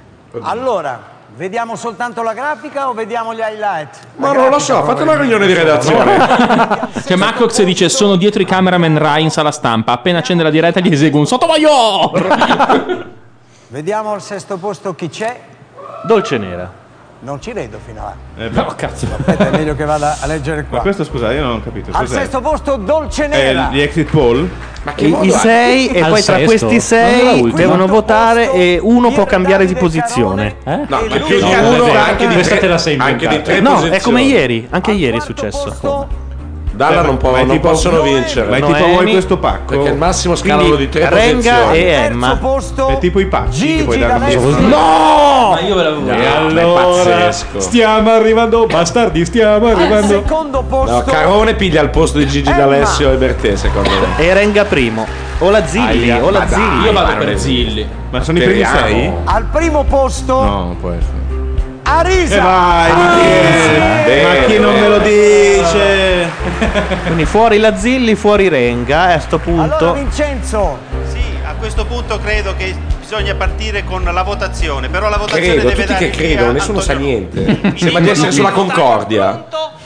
Allora, vediamo soltanto la grafica o vediamo gli highlight? Ma non lo so, fate una riunione di redazione. Cioè Macox dice sono dietro i cameraman Rai in sala stampa, appena accende la diretta gli esegue un sottomagliore. Vediamo al sesto posto chi c'è. Dolce Nera. Non ci vedo fino a là. Eh, beh. No, cazzo. Aspetta, è meglio che vada a leggere Ma qua. questo, scusate, io non ho capito. Al Cos'è? sesto posto Dolce È Nera. gli exit poll? Ma che I, modo i ha? sei e Al poi tra sesto? questi Non era sei ultimo? devono Quinto votare posto, e uno può Pier cambiare di Davide posizione. Carone. Eh? No, E ma lui più di è uno al anche di Questa tre, te la sei anche di inventata. tre No, posizioni. è come ieri, anche ieri è quarto successo. posto, Dalla non, può- Ma è non tipo- possono Noemi. vincere. Ma è No, tipo Noemi, vuoi questo pacco? Perché il massimo scalano di tre Renga posizioni. e terzo Emma. posto, È tipo i pacchi che Gigi puoi dare D'Alessio. un No! Ma io ve l'avevo No, E ma è allora pazzesco. stiamo arrivando, bastardi, stiamo al arrivando. secondo posto, No, Carone piglia il posto di Gigi Emma. D'Alessio e Bertè, secondo me. E Renga primo. O la Zilli, Aia, o la ma dai. Zilli. Io vado ma non per è- Zilli. Ma sono i primi Speriamo. sei? al primo posto, No, non può essere. Arisa. E vai, ma chi, è? Bene, Ma chi non me lo dice? Quindi fuori la Zilli, fuori Renga. E a sto Allora punto. Vincenzo, Sì, a questo punto credo che bisogna partire con la votazione, però la votazione Credo, deve tutti dare che credono, nessuno sa niente. Sembra di essere sulla Concordia.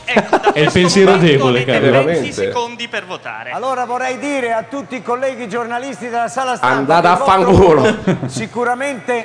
È il pensiero debole, caro. Veramente. secondi per votare. Allora vorrei dire a tutti i colleghi giornalisti della sala stampa Andate che a il voto fanculo. Sicuramente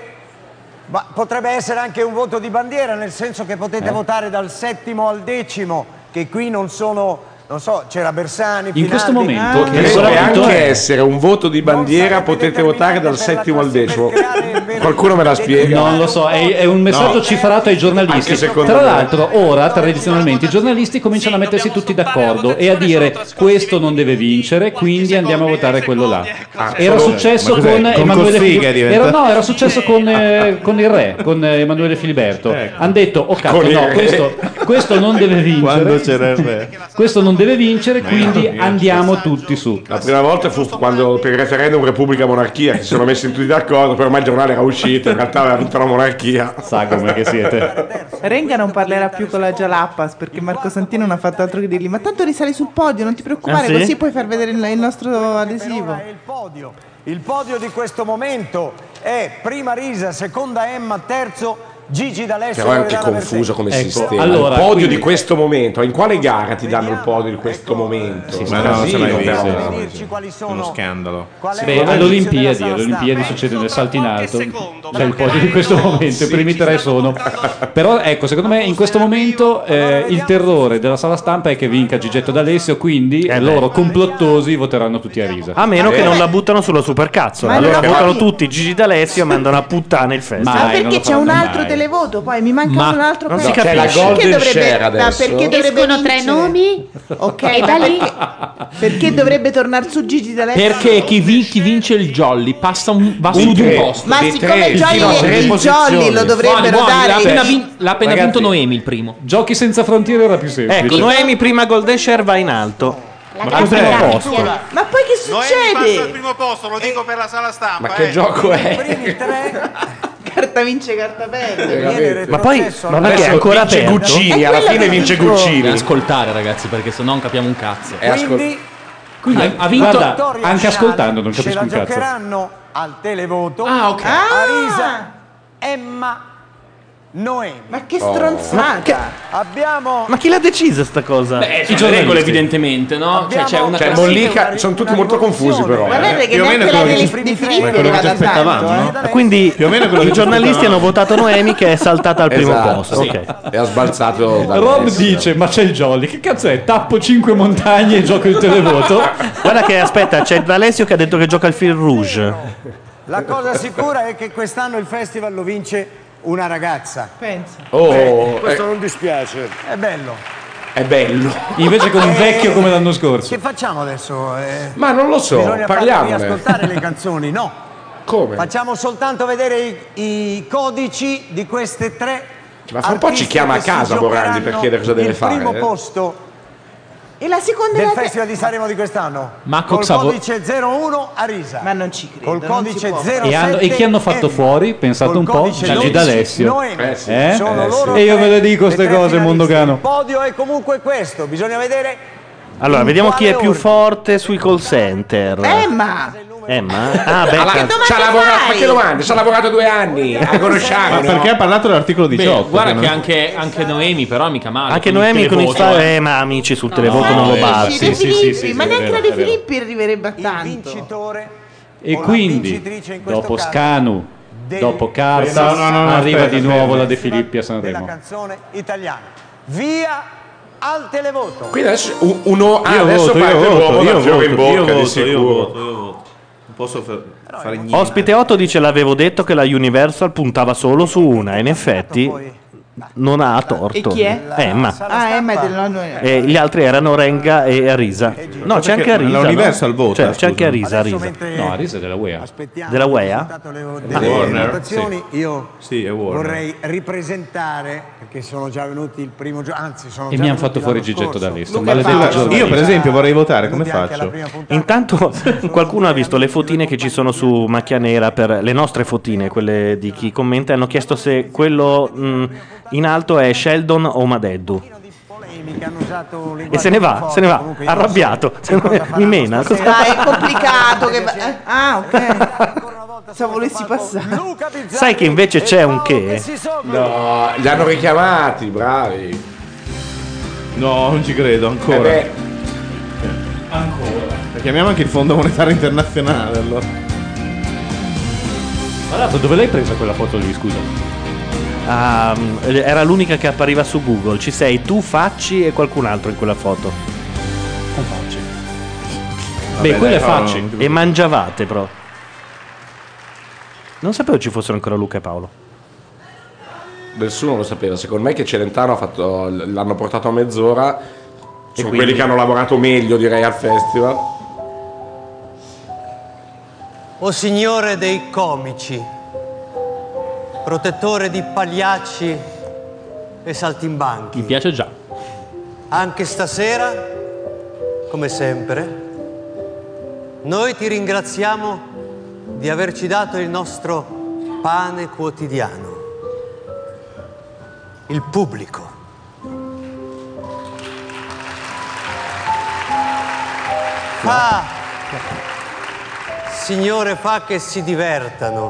ma potrebbe essere anche un voto di bandiera, nel senso che potete Eh. votare dal settimo al decimo, che qui non sono, non so, c'era Bersani, In questo Finardi. momento, Ah, che Potrebbe soprattutto anche è- essere un voto di bandiera, potete votare dal settimo al decimo. Qualcuno me la spiega? Non lo so, è, è un messaggio No. cifrato ai giornalisti. Anche secondo Tra me. l'altro, ora tradizionalmente i giornalisti cominciano a mettersi tutti d'accordo e a dire questo non deve vincere, quindi andiamo a votare quello là. Era solo- successo ma cos'è? con Con Emanuele Cossiga Fili- diventa- era, no, era successo con, eh, con il re, con eh, Emanuele Filiberto. Hanno detto, oh cazzo, Con il no, re. questo, questo non deve vincere. Quando c'era il re. Questo non deve vincere, quindi Mamma mia. andiamo tutti su. La prima volta fu quando per il referendum Repubblica Monarchia che si sono messi tutti d'accordo, poi ormai il giornale era uscito, in realtà aveva vinto la monarchia. Sagome che siete. Renga non parlerà più con la Jalapas perché Marco Santino non ha fatto altro che dirgli: ma tanto risali sul podio, non ti preoccupare, Ah, sì? così puoi far vedere il, il nostro adesivo. Il podio. Il podio di questo momento è prima Risa, seconda Emma, terzo Gigi D'Alessio. Però è anche Loredana confuso come Ecco, sistema. allora, il podio quindi- di questo momento, in quale gara ti danno il podio di questo momento? Sì, Un ma no, non ce casino, l'hai però. visto. Uno scandalo. Beh, alle Olimpiadi, alle Olimpiadi succede nel salto in alto, c'è il podio di questo momento, i primi tre sono. Però ecco, secondo me in questo momento eh, il terrore della sala stampa è che vinca Gigetto D'Alessio, quindi Eh beh. loro complottosi voteranno tutti a risa. A meno che non la buttano sulla supercazzola. Ma Allora no, votano poi- tutti Gigi D'Alessio e mandano a puttane il festival. Ma perché c'è un altro televoto, poi mi manca Ma un altro non pezzo. si capisce. C'è la Perché Golden dovrebbe, Share ma adesso. perché dovrebbe Escono tre vincere? nomi Ok, e ma da lì perché, perché dovrebbe tornare su Gigi D'Alessio? Perché chi, vin- chi vince il jolly passa un, va su di un posto. Ma Dei siccome tre, il Jolly- fino a tre il posizioni. Jolly lo dovrebbero Buoni, buoni, dare- L'ha appena, Cioè, vin- l'ha appena ragazzi, vinto Noemi il primo. Giochi senza frontiere era più semplice. Ecco, Noemi prima Golden Share va in alto. La Ma grande cos'è? grazie. Posto. Ma poi che Noemi passa al succede? primo posto, lo dico per la sala stampa. Ma che eh. gioco è? Primi tre. Carta vince, carta perde. Ma poi non è che è Adesso ancora vince aperto. Guccini, alla quello fine che vince dico. Guccini. Ascoltare, ragazzi, perché se no non capiamo un cazzo. E ascol- Quindi Quindi Ha- ha vinto- guarda, Vittoria anche Scialli ascoltando non ce capisco la un cazzo. giocheranno al televoto. Ah, ok. Arisa, Emma, Noemi. Ma che Oh. stronzata! Abbiamo Ma chi l'ha decisa sta cosa? Beh, sono le regole evidentemente, no? Cioè, c'è una Cioè, classifica- Mollica, sono tutti molto confusi però. Guardate che più o meno neanche la quello di che- di Ma è Filippi quello che arriva ci da aspettavamo, tanto, no? eh. Quindi Più o meno quello i che giornalisti hanno votato Noemi che è saltata al primo Esatto, posto. sì. Ok. E ha sbalzato Rob D'Alessio. dice: ma c'è il Jolly, che cazzo è? Tappo cinque montagne e gioco il televoto. Guarda che aspetta, c'è D'Alessio che ha detto che gioca il Fil Rouge. La cosa sicura è che quest'anno il festival lo vince una ragazza. Pensa. Oh, Eh, eh, non dispiace. È bello. è bello. Invece con un vecchio come l'anno scorso. Che facciamo adesso? Eh, Ma non lo so, bisogna farvi parliamone. ascoltare le canzoni, no? Come? Facciamo soltanto vedere i, i codici di queste tre. Ma fra un po' ci artiste chiama a che si casa Morandi per giocheranno chiedere cosa deve il fare. primo eh. posto E la seconda e del la te- Festival di Sanremo di quest'anno. Ma Col Cox ha vo- codice zero uno Arisa. Ma non ci credo. Col non codice si può. zero E, hanno- e chi hanno fatto fuori? Pensate Col un po'. codice Gigi dodici D'Alessio. Noemi. Eh sì. Eh? Sono Eh, loro E io tre ve le dico le ste tre cose, finaliste. Mondocano. Il podio è comunque questo. Bisogna vedere. Allora, in vediamo chi è quale più ordine. forte sui call center. Emma! Emma? Ah, beh, Alla- cazzo. ci ha lavorato, ma che domande? Ci ha lavorato due anni, la conosciamo. Ma perché ha parlato dell'articolo Beh, diciotto? guarda che che non- anche, anche Noemi, però mica male. Anche con il Noemi con il televoto, fa- eh. eh, ma amici sul televoto no, non lo eh, basta. Sì, De sì, Filippi, sì, sì, ma sì, neanche è la vero, De è vero. Filippi arriverebbe a Il tanto. vincitore E o la quindi, vincitrice in questo dopo caso Scanu, del- dopo Carta, No, no, no, no, arriva aspetta, di nuovo aspetta. la De Filippi a della Sanremo. canzone italiana. Via al televoto. Quindi adesso un- uno ah, Io adesso voto, parte io l'uomo voto, da io fiore in voto, bocca io di voto, io sicuro. voto, io voto. Non posso fa- fare niente. Ospite otto dice l'avevo detto che la Universal puntava solo su una e in effetti non ha torto. E chi è? Emma. Ah, Emma è del nonno. E gli altri erano Renga e Arisa. No, c'è anche Arisa. la no? Universal vota, Cioè, c'è anche scusa. Arisa, Adesso Arisa. mentre No, Arisa è della U E A. aspettiamo Della U E A? il risultato delle- delle Warner, votazioni, io Sì, è Warner. vorrei ripresentare, perché sono già venuti il primo giorno, anzi sono E già mi hanno venuti fatto fuori l'anno Gigetto scorso. D'Alessio. Luca Maledetto Paolo. giornalista. Io per esempio vorrei votare, come Venuti anche alla faccio? prima puntata. Intanto qualcuno ha visto le fotine che ci sono su Macchia Nera per le nostre fotine, quelle di chi commenta, e hanno chiesto se quello mh, in alto è Sheldon o Madeddu. Polemiche, hanno usato un E linguaggio se ne va, forte, se ne va, comunque io non so arrabbiato. che cosa Mi faranno mena. stasera. Ah, è complicato. Che... Ah, ok. Ancora una volta Se volessi passare. Sai che invece c'è un che? No, li hanno richiamati, bravi. No, non ci credo ancora. Eh beh. Ancora. Chiamiamo anche il Fondo Monetario Internazionale allora. Tra l'altro, dove l'hai presa quella foto lì, scusa? Ah, era l'unica che appariva su Google. Ci sei tu, Facci e qualcun altro in quella foto. Con Facci. Beh, Vabbè, quelle dai, Facci. no, no. E mangiavate, però. Non sapevo ci fossero ancora Luca e Paolo. Nessuno lo sapeva. Secondo me che Celentano ha fatto, l'hanno portato a mezz'ora. Sono quindi? quelli che hanno lavorato meglio, direi, al festival. O signore dei comici, protettore di pagliacci e saltimbanchi. Mi piace già. Anche stasera, come sempre, noi ti ringraziamo di averci dato il nostro pane quotidiano, il pubblico. Fa, Signore, fa che si divertano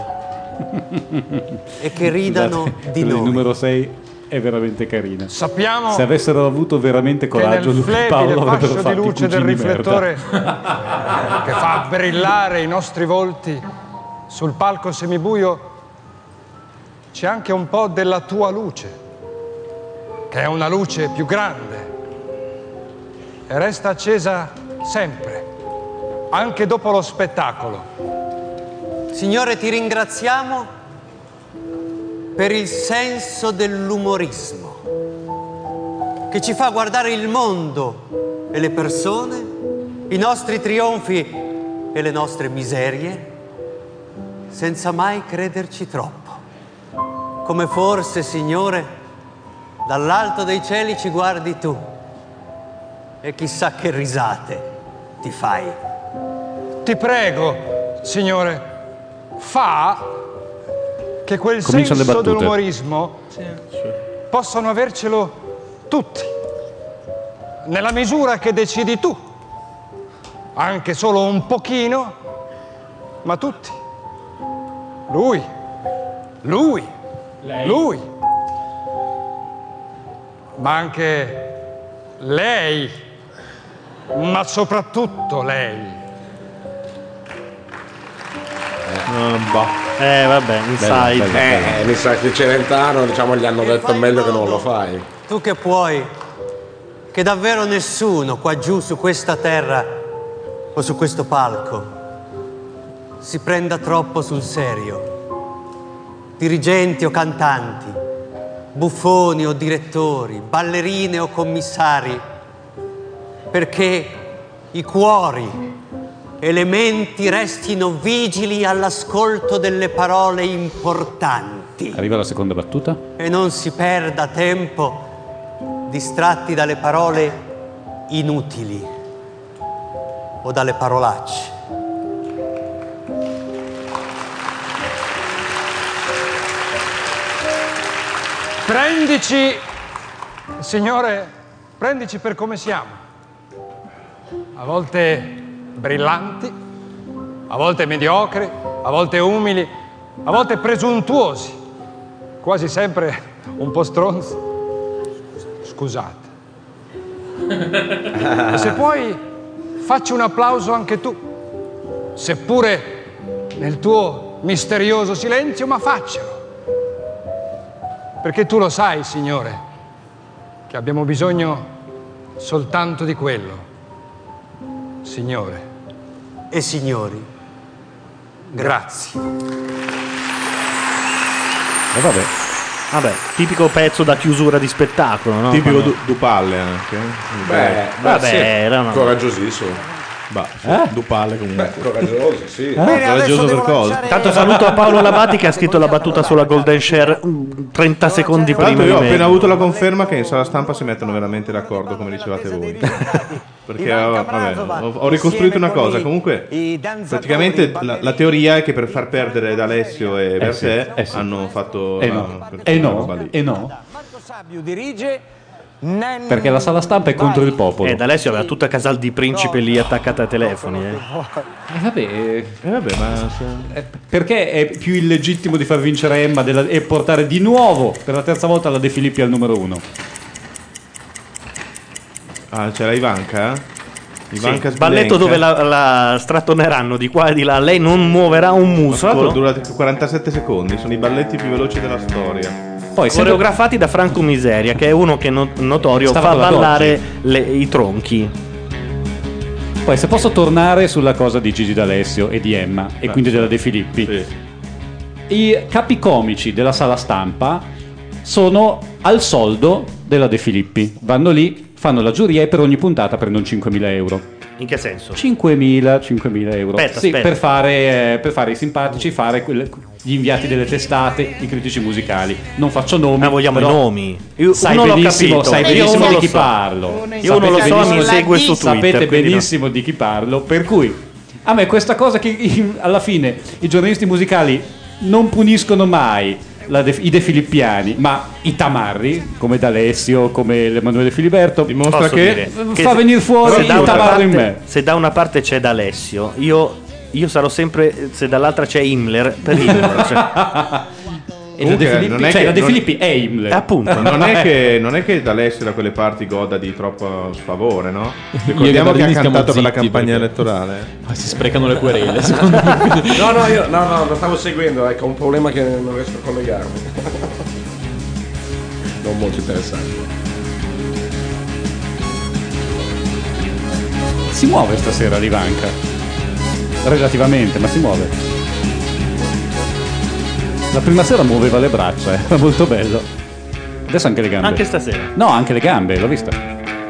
e che ridano Scusate, di quella noi. numero sei è veramente carina. Sappiamo Se avessero avuto veramente che coraggio, nel Luca e flebile Paolo avrebbero fascio fatto di i luce del cugini merda. riflettore che fa brillare i nostri volti sul palco semibuio, c'è anche un po' della tua luce, che è una luce più grande e resta accesa sempre, anche dopo lo spettacolo. Signore, ti ringraziamo per il senso dell'umorismo che ci fa guardare il mondo e le persone, i nostri trionfi e le nostre miserie, senza mai crederci troppo. Come forse, Signore, dall'alto dei cieli ci guardi tu e chissà che risate ti fai. Ti prego, Signore, fa che quel Cominciano le senso battute. dell'umorismo possano avercelo tutti, nella misura che decidi tu, anche solo un pochino, ma tutti. Lui, lui, lui, ma anche lei, ma soprattutto lei. Eh vabbè, mi sai. Eh, mi sa che Celentano, diciamo, gli hanno detto meglio che non lo fai. Tu che puoi, che davvero nessuno qua giù su questa terra o su questo palco si prenda troppo sul serio. Dirigenti o cantanti, buffoni o direttori, ballerine o commissari, perché i cuori e le menti restino vigili all'ascolto delle parole importanti Arriva la seconda battuta. e non si perda tempo distratti dalle parole inutili o dalle parolacce. Prendici, Signore, prendici per come siamo. A volte brillanti, a volte mediocri, a volte umili, a volte presuntuosi, quasi sempre un po' stronzi. Scusate. E se puoi, facci un applauso anche tu, seppure nel tuo misterioso silenzio, ma faccelo. Perché tu lo sai, Signore, che abbiamo bisogno soltanto di quello. Signore. E signori, grazie. E vabbè. Vabbè, tipico pezzo da chiusura di spettacolo, no? Tipico Quando- du- Dupalle anche. Beh, vabbè, sì, era una- coraggiosissimo. Bah, sì, Eh? Dupalle comunque. Beh, coraggioso, sì. Eh? Coraggioso per cosa? Tanto saluto a Paolo Labati che ha scritto la battuta sulla Golden Share mm, trenta secondi Tra l'altro prima io ho di me. appena avuto la conferma che in sala stampa si mettono veramente d'accordo, come dicevate voi. Perché ho, vabbè, ho- ho ricostruito una cosa. Comunque, praticamente la, la teoria è che per far perdere D'Alessio e Bertè sì, eh sì. hanno fatto Eh la- no, quella eh no, roba lì. eh no. Marco Sabio dirige Perché la sala stampa è contro il popolo. E D'Alessio aveva tutta Casal di Principe lì attaccata ai telefoni. Eh. E vabbè, eh, vabbè ma... eh, perché è più illegittimo di far vincere Emma della, e portare di nuovo per la terza volta la De Filippi al numero uno? Ah, c'era Ivanka? Ivanka Sì, balletto Sbilenka. dove la, la strattoneranno di qua e di là. Lei non muoverà un Ma tra l'altro muscolo. dura quarantasette secondi, sono i balletti più veloci della storia. Poi coreografati da Franco Miseria, che è uno che no- notorio Stava fa con la ballare le- i tronchi. Poi se posso tornare sulla cosa di Gigi D'Alessio e di Emma e Ah, quindi della De Filippi, i capi comici della sala stampa sono al soldo della De Filippi, vanno lì, fanno la giuria e per ogni puntata prendono cinquemila euro. In che senso? cinquemila euro. Aspetta, sì, aspetta. Per, fare, eh, per fare i simpatici, fare quelle- gli inviati delle testate, i critici musicali. Non faccio nomi. Ma vogliamo però i nomi. Io- sai uno l'ho benissimo, capito. sai Io benissimo uno di lo chi so. parlo. Io uno lo Sapete so, mi benissimo- segue su Twitter. Sapete quindi no. benissimo di chi parlo. Per cui a me questa cosa che i- alla fine i giornalisti musicali non puniscono mai la De- i De Filippiani, ma i tamarri, come D'Alessio, come l'Emanuele Filiberto, dimostra Posso che, dire fa se- venire fuori se il da una tamarro in parte- me. Se da una parte c'è D'Alessio, io, io sarò sempre. Se dall'altra c'è Himmler, per Himmler. Cioè. E la De Filippi, cioè, la De Filippi è Himmler. Appunto. Non è che, non è che D'Alessio da quelle parti goda di troppo sfavore, no? Io e Ricordiamo che ha Gabardini stiamo cantato per la zitti campagna perché- elettorale. Ma si sprecano le querele, secondo me. No, no, io no, no, lo stavo seguendo, ecco, ho un problema che non riesco a collegarmi. Non molto interessante. Si muove stasera l'Ivanka. Relativamente, ma si muove. La prima sera muoveva le braccia, eh, era molto bello. Adesso anche le gambe. Anche stasera. No, anche le gambe, l'ho vista.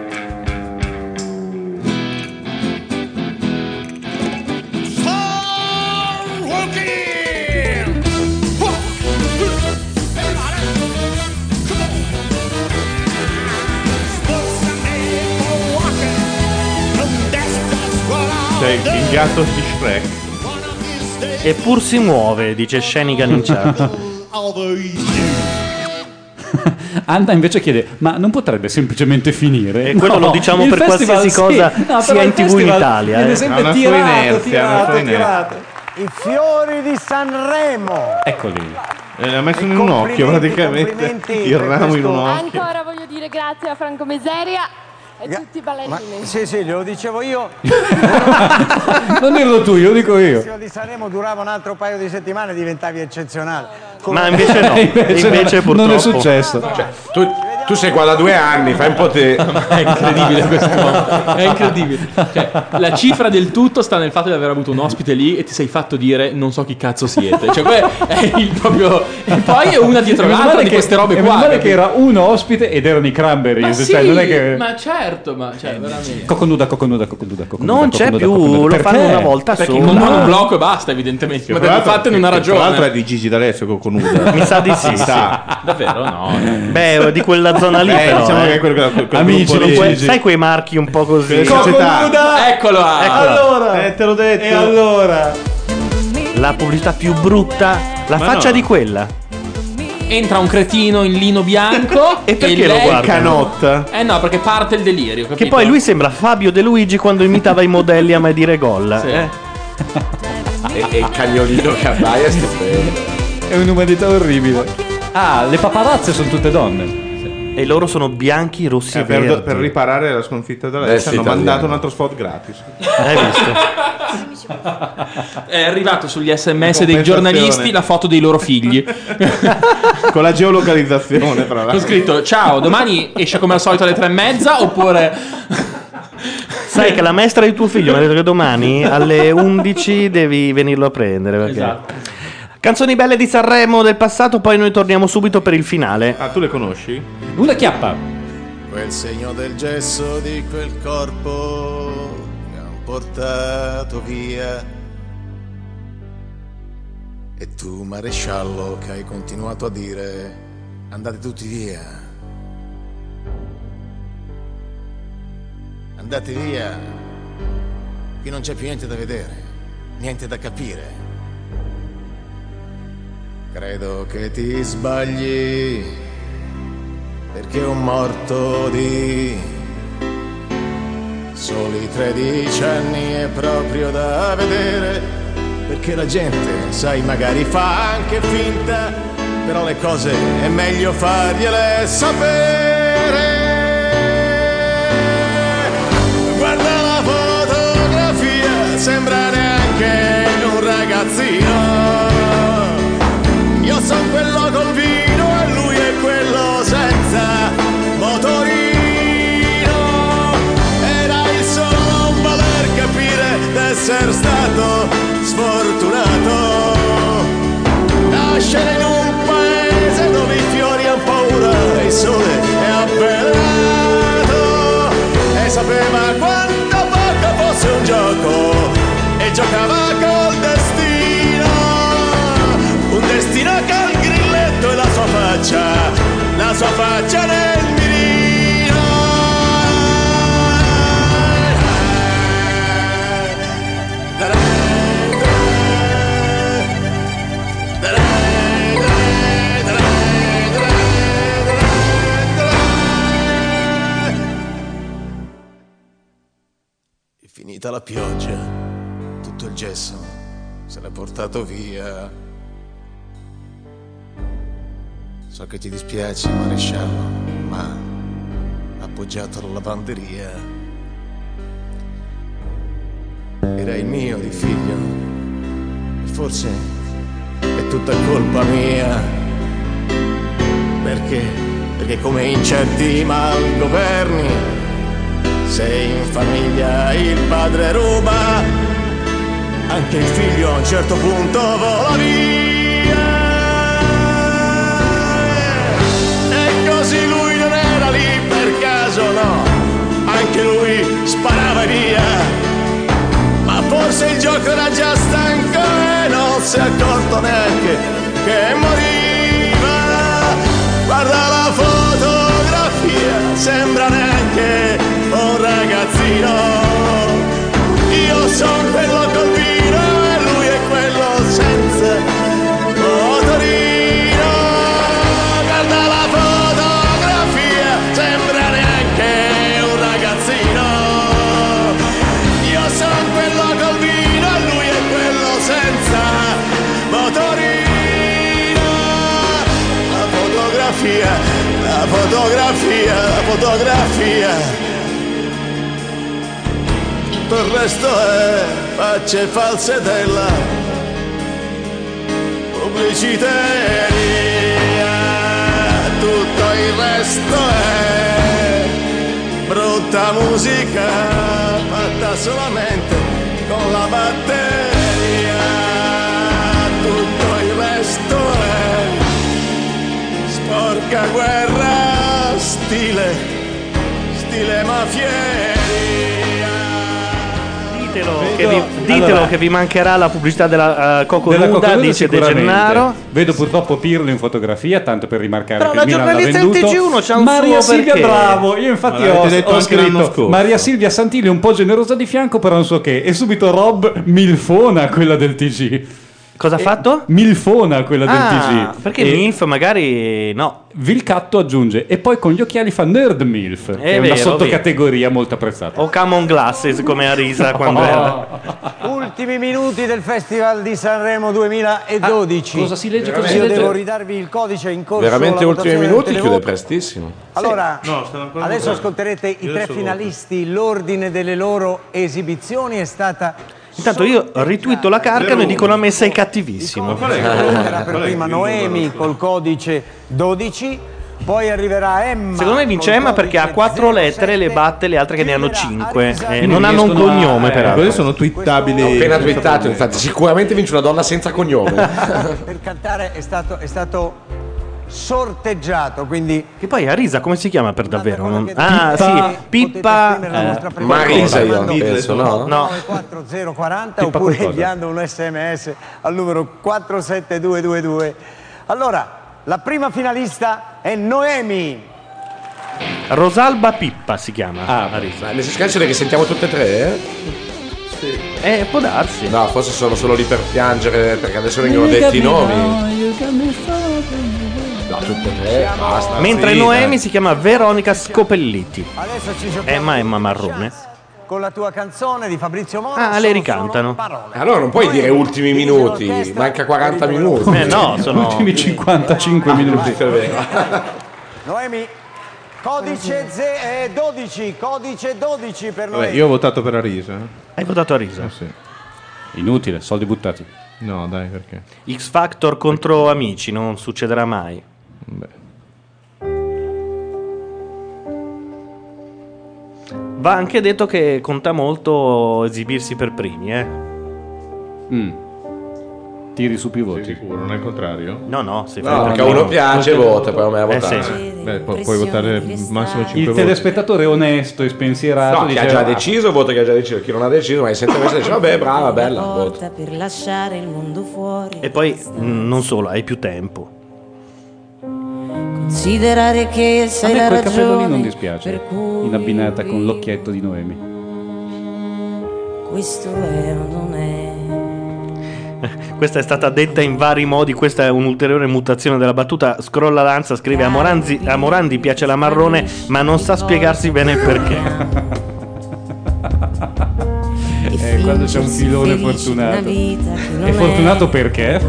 Cioè, il gatto di Shrek. Eppur si muove, dice Shenigan in chat. Anna invece chiede: ma non potrebbe semplicemente finire? E quello lo diciamo il per festival qualsiasi cosa no, sia però in il tivù in festival Italia, viene eh. sempre Ha una sua tirato, inerzia, ha una tirato, sua inerzia. tirato. I fiori di Sanremo. Eccoli. Eh, l'ha messo in un occhio praticamente. Il ramo in un occhio. Ancora voglio dire grazie a Franco Miseria e tutti i ballerini. Sì, sì, glielo dicevo io. Non dirlo tu, io dico Il io. Festival di Sanremo durava un altro paio di settimane e diventavi eccezionale. Ma invece no, Invece invece non- purtroppo non è successo. Cioè, tu, tu sei qua da due anni, fai un po' te. È incredibile questo uomo. È incredibile. Cioè, la cifra del tutto sta nel fatto di aver avuto un ospite lì e ti sei fatto dire non so chi cazzo siete. Cioè, quello è il proprio. E poi è una dietro E meno l'altra male di che- queste robe e qua. meno male capito? che era uno ospite ed erano i Cranberries. Ma sì, cioè, non è che... ma certo, ma cioè, veramente. Coconuda, coconuda, coconuda, coconuda. Non c'è coconuda, più, coconuda. lo fanno Perché? una volta Perché sola. con un blocco e basta, evidentemente. Ma Tra l'altro- fatene una che- Tra l'altro è ragione. di Gigi D'Alessio Coconuda. Mi sa di sì, Mi sì. sa. Davvero? No. Beh, di quella zona lì Beh, però. diciamo eh. che è quel, quel, quel Amici, gruppo di lì. que- sai quei marchi un po' così. Quelle società. Eccolo. ah. Eccola. Eh, te l'ho detto. E allora? La pubblicità più brutta, la Ma faccia no. di quella. Entra un cretino in lino bianco E perché lo lei- guarda? Canotta. Eh no, perché parte il delirio, capito? Che poi lui sembra Fabio De Luigi quando imitava i modelli a mai dire gol. Sì. eh. E, e il cagnolino che abbaia è stupendo. È un'umanità orribile. Ah, le paparazze sono tutte donne. E loro sono bianchi, rossi Eh, e per, verdi. per riparare la sconfitta Eh, dell'Alessio sì, hanno italiano. mandato un altro spot gratis. Hai visto? È arrivato sugli sms dei Compensazione. giornalisti la foto dei loro figli. Con la geolocalizzazione, tra Ho l'altro. scritto: ciao, domani esce come al solito alle tre e mezza oppure. Sai che la maestra di tuo figlio mi ha detto che domani alle undici devi venirlo a prendere. Perché... Esatto. Canzoni belle di Sanremo del passato, poi noi torniamo subito per il finale. Ah, tu le conosci? Una chiappa. Quel segno del gesso di quel corpo che han portato via. E tu, maresciallo, che hai continuato a dire andate tutti via. Andate via. Qui non c'è più niente da vedere, niente da capire. Credo che ti sbagli perché un morto di soli tredici anni è proprio da vedere, perché la gente, sai, magari fa anche finta, però le cose è meglio fargliele sapere. Guarda la fotografia, sembra neanche un ragazzino. Io son quello col vino e lui è quello senza motorino. Era il solo non voler capire d'essere stato sfortunato. Nascere in un paese dove i fiori hanno paura e il sole è avvelenato. E sapeva quanto poco fosse un gioco e giocava col destino. Un destino col grilletto e la sua faccia, la sua faccia nel mirino. È finita la pioggia, tutto il gesso se l'è portato via. So che ti dispiace, maresciallo, ma appoggiato alla lavanderia. Era il mio di figlio, e forse è tutta colpa mia. Perché? Perché come in certi malgoverni, se in famiglia il padre ruba, anche il figlio a un certo punto vola via. E così lui non era lì per caso, no, anche lui sparava via. Ma forse il gioco era già stanco e non si è accorto neanche che moriva. Guarda la fotografia, sembra neanche un ragazzino. Io son quello col vino e lui è quello senza motorino. Guarda la fotografia, sembra neanche un ragazzino. Io son quello col vino e lui è quello senza motorino. La fotografia, la fotografia, la fotografia. Tutto il resto è facce false della pubbliciteria. Tutto il resto è brutta musica fatta solamente con la batteria. Tutto il resto è sporca guerra, stile, stile mafieria. Ditelo, Vedo- che vi, ditelo allora- che vi mancherà la pubblicità della uh, Coco Della Nuda, Coca-Cola dice De sicuramente. Gennaro. Vedo purtroppo Pirlo in fotografia, tanto per rimarcare Però che la il Milan l'ha giornalista del venduto. T G uno c'ha un Maria suo Silvia perché. bravo, io infatti Ma l'avete ho, detto ho anche l'anno scritto scorso. Maria Silvia Santilli un po' generosa di fianco, però non so che, e subito Rob milfona quella del T G. Cosa ha fatto? Milfona quella del Ah, T G. perché E MILF magari no. Vilcatto aggiunge e poi con gli occhiali fa Nerd Milf, che è vero, una sottocategoria molto apprezzata. O Camon Glasses come Arisa quando era. Ultimi minuti del Festival di Sanremo duemiladodici. Ah, cosa si legge, cosa si Io legge? devo ridarvi il codice in corso. Veramente la ultimi votazione del minuti, chiude televoto. prestissimo. Allora, No, stanno ancora adesso votando. ascolterete i Io tre adesso voto. finalisti. L'ordine delle loro esibizioni è stata. Intanto io ritwitto la Carcano e dicono a me sei cattivissimo. Era per prima Noemi col codice dodici, poi arriverà Emma. Secondo me vince col Emma perché ha codice quattro zero lettere, le batte, le altre che ne hanno cinque. Eh, non Quindi hanno un riescono a- cognome, eh, peraltro. Questi sono twittabili. Ho appena twittato, infatti, sicuramente vince una donna senza cognome. Per cantare è stato, è stato sorteggiato, quindi Che poi Arisa come si chiama per davvero? Non- Pippa. Ah sì, Pippa esprimere la vostra eh, preferenza Marisa, io chiamando penso, no? No. quattro zero quaranta Pippa oppure qualcosa. inviando un sms al numero quattro sette due due due. Allora, la prima finalista è Noemi. Rosalba Pippa si chiama Ah, Arisa. Ma nel senso che sentiamo tutte e tre? Eh? Eh, può darsi. No, forse sono solo lì per piangere, perché adesso vengono detti i nomi. No, tutte e tre, basta. Mentre Sì, Noemi dai. si chiama Veronica Scopelliti. Adesso ci giochiamo Emma Emma Marrone. con la tua canzone di Fabrizio Moro. Ah, le ricantano. Allora non puoi dire ultimi minuti, manca quaranta minuti. Eh no, sono ultimi cinquantacinque minuti. Noemi, codice Z- eh, dodici, codice dodici per Vabbè, Noemi. io ho votato per Arisa. Hai votato a Risa? Eh sì. Inutile, soldi buttati. No, dai, perché? X Factor contro Amici, non succederà mai. Beh. Va anche detto che conta molto esibirsi per primi, eh. Mm. Tiri su più voti. Sicuro, non è il contrario? No, no, se No, perché a uno piace vota, poi a me a Eh, votare. sì. Beh, pu- puoi votare massimo cinque Il voti. telespettatore onesto e spensierato No, chi ha diceva, già deciso vota che ha già deciso, chi non ha deciso, ma sente questo dice vabbè, brava, bella, vota. Porta per lasciare il mondo fuori. E poi mh, non solo, hai più tempo. Considerare che a sei me la quel cappello lì ragione non dispiace, per cui in abbinata con l'occhietto di Noemi. questo è o non è. Questa è stata detta in vari modi, questa è un'ulteriore mutazione della battuta. Scrolla Lanza scrive a, Moranzi, a Morandi piace la marrone ma non sa spiegarsi bene il perché. Eh, quando c'è un filone fortunato. È fortunato perché?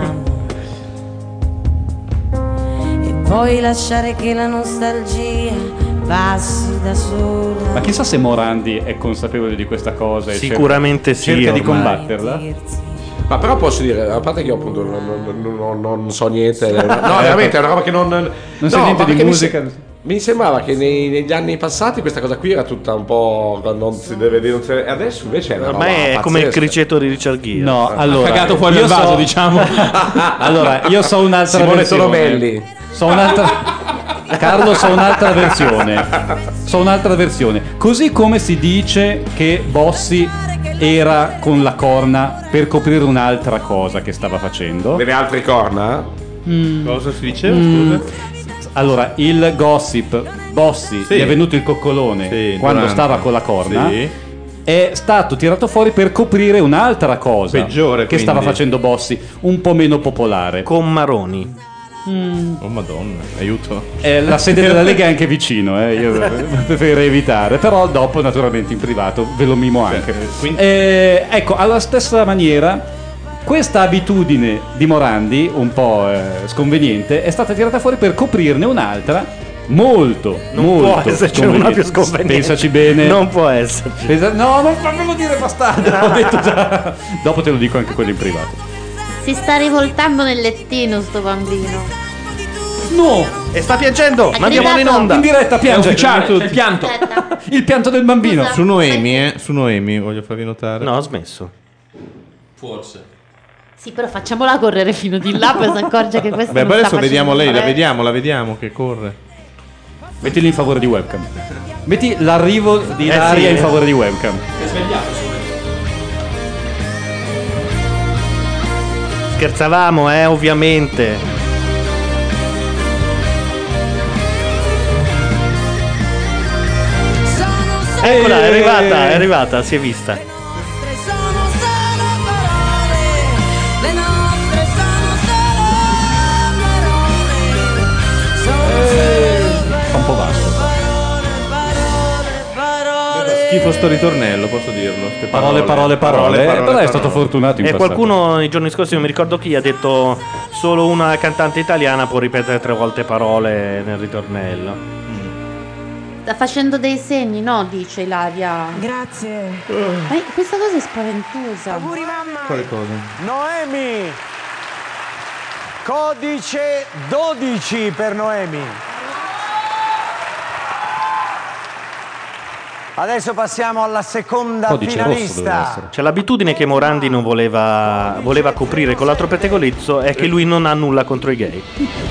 E poi lasciare che la nostalgia passi da sola. Ma chissà se Morandi è consapevole di questa cosa e Sicuramente cerca, sì, cerca di ormai. combatterla. Ma però posso dire, a parte che io appunto non, non- non- non- non so niente, no, veramente è una roba che non... Non no, sai niente ma di perché mi musica. se- Mi sembrava che nei- negli anni passati questa cosa qui era tutta un po'. Non si deve dire. non si deve- e adesso invece è una Ormai roba è come il pazzesca. criceto di Richard Gere. No, allora, Ha cagato fuori io dal vaso, so- diciamo. Allora, io so un'altra Simone versione. Tolomelli. So un'altra Carlo, so un'altra versione. So un'altra versione. Così come si dice che Bossi era con la corna per coprire un'altra cosa che stava facendo. Delle altre corna? Cosa si diceva, Mm. scusa? Allora, il gossip Bossi, Sì. gli è venuto il coccolone Sì, quando durante. stava con la corna. Sì. È stato tirato fuori per coprire un'altra cosa Peggiore, che quindi. stava facendo Bossi, un po' meno popolare. Con Maroni. Oh madonna, aiuto. Eh, la sede della Lega è anche vicino, eh, io preferirei evitare, però dopo naturalmente in privato ve lo mimo anche. quindi- Eh, ecco, alla stessa maniera, questa abitudine di Morandi, un po' eh, sconveniente, è stata tirata fuori per coprirne un'altra molto, Non molto può esserci una più sconveniente. Pensaci bene. Non può esserci. Pensa- no, non fammelo dire bastardo, l'ho detto già. Dopo te lo dico anche quello in privato. Si sta rivoltando nel lettino sto bambino. No! E sta piangendo! Ha Mandiamolo in gridato. onda! In diretta piange. È ufficiale, Tutti. c'è il pianto. Aspetta. Il pianto del bambino. Su Noemi, eh? Su Noemi, voglio farvi notare. No, ho smesso. Forse. Sì, però facciamola correre fino di là, poi si accorge che questo Beh, non poi sta adesso vediamo facendo lei, la fretta. vediamo, la vediamo che corre. Mettili in favore di webcam. Metti l'arrivo di Eh Ilaria sì, in eh. favore di webcam. Si è svegliato su. Scherzavamo, eh, ovviamente. Eccola, è arrivata, è arrivata, si è vista. Sono solo parole, le nostre sono solo parole, sono solo Fa un po' basso. parole. Schifo sto ritornello, posso dirlo. Ste Parole, parole, parole. Eh, però è stato fortunato in E passato. qualcuno nei giorni scorsi, non mi ricordo chi, ha detto solo una cantante italiana può ripetere tre volte parole nel ritornello. Sta facendo dei segni, no? Dice Ilaria. Grazie. Ma questa cosa è spaventosa. Auguri mamma. Quale cosa? Noemi. Codice dodici per Noemi. Adesso passiamo alla seconda Codice rosso doveva finalista. essere. C'è l'abitudine che Morandi non voleva, voleva coprire con l'altro pettegolezzo è che lui non ha nulla contro i gay.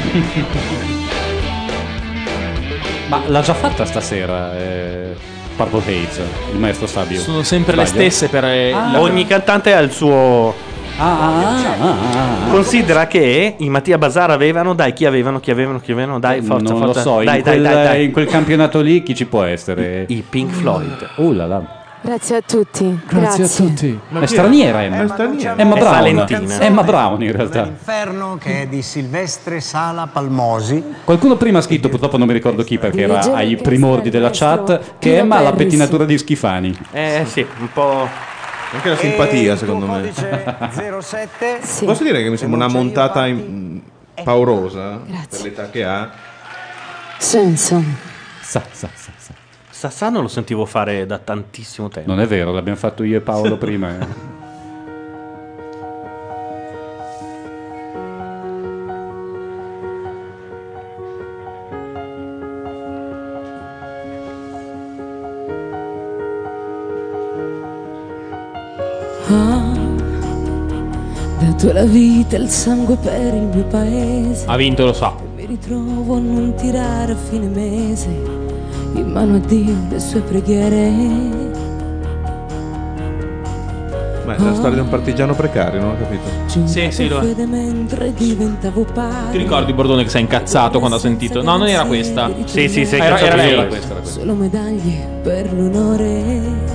Ma l'ha già fatta stasera eh, Purple Haze, il maestro Sabio. Sono sempre le Sbaglio? stesse per eh, Ah. la- Ogni cantante ha il suo... Ah, ah, ah, ah, ah. Considera che i Mattia Bazar avevano, dai, chi avevano, chi avevano, chi avevano, dai, forza, non forza. lo so, dai, in, dai, quel, dai, dai. in quel campionato lì chi ci può essere? I Pink Floyd. Uh là là. Grazie a tutti. Grazie, a tutti. Ma È chi è? straniera Emma. È straniera. Emma È Brown. Valentina. Emma Brown in realtà. Inferno, che è di Silvestre Sala Palmosi. Qualcuno prima ha scritto, purtroppo non mi ricordo chi perché era ai primordi della chat, che Emma ha la pettinatura di Schifani. Eh sì, un po'. Anche la simpatia, secondo me. zero sette. Posso dire che mi sembra una montata in- paurosa per l'età che ha. Senso. Sa, sa, sa, sa. Sassà non lo sentivo fare da tantissimo tempo. Non è vero, l'abbiamo fatto io e Paolo prima. eh. Ho dato la vita e il sangue per il mio paese. Ha vinto, lo sa. Mi ritrovo a non tirare a fine mese in mano a Dio le sue preghiere. Ma è la storia di un partigiano precario, non ho capito. Sì, sì, lo è. Fede mentre diventavo padre. Ti ricordi Bordone che si è incazzato quando ha sentito? No, non era questa. Sì, sì, sì, era, era lei. era questa, era questa. Solo medaglie per l'onore.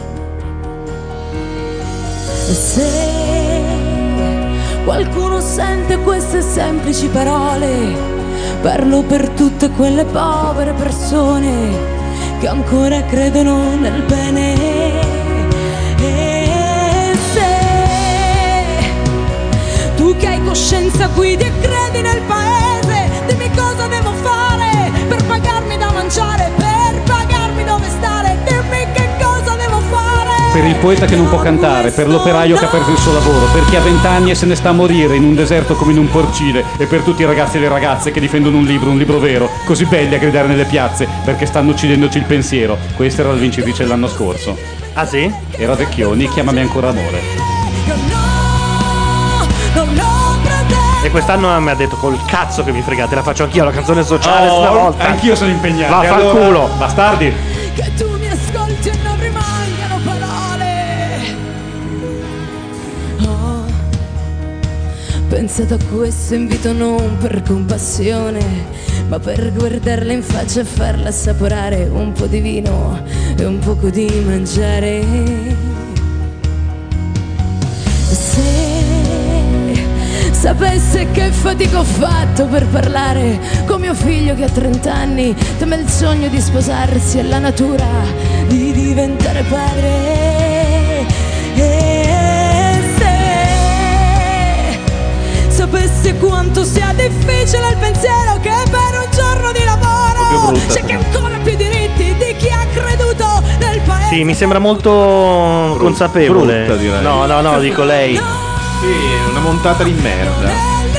E se qualcuno sente queste semplici parole, parlo per tutte quelle povere persone che ancora credono nel bene. E se tu che hai coscienza guidi e credi nel paese, dimmi cosa devo fare per pagarmi da mangiare, per pagarmi dove stare, dimmi che cosa devo fare. Per il poeta che non può cantare, per l'operaio che ha perso il suo lavoro, per chi ha vent'anni e se ne sta a morire in un deserto come in un porcile, e per tutti i ragazzi e le ragazze che difendono un libro, un libro vero, così belli a gridare nelle piazze perché stanno uccidendoci il pensiero. Questa era la vincitrice dell'anno scorso. Ah sì? Era Vecchioni, Chiamami ancora amore. E quest'anno mi ha detto col cazzo che mi fregate, la faccio anch'io la canzone sociale Oh, stavolta. anch'io sono impegnato. Va a E far allora, culo. bastardi. Che tu mi ascolti e non rimangano parole. Ho pensato a questo invito non per compassione, ma per guardarla in faccia e farla assaporare un po' di vino e un poco di mangiare. Se sapesse che fatica ho fatto per parlare con mio figlio che ha trent'anni, teme il sogno di sposarsi e la natura di diventare padre. E se sapesse quanto sia difficile il pensiero che per un giorno di lavoro c'è chi ha ancora più diritti di chi ha creduto nel paese. Sì, mi sembra molto consapevole. brutta, direi. No, no, no, dico lei. Sì, è una montata di merda.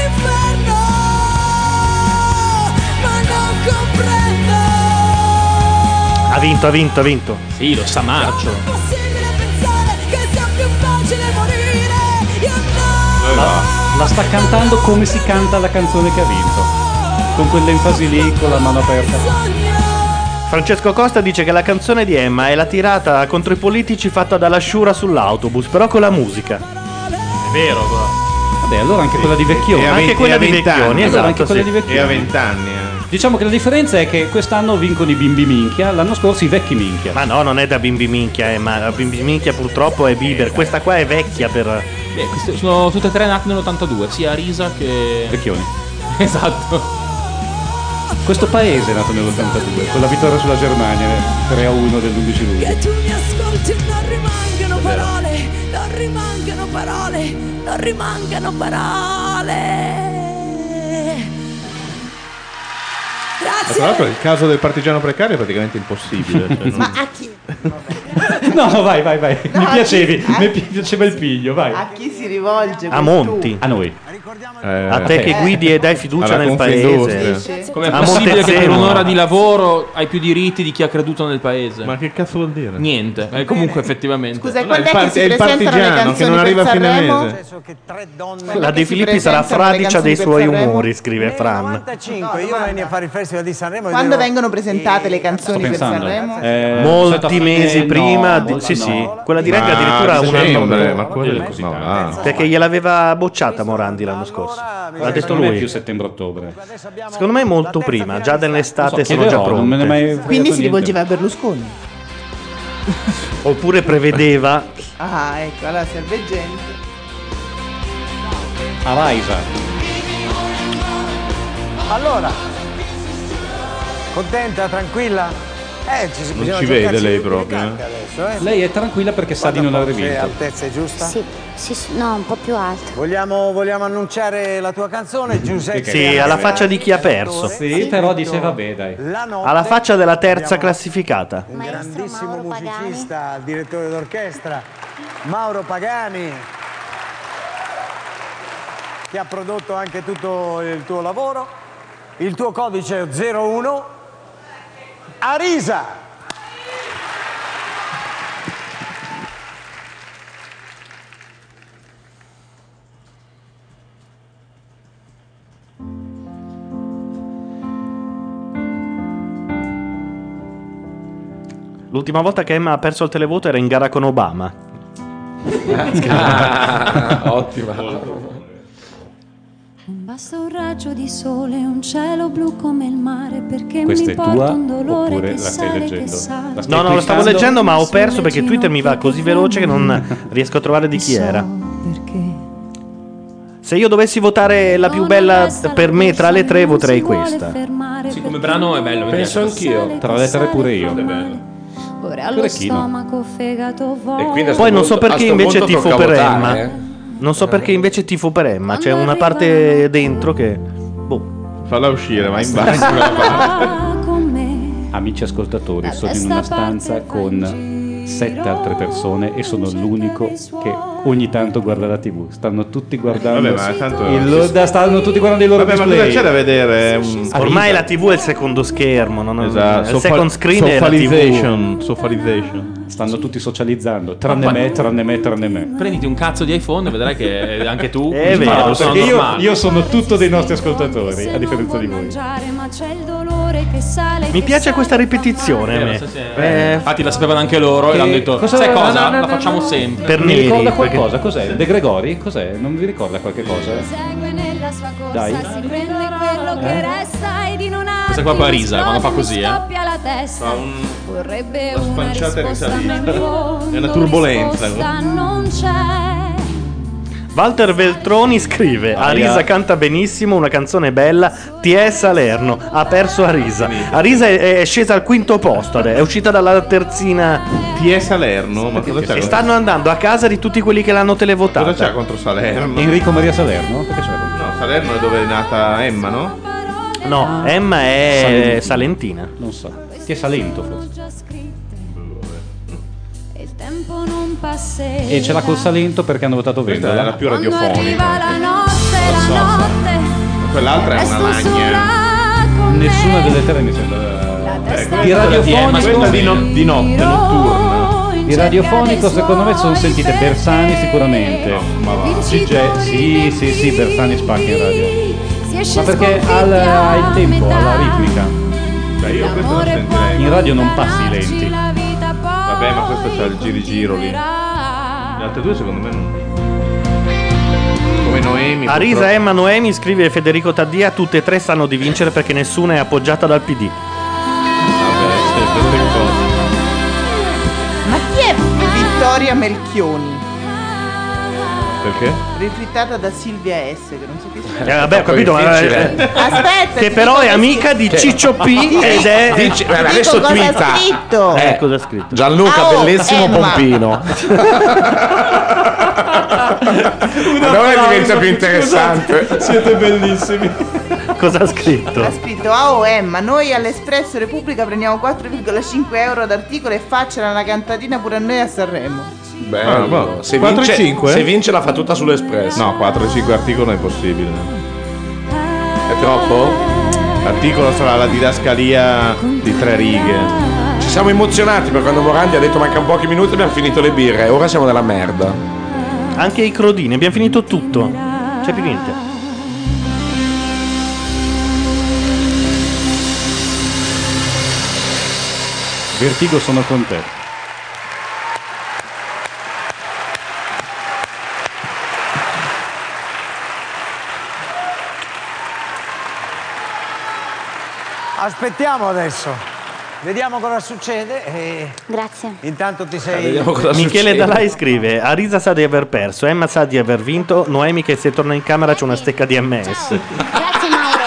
Ha vinto, ha vinto, ha vinto. Sì, lo sa Marcio. La, la sta cantando come si canta la canzone che ha vinto, con quell'enfasi lì, con la mano aperta. Francesco Costa dice che la canzone di Emma è la tirata contro i politici fatta dalla Sciura sull'autobus, però con la musica. È vero, Vabbè, allora anche quella di Vecchioni. E a Anche venti- quella e a di vent'anni. Vecchioni, Allora, esatto, anche quella sì. di Vecchioni. E a vent'anni. eh. Diciamo che la differenza è che quest'anno vincono i bimbi minchia, l'anno scorso i vecchi minchia. Ma no, non è da bimbi minchia, eh, ma la bimbi minchia purtroppo è Bieber. Questa qua è vecchia per. Beh, queste sono tutte e tre nate nell'ottantadue, sia Risa che Vecchioni. Esatto. Questo paese è nato nell'ottantadue, con la vittoria sulla Germania, tre a uno dell'undici luglio. Che tu mi ascolti e non rimangano parole, non rimangano parole, non rimangano parole. Ma Grazie. tra l'altro il caso del partigiano precario è praticamente impossibile. Cioè, non- Ma a chi, No, vai, vai, vai. No, mi a piacevi, chi- a- mi pi- piaceva il piglio, vai. a chi si rivolge? A questo? Monti. A noi. eh, A te che guidi e dai fiducia alla nel Confindustria. paese. Com'è A possibile che per Montezemolo. un'ora di lavoro hai più diritti di chi ha creduto nel paese? Ma che cazzo vuol dire? Niente, eh, comunque effettivamente. Scusa, e No, è quando il è che part- si è il presentano le partigiano che canzoni non arriva per a fine Sanremo? mese. La De si Filippi sarà presentano le fradicia canzoni dei per suoi Sanremo? umori, scrive Fran. novantacinque, io venni a fare il Festival di Sanremo. e Quando vedevo- vengono presentate le canzoni per pensando. Sanremo? Eh, Molti mesi eh, prima, no, di- sì, no. sì, quella di Renga Ma addirittura un anno dicembre, ma dopo. quello no, va. Perché gliel'aveva bocciata Morandi l'anno scorso. L'ha detto Secondo me è più lui. settembre-ottobre. Secondo me molto prima, già dell'estate Non so, sono già chiederò, non me ne pronte. mai fregato Quindi si niente. rivolgeva a Berlusconi. Oppure prevedeva. Ah, ecco, allora sei al veggente. Araisa. Allora, contenta, tranquilla? Eh, ci, Non bisogna ci giocarci vede lei le proprio, carte eh. adesso, eh. Lei è tranquilla perché sa di non aver Se vinto. altezza è giusta? Sì, sì, sì, no, un po' più alto. Vogliamo, vogliamo annunciare la tua canzone, Giuseppe? Sì, alla faccia di chi ha perso. Sì, però dice vabbè, dai. Alla faccia della terza classificata. Un grandissimo musicista, il direttore d'orchestra, Mauro Pagani, che ha prodotto anche tutto il tuo lavoro. Il tuo codice è zero uno. Arisa! L'ultima volta che Emma ha perso il televoto era in gara con Obama. Ah, ottima. Basta un raggio di sole, un cielo blu come il mare, perché Questa mi è porta tua un dolore oppure che la stai sale, che leggendo? sale. La stai No, no, lo stavo cliccando? leggendo, ma ho perso perché Twitter mi va così veloce che non riesco a trovare di chi era. Se io dovessi votare la più bella per me tra le tre, voterei questa. Sì, come brano è bello. mi Penso piace. anch'io. Tra le tre pure io. Ora allo Cretino. stomaco, fegato, E quindi a vomito. sto Poi non so punto- a perché sto invece punto tifo tocca per votare, Emma. eh. Non so perché invece tifo per Emma. C'è una parte dentro che. Boh. Falla uscire, va in bagno. Amici ascoltatori, sono in una stanza con sette altre persone e sono l'unico che ogni tanto guarda la tivù. Stanno tutti guardando. Vabbè, ma tanto- il lo- da- stanno tutti guardando i loro Vabbè, ma display. cosa c'è da vedere? Un- Ormai la tivù è il secondo schermo, non è Esatto, il second screen è la socialization, tivù. socialization. Stanno tutti socializzando, tranne Ma poi- me, tranne me, tranne me. Prenditi un cazzo di iPhone e vedrai che anche tu. È no, vero, sono perché io, normale. io sono tutto dei nostri ascoltatori, a differenza di voi. Ma c'è il dolore che sale, Mi che piace sale, questa ripetizione. a Vero, me. sì, sì. Eh, Infatti la sapevano anche loro Che- e l'hanno detto. cosa- Sai cosa? no, no, no, la no, facciamo no. sempre. Per Mi neri, ricorda perché- qualcosa? Cos'è? De Gregori? Cos'è? Non vi ricorda qualche cosa? segue nella sua corsa, Dai. si prende quello che Eh? resta ed in un attimo Questa qua poi risa, quando fa così, eh. scoppia la testa. Fa un- Vorrebbe una una spanciata e risposta, ma in risalita. fondo È una turbolenza. risposta non c'è. Walter Veltroni scrive: Arisa canta benissimo, una canzone bella. T è Salerno, ha perso Arisa. Arisa è, è scesa al quinto posto, adesso, è uscita dalla terzina. T è Salerno? Ma cosa c'è? E stanno andando a casa di tutti quelli che l'hanno televotata. Cosa c'è contro Salerno? Enrico Maria Salerno? Perché c'è contro? No, Salerno è dove è nata Emma, no? No, Emma è Salentina. salentina. Non so. Che è Salento forse. Il tempo non passerà. E ce l'ha col Salento perché hanno votato Questa è Vendola. la più Quando radiofonica. arriva la notte, Lo so, la so. notte. Quell'altra è una resto magna. sola con Nessuna delle tre mi sembra. testa Di radiofonico, Questa di, no- di notte, notturna. di radiofonico secondo me sono sentite Bersani sicuramente. Ma va. Sì, ge- sì, sì, sì, Bersani spacca in radio. Si esce Ma perché sconfitti ha il, ha il a tempo, ha la metà. ritmica. Beh, io questo lo sentirei. In radio non passi lenti. La vita poi Vabbè, ma questo c'ha il girigiro lì. Le altre due secondo me non. Come Noemi. Arisa, purtroppo- Emma, Noemi, scrive Federico Taddia. Tutte e tre sanno di vincere perché nessuna è appoggiata dal P D. Vabbè, sì, queste cose. Ma chi è Vittoria Melchioni? Perché? Retweetata da Silvia S, che non so chi sia. Eh, vabbè, ho capito, ma difficile. eh, Aspetta, che ti però dico è che amica di Ciccio P ed è. Dici- Ti vabbè, dico adesso cosa twitta. ha scritto. Eh, cosa ha scritto? Gianluca, Ah, oh, bellissimo Emma. pompino. Allora diventa più interessante. Siete bellissimi. Cosa ha scritto? Ha scritto: ah, oh Emma, noi all'Espresso Repubblica prendiamo quattro virgola cinque euro ad articolo e faccela una cantatina pure a noi a Sanremo. Bello. Ah, boh. Se, quattro e vince, cinque? se vince la fa tutta sull'Espresso. No, quattro e cinque articoli non è possibile. È troppo? L'articolo sarà la didascalia di tre righe. Ci siamo emozionati per quando Morandi ha detto mancano pochi minuti e abbiamo finito le birre. Ora siamo nella merda. Anche i crodini, abbiamo finito tutto. C'è più niente. Vertigo, sono con te. Aspettiamo adesso. vediamo cosa succede. E... Grazie. Intanto ti sei. Vediamo cosa Michele Dalai scrive: Arisa sa di aver perso, Emma sa di aver vinto, Noemi che se torna in camera c'è una stecca di M S. Grazie Mauro.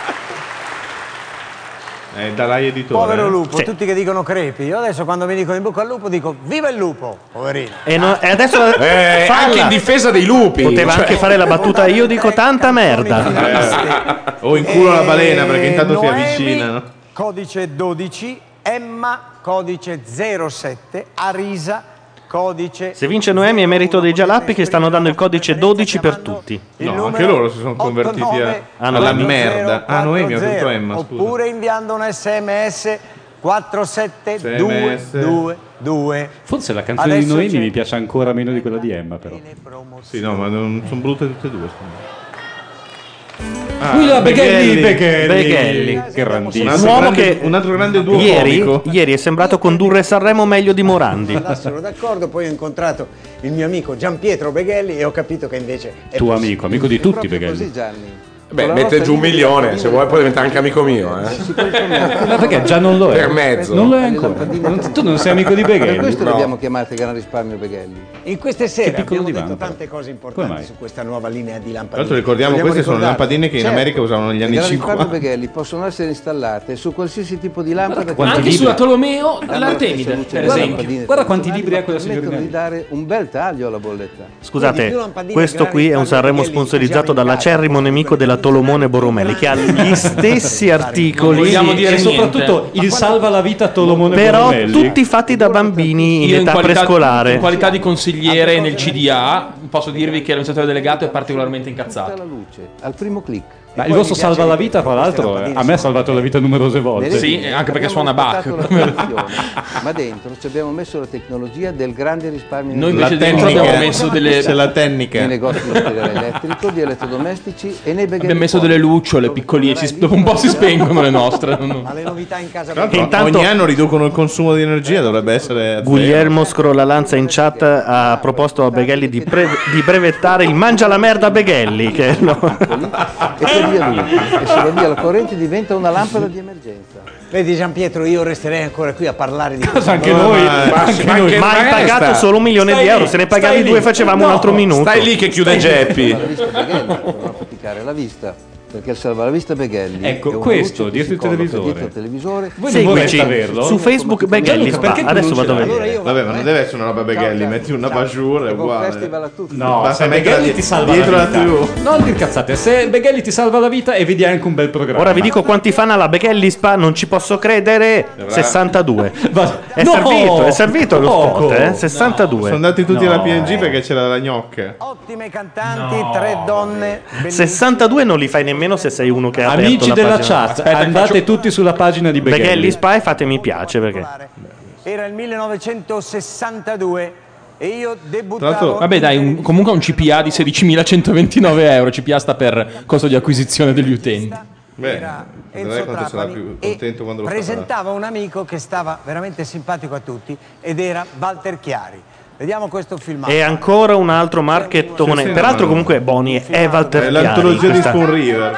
È Dalai editore. Povero lupo, Sì. tutti che dicono crepi. Io adesso quando mi dicono in bocca al lupo dico viva il lupo, poverino. E, no- e adesso Eh, falla. anche in difesa dei lupi. Poteva cioè. anche fare la battuta io dico tanta merda. O in culo la balena perché intanto si Noemi, avvicinano. Codice dodici, Emma codice zero sette, Arisa codice. Se vince Noemi è merito dei Gialappi che stanno dando il codice dodici per tutti. No, anche loro si sono convertiti a, Ah, no. alla merda. Ah, Noemi ha detto Emma, scusa. Oppure inviando un sms quattro sette due due due. Forse la canzone Adesso di Noemi c'è- mi piace ancora meno di quella di Emma, però. Sì, no, ma non, sono brutte tutte e due. secondo me. Lui là, Beghelli, Beghelli. Beghelli. Che grandissimo. Un altro Un uomo grande- che un altro grande duo ieri, comico. ieri è sembrato condurre Sanremo meglio di Morandi. Sono d'accordo, poi ho incontrato il mio amico Gianpietro Beghelli e ho capito che invece è Tuo possibile. amico, amico di tutti Beghelli. Gianni. Beh, mette giù un milione, se vuoi può diventare anche amico mio. Eh. Ma perché già non lo è? Per mezzo. Non lo è ancora. Non- tu non sei amico di Per Beghelli? questo No. l'abbiamo chiamato Gran Risparmio Beghelli. In queste sere piccolo abbiamo divano, detto però. tante cose Come importanti mai? su questa nuova linea di Tra lampadine. l'altro ricordiamo, Vogliamo queste sono ricordarlo? lampadine che in Certo. America usavano negli Le anni Gran Risparmio cinquanta. Beghelli possono essere installate su qualsiasi tipo di lampada. quanti Anche libri. sulla Tolomeo Danno la l'Artemide, stessa luce per delle esempio. lampadine Guarda quanti tradizionali, libri ha ma quella permettono signorina. di dare un bel taglio alla bolletta. Scusate, questo qui è un Sanremo sponsorizzato dall'acerrimo nemico della Tolomone Boromelli che ha gli stessi articoli, vogliamo dire E soprattutto il salva la vita Tolomone però Boromelli. tutti fatti da bambini in Io in età qualità, prescolare. in qualità di consigliere nel C D A posso dirvi che l'amministratore delegato è particolarmente incazzato. La luce al primo click. Ma il vostro salva la vita, tra l'altro, eh, a me ha salvato la vita numerose volte. Sì, anche perché suona Bach. Ma dentro ci abbiamo messo la tecnologia del grande risparmio. Noi invece La dentro tecnica. abbiamo messo delle C'è la tecnica. Nei negozi di materiale elettrico, di elettrodomestici e nei Beghelli. abbiamo messo Pop. delle lucciole piccoline, si- dopo un po' si spengono le nostre. non- Ma le novità in casa Tra l'altro, Intanto- ogni anno riducono il consumo di energia, dovrebbe essere a zero. Guglielmo Scrollalanza in chat ha proposto a Beghelli di, pre- di brevettare il mangia la merda Beghelli che no. E per via lui. E se va via la corrente diventa una lampada di emergenza. Vedi Gianpietro, io resterei ancora qui a parlare di questo. Anche No, noi, ma- anche ma noi. anche- Ma hai resta. pagato solo un milione Stai di euro, lì, se ne stai pagavi lì. due facevamo un No, altro minuto. Stai lì che chiude Geppi. La vista Beghelli per non faticare la vista. Perché il salvalavista Beghelli Ecco, è una questo, luce che dietro si il colloca televisore. dietro il televisore. Voi non vorreste Seguici averlo? su Facebook Beghelli Gianluca, Spa. perché tu Adesso non vado a ce l'hai? vedere. Allora io Vabbè, ma non deve essere una roba Beghelli, Ciao, metti una ciao. Bajur, è Buon uguale. festival a tutti. No, Basta se metterla Beghelli di- ti salva dietro la la vita. tivù. Non dir cazzate, se Beghelli ti salva la vita e vedi anche un bel programma. Ora vi dico quanti fan ha la Beghelli Spa, non ci posso credere. sessantadue. Va- È No! servito, è servito lo Poco! spot, eh? sessantadue. Sono andati tutti No. alla P N G perché c'era la gnocca. Ottime cantanti, tre donne. bellissime. sessantadue non li fai nemmeno se sei uno che ha aperto Amici la della pagina. chat, andate tutti sulla pagina di Beghelli. Beghelli Spa e fate mi piace perché Era il millenovecentosessantadue e io Tra debuttavo. l'altro- Vabbè dai, un- comunque un C P A di sedicimilacentoventinove euro, C P A sta per costo di acquisizione degli utenti. Beh, Era vedrai Enzo quanto sarà Trapani più e contento quando lo farà. presentava un amico che stava veramente simpatico a tutti ed era Walter Chiari. Vediamo questo filmato. è ancora un altro marchettone. Sì, sì, Peraltro ma- comunque Boni è Walter È Chiari. l'antologia di questa- Spoon River.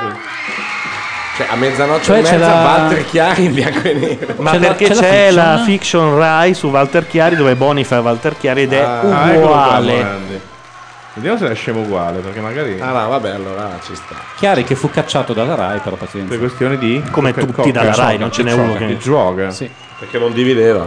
Cioè, a mezzanotte Cioè, e c'è mezza, la- Walter Chiari in bianco e nero. Ma C'è la- perché c'è la c'è la fiction? fiction Rai su Walter Chiari dove Boni fa Walter Chiari ed è Ah, eccolo qua, uguale. Morandi. Vediamo se lasciamo uguale, perché magari Ah no, vabbè, allora ci sta. Chiari che fu cacciato dalla Rai, però pazienza. per questioni di Come co- tutti co- dalla che Rai, gioca, non ce n'è che uno gioca, che- che gioca. Sì. Perché non divideva.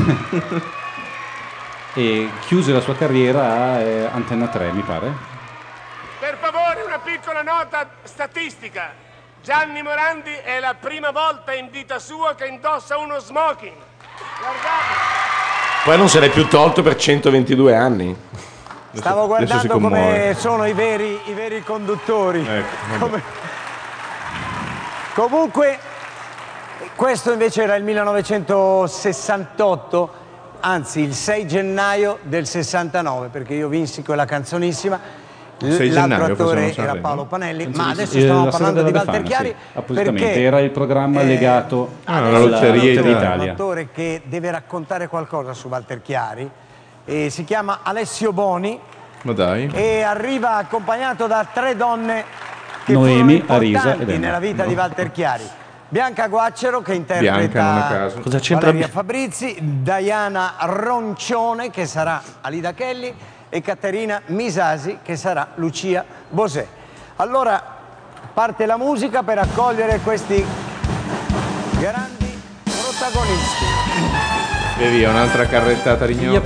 E chiuse la sua carriera a eh, Antenna tre, mi pare. Per favore, una piccola nota statistica. Gianni Morandi è la prima volta in vita sua che indossa uno smoking. Guardate. Poi non se l'è più tolto per centoventidue anni. Stavo adesso si guardando come commuove. sono i veri, i veri conduttori. Ecco, vabbè. Come- Comunque, questo invece era il millenovecentosessantotto, anzi il sei gennaio del sessantanove, perché io vinsi quella canzonissima. Il sei L'altro gennaio attore facevano era Sanremo. Paolo Panelli, Penso ma di adesso sì. stiamo La parlando Sera di della Walter Befana, Chiari. sì. Appositamente perché era il programma eh, legato Ah, alla la lotteria Lotteria italiana. un d'Italia. attore che deve raccontare qualcosa su Walter Chiari e si chiama Alessio Boni Ma dai. e arriva accompagnato da tre donne che Noemi, furono Arisa importanti ed Emma. nella vita No. di Walter Chiari. Bianca Guaccero che interpreta Bianca, non a caso. Cosa c'entra Valeria Bi- Fabrizi, Diana Roncione che sarà Alida Kelly e Caterina Misasi che sarà Lucia Bosè. Allora parte la musica per accogliere questi grandi protagonisti. E via, un'altra carrettata di gnocchi.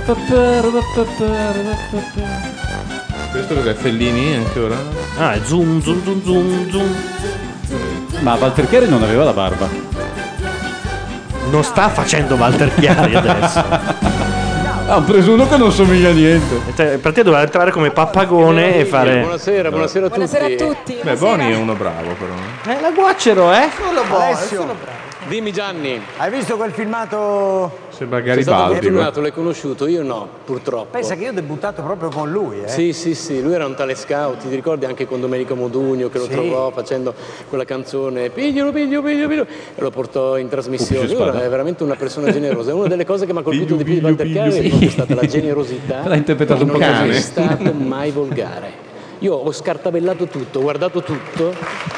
Questo cos'è? Fellini ancora? Ah, è zoom, zoom, zoom, zoom, zoom. Ma Walter Chiari non aveva la barba. Non sta facendo Walter Chiari adesso. Ah, ho preso uno che non somiglia a niente. Cioè, per te doveva entrare come pappagone e fare. Buonasera, buonasera a tutti. Buonasera a tutti. Beh, Boni è uno bravo però. Eh, la Guaccero, eh? Solo Alessio. solo bravo. Dimmi Gianni. Hai visto quel filmato? Sembra Sei stato Garibaldi. fortunato, l'hai conosciuto, io no, purtroppo. Pensa che io ho debuttato proprio con lui, eh? Sì, sì, sì, lui era un tale scout, ti ricordi anche con Domenico Modugno che lo Sì. trovò facendo quella canzone Piglialo, piglio, piglio, piglio e lo portò in trasmissione. Ufficio Lui spada. è veramente una persona generosa. È una delle cose che mi ha colpito di più di Walter Chiari è proprio stata la generosità. L'ha interpretato che un po' non è cane. mai stato mai volgare. Io ho scartabellato tutto, ho guardato tutto.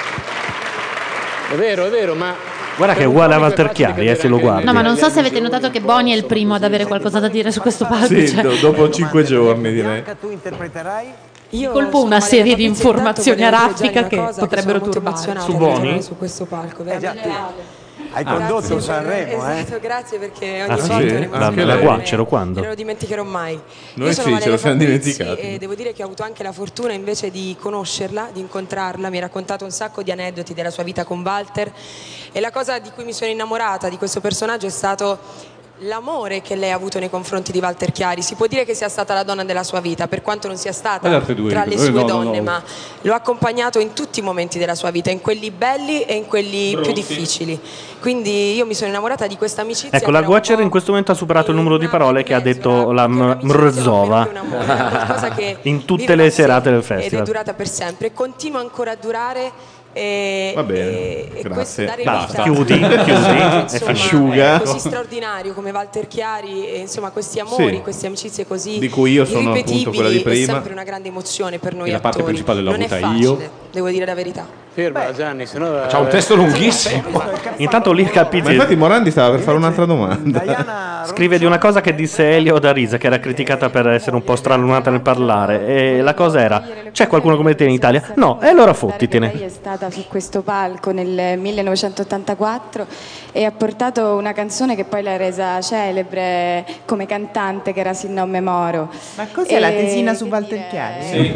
È vero, è vero, ma Guarda che è uguale a Walter Chiari, eh, se lo guardi. No, ma non so se avete notato che Boni è il primo ad avere qualcosa da dire su questo palco. Sì, cioè. do- dopo cinque giorni direi. Tu interpreterai? Io colpo sono una Maria serie di Fabrizio, informazioni intanto a volevo dire raffica già che una cosa, potrebbero sono molto turbare. emozionata Su di Boni? essere su questo palco, veramente. Hai Ah, condotto grazie. Sanremo, eh? Esatto, grazie perché ogni Ah, volta sì? un'emozione La- la enorme. Guaccero quando? Non lo dimenticherò mai. Noi Io sono sì, ce Valeria lo siamo Fabrizi dimenticati. E devo dire che ho avuto anche la fortuna invece di conoscerla, di incontrarla. Mi ha raccontato un sacco di aneddoti della sua vita con Walter. E la cosa di cui mi sono innamorata di questo personaggio è stato l'amore che lei ha avuto nei confronti di Walter Chiari. Si può dire che sia stata la donna della sua vita, per quanto non sia stata Eh, altre due, tra le eh, sue no, no, donne, no. ma lo ha accompagnato in tutti i momenti della sua vita, in quelli belli e in quelli più difficili. Quindi io mi sono innamorata di questa amicizia. Ecco, la Guaccero in questo momento ha superato il numero di parole che ha detto la M- Mrzova qualcosa che in tutte vive le da serate del sempre ed è festival. durata per sempre e continua ancora a durare. E, Va bene, e- e grazie. questo dare Basta, vita chiudi, a un chiudi, personaggio, e insomma, asciuga. così straordinario come Walter Chiari e insomma questi amori, Sì. queste amicizie così Di cui io sono appunto quella di irripetibili, è prima. sempre una grande emozione per noi E la parte attori. principale l'ho non è avuta facile, io. devo dire la verità. ferma Gianni, sennò C'ha un testo lunghissimo. Intanto lì Ma capite. infatti Morandi stava per fare un'altra domanda. Scrive di una cosa che disse Elio da Risa, che era criticata per essere un po' stralunata nel parlare. E la cosa era: c'è qualcuno come te in Italia? No, e allora Lei fottitene. è stata su questo palco nel millenovecentottantaquattro e ha portato una canzone che poi l'ha resa celebre come cantante, che era Sin non me moro. Ma cos'è E- la tesina su Walter Chiari?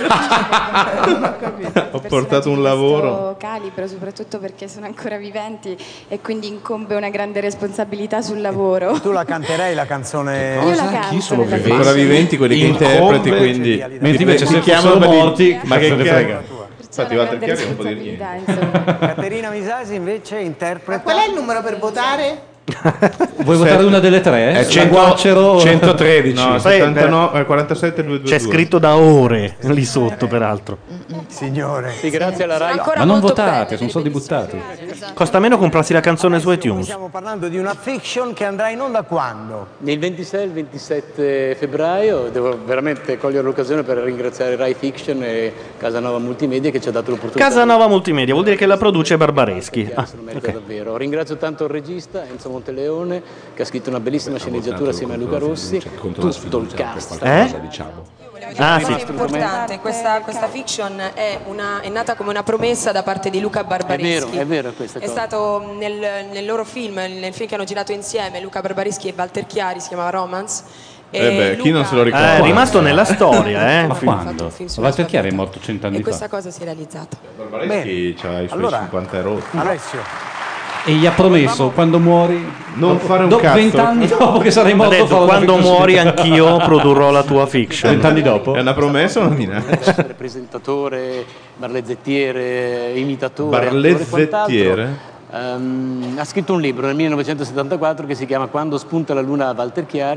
Ho portato un lavoro. Calibro, soprattutto perché sono ancora viventi e quindi incombe una grande responsabilità sul lavoro. Tu la canterei la canzone? Io la canto. Chi sono viventi? Ancora viventi quelli che Incombe- interpreti, quindi Mentre invece ti se chiamano fossero per dire- morti, ma che cazzo ne cazzo- frega. Infatti Walter Chiari non può dire niente. Caterina Misasi invece interpreta. Qual è il numero per votare? Vuoi votare una delle tre? È La cento- Guaccero- centotredici. No, Sai, settantanove, eh, quarantasette, duecentoventidue. C'è scritto da ore lì sotto, peraltro. Signore. Sì, grazie alla Rai. Ma non votate, sono soldi buttati. Costa meno comprarsi la canzone su iTunes. Stiamo parlando di una fiction che andrà in onda quando? Il ventisei e il ventisette febbraio devo veramente cogliere l'occasione per ringraziare Rai Fiction e Casanova Multimedia che ci ha dato l'opportunità. Casanova Multimedia vuol dire che la produce Barbareschi. Ah, Se lo merita ok. davvero. Ringrazio tanto il regista Enzo Monteleone che ha scritto una bellissima sceneggiatura assieme a Luca Rossi, tutto il cast. Eh? Ah, Una sì. cosa importante, questa, questa fiction è, una- è nata come una promessa da parte di Luca Barbareschi. È vero, è vero questa È cosa. stato nel, nel loro film, nel film che hanno girato insieme, Luca Barbareschi e Walter Chiari, si chiamava Romance. E Eh beh, chi non se lo ricorda? Eh, è rimasto nella storia, eh. Ma Film. quando? film sulla Walter sua Chiari è vita. morto cent'anni E fa. questa cosa si è realizzata. Barbareschi c'ha i suoi Allora, cinquanta rotti. Alessio. E gli ha promesso quando muori Non dopo- fare un do- cazzo. vent'anni dopo che sarai Ha morto detto, farò una quando fiction muori serie." anch'io produrrò la tua fiction. Vent'anni dopo? È una promessa o una minaccia? Essere presentatore, barlezzettiere, imitatore, Barlezzettiere? attore e quant'altro. Ehm, ha scritto un libro nel millenovecentosettantaquattro che si chiama Quando spunta la luna a Walter Chiari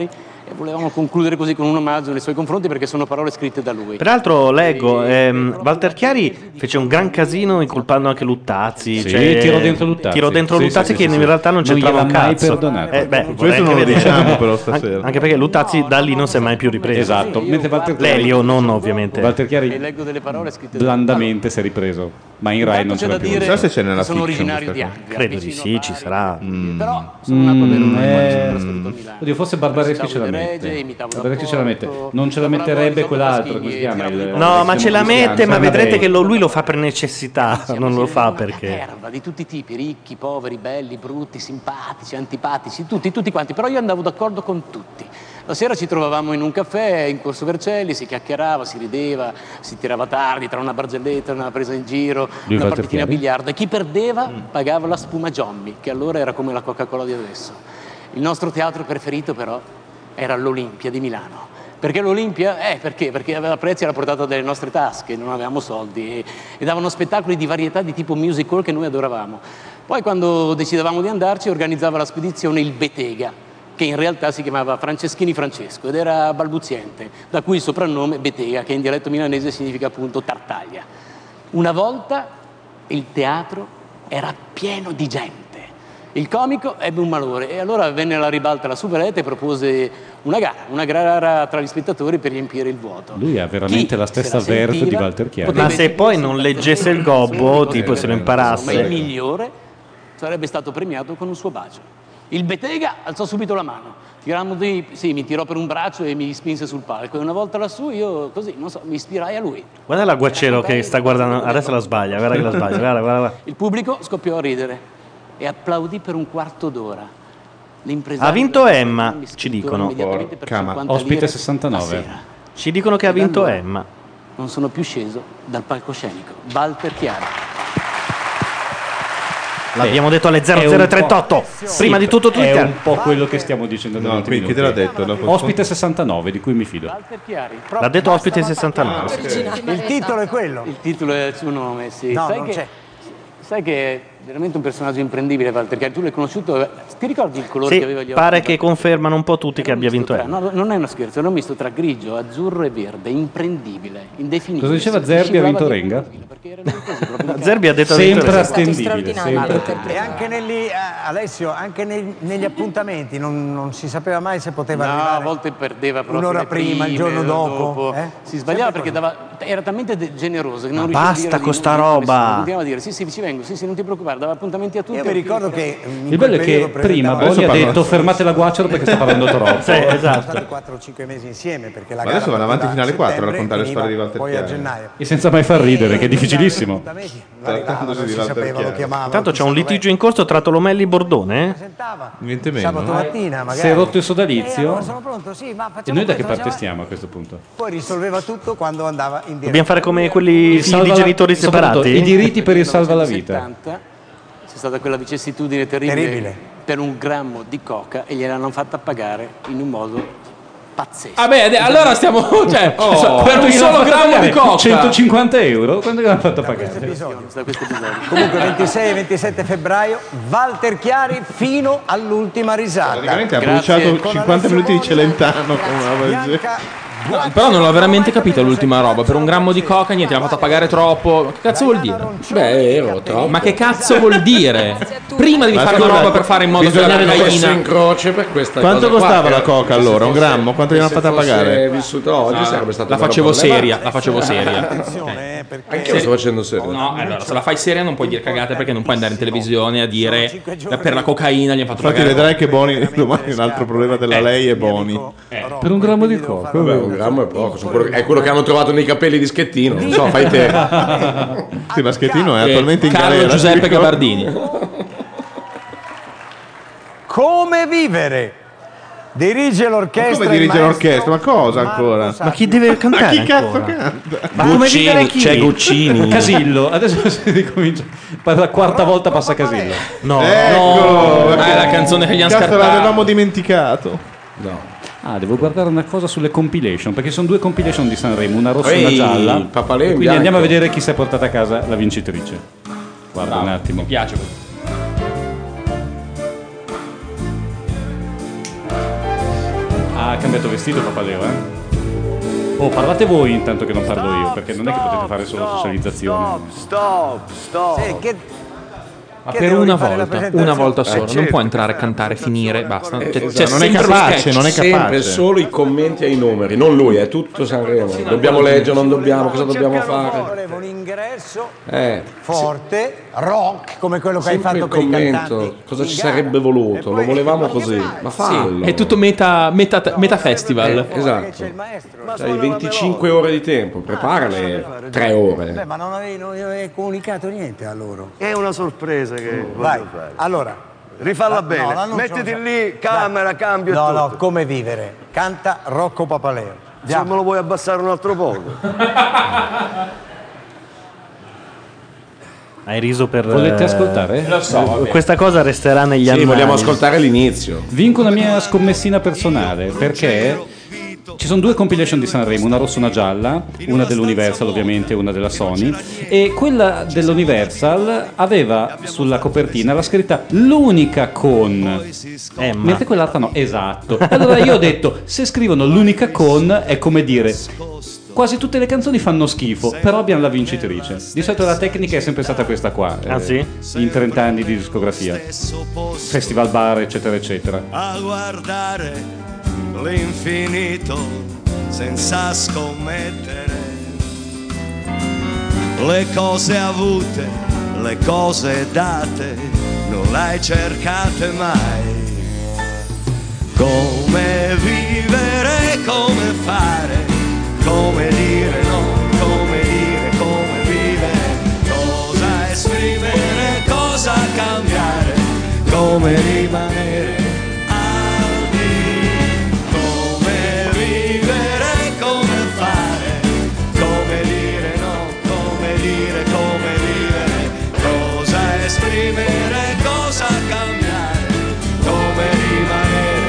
e volevamo concludere così con un omaggio nei suoi confronti perché sono parole scritte da lui. Peraltro leggo, ehm, Walter Chiari fece un gran casino incolpando anche Luttazzi. Sì, cioè, tirò dentro Luttazzi. Tirò dentro Sì, Luttazzi sì, che sì, in sì. realtà non Non c'entrava un gliel'ha mai cazzo. perdonato. Eh, beh, Questo vorrei non anche lo vedere. diciamo però stasera. An- Anche perché Luttazzi da lì non si è mai più ripreso. Esatto, mentre Walter Chiari- Lelio non ovviamente. Walter Chiari E leggo delle parole scritte da blandamente si è ripreso, ma in Rai non c'è ce l'ha da più. dire Non so se c'è nella che sono fiction originario di questa Anglia. Credo di sì, ci sarà. Però sono nato a Verona, poi sono trasferito a Milano. Oddio, forse Barbareschi ce la mette. Barbareschi ce la mette. Non ce la metterebbe quell'altro, come si chiama? Il- No, ma ce la mette, ma Sanna vedrete Bray. che lo- lui lo fa per necessità, non lo fa perché. Erba di tutti i tipi, ricchi, poveri, belli, brutti, simpatici, antipatici, tutti, tutti quanti, però io andavo d'accordo con tutti. La sera ci trovavamo in un caffè in Corso Vercelli, si chiacchierava, si rideva, si tirava tardi tra una barzelletta, una presa in giro, Lui una Walter partitina a Chiari? biliardo e chi perdeva pagava la spuma Jommy, che allora era come la Coca-Cola di adesso. Il nostro teatro preferito però era l'Olimpia di Milano. Perché l'Olimpia? Eh, perché? Perché aveva prezzi alla portata delle nostre tasche, non avevamo soldi e, e davano spettacoli di varietà di tipo musical che noi adoravamo. Poi quando decidevamo di andarci organizzava la spedizione il Betega, che in realtà si chiamava Franceschini Francesco ed era balbuziente, da cui il soprannome Betega, che in dialetto milanese significa appunto tartaglia. Una volta il teatro era pieno di gente. Il comico ebbe un malore e allora venne alla ribalta la superette e propose una gara, una gara tra gli spettatori per riempire il vuoto. Lui ha veramente Chi la stessa se la verte sentiva di Walter Chiari. Ma se poi non leggesse il gobbo, tipo se lo Ma il imparasse. migliore sarebbe stato premiato con un suo bacio. Il Betega alzò subito la mano, tirammo di, sì, mi tirò per un braccio e mi spinse sul palco. E una volta lassù io così, non so, mi ispirai a lui. Guarda l'agguacero che sta guardando, adesso la sbaglia, guarda che la sbaglia, guarda, guarda, guarda. Il pubblico scoppiò a ridere e applaudì per un quarto d'ora. Ha vinto Emma, ci dicono. Ospite sessantanove. Ci dicono che ha vinto Emma. Non sono più sceso dal palcoscenico. Walter Chiari. L'abbiamo detto alle zero zero trentotto. Prima di tutto Twitter. È un po' quello che stiamo dicendo No, negli ultimi qui- chi te l'ha minuti. detto? Dopo- Ospite sessantanove, di cui mi fido. L'ha detto ospite sessantanove. Il titolo è quello. Il titolo è il suo nome, sì. No, sai non che, c'è. Sai che è veramente un personaggio imprendibile, Walter Chiari. Tu l'hai conosciuto? Ti ricordi il colore Sì, che aveva gli occhi? pare che confermano un po' tutti che abbia vinto Tra- Emma. no, non è uno scherzo, era un misto tra grigio, azzurro e verde, imprendibile, indefinibile. Cosa diceva Si Zerbi? Ha vinto scivolava Renga? Zerbi ha detto sempre attendibile. Sempre. E anche negli, eh, Alessio, anche nei- negli appuntamenti non, non si sapeva mai se poteva No, arrivare a volte perdeva proprio un'ora le prima, il giorno prime, dopo. eh? Si sbagliava perché dava, era talmente de- generoso che non Ma riusciva a basta dire di con sta non- di non roba. nessuno. Continuava a dire sì sì ci vengo, sì sì non ti preoccupare, dava appuntamenti a tutti. Io mi ricordo che in Il quel bello è che periodo prima presentavo- Boni ha detto fermate la guacciolo perché sta parlando troppo. Sì, esatto. Sono stati quattro o cinque mesi insieme perché la Ma gara adesso vanno avanti partiva fino alle a quattro a settembre, raccontare le finiva storie di Walter poi a Chiari. gennaio. E senza mai far ridere, che è difficilissimo. Trattandosi di si Walter sapeva, lo Chiari. chiamavano. Intanto c'è un litigio in corso tra Tolomelli e Bordone. eh? Niente Sabato meno. mattina magari. Si è rotto il Eh, sodalizio. allora sono pronto, sì, ma E facciamo noi da che questo, parte facciamo- stiamo a questo punto? Poi risolveva tutto quando andava in diretta. Dobbiamo fare come quelli Il figli salva di la- genitori soprattutto separati? I diritti per il salva la vita. millenovecentosettanta c'è stata quella vicissitudine terribile, Terribile. per un grammo di coca e gliel'hanno fatta pagare in un modo pazzesco. Vabbè, ade- allora stiamo. Cioè, Oh, per un solo grammo di coca. centocinquanta euro? Quando gliel'hanno fatto pagare? Da questo episodio. Comunque ventisei e ventisette febbraio, Walter Chiari fino all'ultima risata. Praticamente ha Grazie. bruciato Con cinquanta Alessio minuti di Borgia, Celentano con una roba del genere. Bianca, No, però non l'ho veramente capita l'ultima roba. Per un grammo di coca, niente, l'hanno fatta pagare troppo. Ma che cazzo vuol dire? Beh, ero troppo. Ma che cazzo vuol dire? Prima devi Ma fare scusa, una roba per fare in modo che Bisogna la avere il fesso in cocaina. croce per questa Quanto cosa qua, costava che- la coca se allora? Un fosse- grammo? Quanto gli hanno se fatta fosse pagare? vissuto oggi No, sarebbe stato la un vero facevo problema. seria, la facevo seria. attenzione, eh, perché Anche io lo sto facendo serio. No, allora, se la fai seria non puoi dire cagate perché non puoi andare in televisione a dire per la cocaina gli hanno fatto Infatti pagare. vedrai che Boni domani un altro problema della lei e Boni. Per un grammo di coca? Vabbè, un grammo è poco, sono quello- è quello che hanno trovato nei capelli di Schettino, non so, fai te. Sì, ma Schettino è Eh, attualmente in Carlo galera. Giuseppe ti ricordo? Gabardini. come vivere? Dirige Ma l'orchestra. come il dirige maestro l'orchestra? Ma cosa Marco ancora? Sacchi. Ma chi deve cantare Ma chi cazzo ancora? canta? Ma come vivere chi? c'è Guccini. Casillo, adesso si ricomincia. Per la quarta volta passa Casillo. No, Ecco! Ah, è la canzone che gli hanno Cazzo, scartato. l'avevamo dimenticato. No. Ah, devo guardare una cosa sulle compilation, perché sono due compilation di Sanremo, una rossa e Ehi, una gialla. il papaleo in Quindi bianco. andiamo a vedere chi si è portata a casa la vincitrice. Guarda Bravo, un attimo. Mi piace questo. Ha cambiato vestito Papaleo, eh? Oh, parlate voi intanto che non parlo io, perché non è che potete fare solo socializzazione. Stop, stop. Sì, che, Ma che per devo una rifare la volta, presentazione? una volta Eh, solo, non certo. può entrare, cantare, finire, basta. C'è, Eh, c'è non è sempre lo capace, sketch. non è sempre solo i commenti ai numeri, non lui, è tutto Sanremo. Dobbiamo leggere, non dobbiamo, cosa dobbiamo fare? Volevo un ingresso Eh, forte, rock, come quello che hai sempre fatto il per i cantanti. commento, cosa ci sarebbe voluto? Lo volevamo così, ma fallo. Sì, è tutto meta, meta, meta festival. Eh, esatto. Hai venticinque ore di tempo, preparale tre ore. Beh, ma non avevi, non avevi comunicato niente a loro. È una sorpresa che Vai, voglio fare. allora. Rifalla No, bene. l'annuncio Mettiti lo so. lì, camera, cambio No, e tutto. no, come vivere. Canta Rocco Papaleo. Se me lo vuoi abbassare un altro poco. Hai riso per... Volete eh, ascoltare? Lo so, vabbè. Questa cosa resterà negli Sì, annali. vogliamo ascoltare l'inizio. Vinco una mia scommessina personale, perché ci sono due compilation di Sanremo, una rossa e una gialla, una dell'Universal ovviamente, una della Sony, e quella dell'Universal aveva sulla copertina la scritta l'unica con Emma. mentre quell'altra no, esatto. Allora io ho detto, se scrivono l'unica con è come dire quasi tutte le canzoni fanno schifo, però abbiamo la vincitrice. Di solito la tecnica è sempre stata questa qua, Ah, sì? in trenta anni di discografia, festival bar eccetera eccetera. A guardare l'infinito senza scommettere, le cose avute, le cose date, non le hai cercate mai. Come vivere, come fare, come dire no, come dire, come vivere, cosa esprimere, cosa cambiare, come rimanere. Esprimere, cosa cambiare, come rimanere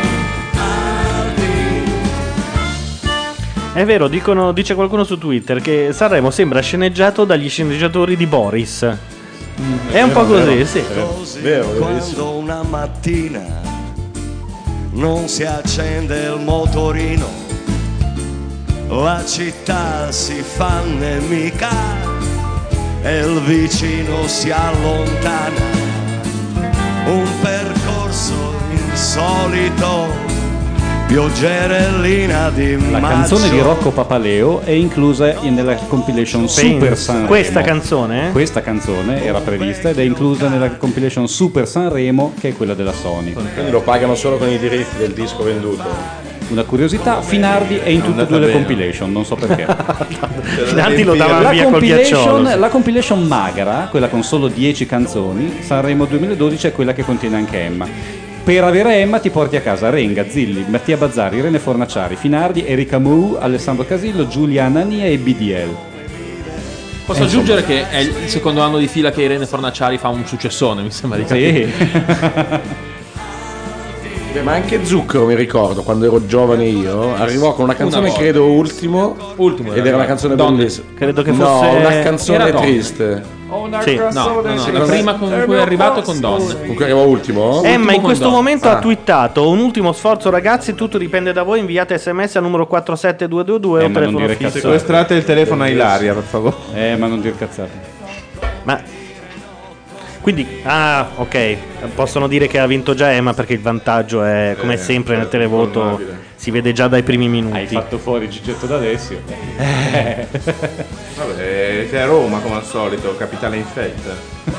alti. È vero, dicono, dice qualcuno su Twitter che Sanremo sembra sceneggiato dagli sceneggiatori di Boris. È un po' così, sì. Quando una mattina non si accende il motorino, la città si fa nemica e il vicino si allontana, un percorso insolito, pioggerellina di La maggio. canzone di Rocco Papaleo è inclusa in- nella compilation Super Sanremo. Questa canzone? Questa canzone era prevista ed è inclusa nella compilation Super Sanremo, che è quella della Sony. Quindi lo pagano solo con i diritti del disco venduto. Una curiosità, Finardi è in tutte e due le compilation, non so perché. Finardi lo dava la via col compilation, ghiacciolo, sì. la compilation magra, quella con solo dieci canzoni, Sanremo duemiladodici, è quella che contiene anche Emma. Per avere Emma ti porti a casa Renga, Zilli, Mattia Bazzari, Irene Fornaciari, Finardi, Erika Mou, Alessandro Casillo, Giulia Anania e B D L. Posso aggiungere che è il secondo anno di fila che Irene Fornaciari fa un successone, mi sembra di capire. Sì. Beh, ma anche Zucchero mi ricordo quando ero giovane io arrivò con una canzone Una volta. credo ultimo, Ultimo ed era una canzone Donne. bellissima. Credo che no, fosse- una canzone Era Donne. triste. Sì. No, no, no, la prima con cui è arrivato con Donne. Con cui arrivò ultimo? Emma in questo con momento Ah. ha twittato un ultimo sforzo ragazzi, tutto dipende da voi, inviate sms al numero quattro sette due due due o Eh, ma non telefono dire fisso. cazzate. Sequestrate il telefono a Ilaria, per favore. Eh, ma non dir cazzate. Ma quindi, ah, ok, possono dire che ha vinto già Emma perché il vantaggio è, come Eh, sempre nel certo, televoto, formabile. si vede già dai primi minuti. Hai fatto fuori Gigetto d'Alessio. Eh. Vabbè, sei a Roma come al solito, capitale infetta.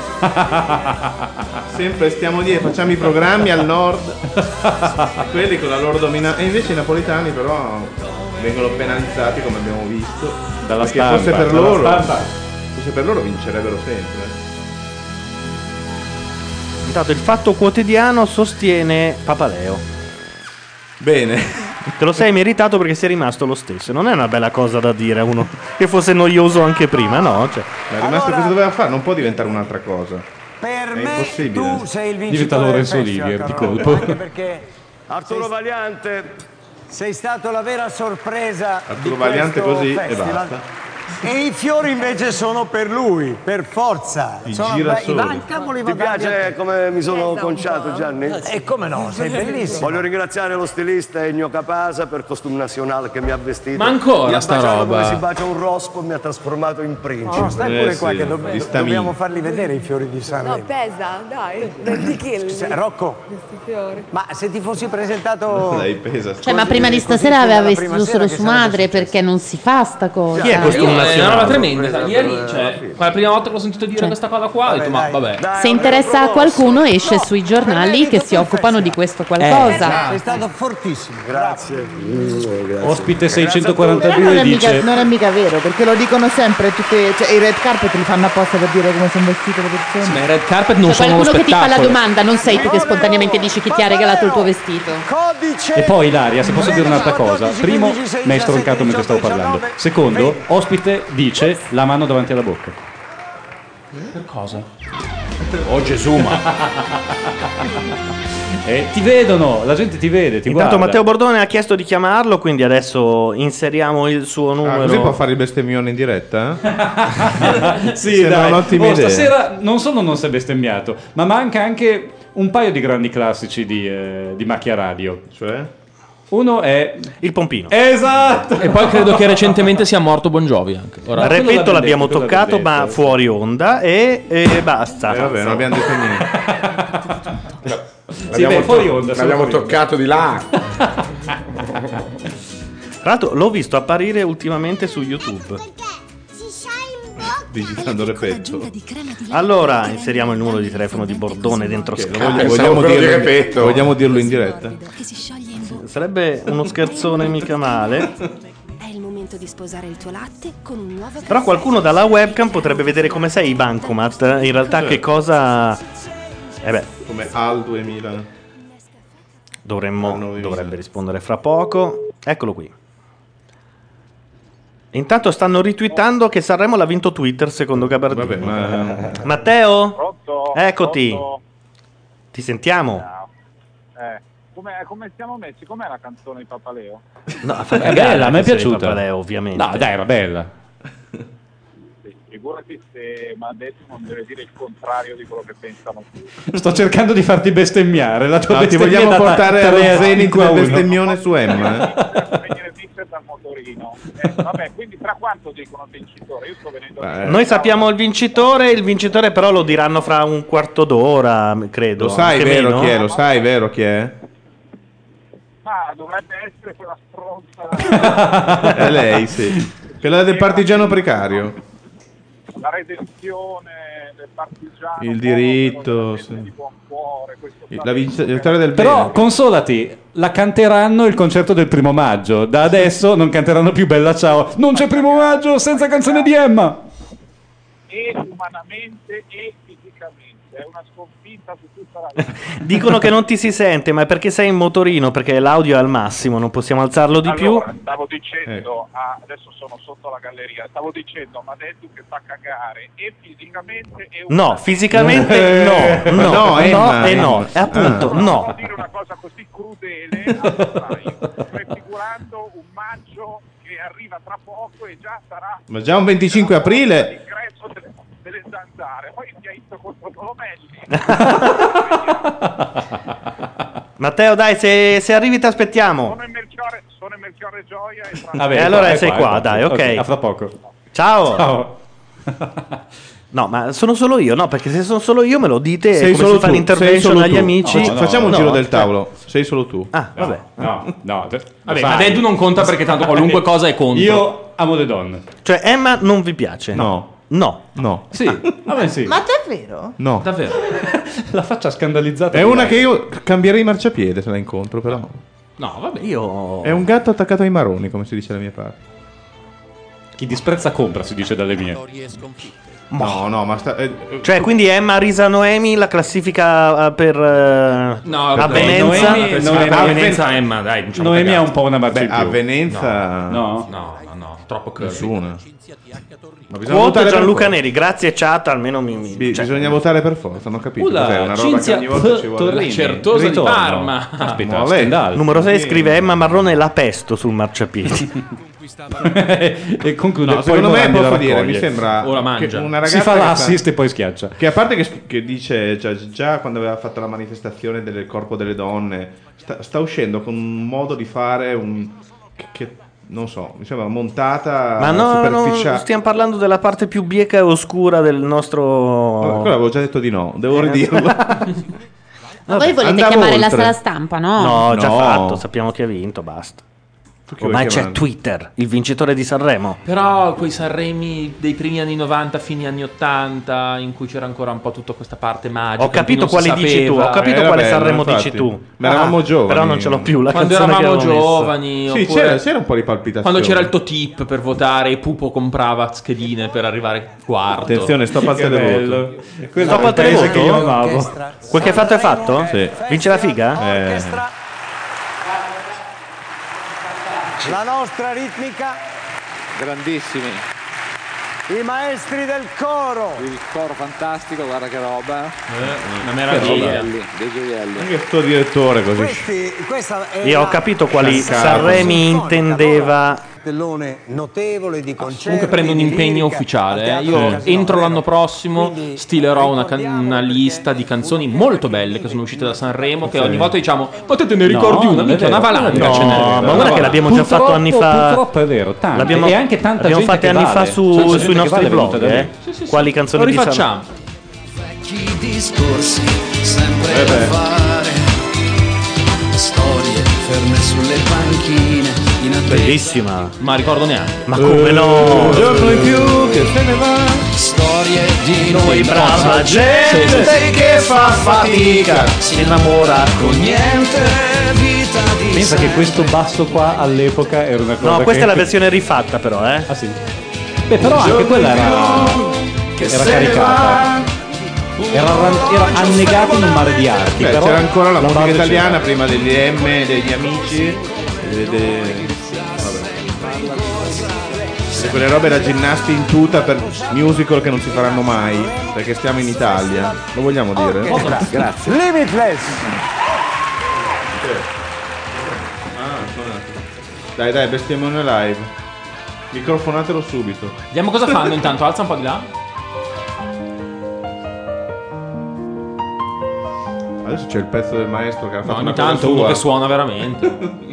Sempre stiamo lì e facciamo i programmi al nord, quelli con la loro dominanza. E invece i napoletani però vengono penalizzati come abbiamo visto. Dalla perché stampa, forse per dalla loro stampa. forse per loro vincerebbero sempre. Intanto il Fatto Quotidiano sostiene Papaleo. Bene. Te lo sei meritato perché sei rimasto lo stesso. Non è una bella cosa da dire a uno che fosse noioso anche prima, no? Cioè, Ma è rimasto cosa doveva fare, non può diventare un'altra cosa. Per È me impossibile. tu sei il Diventa vincitore del Lorenzo festival, Olivier di caro colpo. Rocco, anche perché Arturo sei, Valiante. sei stato la vera sorpresa Arturo di Valiante questo così e festival. basta. E i fiori invece sono per lui, per forza. I sono girasoli. i mancamoli Ti piace come mi sono Esatto. conciato, Gianni? E come no, sei bellissimo. Voglio ringraziare lo stilista Ennio Capasa per Costume Nacional che mi ha vestito. Ma ancora Mi ha sta baciato roba? come si bacia un rospo e mi ha trasformato in principe. No, stai pure Eh, qua sì, che dobb- gli stamini. dobbiamo farli vedere i fiori di Sanremo. No, pesa, dai, venti chili. Se- Rocco, Questi fiori. ma se ti fossi presentato... Lei pesa. Cioè, ma prima di stasera aveva vestito solo su madre perché non si fa sta cosa. Chi è questo? È una roba tremenda. sai, Ieri, cioè, la prima volta che l'ho sentito dire questa cosa qua, ho detto, ma vabbè. Se interessa a qualcuno esce sui giornali che si occupano di questo qualcosa. Sei stato fortissimo. Grazie. Ospite Però non seicentoquarantadue è, mica, dice... non è mica vero, perché lo dicono sempre tutte, cioè, i red carpet li fanno apposta per dire come sono vestite le persone. Ma i red carpet non C'è sono uno qualcuno che ti fa la spettacolo. domanda, non sei tu che spontaneamente dici chi ti ha regalato il tuo vestito. E poi Ilaria, se posso dire un'altra cosa. Primo, mi hai stroncato mentre stavo parlando. Secondo, ospite dice la mano davanti alla bocca. Per cosa? Oh Gesù, ma... Eh, ti vedono, la gente ti vede, ti Intanto guarda. Matteo Bordone ha chiesto di chiamarlo, quindi adesso inseriamo il suo Ah, numero. così può fare il bestemmione in diretta? Sì, Sembra dai. un'ottima Oh, idea. stasera non solo non si è bestemmiato, ma manca anche un paio di grandi classici di, eh, di Macchia Radio. Cioè? Uno è il pompino. Esatto. E poi credo che recentemente sia morto Bon Jovi anche. Ora, Repetto, l'abbiamo toccato, ma fuori onda e, e basta. Eh, vabbè, non abbiamo detto niente. Sì, beh, fuori onda, solo L'abbiamo fuori onda. toccato di là. Tra l'altro l'ho visto apparire ultimamente su YouTube. Digitando repetto. Allora inseriamo il numero di telefono di Bordone dentro Che lo Skype. vogliamo, vogliamo, dirlo, vogliamo dirlo in diretta? Sarebbe uno scherzone mica male. È il momento di sposare il tuo latte con un nuovo Però qualcuno dalla webcam potrebbe vedere come sei i bancomat. In realtà che cosa... Eh beh, come Al duemila. Dovremmo, dovrebbe rispondere fra poco. Eccolo qui. Intanto stanno ritweetando che Sanremo l'ha vinto Twitter secondo Gabardini. Vabbè, ma... Matteo? Pronto? Eccoti. Pronto? Ti sentiamo. Eh, come, come siamo messi? Com'è la canzone di Papaleo? No, fa È cagare bella, a me è la canzone di piaciuta. Papaleo, ovviamente. No, dai, era bella. Sì, figurati se mi ha detto non deve dire il contrario di quello che pensano tutti. Sto cercando di farti bestemmiare. La tua No, ti bestemmia vogliamo è andata portare tre allo a zenith cinque a del uno. bestemmione su Emma. Venire mixer dal motorino. Eh, vabbè, quindi tra quanto dicono il vincitore? Io sto venendo a Noi sappiamo il vincitore, il vincitore però lo diranno fra un quarto d'ora, credo. Lo sai anche vero meno. chi è? Lo sai vero chi è? Ma dovrebbe essere quella stronza. È lei, sì. Quella del partigiano precario. La redenzione del partigiano. Il diritto, sì. La vinc- la vittoria del Però bene. consolati, la canteranno il concerto del primo maggio. Da adesso non canteranno più Bella Ciao. Non c'è primo maggio senza canzone di Emma. E umanamente e fisicamente. È una sconfitta su tutta la vita. Dicono che non ti si sente, ma è perché sei in motorino, perché l'audio è al massimo, non possiamo alzarlo di più. Allora, stavo dicendo, ah, adesso sono sotto la galleria, stavo dicendo, ma detto che fa cagare e fisicamente e No, fisicamente no, no, no, no, Emma, e no, Emma. e appunto Ah. no. dire una cosa così crudele al febbraio, prefigurando un maggio che arriva tra poco e già sarà Ma già un venticinque aprile. l'ingresso delle, delle zanzare, poi ti hai visto contro Tolomelli. Matteo, dai, se, se arrivi ti aspettiamo. Sono in Melchiorre, sono in Melchiorre Gioia e tra Vabbè, e allora sei qua, dai, ok. A fra poco. Ciao. Ciao. No, ma sono solo io, no, perché se sono solo io me lo dite Sei come solo si fa tu, sei l'intervention solo agli tu. amici. No, no, Facciamo un no, giro del cioè- tavolo. Sei solo tu. Ah, vabbè. No, no. Vabbè, ma Dedu non conta perché tanto qualunque cosa è contro. Io amo le donne. Cioè, Emma non vi piace? No. No. No. Sì, vabbè sì. Ma davvero? No. Davvero? La faccia scandalizzata. È di una lei. che io cambierei marciapiede se la incontro, però. No, vabbè. Io... È un gatto attaccato ai maroni, come si dice alla mia parte. Chi disprezza compra, si dice dalle mie. No, no, ma sta... eh, Cioè, quindi Emma Risa Noemi la classifica eh, per eh, No, avvenenza. Noemi, Noemi, avvenenza Emma, dai. diciamo Noemi è cagate. un po' una Beh, marcia in più. avvenenza... No. No, no, no, troppo curvy. Nessuna. Ma bisogna Quote votare per Gianluca forza. Neri, grazie chat, almeno mi... mi Bi- cioè- bisogna votare per forza, non ho capito. Ulla, Cos'è? Una roba Cinzia che ogni volta P. ci vuole. Torrini. Certosa di Ritorno. Parma. Aspetta, Vabbè. Stendhal. Numero sei scrive Emma Marrone la pesto sul marciapiedi. E conclude. No, poi secondo me Morandi la posso dire, raccoglie. mi sembra Ora che mangia. una ragazza Si fa che l'assist e poi schiaccia. Che a parte che, che dice già, già quando aveva fatto la manifestazione del corpo delle donne, sta, sta uscendo con un modo di fare un che, che non so, mi sembra montata Ma no, no, superficiale. stiamo parlando della parte più bieca e oscura del nostro... Vabbè, quello avevo già detto di no, devo Eh. ridirlo. Ma voi volete Andavo chiamare la oltre. sala stampa, no? No, già No. fatto, sappiamo chi ha vinto, basta. chi vuoi Ormai c'è chiamare? Twitter, il vincitore di Sanremo. Però quei Sanremi dei primi anni novanta, fini anni ottanta, in cui c'era ancora un po' tutta questa parte magica. Ho capito in cui non si quali dici tu, sapeva. ho capito Era quale bello, Sanremo infatti. dici tu. Ma eravamo Ah, giovani. Però non ce l'ho più la Quando canzone che eravamo avevo messo. giovani, Sì, oppure c'era, c'era un po' di palpitazione. quando c'era il Totip per votare, Pupo comprava schedine per arrivare quarto. Attenzione, stop al Che televoto. bello. E quello Stop è al il paese televoto? che io amavo. Quel che fatto è fatto? Sì. Vince la figa? Eh, La nostra ritmica, Grandissimi. i maestri del coro. Il coro fantastico, guarda che roba. una Dei meraviglia. gioielli, dei gioielli. anche sto direttore così. Questi, questa è Io ho la capito quali Cazzato. Sanremi intendeva. cartellone notevole di concerti. Comunque prendo un di impegno lirica, ufficiale. eh. al Io Teatro Casino, entro vero? l'anno prossimo Quindi stilerò una, can- una lista di canzoni molto belle che sono uscite da Sanremo. Che ogni volta diciamo, ma te ne ricordi No, una? non è Minchia, vero. una valanga No, ce n'è. ma guarda che l'abbiamo già fatto anni fa. Purtroppo è vero, tante. L'abbiamo, e anche tanta l'abbiamo gente fatte che anni vale. fa C'è su- gente sui che nostri vale venuta blog. da Eh? lì. Sì, sì, sì. Quali canzoni Lo di Sanremo? rifacciamo. Vecchi discorsi sempre Eh da beh. fare, storie ferme sulle panchine in attesa. Bellissima. Ma ricordo neanche. Ma come no? Un giorno in più che se ne va. Storie di Noi brava gente Sì, sì, sì. che fa fatica, si innamora con niente vita di Pensa che questo basso qua all'epoca era una cosa No, questa che... è la versione rifatta però, eh. Ah sì. Beh, però anche quella era era caricata. Era, arran- era annegata in un mare di arti. Beh, però c'era ancora la, musica base italiana c'era. prima degli M, degli amici, de- de- vabbè. E quelle robe da ginnasti in tuta per musical che non si faranno mai, perché stiamo in Italia. Lo vogliamo dire? Orchestra. Grazie. Limitless. Dai, dai, bestemmione live. Microfonatelo subito. Vediamo cosa fanno intanto. Alza un po' di là. Adesso c'è il pezzo del maestro che ha No, fatto ogni una cosa tanto uno sua. che suona veramente.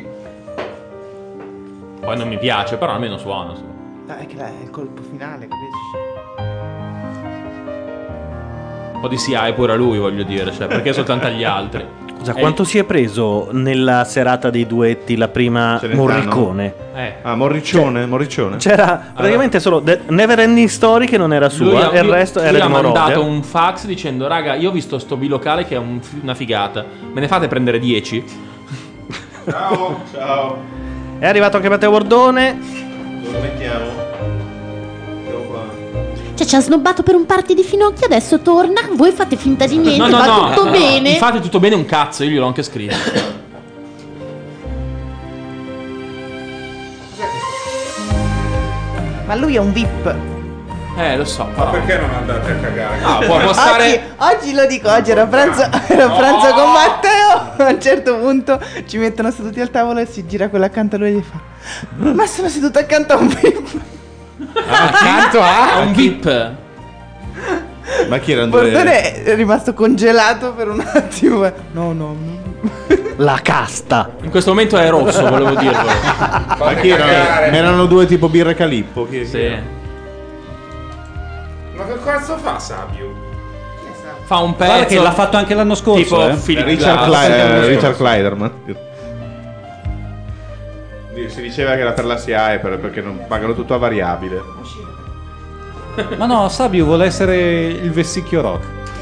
Poi non mi piace, però almeno suona. su. Dai, è che là è il colpo finale, capisci? Un po' di S I A E pure a lui, voglio dire, cioè, perché soltanto agli altri? Scusa, Eh, quanto si è preso nella serata dei duetti la prima Celentano? Morricone? Eh. Ah, Morriccione, Morriccione. C'era praticamente solo The Never Ending Story che non era Lui sua ha- e il lui- resto lui era ha di mandato Moroder. un fax dicendo: raga, io ho visto sto bilocale che è un fi- una figata. Me ne fate prendere dieci? Ciao, ciao. È arrivato anche Matteo Bordone. Dove lo mettiamo? Cioè, ci ha snobbato per un party di finocchi, adesso torna. Voi fate finta di niente, no, no, va no. tutto bene. Infatti, tutto bene un cazzo, io gliel'ho anche scritto. Ma lui è un V I P. Eh, lo so. Ma perché non andate a cagare? Ah, può, può stare. Oggi, oggi lo dico, oggi ero a pranzo, ero a pranzo con Matteo. A un certo punto ci mettono seduti al tavolo e si gira quello accanto a lui e gli fa: ma sono seduto accanto a un V I P. Accanto a un V I P. Ma chi era Andrea? Bordone è rimasto congelato per un attimo. No, no, no. La casta. In questo momento è rosso, volevo dirvelo. Ma chi erano? Ma erano due tipo birre Calippo? Chi, chi Sì. era? Ma che cazzo fa Sabio? Fa un Guarda pezzo. che l'ha fatto anche l'anno scorso. Tipo eh. Philip Richard, Glass. Cly- eh, Richard Kleiderman. Si diceva che era per la S I A E per- perché non pagano tutto a variabile. Ma no, Sabio vuole essere il vessicchio rock.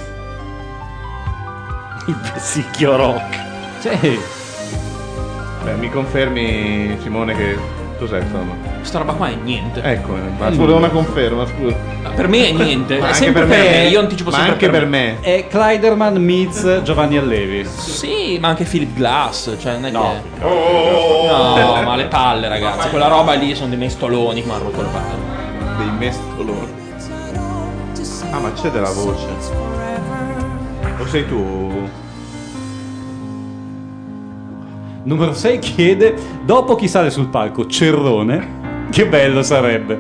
Il vessicchio rock. Sì. Beh, mi confermi, Simone, che cos'è insomma? Questa roba qua è niente. Ecco, ma scusa, una conferma, scusa. Per me è niente. Ma È anche sempre per per me. me. Io anticipo Ma sempre anche per me. me. È Kleiderman meets Giovanni Allevi. Sì, ma anche Philip Glass. Cioè, non è No. che. No, ma le palle, ragazzi. Quella roba lì sono dei miei stoloni che mi hanno rotto le palle. dei mestoloni. Ah, ma c'è della voce. O sei tu? Numero sei chiede, dopo chi sale sul palco? Cerrone? Che bello sarebbe.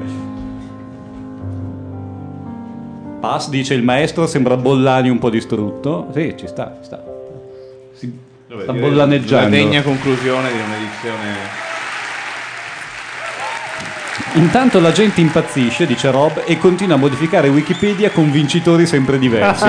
Pass dice il maestro sembra Bollani un po' distrutto. Sì, ci sta, ci sta. Si Vabbè, sta direi bollaneggiando. La degna conclusione di un'edizione. Intanto la gente impazzisce, dice Rob, e continua a modificare Wikipedia con vincitori sempre diversi.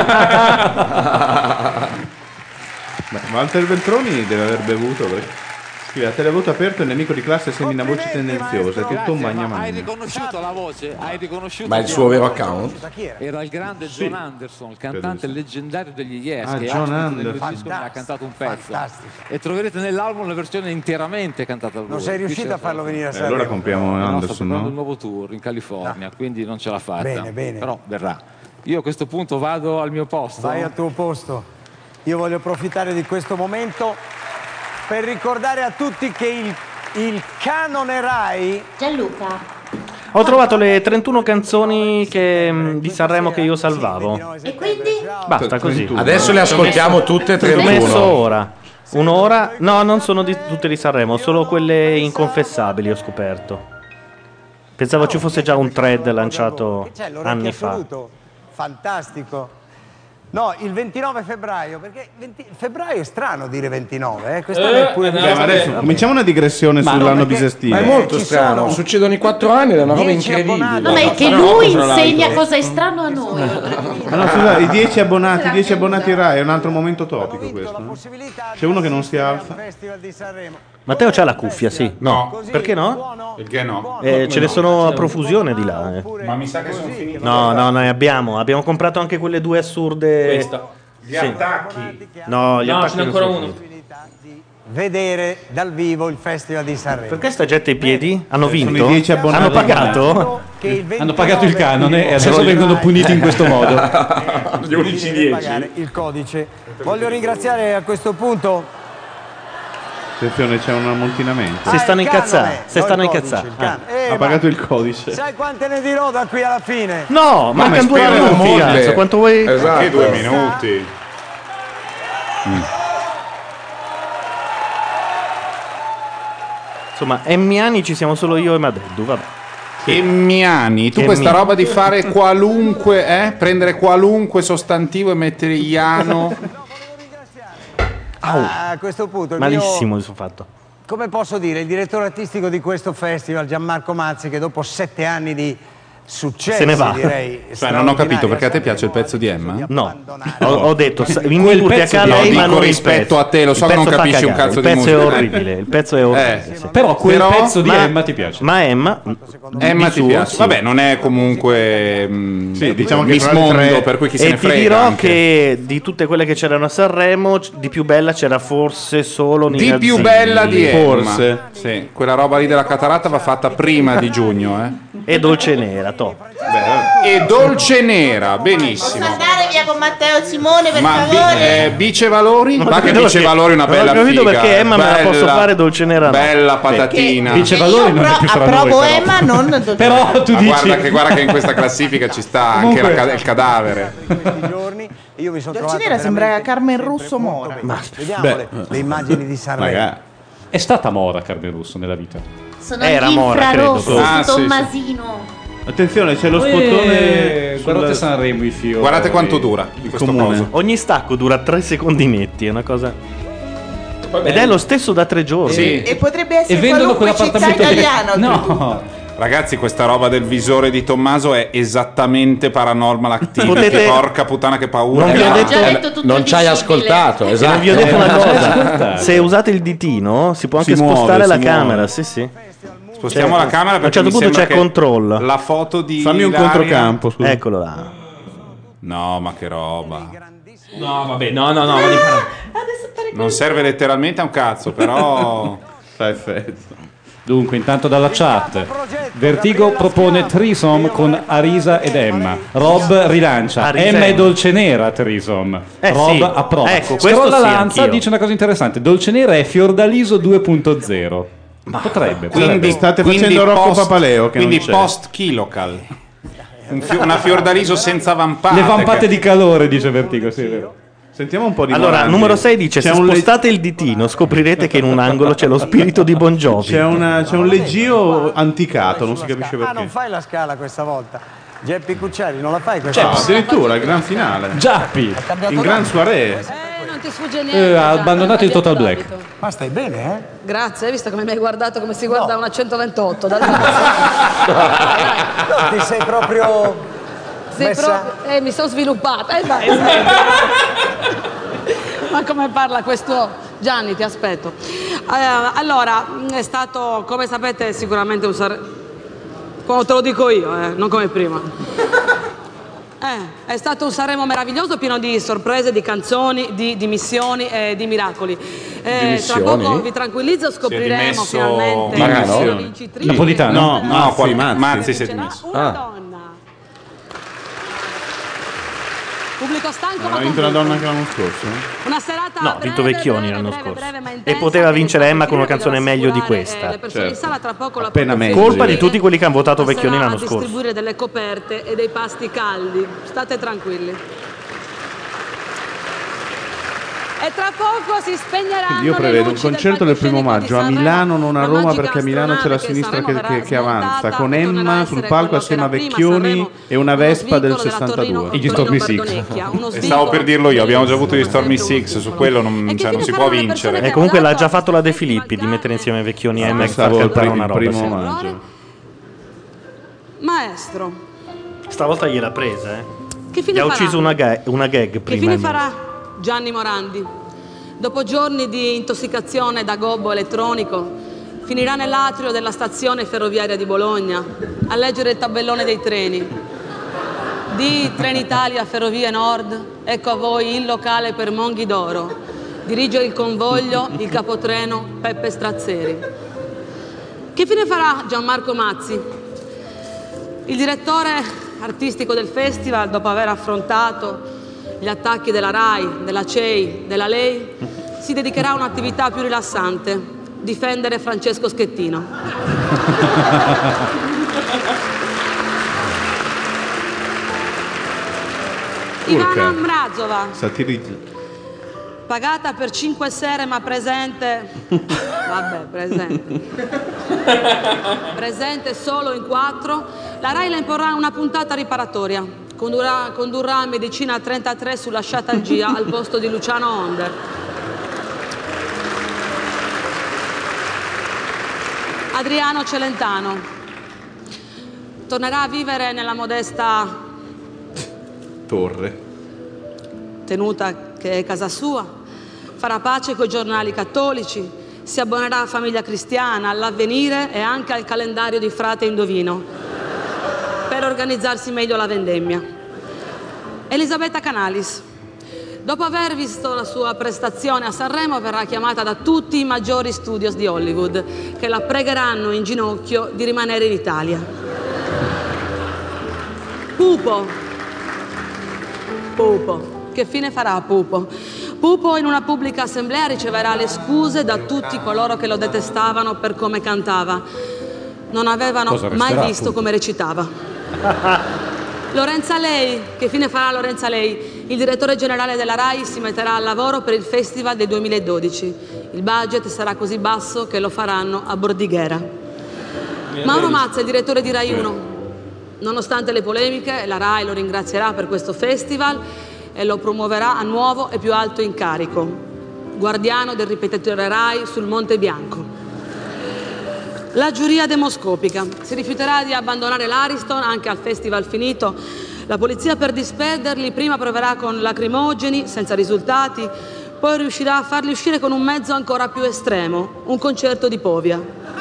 Beh, Walter Veltroni deve aver bevuto perché scrive: a televoto aperto il nemico di classe semina voci tendenziose che tu magna Hai magna. riconosciuto la voce? Hai riconosciuto Ma è il chi suo era? vero account? Era il grande Sì. John Anderson, il cantante leggendario degli Yes, Ah, che John ospite del Anderson. mio disco mi ha cantato un pezzo. Fantastico. E troverete nell'album la versione interamente cantata da lui. Non sei riuscito a farlo venire a Eh, Sanremo? allora compriamo No, sto Anderson, preparando no? un nuovo tour in California, quindi non ce l'ha fatta. Bene, bene. Però verrà. Io a questo punto vado al mio posto. Vai al tuo posto. Io voglio approfittare di questo momento per ricordare a tutti che il, il canone Rai... Gianluca. Ho trovato le trentuno canzoni che, mh, di Sanremo che io salvavo. E quindi? Basta così. Adesso le ascoltiamo tutte e Ho messo trentuno. ora. Un'ora? No, non sono di, tutte di Sanremo, solo quelle inconfessabili ho scoperto. Pensavo ci fosse già un thread lanciato C'è l'orecchio anni fa. assoluto. Fantastico. No, il ventinove febbraio, perché venti febbraio è strano dire ventinove, eh? Quest'anno è pure Beh, ma adesso cominciamo una digressione Ma no, sull'anno perché- bisestile. Ma è molto Ci strano, sono succedono i quattro anni ed è una roba dieci incredibile. abbonati. No, ma è che No, lui tra l'altro. insegna cosa è strano a noi. Ah, no, scusa, i dieci abbonati, i dieci abbonati Rai è un altro momento topico questo. no? C'è uno che non si alza. Festival di Sanremo. Matteo c'ha la cuffia, sì. No. Perché no? Perché no? Eh, ce ne sono a profusione di là. eh. Ma mi sa che sono finiti. No, no, noi abbiamo. Abbiamo comprato anche quelle due assurde. Questa. Gli attacchi. No, gli No, attacchi ce n'è non ancora sono uno. finiti. Vedere dal vivo il Festival di Sanremo. Perché sta gente ai piedi? Hanno Sono vinto? i dieci abbonati. Hanno pagato? Che il Hanno pagato il canone e adesso ventinove vengono puniti in questo modo. Gli unici deve dieci. pagare il codice. Voglio ringraziare a questo punto Attenzione, c'è un ammontinamento. Si Ah, stanno il incazzando. canone, Si no, stanno il codice, incazzando. il canone. Eh, Ha ma pagato il codice. sai quante ne dirò da qui alla fine? No, Ma mancano due spero minuti. molte. Cazzo, quanto vuoi? Esatto. Che due minuti. Insomma, Emmiani ci siamo solo io e Madeddu, vabbè. Emmiani, tu Emmi. questa roba di fare qualunque, eh? Prendere qualunque sostantivo e mettere iano. Ah, a questo punto il Malissimo mio, il suo fatto. come posso dire, il direttore artistico di questo festival, Gianmarco Mazzi, che dopo sette anni di successi, Se ne va. direi Cioè, non ho capito perché a te piace il pezzo di Emma? No, ho, ho detto, sa- mi Quel curti a pezzo ca di- lei, no, ma dico non il rispetto pezzo. a te, lo Il so che non pezzo fa capisci un cagare, cazzo il di pezzo musica. è orribile, il pezzo è orribile. Eh, sì. Però quel Però- pezzo di ma- Emma ti piace. Ma Emma, Emma di ti suo, piace? sì. Vabbè, non è comunque mm, Sì, diciamo che Miss fra le Mondo, tre- per cui chi se E ne ti frega dirò anche. che di tutte quelle che c'erano a Sanremo, c- di più bella c'era forse solo Di Nina più Zilli. bella di Emma. Forse. Sì, quella roba lì della cataratta va fatta prima di giugno, eh. E Dolce Nera, top. E Dolce Nera, benissimo. Andare via con Matteo Simone, per Ma bi- favore. eh, Bice Valori? Non ho Ma che capito Bice perché- Valori è una non ho bella capito figa. perché Emma me la bella, posso fare, Dolce Nera no. Bella patatina. Dice Io Valori non è pro- più fra noi. approvo però. Emma, non Dolce Però tu Ma dici guarda che, guarda che in questa classifica ci sta anche la ca- il cadavere. questi giorni e io mi sono Dolce trovato Nera sembra veramente Carmen sempre Russo molto Mora. bene. Ma- Vediamo beh. le, le immagini di Sanremo. Magari. è stata Mora Carmen Russo nella vita. Sono Era gli Mora, credo, infrarossi però. Ah, su sì, sì. Tommasino. Attenzione, c'è lo Eh, spotone. guardate sul- Sanremo i fiori. Guardate quanto dura in questo comune. coso. Ogni stacco dura tre secondi netti, è una cosa. Ed è lo stesso da tre giorni. Sì. E potrebbe E essere vendono qualunque città quell'appartamento lì. italiana. No. Ragazzi, questa roba del visore di Tommaso è esattamente Paranormal Activity. Potete- Che porca puttana che paura. Non vi ho che ha. detto- Già detto tutto Non il ci hai visibile. ascoltato, E esatto. non vi ho detto Eh, una non c'è cosa. ascoltato. Se usate il ditino, si può anche Si muove, spostare si la muove. camera. Sì, sì. Spostiamo Cioè, la camera a un perché certo mi punto sembra c'è che control. La foto di Fammi un Ilaria- controcampo, scusa. Eccolo là. No, ma che roba. No, vabbè, no, no, no. ma di fare- Non serve letteralmente a un cazzo, però Fa effetto. Dunque, intanto dalla chat, Vertigo propone Threesome con Arisa ed Emma. Rob rilancia Arisa Emma e e Emma. Dolce Nera Threesome. Eh Rob sì. approva. Ecco, questo Scrolla sì, Lanza anch'io. dice una cosa interessante. Dolce Nera è Fiordaliso due punto zero. Potrebbe. Quindi state quindi facendo Rocco post- Papaleo, che quindi non c'è. post Kilocal. Un fi- una Fiordaliso senza vampate. Le vampate che- di calore, dice Vertigo, sì, è vero. Sentiamo un po' di Allora, Morandi. numero sei dice: C'è se un le- spostate il ditino, scoprirete che in un angolo c'è lo spirito di Bon Jovi. C'è, una- c'è un leggio anticato, non si capisce Ah, perché. non fai la scala questa volta. Geppi Cucciari, non la fai questa Cioè, volta? addirittura il gran finale. Giappi. In gran soirée. Non ti sfugge niente. Eh, ha Gianni, abbandonato il Total abbiamo Black. d'abito. Ma stai bene, eh? Grazie, hai visto come mi hai guardato come si guarda una centoventotto? Dall'inizio. No, ti sei proprio Sei messa... proprio- eh, mi sono sviluppata. Eh, dai, smetti. Ma come parla questo Gianni, ti aspetto. Eh, allora, è stato, come sapete, sicuramente un sar... Quando te lo dico io, eh, non come prima. Eh, è stato un Sanremo meraviglioso, pieno di sorprese, di canzoni, di, di missioni e di miracoli. Eh, Di missioni? Tra poco vi tranquillizzo, scopriremo dimesso finalmente Marano? la vincitrice. Napolitano? No, no, Mazzi, qual- Mazzi. Mazzi si è dimesso. Una Ah. donna. Pubblico stanco Ha ma vinto la convinto. donna anche l'anno scorso? Una serata No, ha breve, vinto Vecchioni breve, l'anno breve, scorso. breve, ma E intensa, poteva che vincere fa Emma con una sentire canzone che meglio di assicurare, questa. eh, le persone in Certo. sala tra poco la Appena protezione mezzo. Colpa di tutti quelli che hanno votato passerà Vecchioni l'anno a scorso. distribuire delle coperte e dei pasti caldi. State tranquilli. E tra poco si spegneranno Quindi io le prevedo un luci del concerto del primo palcoscenico di maggio a Sanremo. Milano, non a La Roma, magica perché a Milano c'è la astronave che sinistra che, Sanremo che- che verrà avanza, smontata con e tornerà Emma a sul essere palco quello assieme a che era prima Vecchioni Sanremo, e una uno Vespa del svincolo della sessantadue. Torino- E gli Stormy Six. Bardonecchia, uno E svincolo stavo per dirlo io, abbiamo già bellissimo, avuto gli Stormy sempre un Six, su piccolo. quello non, E che cioè, non fine si può faranno le vincere. persone E che comunque hanno l'ha dato già fatto la De festival Filippi di mettere insieme Vecchioni e Emma e Pensavo il calcolare primo, una il roba. primo sì. maggio. Maestro, Stavolta gliel'ha presa, eh. che Gli fine ha farà? ucciso una, ga- una gag Che prima. fine almeno. farà Gianni Morandi? Dopo giorni di intossicazione da gobbo elettronico, finirà nell'atrio della stazione ferroviaria di Bologna a leggere il tabellone dei treni. Di Trenitalia Ferrovie Nord, ecco a voi il locale per Monghi d'Oro. Dirige il convoglio il capotreno Peppe Strazzeri. Che fine farà Gianmarco Mazzi? Il direttore artistico del festival, dopo aver affrontato gli attacchi della RAI, della C E I, della Lei, si dedicherà a un'attività più rilassante: difendere Francesco Schettino. Ivana Mrazova, Satirizza. pagata per cinque sere ma presente, vabbè, presente, presente solo in quattro, la RAI le imporrà una puntata riparatoria. Condurrà, condurrà Medicina trentatré sulla sciatalgia al posto di Luciano Onder. Adriano Celentano tornerà a vivere nella modesta Torre. tenuta che è casa sua, farà pace coi giornali cattolici, si abbonerà a Famiglia Cristiana, all'Avvenire e anche al calendario di Frate Indovino per organizzarsi meglio la vendemmia. Elisabetta Canalis, dopo aver visto la sua prestazione a Sanremo, verrà chiamata da tutti i maggiori studios di Hollywood che la pregheranno in ginocchio di rimanere in Italia. Pupo, Pupo. Che fine farà Pupo? Pupo in una pubblica assemblea riceverà le scuse da tutti coloro che lo detestavano per come cantava. Non avevano Cosa mai resterà, visto Pupo? come recitava. Lorenza Lei, che fine farà Lorenza Lei? Il direttore generale della RAI si metterà al lavoro per il Festival del duemiladodici. Il budget sarà così basso che lo faranno a Bordighera. Mauro Mazza, il direttore di RAI uno. Nonostante le polemiche, la RAI lo ringrazierà per questo festival e lo promuoverà a nuovo e più alto incarico. Guardiano del ripetitore RAI sul Monte Bianco. La giuria demoscopica si rifiuterà di abbandonare l'Ariston anche al festival finito. La polizia, per disperderli, prima proverà con lacrimogeni senza risultati, poi riuscirà a farli uscire con un mezzo ancora più estremo, un concerto di Povia.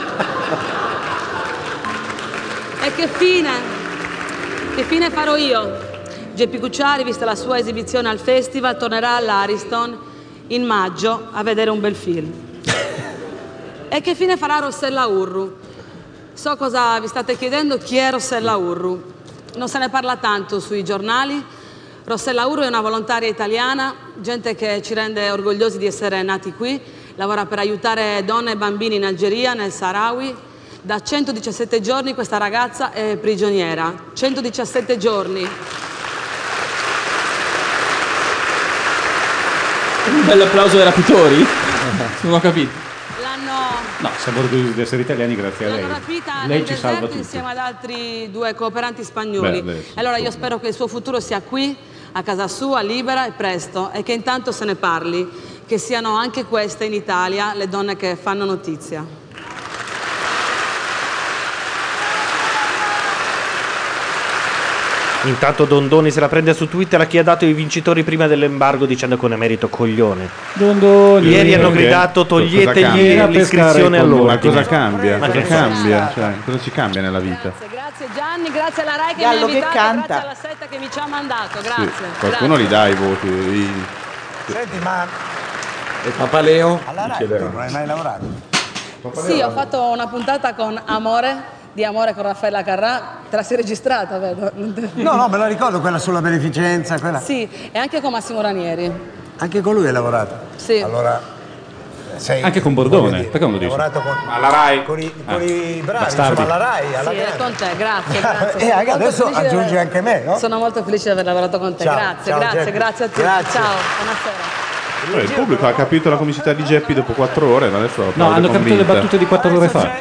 E che fine? Che fine farò io? Geppi Cucciari, vista la sua esibizione al festival, tornerà all'Ariston in maggio a vedere un bel film. E che fine farà Rossella Urru? So cosa vi state chiedendo, chi è Rossella Urru? Non se ne parla tanto sui giornali. Rossella Urru è una volontaria italiana, gente che ci rende orgogliosi di essere nati qui, lavora per aiutare donne e bambini in Algeria, nel Sahrawi. Da centodiciassette giorni questa ragazza è prigioniera. centodiciassette giorni. Un bel applauso ai rapitori? Non ho capito. No, siamo orgogliosi di essere italiani grazie a lei. L'hanno rapita Lei nel ci salva deserto tutti. insieme ad altri due cooperanti spagnoli. Beh, beh, allora io spero che il suo futuro sia qui, a casa sua, libera e presto, e che intanto se ne parli, che siano anche queste in Italia le donne che fanno notizia. Intanto Dondoni se la prende su Twitter a chi ha dato i vincitori prima dell'embargo dicendo con emerito coglione. Dondoni. Ieri hanno Perché? gridato Cosa toglietegli cambia? l'iscrizione Ma all'ordine. cosa cambia? Ma Cosa che cambia? Cioè, cosa ci cambia nella vita? Grazie Gianni, grazie alla Rai che Gallo mi che ha invitato, canta. grazie alla setta che mi ci ha mandato, grazie. Sì, qualcuno li dà i voti. i- Senti, ma E Papa Leo? alla Mi Rai chiederà. tu non hai mai lavorato? Sì, ho fatto una puntata con Amore, di Amore con Raffaella Carrà, te la sei registrata, vedo? No, no, me la ricordo quella sulla beneficenza, quella. Sì, e anche con Massimo Ranieri. Anche con lui hai lavorato? Sì. Allora, sei, Anche con voglio Bordone, dire, perché non lo hai dici? lavorato con, Alla Rai. con i, con Ah, i bravi, bastardi. insomma, alla Rai, alla Sì, è grande. con te, grazie, grazie. E anche Sono molto adesso felice di aggiungi aver- anche me, no? Sono molto felice di aver lavorato con te, Ciao, grazie, ciao, grazie, Geppi. grazie a tutti. Grazie. Ciao, buonasera. Allora, il pubblico ha capito la comicità di Geppi dopo quattro ore, ma adesso No, applaude hanno capito le convinta. battute di quattro ore fa.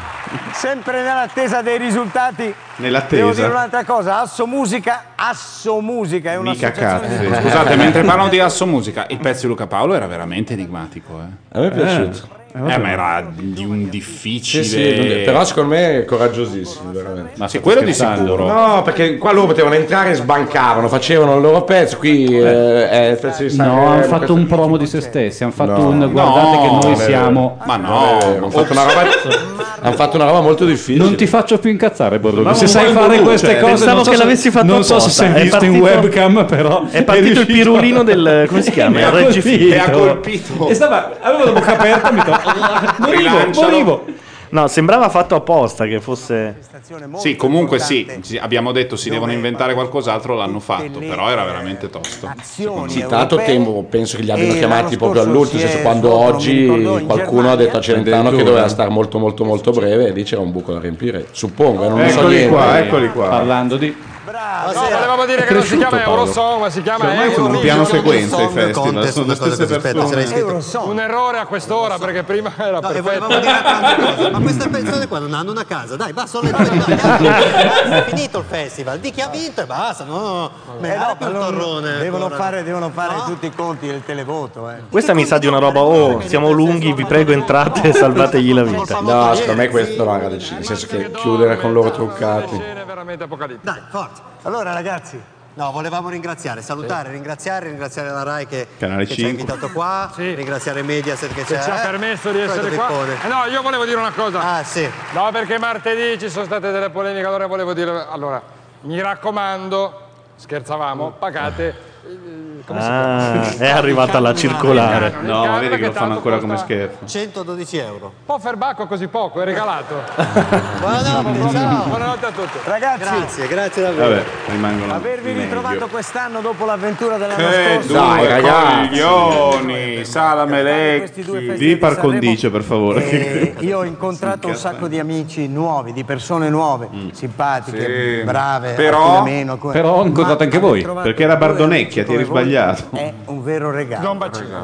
Sempre nell'attesa dei risultati. Nell'attesa. Devo dire un'altra cosa, Asso Musica, Asso Musica è Mica un'associazione cazzo. Scusate, mentre parlano di Asso Musica, il pezzo di Luca Paolo era veramente enigmatico. Eh. A me è piaciuto. Eh, ma era di un difficile. Sì, sì, però secondo me è coraggiosissimo, veramente. Ma sì, quello di sicuro. No, perché qua loro potevano entrare e sbancavano, facevano il loro pezzo, qui eh, è il pezzo di Sanremo. No, hanno fatto questo- un promo di se stessi, hanno fatto No. un guardate No, che noi non è siamo. vero. Ma no, hanno fatto una roba, hanno fatto una roba molto difficile. Non ti faccio più incazzare, Bordone. Ma Se un sai po' fare in queste cioè, cose, pensavo non so che se- l'avessi fatto non so se apposta. sei È visto in partito- webcam, però È partito il pirulino del come si chiama? Mi ha Il reggifilo. colpito. E ha colpito. E stava, aveva la bocca aperta, mi to- morivo, Rilancialo. morivo. No, sembrava fatto apposta che fosse. Sì, comunque sì, sì, abbiamo detto si devono inventare qualcos'altro, l'hanno fatto, però era veramente tosto. Sì, tanto tempo penso che li abbiano E chiamati l'anno proprio scorso all'ultimo, si senso è quando svolto, non mi oggi ricordo, in qualcuno ha detto a Celentano che ventuno. doveva stare molto molto molto breve e lì c'era un buco da riempire, suppongo, eh, non ne so Eccoli niente. qua, eccoli qua. Parlando di No, volevamo dire che non si chiama Eurosong, ma si chiama Cioè, ormai sono un piano sequenza i festival, sono le stesse persone. Un errore a quest'ora perché prima era No, e perfetto. volevamo dire un'altra cosa, ma queste persone qua non hanno una casa, dai, basta, sono le due, è finito il festival, di chi ha vinto e basta, no, no, Eh menare no, più il allora torrone. devono ancora. fare, devono fare tutti i conti del televoto. Eh. Questa mi sa di una roba, oh, siamo lunghi, vi prego entrate e salvategli la vita. No, secondo me questo non era deciso, nel senso che chiudere con loro truccati. veramente apocalittico. Dai, forza. Allora ragazzi, no, volevamo ringraziare, salutare, ringraziare, ringraziare la Rai che, Canale che ci ha cinque. invitato qua, ringraziare Mediaset che, Che ci ha eh, permesso di solito essere qua. pippone. Eh no, io volevo dire una cosa. Ah, sì. No, perché martedì ci sono state delle polemiche, allora volevo dire, allora, mi raccomando, scherzavamo, pagate. eh, come si Ah, chiama? è arrivata la circolare. Il No, ma canone, vedi che lo tanto fanno ancora come costa scherzo. centododici euro. Può far bacco così poco, è regalato. Buonanotte, ciao. Buonanotte a tutti. ragazzi, Grazie, grazie davvero. Vabbè, rimangono avervi meglio. ritrovato quest'anno dopo l'avventura dell'anno Che scorso. Dai, due ragazzi. coglioni, Sala Questi due Melecchi. festival Di par Sanremo. condicio, per favore. E io ho incontrato un sacco di amici nuovi, di persone nuove, simpatiche, Sì. brave, Però- alcune meno. alcune- però ho incontrato Ma anche aver voi. trovato Perché era due Bardonecchia, ti eri amici come voi sbagliato. È un vero regalo. Non bacino,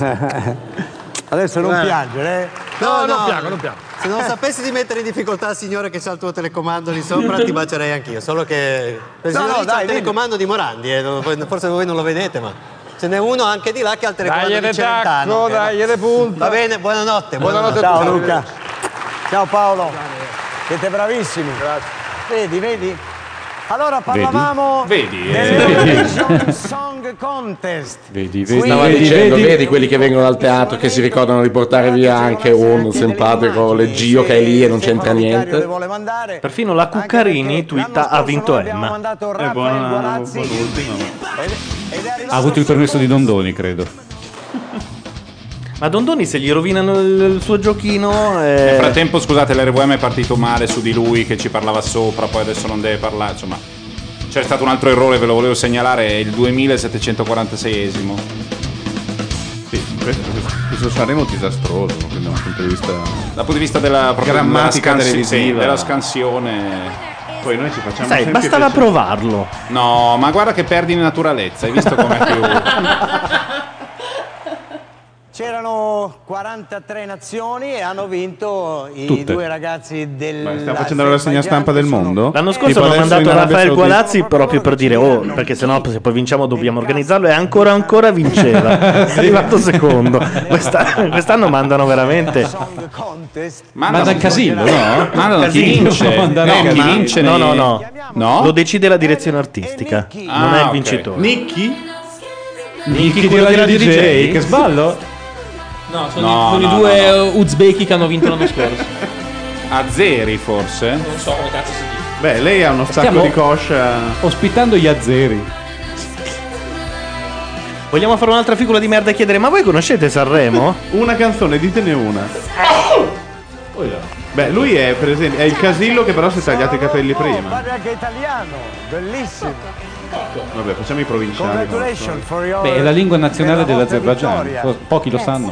guarda. Adesso non Guarda. piangere, eh. No, non piango, non piango. Se non sapessi di mettere in difficoltà il signore che c'ha il tuo telecomando lì sopra, ti bacerei anch'io. Solo che quel No, signore no, lì c'ha dai, il telecomando di Morandi, eh, non- forse voi non lo vedete, ma ce n'è uno anche di là che ha il telecomando Dai, di le Celentano. tacco, che dai, no. le punta. Va bene, buonanotte. Buonanotte a Ciao tutti. Luca. Ciao Paolo. Siete bravissimi. Vedi, vedi? Allora parlavamo Vedi, eh. dell'Eurovision Song Contest. Vedi, vedi, Stava vedi, dicendo, vedi. vedi quelli che vengono dal teatro che si ricordano di portare via anche un simpatico leggio che è lì e non c'entra niente. Vuole mandare. Perfino la Cuccarini twitta ha vinto Abbiamo Emma. mandato È Raffaele buono, Guarazzi l'ultimo. ed- ed è Ha arrivato avuto il permesso di Dondoni, credo. Ma Dondoni se gli rovinano il, il suo giochino. eh, Nel frattempo, scusate, l'R V M è partito male su di lui che ci parlava sopra, poi adesso non deve parlare. Insomma, c'è stato un altro errore, ve lo volevo segnalare, è il duemilasettecentoquarantaseiesimo. Sì, Questo, questo Sanremo disastroso quindi da un punto di vista dal punto di vista della proprio grammatica della scansi- televisiva, sì, della scansione. Poi noi ci facciamo Sai, sempre bastava piacere. provarlo. No, ma guarda che perdi in naturalezza, hai visto com'è più. C'erano quarantatré nazioni e hanno vinto i Tutte. due ragazzi del. Ma stiamo facendo la rassegna stampa del mondo? L'anno scorso Tipo hanno adesso mandato in Arabia Rafael Saudita. Gualazzi proprio per dire oh, perché sennò se poi vinciamo dobbiamo organizzarlo e ancora ancora vinceva. È arrivato secondo. Questa- quest'anno mandano veramente Mandano il Casillo, no? Mandano chi vince. Mandano No, chi Casillo. vince no, nei- no, no, No? Lo decide la direzione artistica, non Ah, è il ok. vincitore. Nicky? Nicky quello di della Radio D J? D J, che sballo? No, sono, No, i, sono no, i due no, uh, uzbeki che hanno vinto l'anno scorso. Azeri forse? Non so come cazzo si dice. Beh, lei ha uno stacco Stiamo di coscia. Ospitando gli azzeri. Vogliamo fare un'altra figura di merda e chiedere ma voi conoscete Sanremo? Una canzone, ditene una. Beh, lui è per esempio è il Casillo che però si è tagliato i capelli prima. Parli anche italiano, bellissimo. Vabbè, facciamo i provinciali. Congratulations for your. Beh, è la lingua nazionale per la vostra dell'Azerbaigian. vittoria. Po- Pochi lo sanno.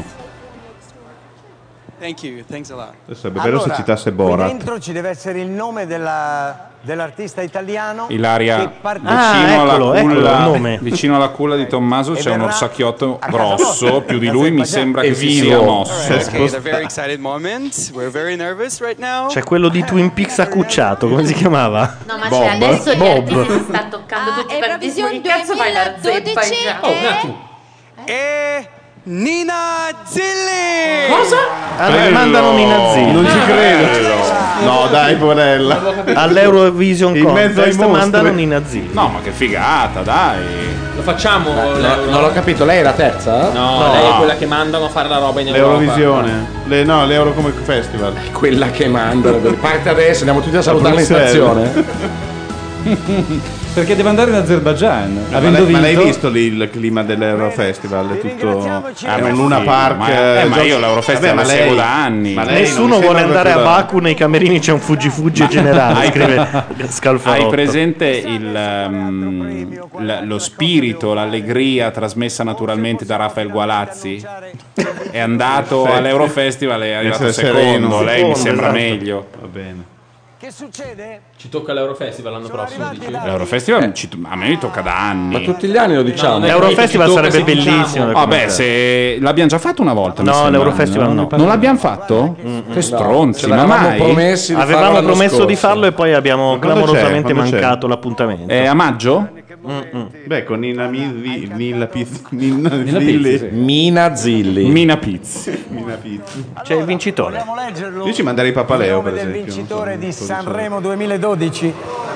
Thank you, thanks a lot. Adesso sarebbe bello se Allora, citasse qui Borat. dentro ci deve essere il nome della- dell'artista italiano. Ilaria, che parte- vicino, Ah, alla eccolo, culla, eccolo il nome. vicino alla culla di Tommaso E c'è un verrà orsacchiotto a casa grosso, vostra. più di lui mi sembra È che si vivo. sia mosso. Okay, it's a very excited moment. We're very nervous right now. C'è quello di Twin Peaks accucciato, come si chiamava? No, ma Bob. cioè, adesso gli Bob. artisti si sta toccando tutti tantissimo. Che cazzo fai l'Azerbaigian? Oh, un attimo. E Nina Zilli! Cosa? Allora, Bello. mandano Nina Zilli. Non ci credo. No, dai, poverella. All'Eurovision In mezzo ai Contest mostri. mandano Nina Zilli. No, ma che figata, dai. Lo facciamo? No, l'Euro- non l'ho capito, lei è la terza? No, No. lei è quella che mandano a fare la roba in Europa. L'Eurovisione. Le, no, l'Euro come Festival. Quella che mandano. Parte adesso, andiamo tutti a salutarla in Bruxelles. stazione. Perché deve andare in Azerbaigian. Ma, Avendo lei, ma l'hai vinto- visto lì il clima dell'Eurofestival? È tutto ringraziamoci. è un Luna Park. Ma, eh, ma giochi- io l'Eurofestival Vabbè, la ma seguo lei- da anni. ma lei non Nessuno mi vuole sembra andare a proprio da- Baku, nei camerini c'è un fuggi-fuggi generale, scrive Scalfarotto. Hai presente il, ehm, l- lo spirito, l'allegria trasmessa naturalmente da Rafael Gualazzi? È andato Perfetto. all'Eurofestival e è arrivato Essere secondo. sereno. Lei mi Secondo, sembra esatto. meglio. Va bene. Che succede? Ci tocca l'Eurofestival l'anno prossimo, dici? L'Eurofestival ci- a me mi tocca da anni. Ma tutti gli anni lo diciamo. No, non è L'Eurofestival che ci tocca sarebbe se vinciamo. bellissimo. da Vabbè, commentare. se l'abbiamo già fatto una volta. mi No, sembra. l'Eurofestival no. Non l'abbiamo fatto? Che stronzi, Ce ma l'avevamo mai? promessi di farlo Avevamo l'anno promesso scorso. di farlo e poi abbiamo Ma quando clamorosamente c'è? Quando c'è? mancato l'appuntamento. È a maggio? Beh, con Nina Mizzi, Nilla Pizzi, Nina Nilla Zilli. Pizzi, sì. Mina Zilli. Mina Pizzi. Nina Pizzi. C'è il vincitore. Vogliamo leggerlo? Io ci manderei Papaleo, Il nome per del esempio, vincitore non so, di non so Sanremo duemiladodici.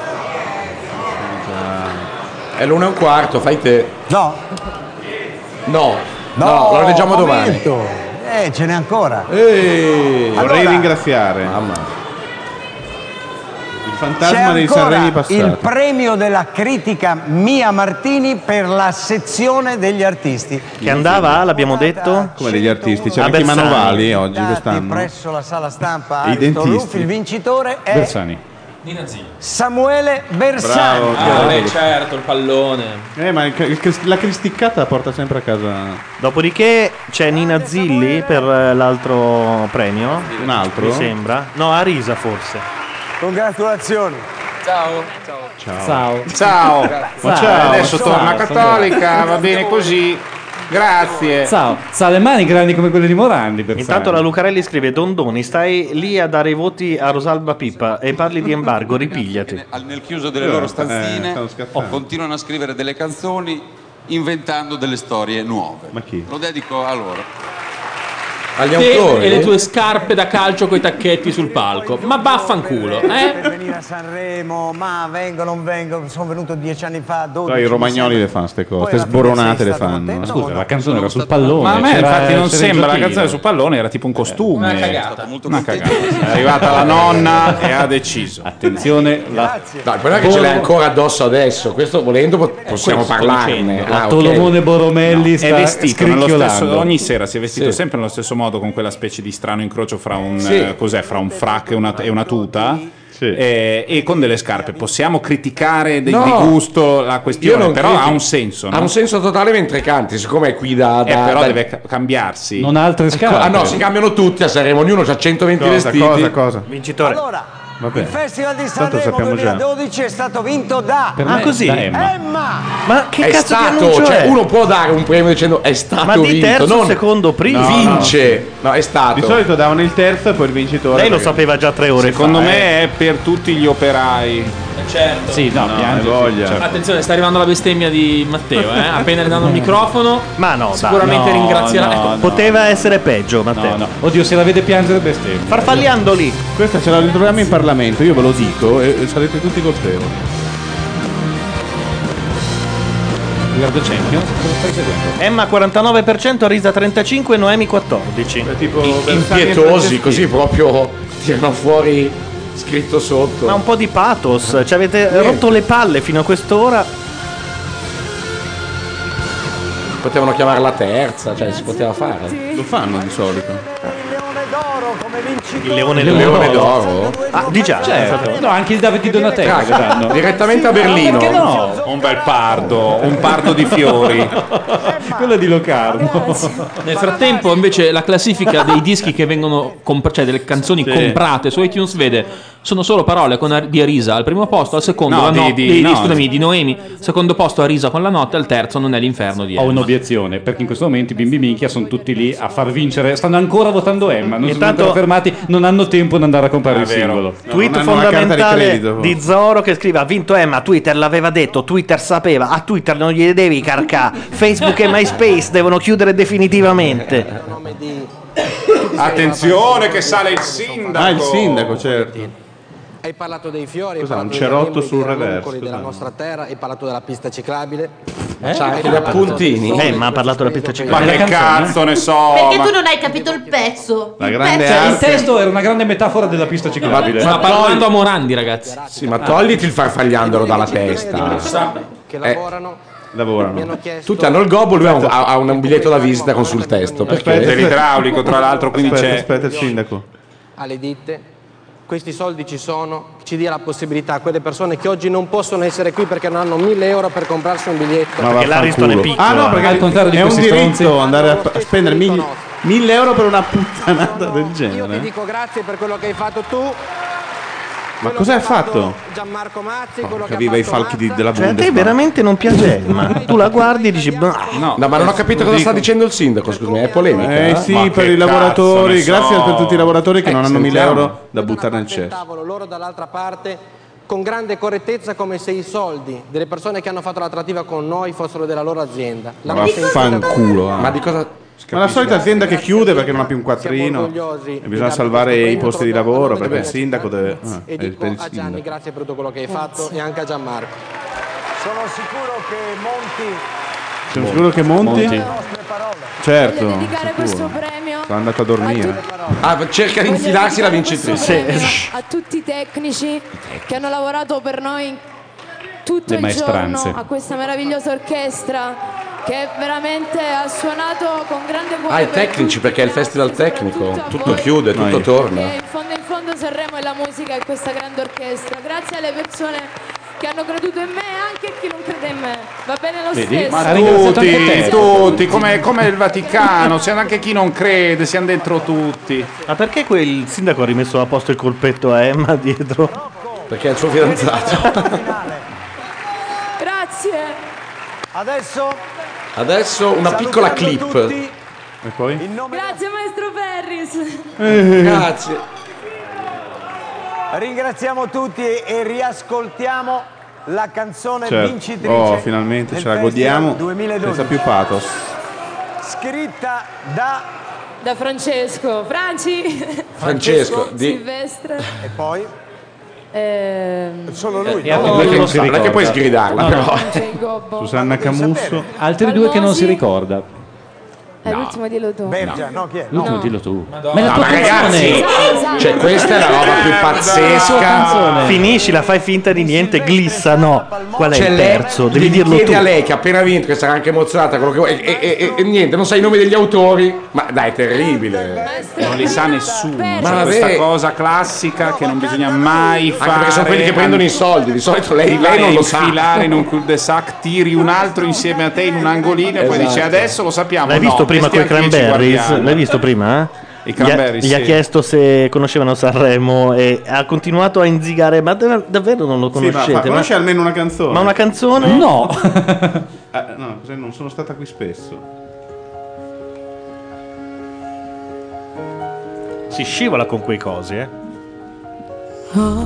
È l'una e un quarto, fai te. No. No. No, lo leggiamo un domani. momento. Eh, ce n'è ancora. Ehi. Vorrei Allora- ringraziare Mamma. il C'è fantasma dei ancora Sanremi passati. il premio della critica Mia Martini per la sezione degli artisti. Che andava, l'abbiamo detto? Come degli artisti, c'erano A anche i Bersani. manovali oggi, Dati quest'anno. presso la sala stampa I Ariston dentisti. Ruffi. Il vincitore è Bersani. Nina Zilli. Samuele Bersani. Bravo. Ah, beh, certo, il pallone. Eh, ma il- il- la cristiccata porta sempre a casa Dopodiché c'è Nina Zilli per eh, l'altro premio. un altro. Mi sembra. No, Arisa forse. Congratulazioni. Ciao. Ciao. Ciao. Ciao. Ma Ciao. ciao. Adesso Ciao. torna cattolica, va bene così. Grazie. Ciao. Sa le mani grandi come quelle di Morandi. Bersani. Intanto la Lucarelli scrive: Dondoni, stai lì a dare i voti a Rosalba Pippa e parli di embargo, ripigliati. Al- Nel chiuso delle Eh, loro eh, stanzine stanno scherzando. continuano a scrivere delle canzoni inventando delle storie nuove. Ma chi? Lo dedico a loro. Agli Te autori. e le tue scarpe da calcio coi tacchetti sul palco. Ma vaffanculo, Per eh? venire a Sanremo, ma vengo, non vengo, sono venuto dieci anni fa, dodici. Poi i romagnoli mi le sembra. fanno ste Poi cose, alla ste fine sboronate sei le stato fanno. contento? Scusa, la canzone era sul pallone. Ma a me c'era- infatti non c'era il sembra la giochino. canzone sul pallone, era tipo un costume. Una cagata. Una cagata. È arrivata la nonna e ha deciso. Attenzione, la, No, il problema è che ce l'hai ancora addosso adesso. Questo volendo pot- possiamo questo sto parlarne. dicendo. Ah, la ok. Tolomone Boromelli È sta vestito nello stesso, scricchiolando. ogni sera si è vestito Sì. sempre nello stesso modo con quella specie di strano incrocio fra un, Sì. eh, cos'è, fra un frac e una, e una tuta. eh, e con delle scarpe. Possiamo criticare de- No. di gusto la Io questione, non però critico. ha un senso. No? Ha un senso totale mentre canti, siccome è qui da... Eh, da- però da- deve ca- cambiarsi. Non ha altre scarpe. Ah no, si cambiano tutti a Sanremo, ognuno ha centoventi Cosa, vestiti. cosa, cosa? Vincitore. Allora, Vabbè. il Festival di Tanto Sanremo sappiamo già. duemiladodici è stato vinto da Per Ah, me così? da Emma. Emma. Ma che è cazzo di stato, annuncio cioè è? uno può dare un premio dicendo è stato Ma di vinto, terzo, non secondo, primo? No, vince. No, è stato. Di solito davano il terzo e poi il vincitore. Lei lo perché- sapeva già tre ore Secondo fa. me eh. è per tutti gli operai. Certo. Sì, no, No, piange, hai sì, voglia. certo. Attenzione, sta arrivando la bestemmia di Matteo, eh? Appena le danno il microfono. Ma no, dai. Sicuramente No, ringrazierà. no, Ecco, no. Poteva essere peggio, Matteo. No, no. Oddio, se la vede piangere bestemmia. Farfagliando lì. Questa ce la ritroviamo in Parlamento, io ve lo dico, e e sarete tutti colpevoli. Guarda Champions, cosa stai seguendo? Emma quarantanove per cento, Risa trentacinque, Noemi quattordici. Tipo impietosi, così proprio tirano fuori scritto sotto. Ma un po' di pathos, ci avete rotto le palle fino a quest'ora. Potevano chiamare la terza, cioè si poteva fare. Lo fanno di solito. Il leone, Il leone d'oro? Ah, di già. Certo. No, anche il Davide di Donatello Raga, le danno. direttamente a Berlino. Perché no? Un bel pardo, un pardo di fiori. Quello di Locarno. Nel frattempo, invece, la classifica dei dischi che vengono comp- cioè delle canzoni Sì. comprate su iTunes vede sono solo parole con Ar- di Arisa al primo posto, al secondo No, la di- no- di- di, no. scusami, di Noemi, secondo posto Arisa con la notte, al terzo Non è l'inferno di Ho Emma. un'obiezione, perché in questo momento i bimbi minchia sono tutti lì a far vincere, stanno ancora votando Emma, non sono Intanto- ancora fermati, non hanno tempo di andare a comprare È il vero. singolo. Tweet non hanno la carta di fondamentale credito. di Zoro che scrive: ha vinto Emma, Twitter l'aveva detto, Twitter sapeva, a Twitter non gli devi carcà, Facebook e MySpace devono chiudere definitivamente. Attenzione che sale il sindaco. Ah, il sindaco, certo. Hai parlato dei fiori, Cos'ha, hai un parlato dei cerotto bambini, sul dei reverso, ranuncoli, della cos'ha? nostra terra, hai parlato della pista ciclabile. C'ha anche Hai gli parlato appuntini. dei Eh, ma ha parlato della pista Ma ciclabile. che cazzo ne so. Perché ma- tu non hai capito il pezzo. La Il grande pezzo- Cioè, il arte. testo era una grande metafora della pista ciclabile. Sta parlando a Morandi, ragazzi. Sì, ma togliti il farfagliandolo dalla testa. che Eh. lavorano Lavorano. mi hanno chiesto Tutti hanno il gobbo, lui ha un, ha un biglietto da visita con sul testo. Aspetta, Perché? Dell'idraulico, tra l'altro, quindi Aspetta, c'è. aspetta il sindaco. alle ditte. Questi soldi ci sono, ci dia la possibilità a quelle persone che oggi non possono essere qui perché non hanno mille euro per comprarsi un biglietto. Ma Perché l'Ariston è vaffanculo. piccolo. Ah no, perché Al contrario di è un questi diritto stronzi. andare a, a spendere mille, mille euro per una puttanata del Io ti genere. dico grazie per quello che hai fatto tu. Ma cosa hai fatto? Gianmarco Mazzi, quello Porca che viva ha i fatto falchi di- Mazza. della Cioè, a te Bundesbank. veramente non piace Emma. Tu la guardi e dici: "Bah". No, No, ma non ho capito cosa dico. sta dicendo il sindaco, scusami, è polemica. Eh eh? sì, Ma per che i lavoratori, cazzo ne grazie so. per tutti i lavoratori che Eh, non hanno mille sentiamo. euro da buttare nel Sul cesso. tavolo, loro dall'altra parte, con grande correttezza, come se i soldi delle persone che hanno fatto la trattativa con noi fossero della loro azienda. Ma La nostra vaffanculo. Ma eh. di cosa... Ma la solita azienda che chiude perché non ha più un quattrino orgogliosi e di bisogna darti salvare questo i premio posti di proprio a lavoro nome perché il della sindaco deve... ah, E è dico per il a Gianni sindaco. grazie per tutto quello che hai fatto e anche a Gianmarco. Sono sicuro che Monti Sono sicuro che Monti? Monti. Certo, Voglio dedicare questo sicuro. premio Sono andato a dormire. Ah, cerca di Voglio infilarsi la dedicare questo vincitrice. premio a tutti i tecnici che hanno lavorato per noi tutto Le il maestranze. giorno, a questa meravigliosa orchestra che veramente ha suonato con grande cuore. Ah, i per tecnici, perché è il festival tecnico. a Tutto voi. chiude, tutto Noi. torna. Perché in fondo in fondo Sanremo è la musica e questa grande orchestra. Grazie alle persone che hanno creduto in me e anche a chi non crede in me. Va bene lo Vedi? stesso. Ma ha ringraziato anche Tutti, te. tutti, come, come il Vaticano, siamo anche chi non crede, siamo dentro tutti. Ma perché quel sindaco ha rimesso a posto il colpetto a Emma dietro? Perché è il suo fidanzato. Grazie. adesso Adesso una piccola clip. E poi? Grazie maestro Ferris. Grazie. ringraziamo tutti e, e riascoltiamo la canzone Certo. vincitrice Oh, finalmente del ce la Festival godiamo duemiladodici, senza più pathos. scritta da Da Francesco. Franci. Francesco, di... Silvestre. e poi Ehm, solo lui E altri Non due è che che, non si non è che ricorda. puoi sgridarla, No, no. però. c'è il gobbo. Susanna Camusso. Altri due che non si ricorda. È l'ultimo, dillo tu. Bergia, no, chi è? L'ultimo No. dillo tu. Madonna. Ma è la tua No, ma ragazzi, canzone. cioè, questa è la roba più pazzesca. Finiscila, fai finta di niente, glissa, no. Qual è Cioè, il lei- terzo? Devi gli dirlo chiedi tu. a lei che ha appena vinto, che sarà anche emozionata, quello che vuoi, e, e- e- e niente, non sai i nomi degli autori. Ma dai, è terribile. Non li sa nessuno. Ma C'è vabbè. questa cosa classica che non bisogna mai fare. Anche perché sono quelli che prendono i soldi, di solito lei, Ti vai lei non a lo sa. infilare in un cul-de-sac, tiri un altro insieme a te in un angolino e poi Esatto. dici adesso lo sappiamo. L'hai no, visto prima questi coi anche ci Cranberries? guardiamo. L'hai visto prima? I Gli ha- Cranberries, Gli ha sì. chiesto se conoscevano Sanremo e ha continuato a inzigare. Ma dav- davvero non lo Sì, ma conoscete? fa- conosci almeno una canzone? Ma una canzone? No. Eh, no, cos'è? Non sono stata qui spesso. Si scivola con quei cosi, eh. Ho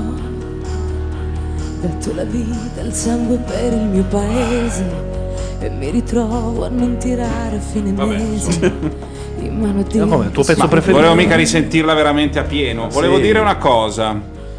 dato la vita, il sangue per il mio paese e mi ritrovo a non tirare a fine mese in mano di come, il tuo pezzo Ma preferito? Volevo mica risentirla veramente a pieno. Volevo Sì. dire una cosa.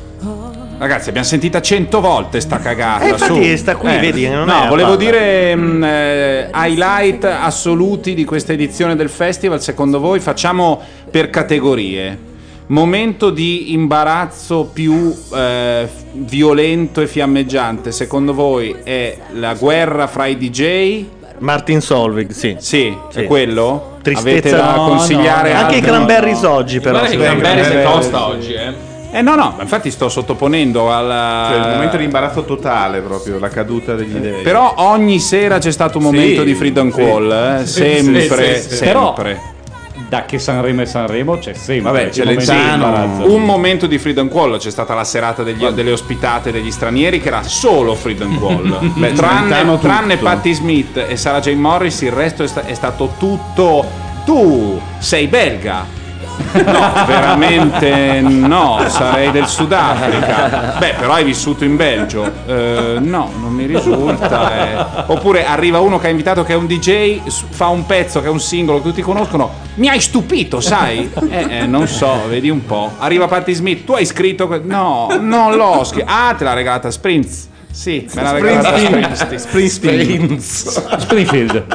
Ragazzi, abbiamo sentita cento volte sta cagata. Eh, infatti su. sta qui, vedi, non no, è a volevo palla. dire mh, eh, highlight assoluti di questa edizione del festival. Secondo voi facciamo per categorie. Momento di imbarazzo più eh, violento e fiammeggiante, secondo voi è la guerra fra i D J? Martin Solveig, sì. Sì, Sì. è quello? Tristezza. Avete da No, consigliare no, no. Anche i altri? Cranberries oggi, però. Guarda che sì. Cranberries è Cranberries. tosta oggi, eh. Eh no, no, ma infatti sto sottoponendo alla... Cioè, il momento di imbarazzo totale, proprio la caduta degli dei. Però ogni sera c'è stato un momento Sì, di Freedom sì. Call, eh? Sì, sempre, sì, sì, sì. Però sempre. da che Sanremo è Sanremo c'è sempre. Vabbè, il c'è momento di imbarazzo. un momento di Freedom Call, c'è stata la serata degli- delle ospitate degli stranieri che era solo Freedom Call. Beh, tranne, Celentano tranne tutto. Patti Smith e Sarah J. Morris, il resto è, sta- è stato tutto. Tu sei belga. No, veramente no, sarei del Sudafrica. Beh, però hai vissuto in Belgio. Eh, no, non mi risulta. eh. Oppure arriva uno che ha invitato che è un D J, s- fa un pezzo che è un singolo che tutti conoscono. Mi hai stupito, sai? Eh, eh, non so, vedi un po'. Arriva Patti Smith, tu hai scritto. que- No, non l'ho scritto. Ah, te l'ha regalata Sprints. Sì, me l'ha regalata Springsteen. Springsteen. Springfield.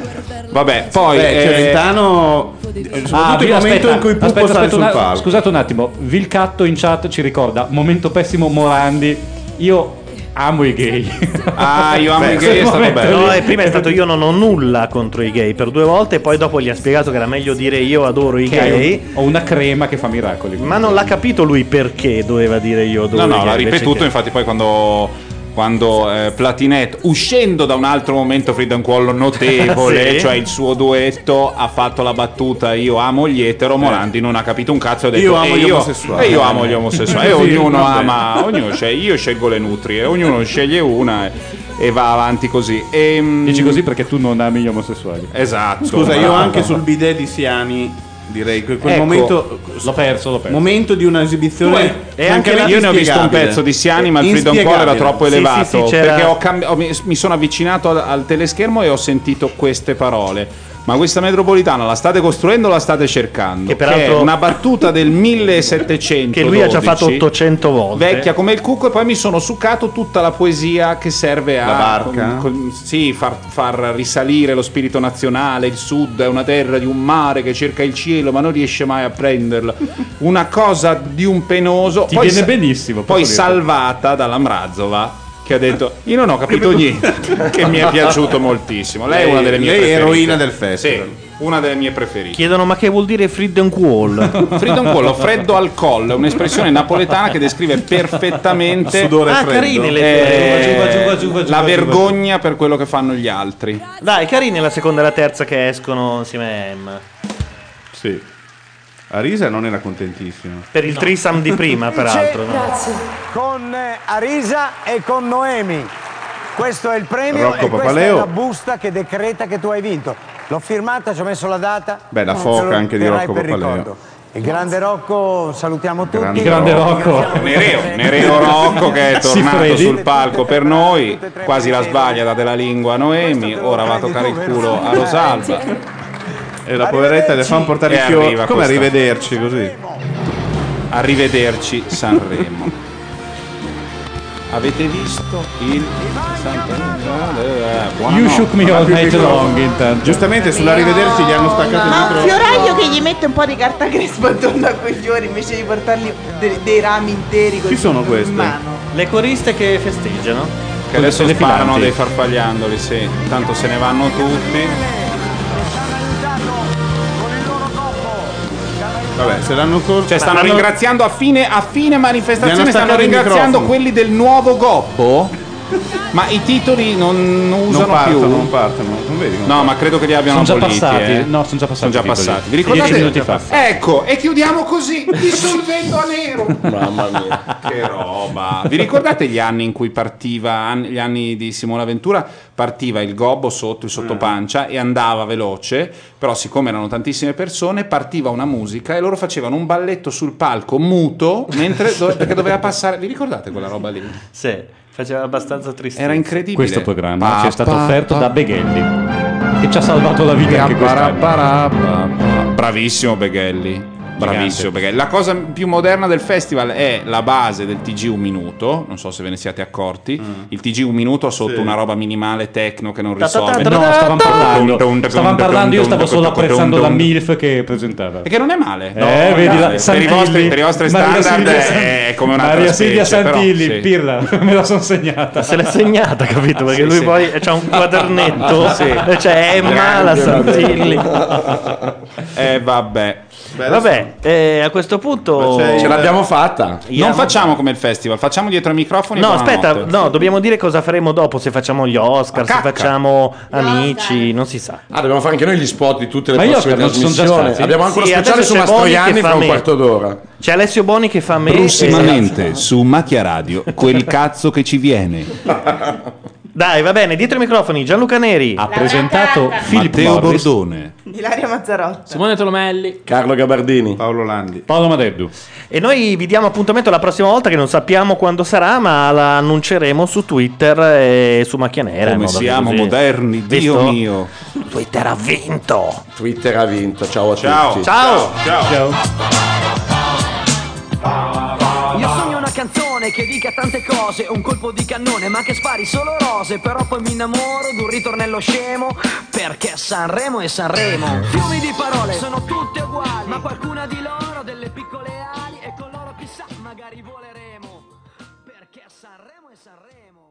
Vabbè, poi. Beh, eh, Celentano, soprattutto Ah, il vi- momento aspetta, in cui Pupo aspetta, sale aspetta sul una- palco. Scusate un attimo, Vilcatto in chat ci ricorda momento pessimo Morandi. Io amo i gay. Ah, io amo Beh, i gay, è stato momento bello. No, e prima è stato io non ho nulla contro i gay per due volte e poi dopo gli ha spiegato che era meglio dire io adoro i Che gay. ho una crema che fa miracoli. Ma non l'ha capito lui perché doveva dire io adoro No, i no, gay. l'ha invece ripetuto, che- infatti poi quando, quando eh, Platinette, uscendo da un altro momento Freedom Call notevole, Sì. cioè il suo duetto, ha fatto la battuta io amo gli etero, Morandi non ha capito un cazzo e ha detto Io amo "E gli omosessuali." e io amo gli omosessuali e Sì, ognuno vabbè. ama, ognuno sceglie, io scelgo le nutrie, ognuno sceglie una e, e va avanti così. E, Dici così perché tu non ami gli omosessuali. Esatto. Scusa, io bravo. anche sul bidet di Siani direi che quel Ecco, momento l'ho perso, l'ho perso. momento di un'esibizione E anche io ne ho visto un pezzo di Siani, ma il Freedom Call era troppo Sì, elevato. sì, sì, c'era- perché ho cambi- ho- mi, mi sono avvicinato al, al teleschermo e ho sentito queste parole. Ma questa metropolitana la state costruendo o la state cercando? Che peraltro- è una battuta del millesettecento Che lui ha già fatto ottocento volte. vecchia come il cucco, e poi mi sono succato tutta la poesia che serve a La barca? con- con- sì, far, far risalire lo spirito nazionale. Il sud è una terra di un mare che cerca il cielo ma non riesce mai a prenderlo. Una cosa di un penoso. Ti poi viene sa- benissimo, poi posso dirti. salvata dalla Mrazova, che ha detto io non ho capito niente, che mi è piaciuto moltissimo. Lei, è una delle mie lei è preferite. eroina del festival. Sì, una delle mie preferite. Chiedono ma che vuol dire Freedom Call? Freedom Call, o freddo al collo, è un'espressione napoletana che descrive perfettamente Sudore Ah, freddo. carine le- eh, va giù, va giù, va giù, va giù, la va giù, va giù. vergogna per quello che fanno gli altri. Dai, carine la seconda e la terza che escono insieme a Emma. Sì. Arisa non era contentissimo. Per il threesome di prima, peraltro. no? Grazie. Con eh, Arisa e con Noemi. Questo è il premio Rocco e questa Papaleo. è la busta che decreta che tu hai vinto. L'ho firmata, ci ho messo la data. Beh, la Se foca lo anche di terrai Rocco per Papaleo. ricordo. Il grande Rocco, salutiamo tutti. Grande Grande Rocco. Nereo, Nereo Rocco che è Sì, tornato Freddy. sul palco per noi, quasi la sbaglia, date la lingua a Noemi, ora va a toccare il culo a Rosalba. E la poveretta le fanno portare i E fiori. arriva Come questa- arrivederci così? Arrivederci Sanremo. Avete visto il Buonanotte. You shook me all night long, intanto. Giustamente sull'arrivederci gli hanno staccato il Ma un micro. fioraio che gli mette un po' di carta crespa attorno a quei fiori invece di portargli de- dei rami interi così Chi sono in queste? mano. Le coriste che festeggiano? Che adesso Le sparano filanti. dei farfagliandoli, sì. Tanto se ne vanno tutti. Vabbè, se l'hanno corso. Cioè stanno hanno- ringraziando a fine, a fine Gli manifestazione, hanno stanno staccato il ringraziando microfono. quelli del nuovo Goppo? Ma i titoli non, non usano non partono, più? non partono, non vedi? non No, ma credo che li abbiano Sono già aboliti. passati. eh. No, sono già passati Sono già i titoli. passati. Vi Dieci ricordate? minuti fa. Ecco, e chiudiamo così, dissolvendo a nero. Mamma mia. Che roba. Vi ricordate gli anni in cui partiva, an- gli anni di Simona Ventura, partiva il gobbo sotto, il sottopancia e andava veloce, però siccome erano tantissime persone, partiva una musica e loro facevano un balletto sul palco muto, mentre dove- perché doveva passare. Vi ricordate quella roba lì? Sì, faceva abbastanza tristezza. Era incredibile. Questo programma Pa, ci è stato pa, offerto pa. da Beghelli, che ci ha salvato la vita anche quest'anno. Bravissimo Beghelli. Bravissimo Beghelli. La cosa più moderna del festival è la base del T G un minuto. Non so se ve ne siate accorti. Il T G un minuto ha sotto Sì. una roba minimale techno che non Ta ta ta risolve. ta No, stavamo parlando, stavamo parlando, io stavo solo apprezzando la MILF che presentava. Perché non è male. Eh, vedi, la- per, i Santilli. vostri, per i vostri Maria standard Silvia è, San- è come un'altra Maria Silvia specie, però, Santilli, sì. Pirla, me la sono segnata. Se l'è segnata, capito? Perché Sì, lui sì. poi c'ha un quadernetto. Sì. E c'è Emma, la Santilli. Eh vabbè. Vabbè, eh, a questo punto Ce l'abbiamo fatta. Non facciamo come il festival, facciamo dietro i microfoni. e No, buonanotte. aspetta, no, dobbiamo dire cosa faremo dopo, se facciamo gli Oscar, se cacca. facciamo amici, non si sa. Ah, dobbiamo fare anche noi gli spot di tutte le Ma gli prossime Oscar non ci sono già trasmissioni. stati? Abbiamo ancora Sì, speciale adesso su c'è Boni Mastroianni che fa fra un me. quarto d'ora. C'è Alessio Boni che fa me. Prossimamente su Macchia Radio, quel cazzo che ci viene. Dai, va bene, dietro i microfoni, Gianluca Neri. Ha presentato Philip Matteo Morris, Bordone. Ilaria Mazzarotta. Simone Tolomelli. Carlo Gabardini. Paolo Landi. Paolo Madeddu. E noi vi diamo appuntamento la prossima volta, che non sappiamo quando sarà, ma la annunceremo su Twitter e su Macchia Nera. in Come modo siamo così. moderni, Dio Visto? mio. Twitter ha vinto. Twitter ha vinto. Ciao a Ciao. tutti. Ciao. Ciao. Io sogno una canzone che dica tante cose, un colpo di cannone ma che spari solo rose, però poi mi innamoro d'un ritornello scemo, perché Sanremo è Sanremo. Fiumi di parole sono tutte uguali, ma qualcuna di loro ha delle piccole ali e con loro chissà magari voleremo, perché Sanremo è Sanremo.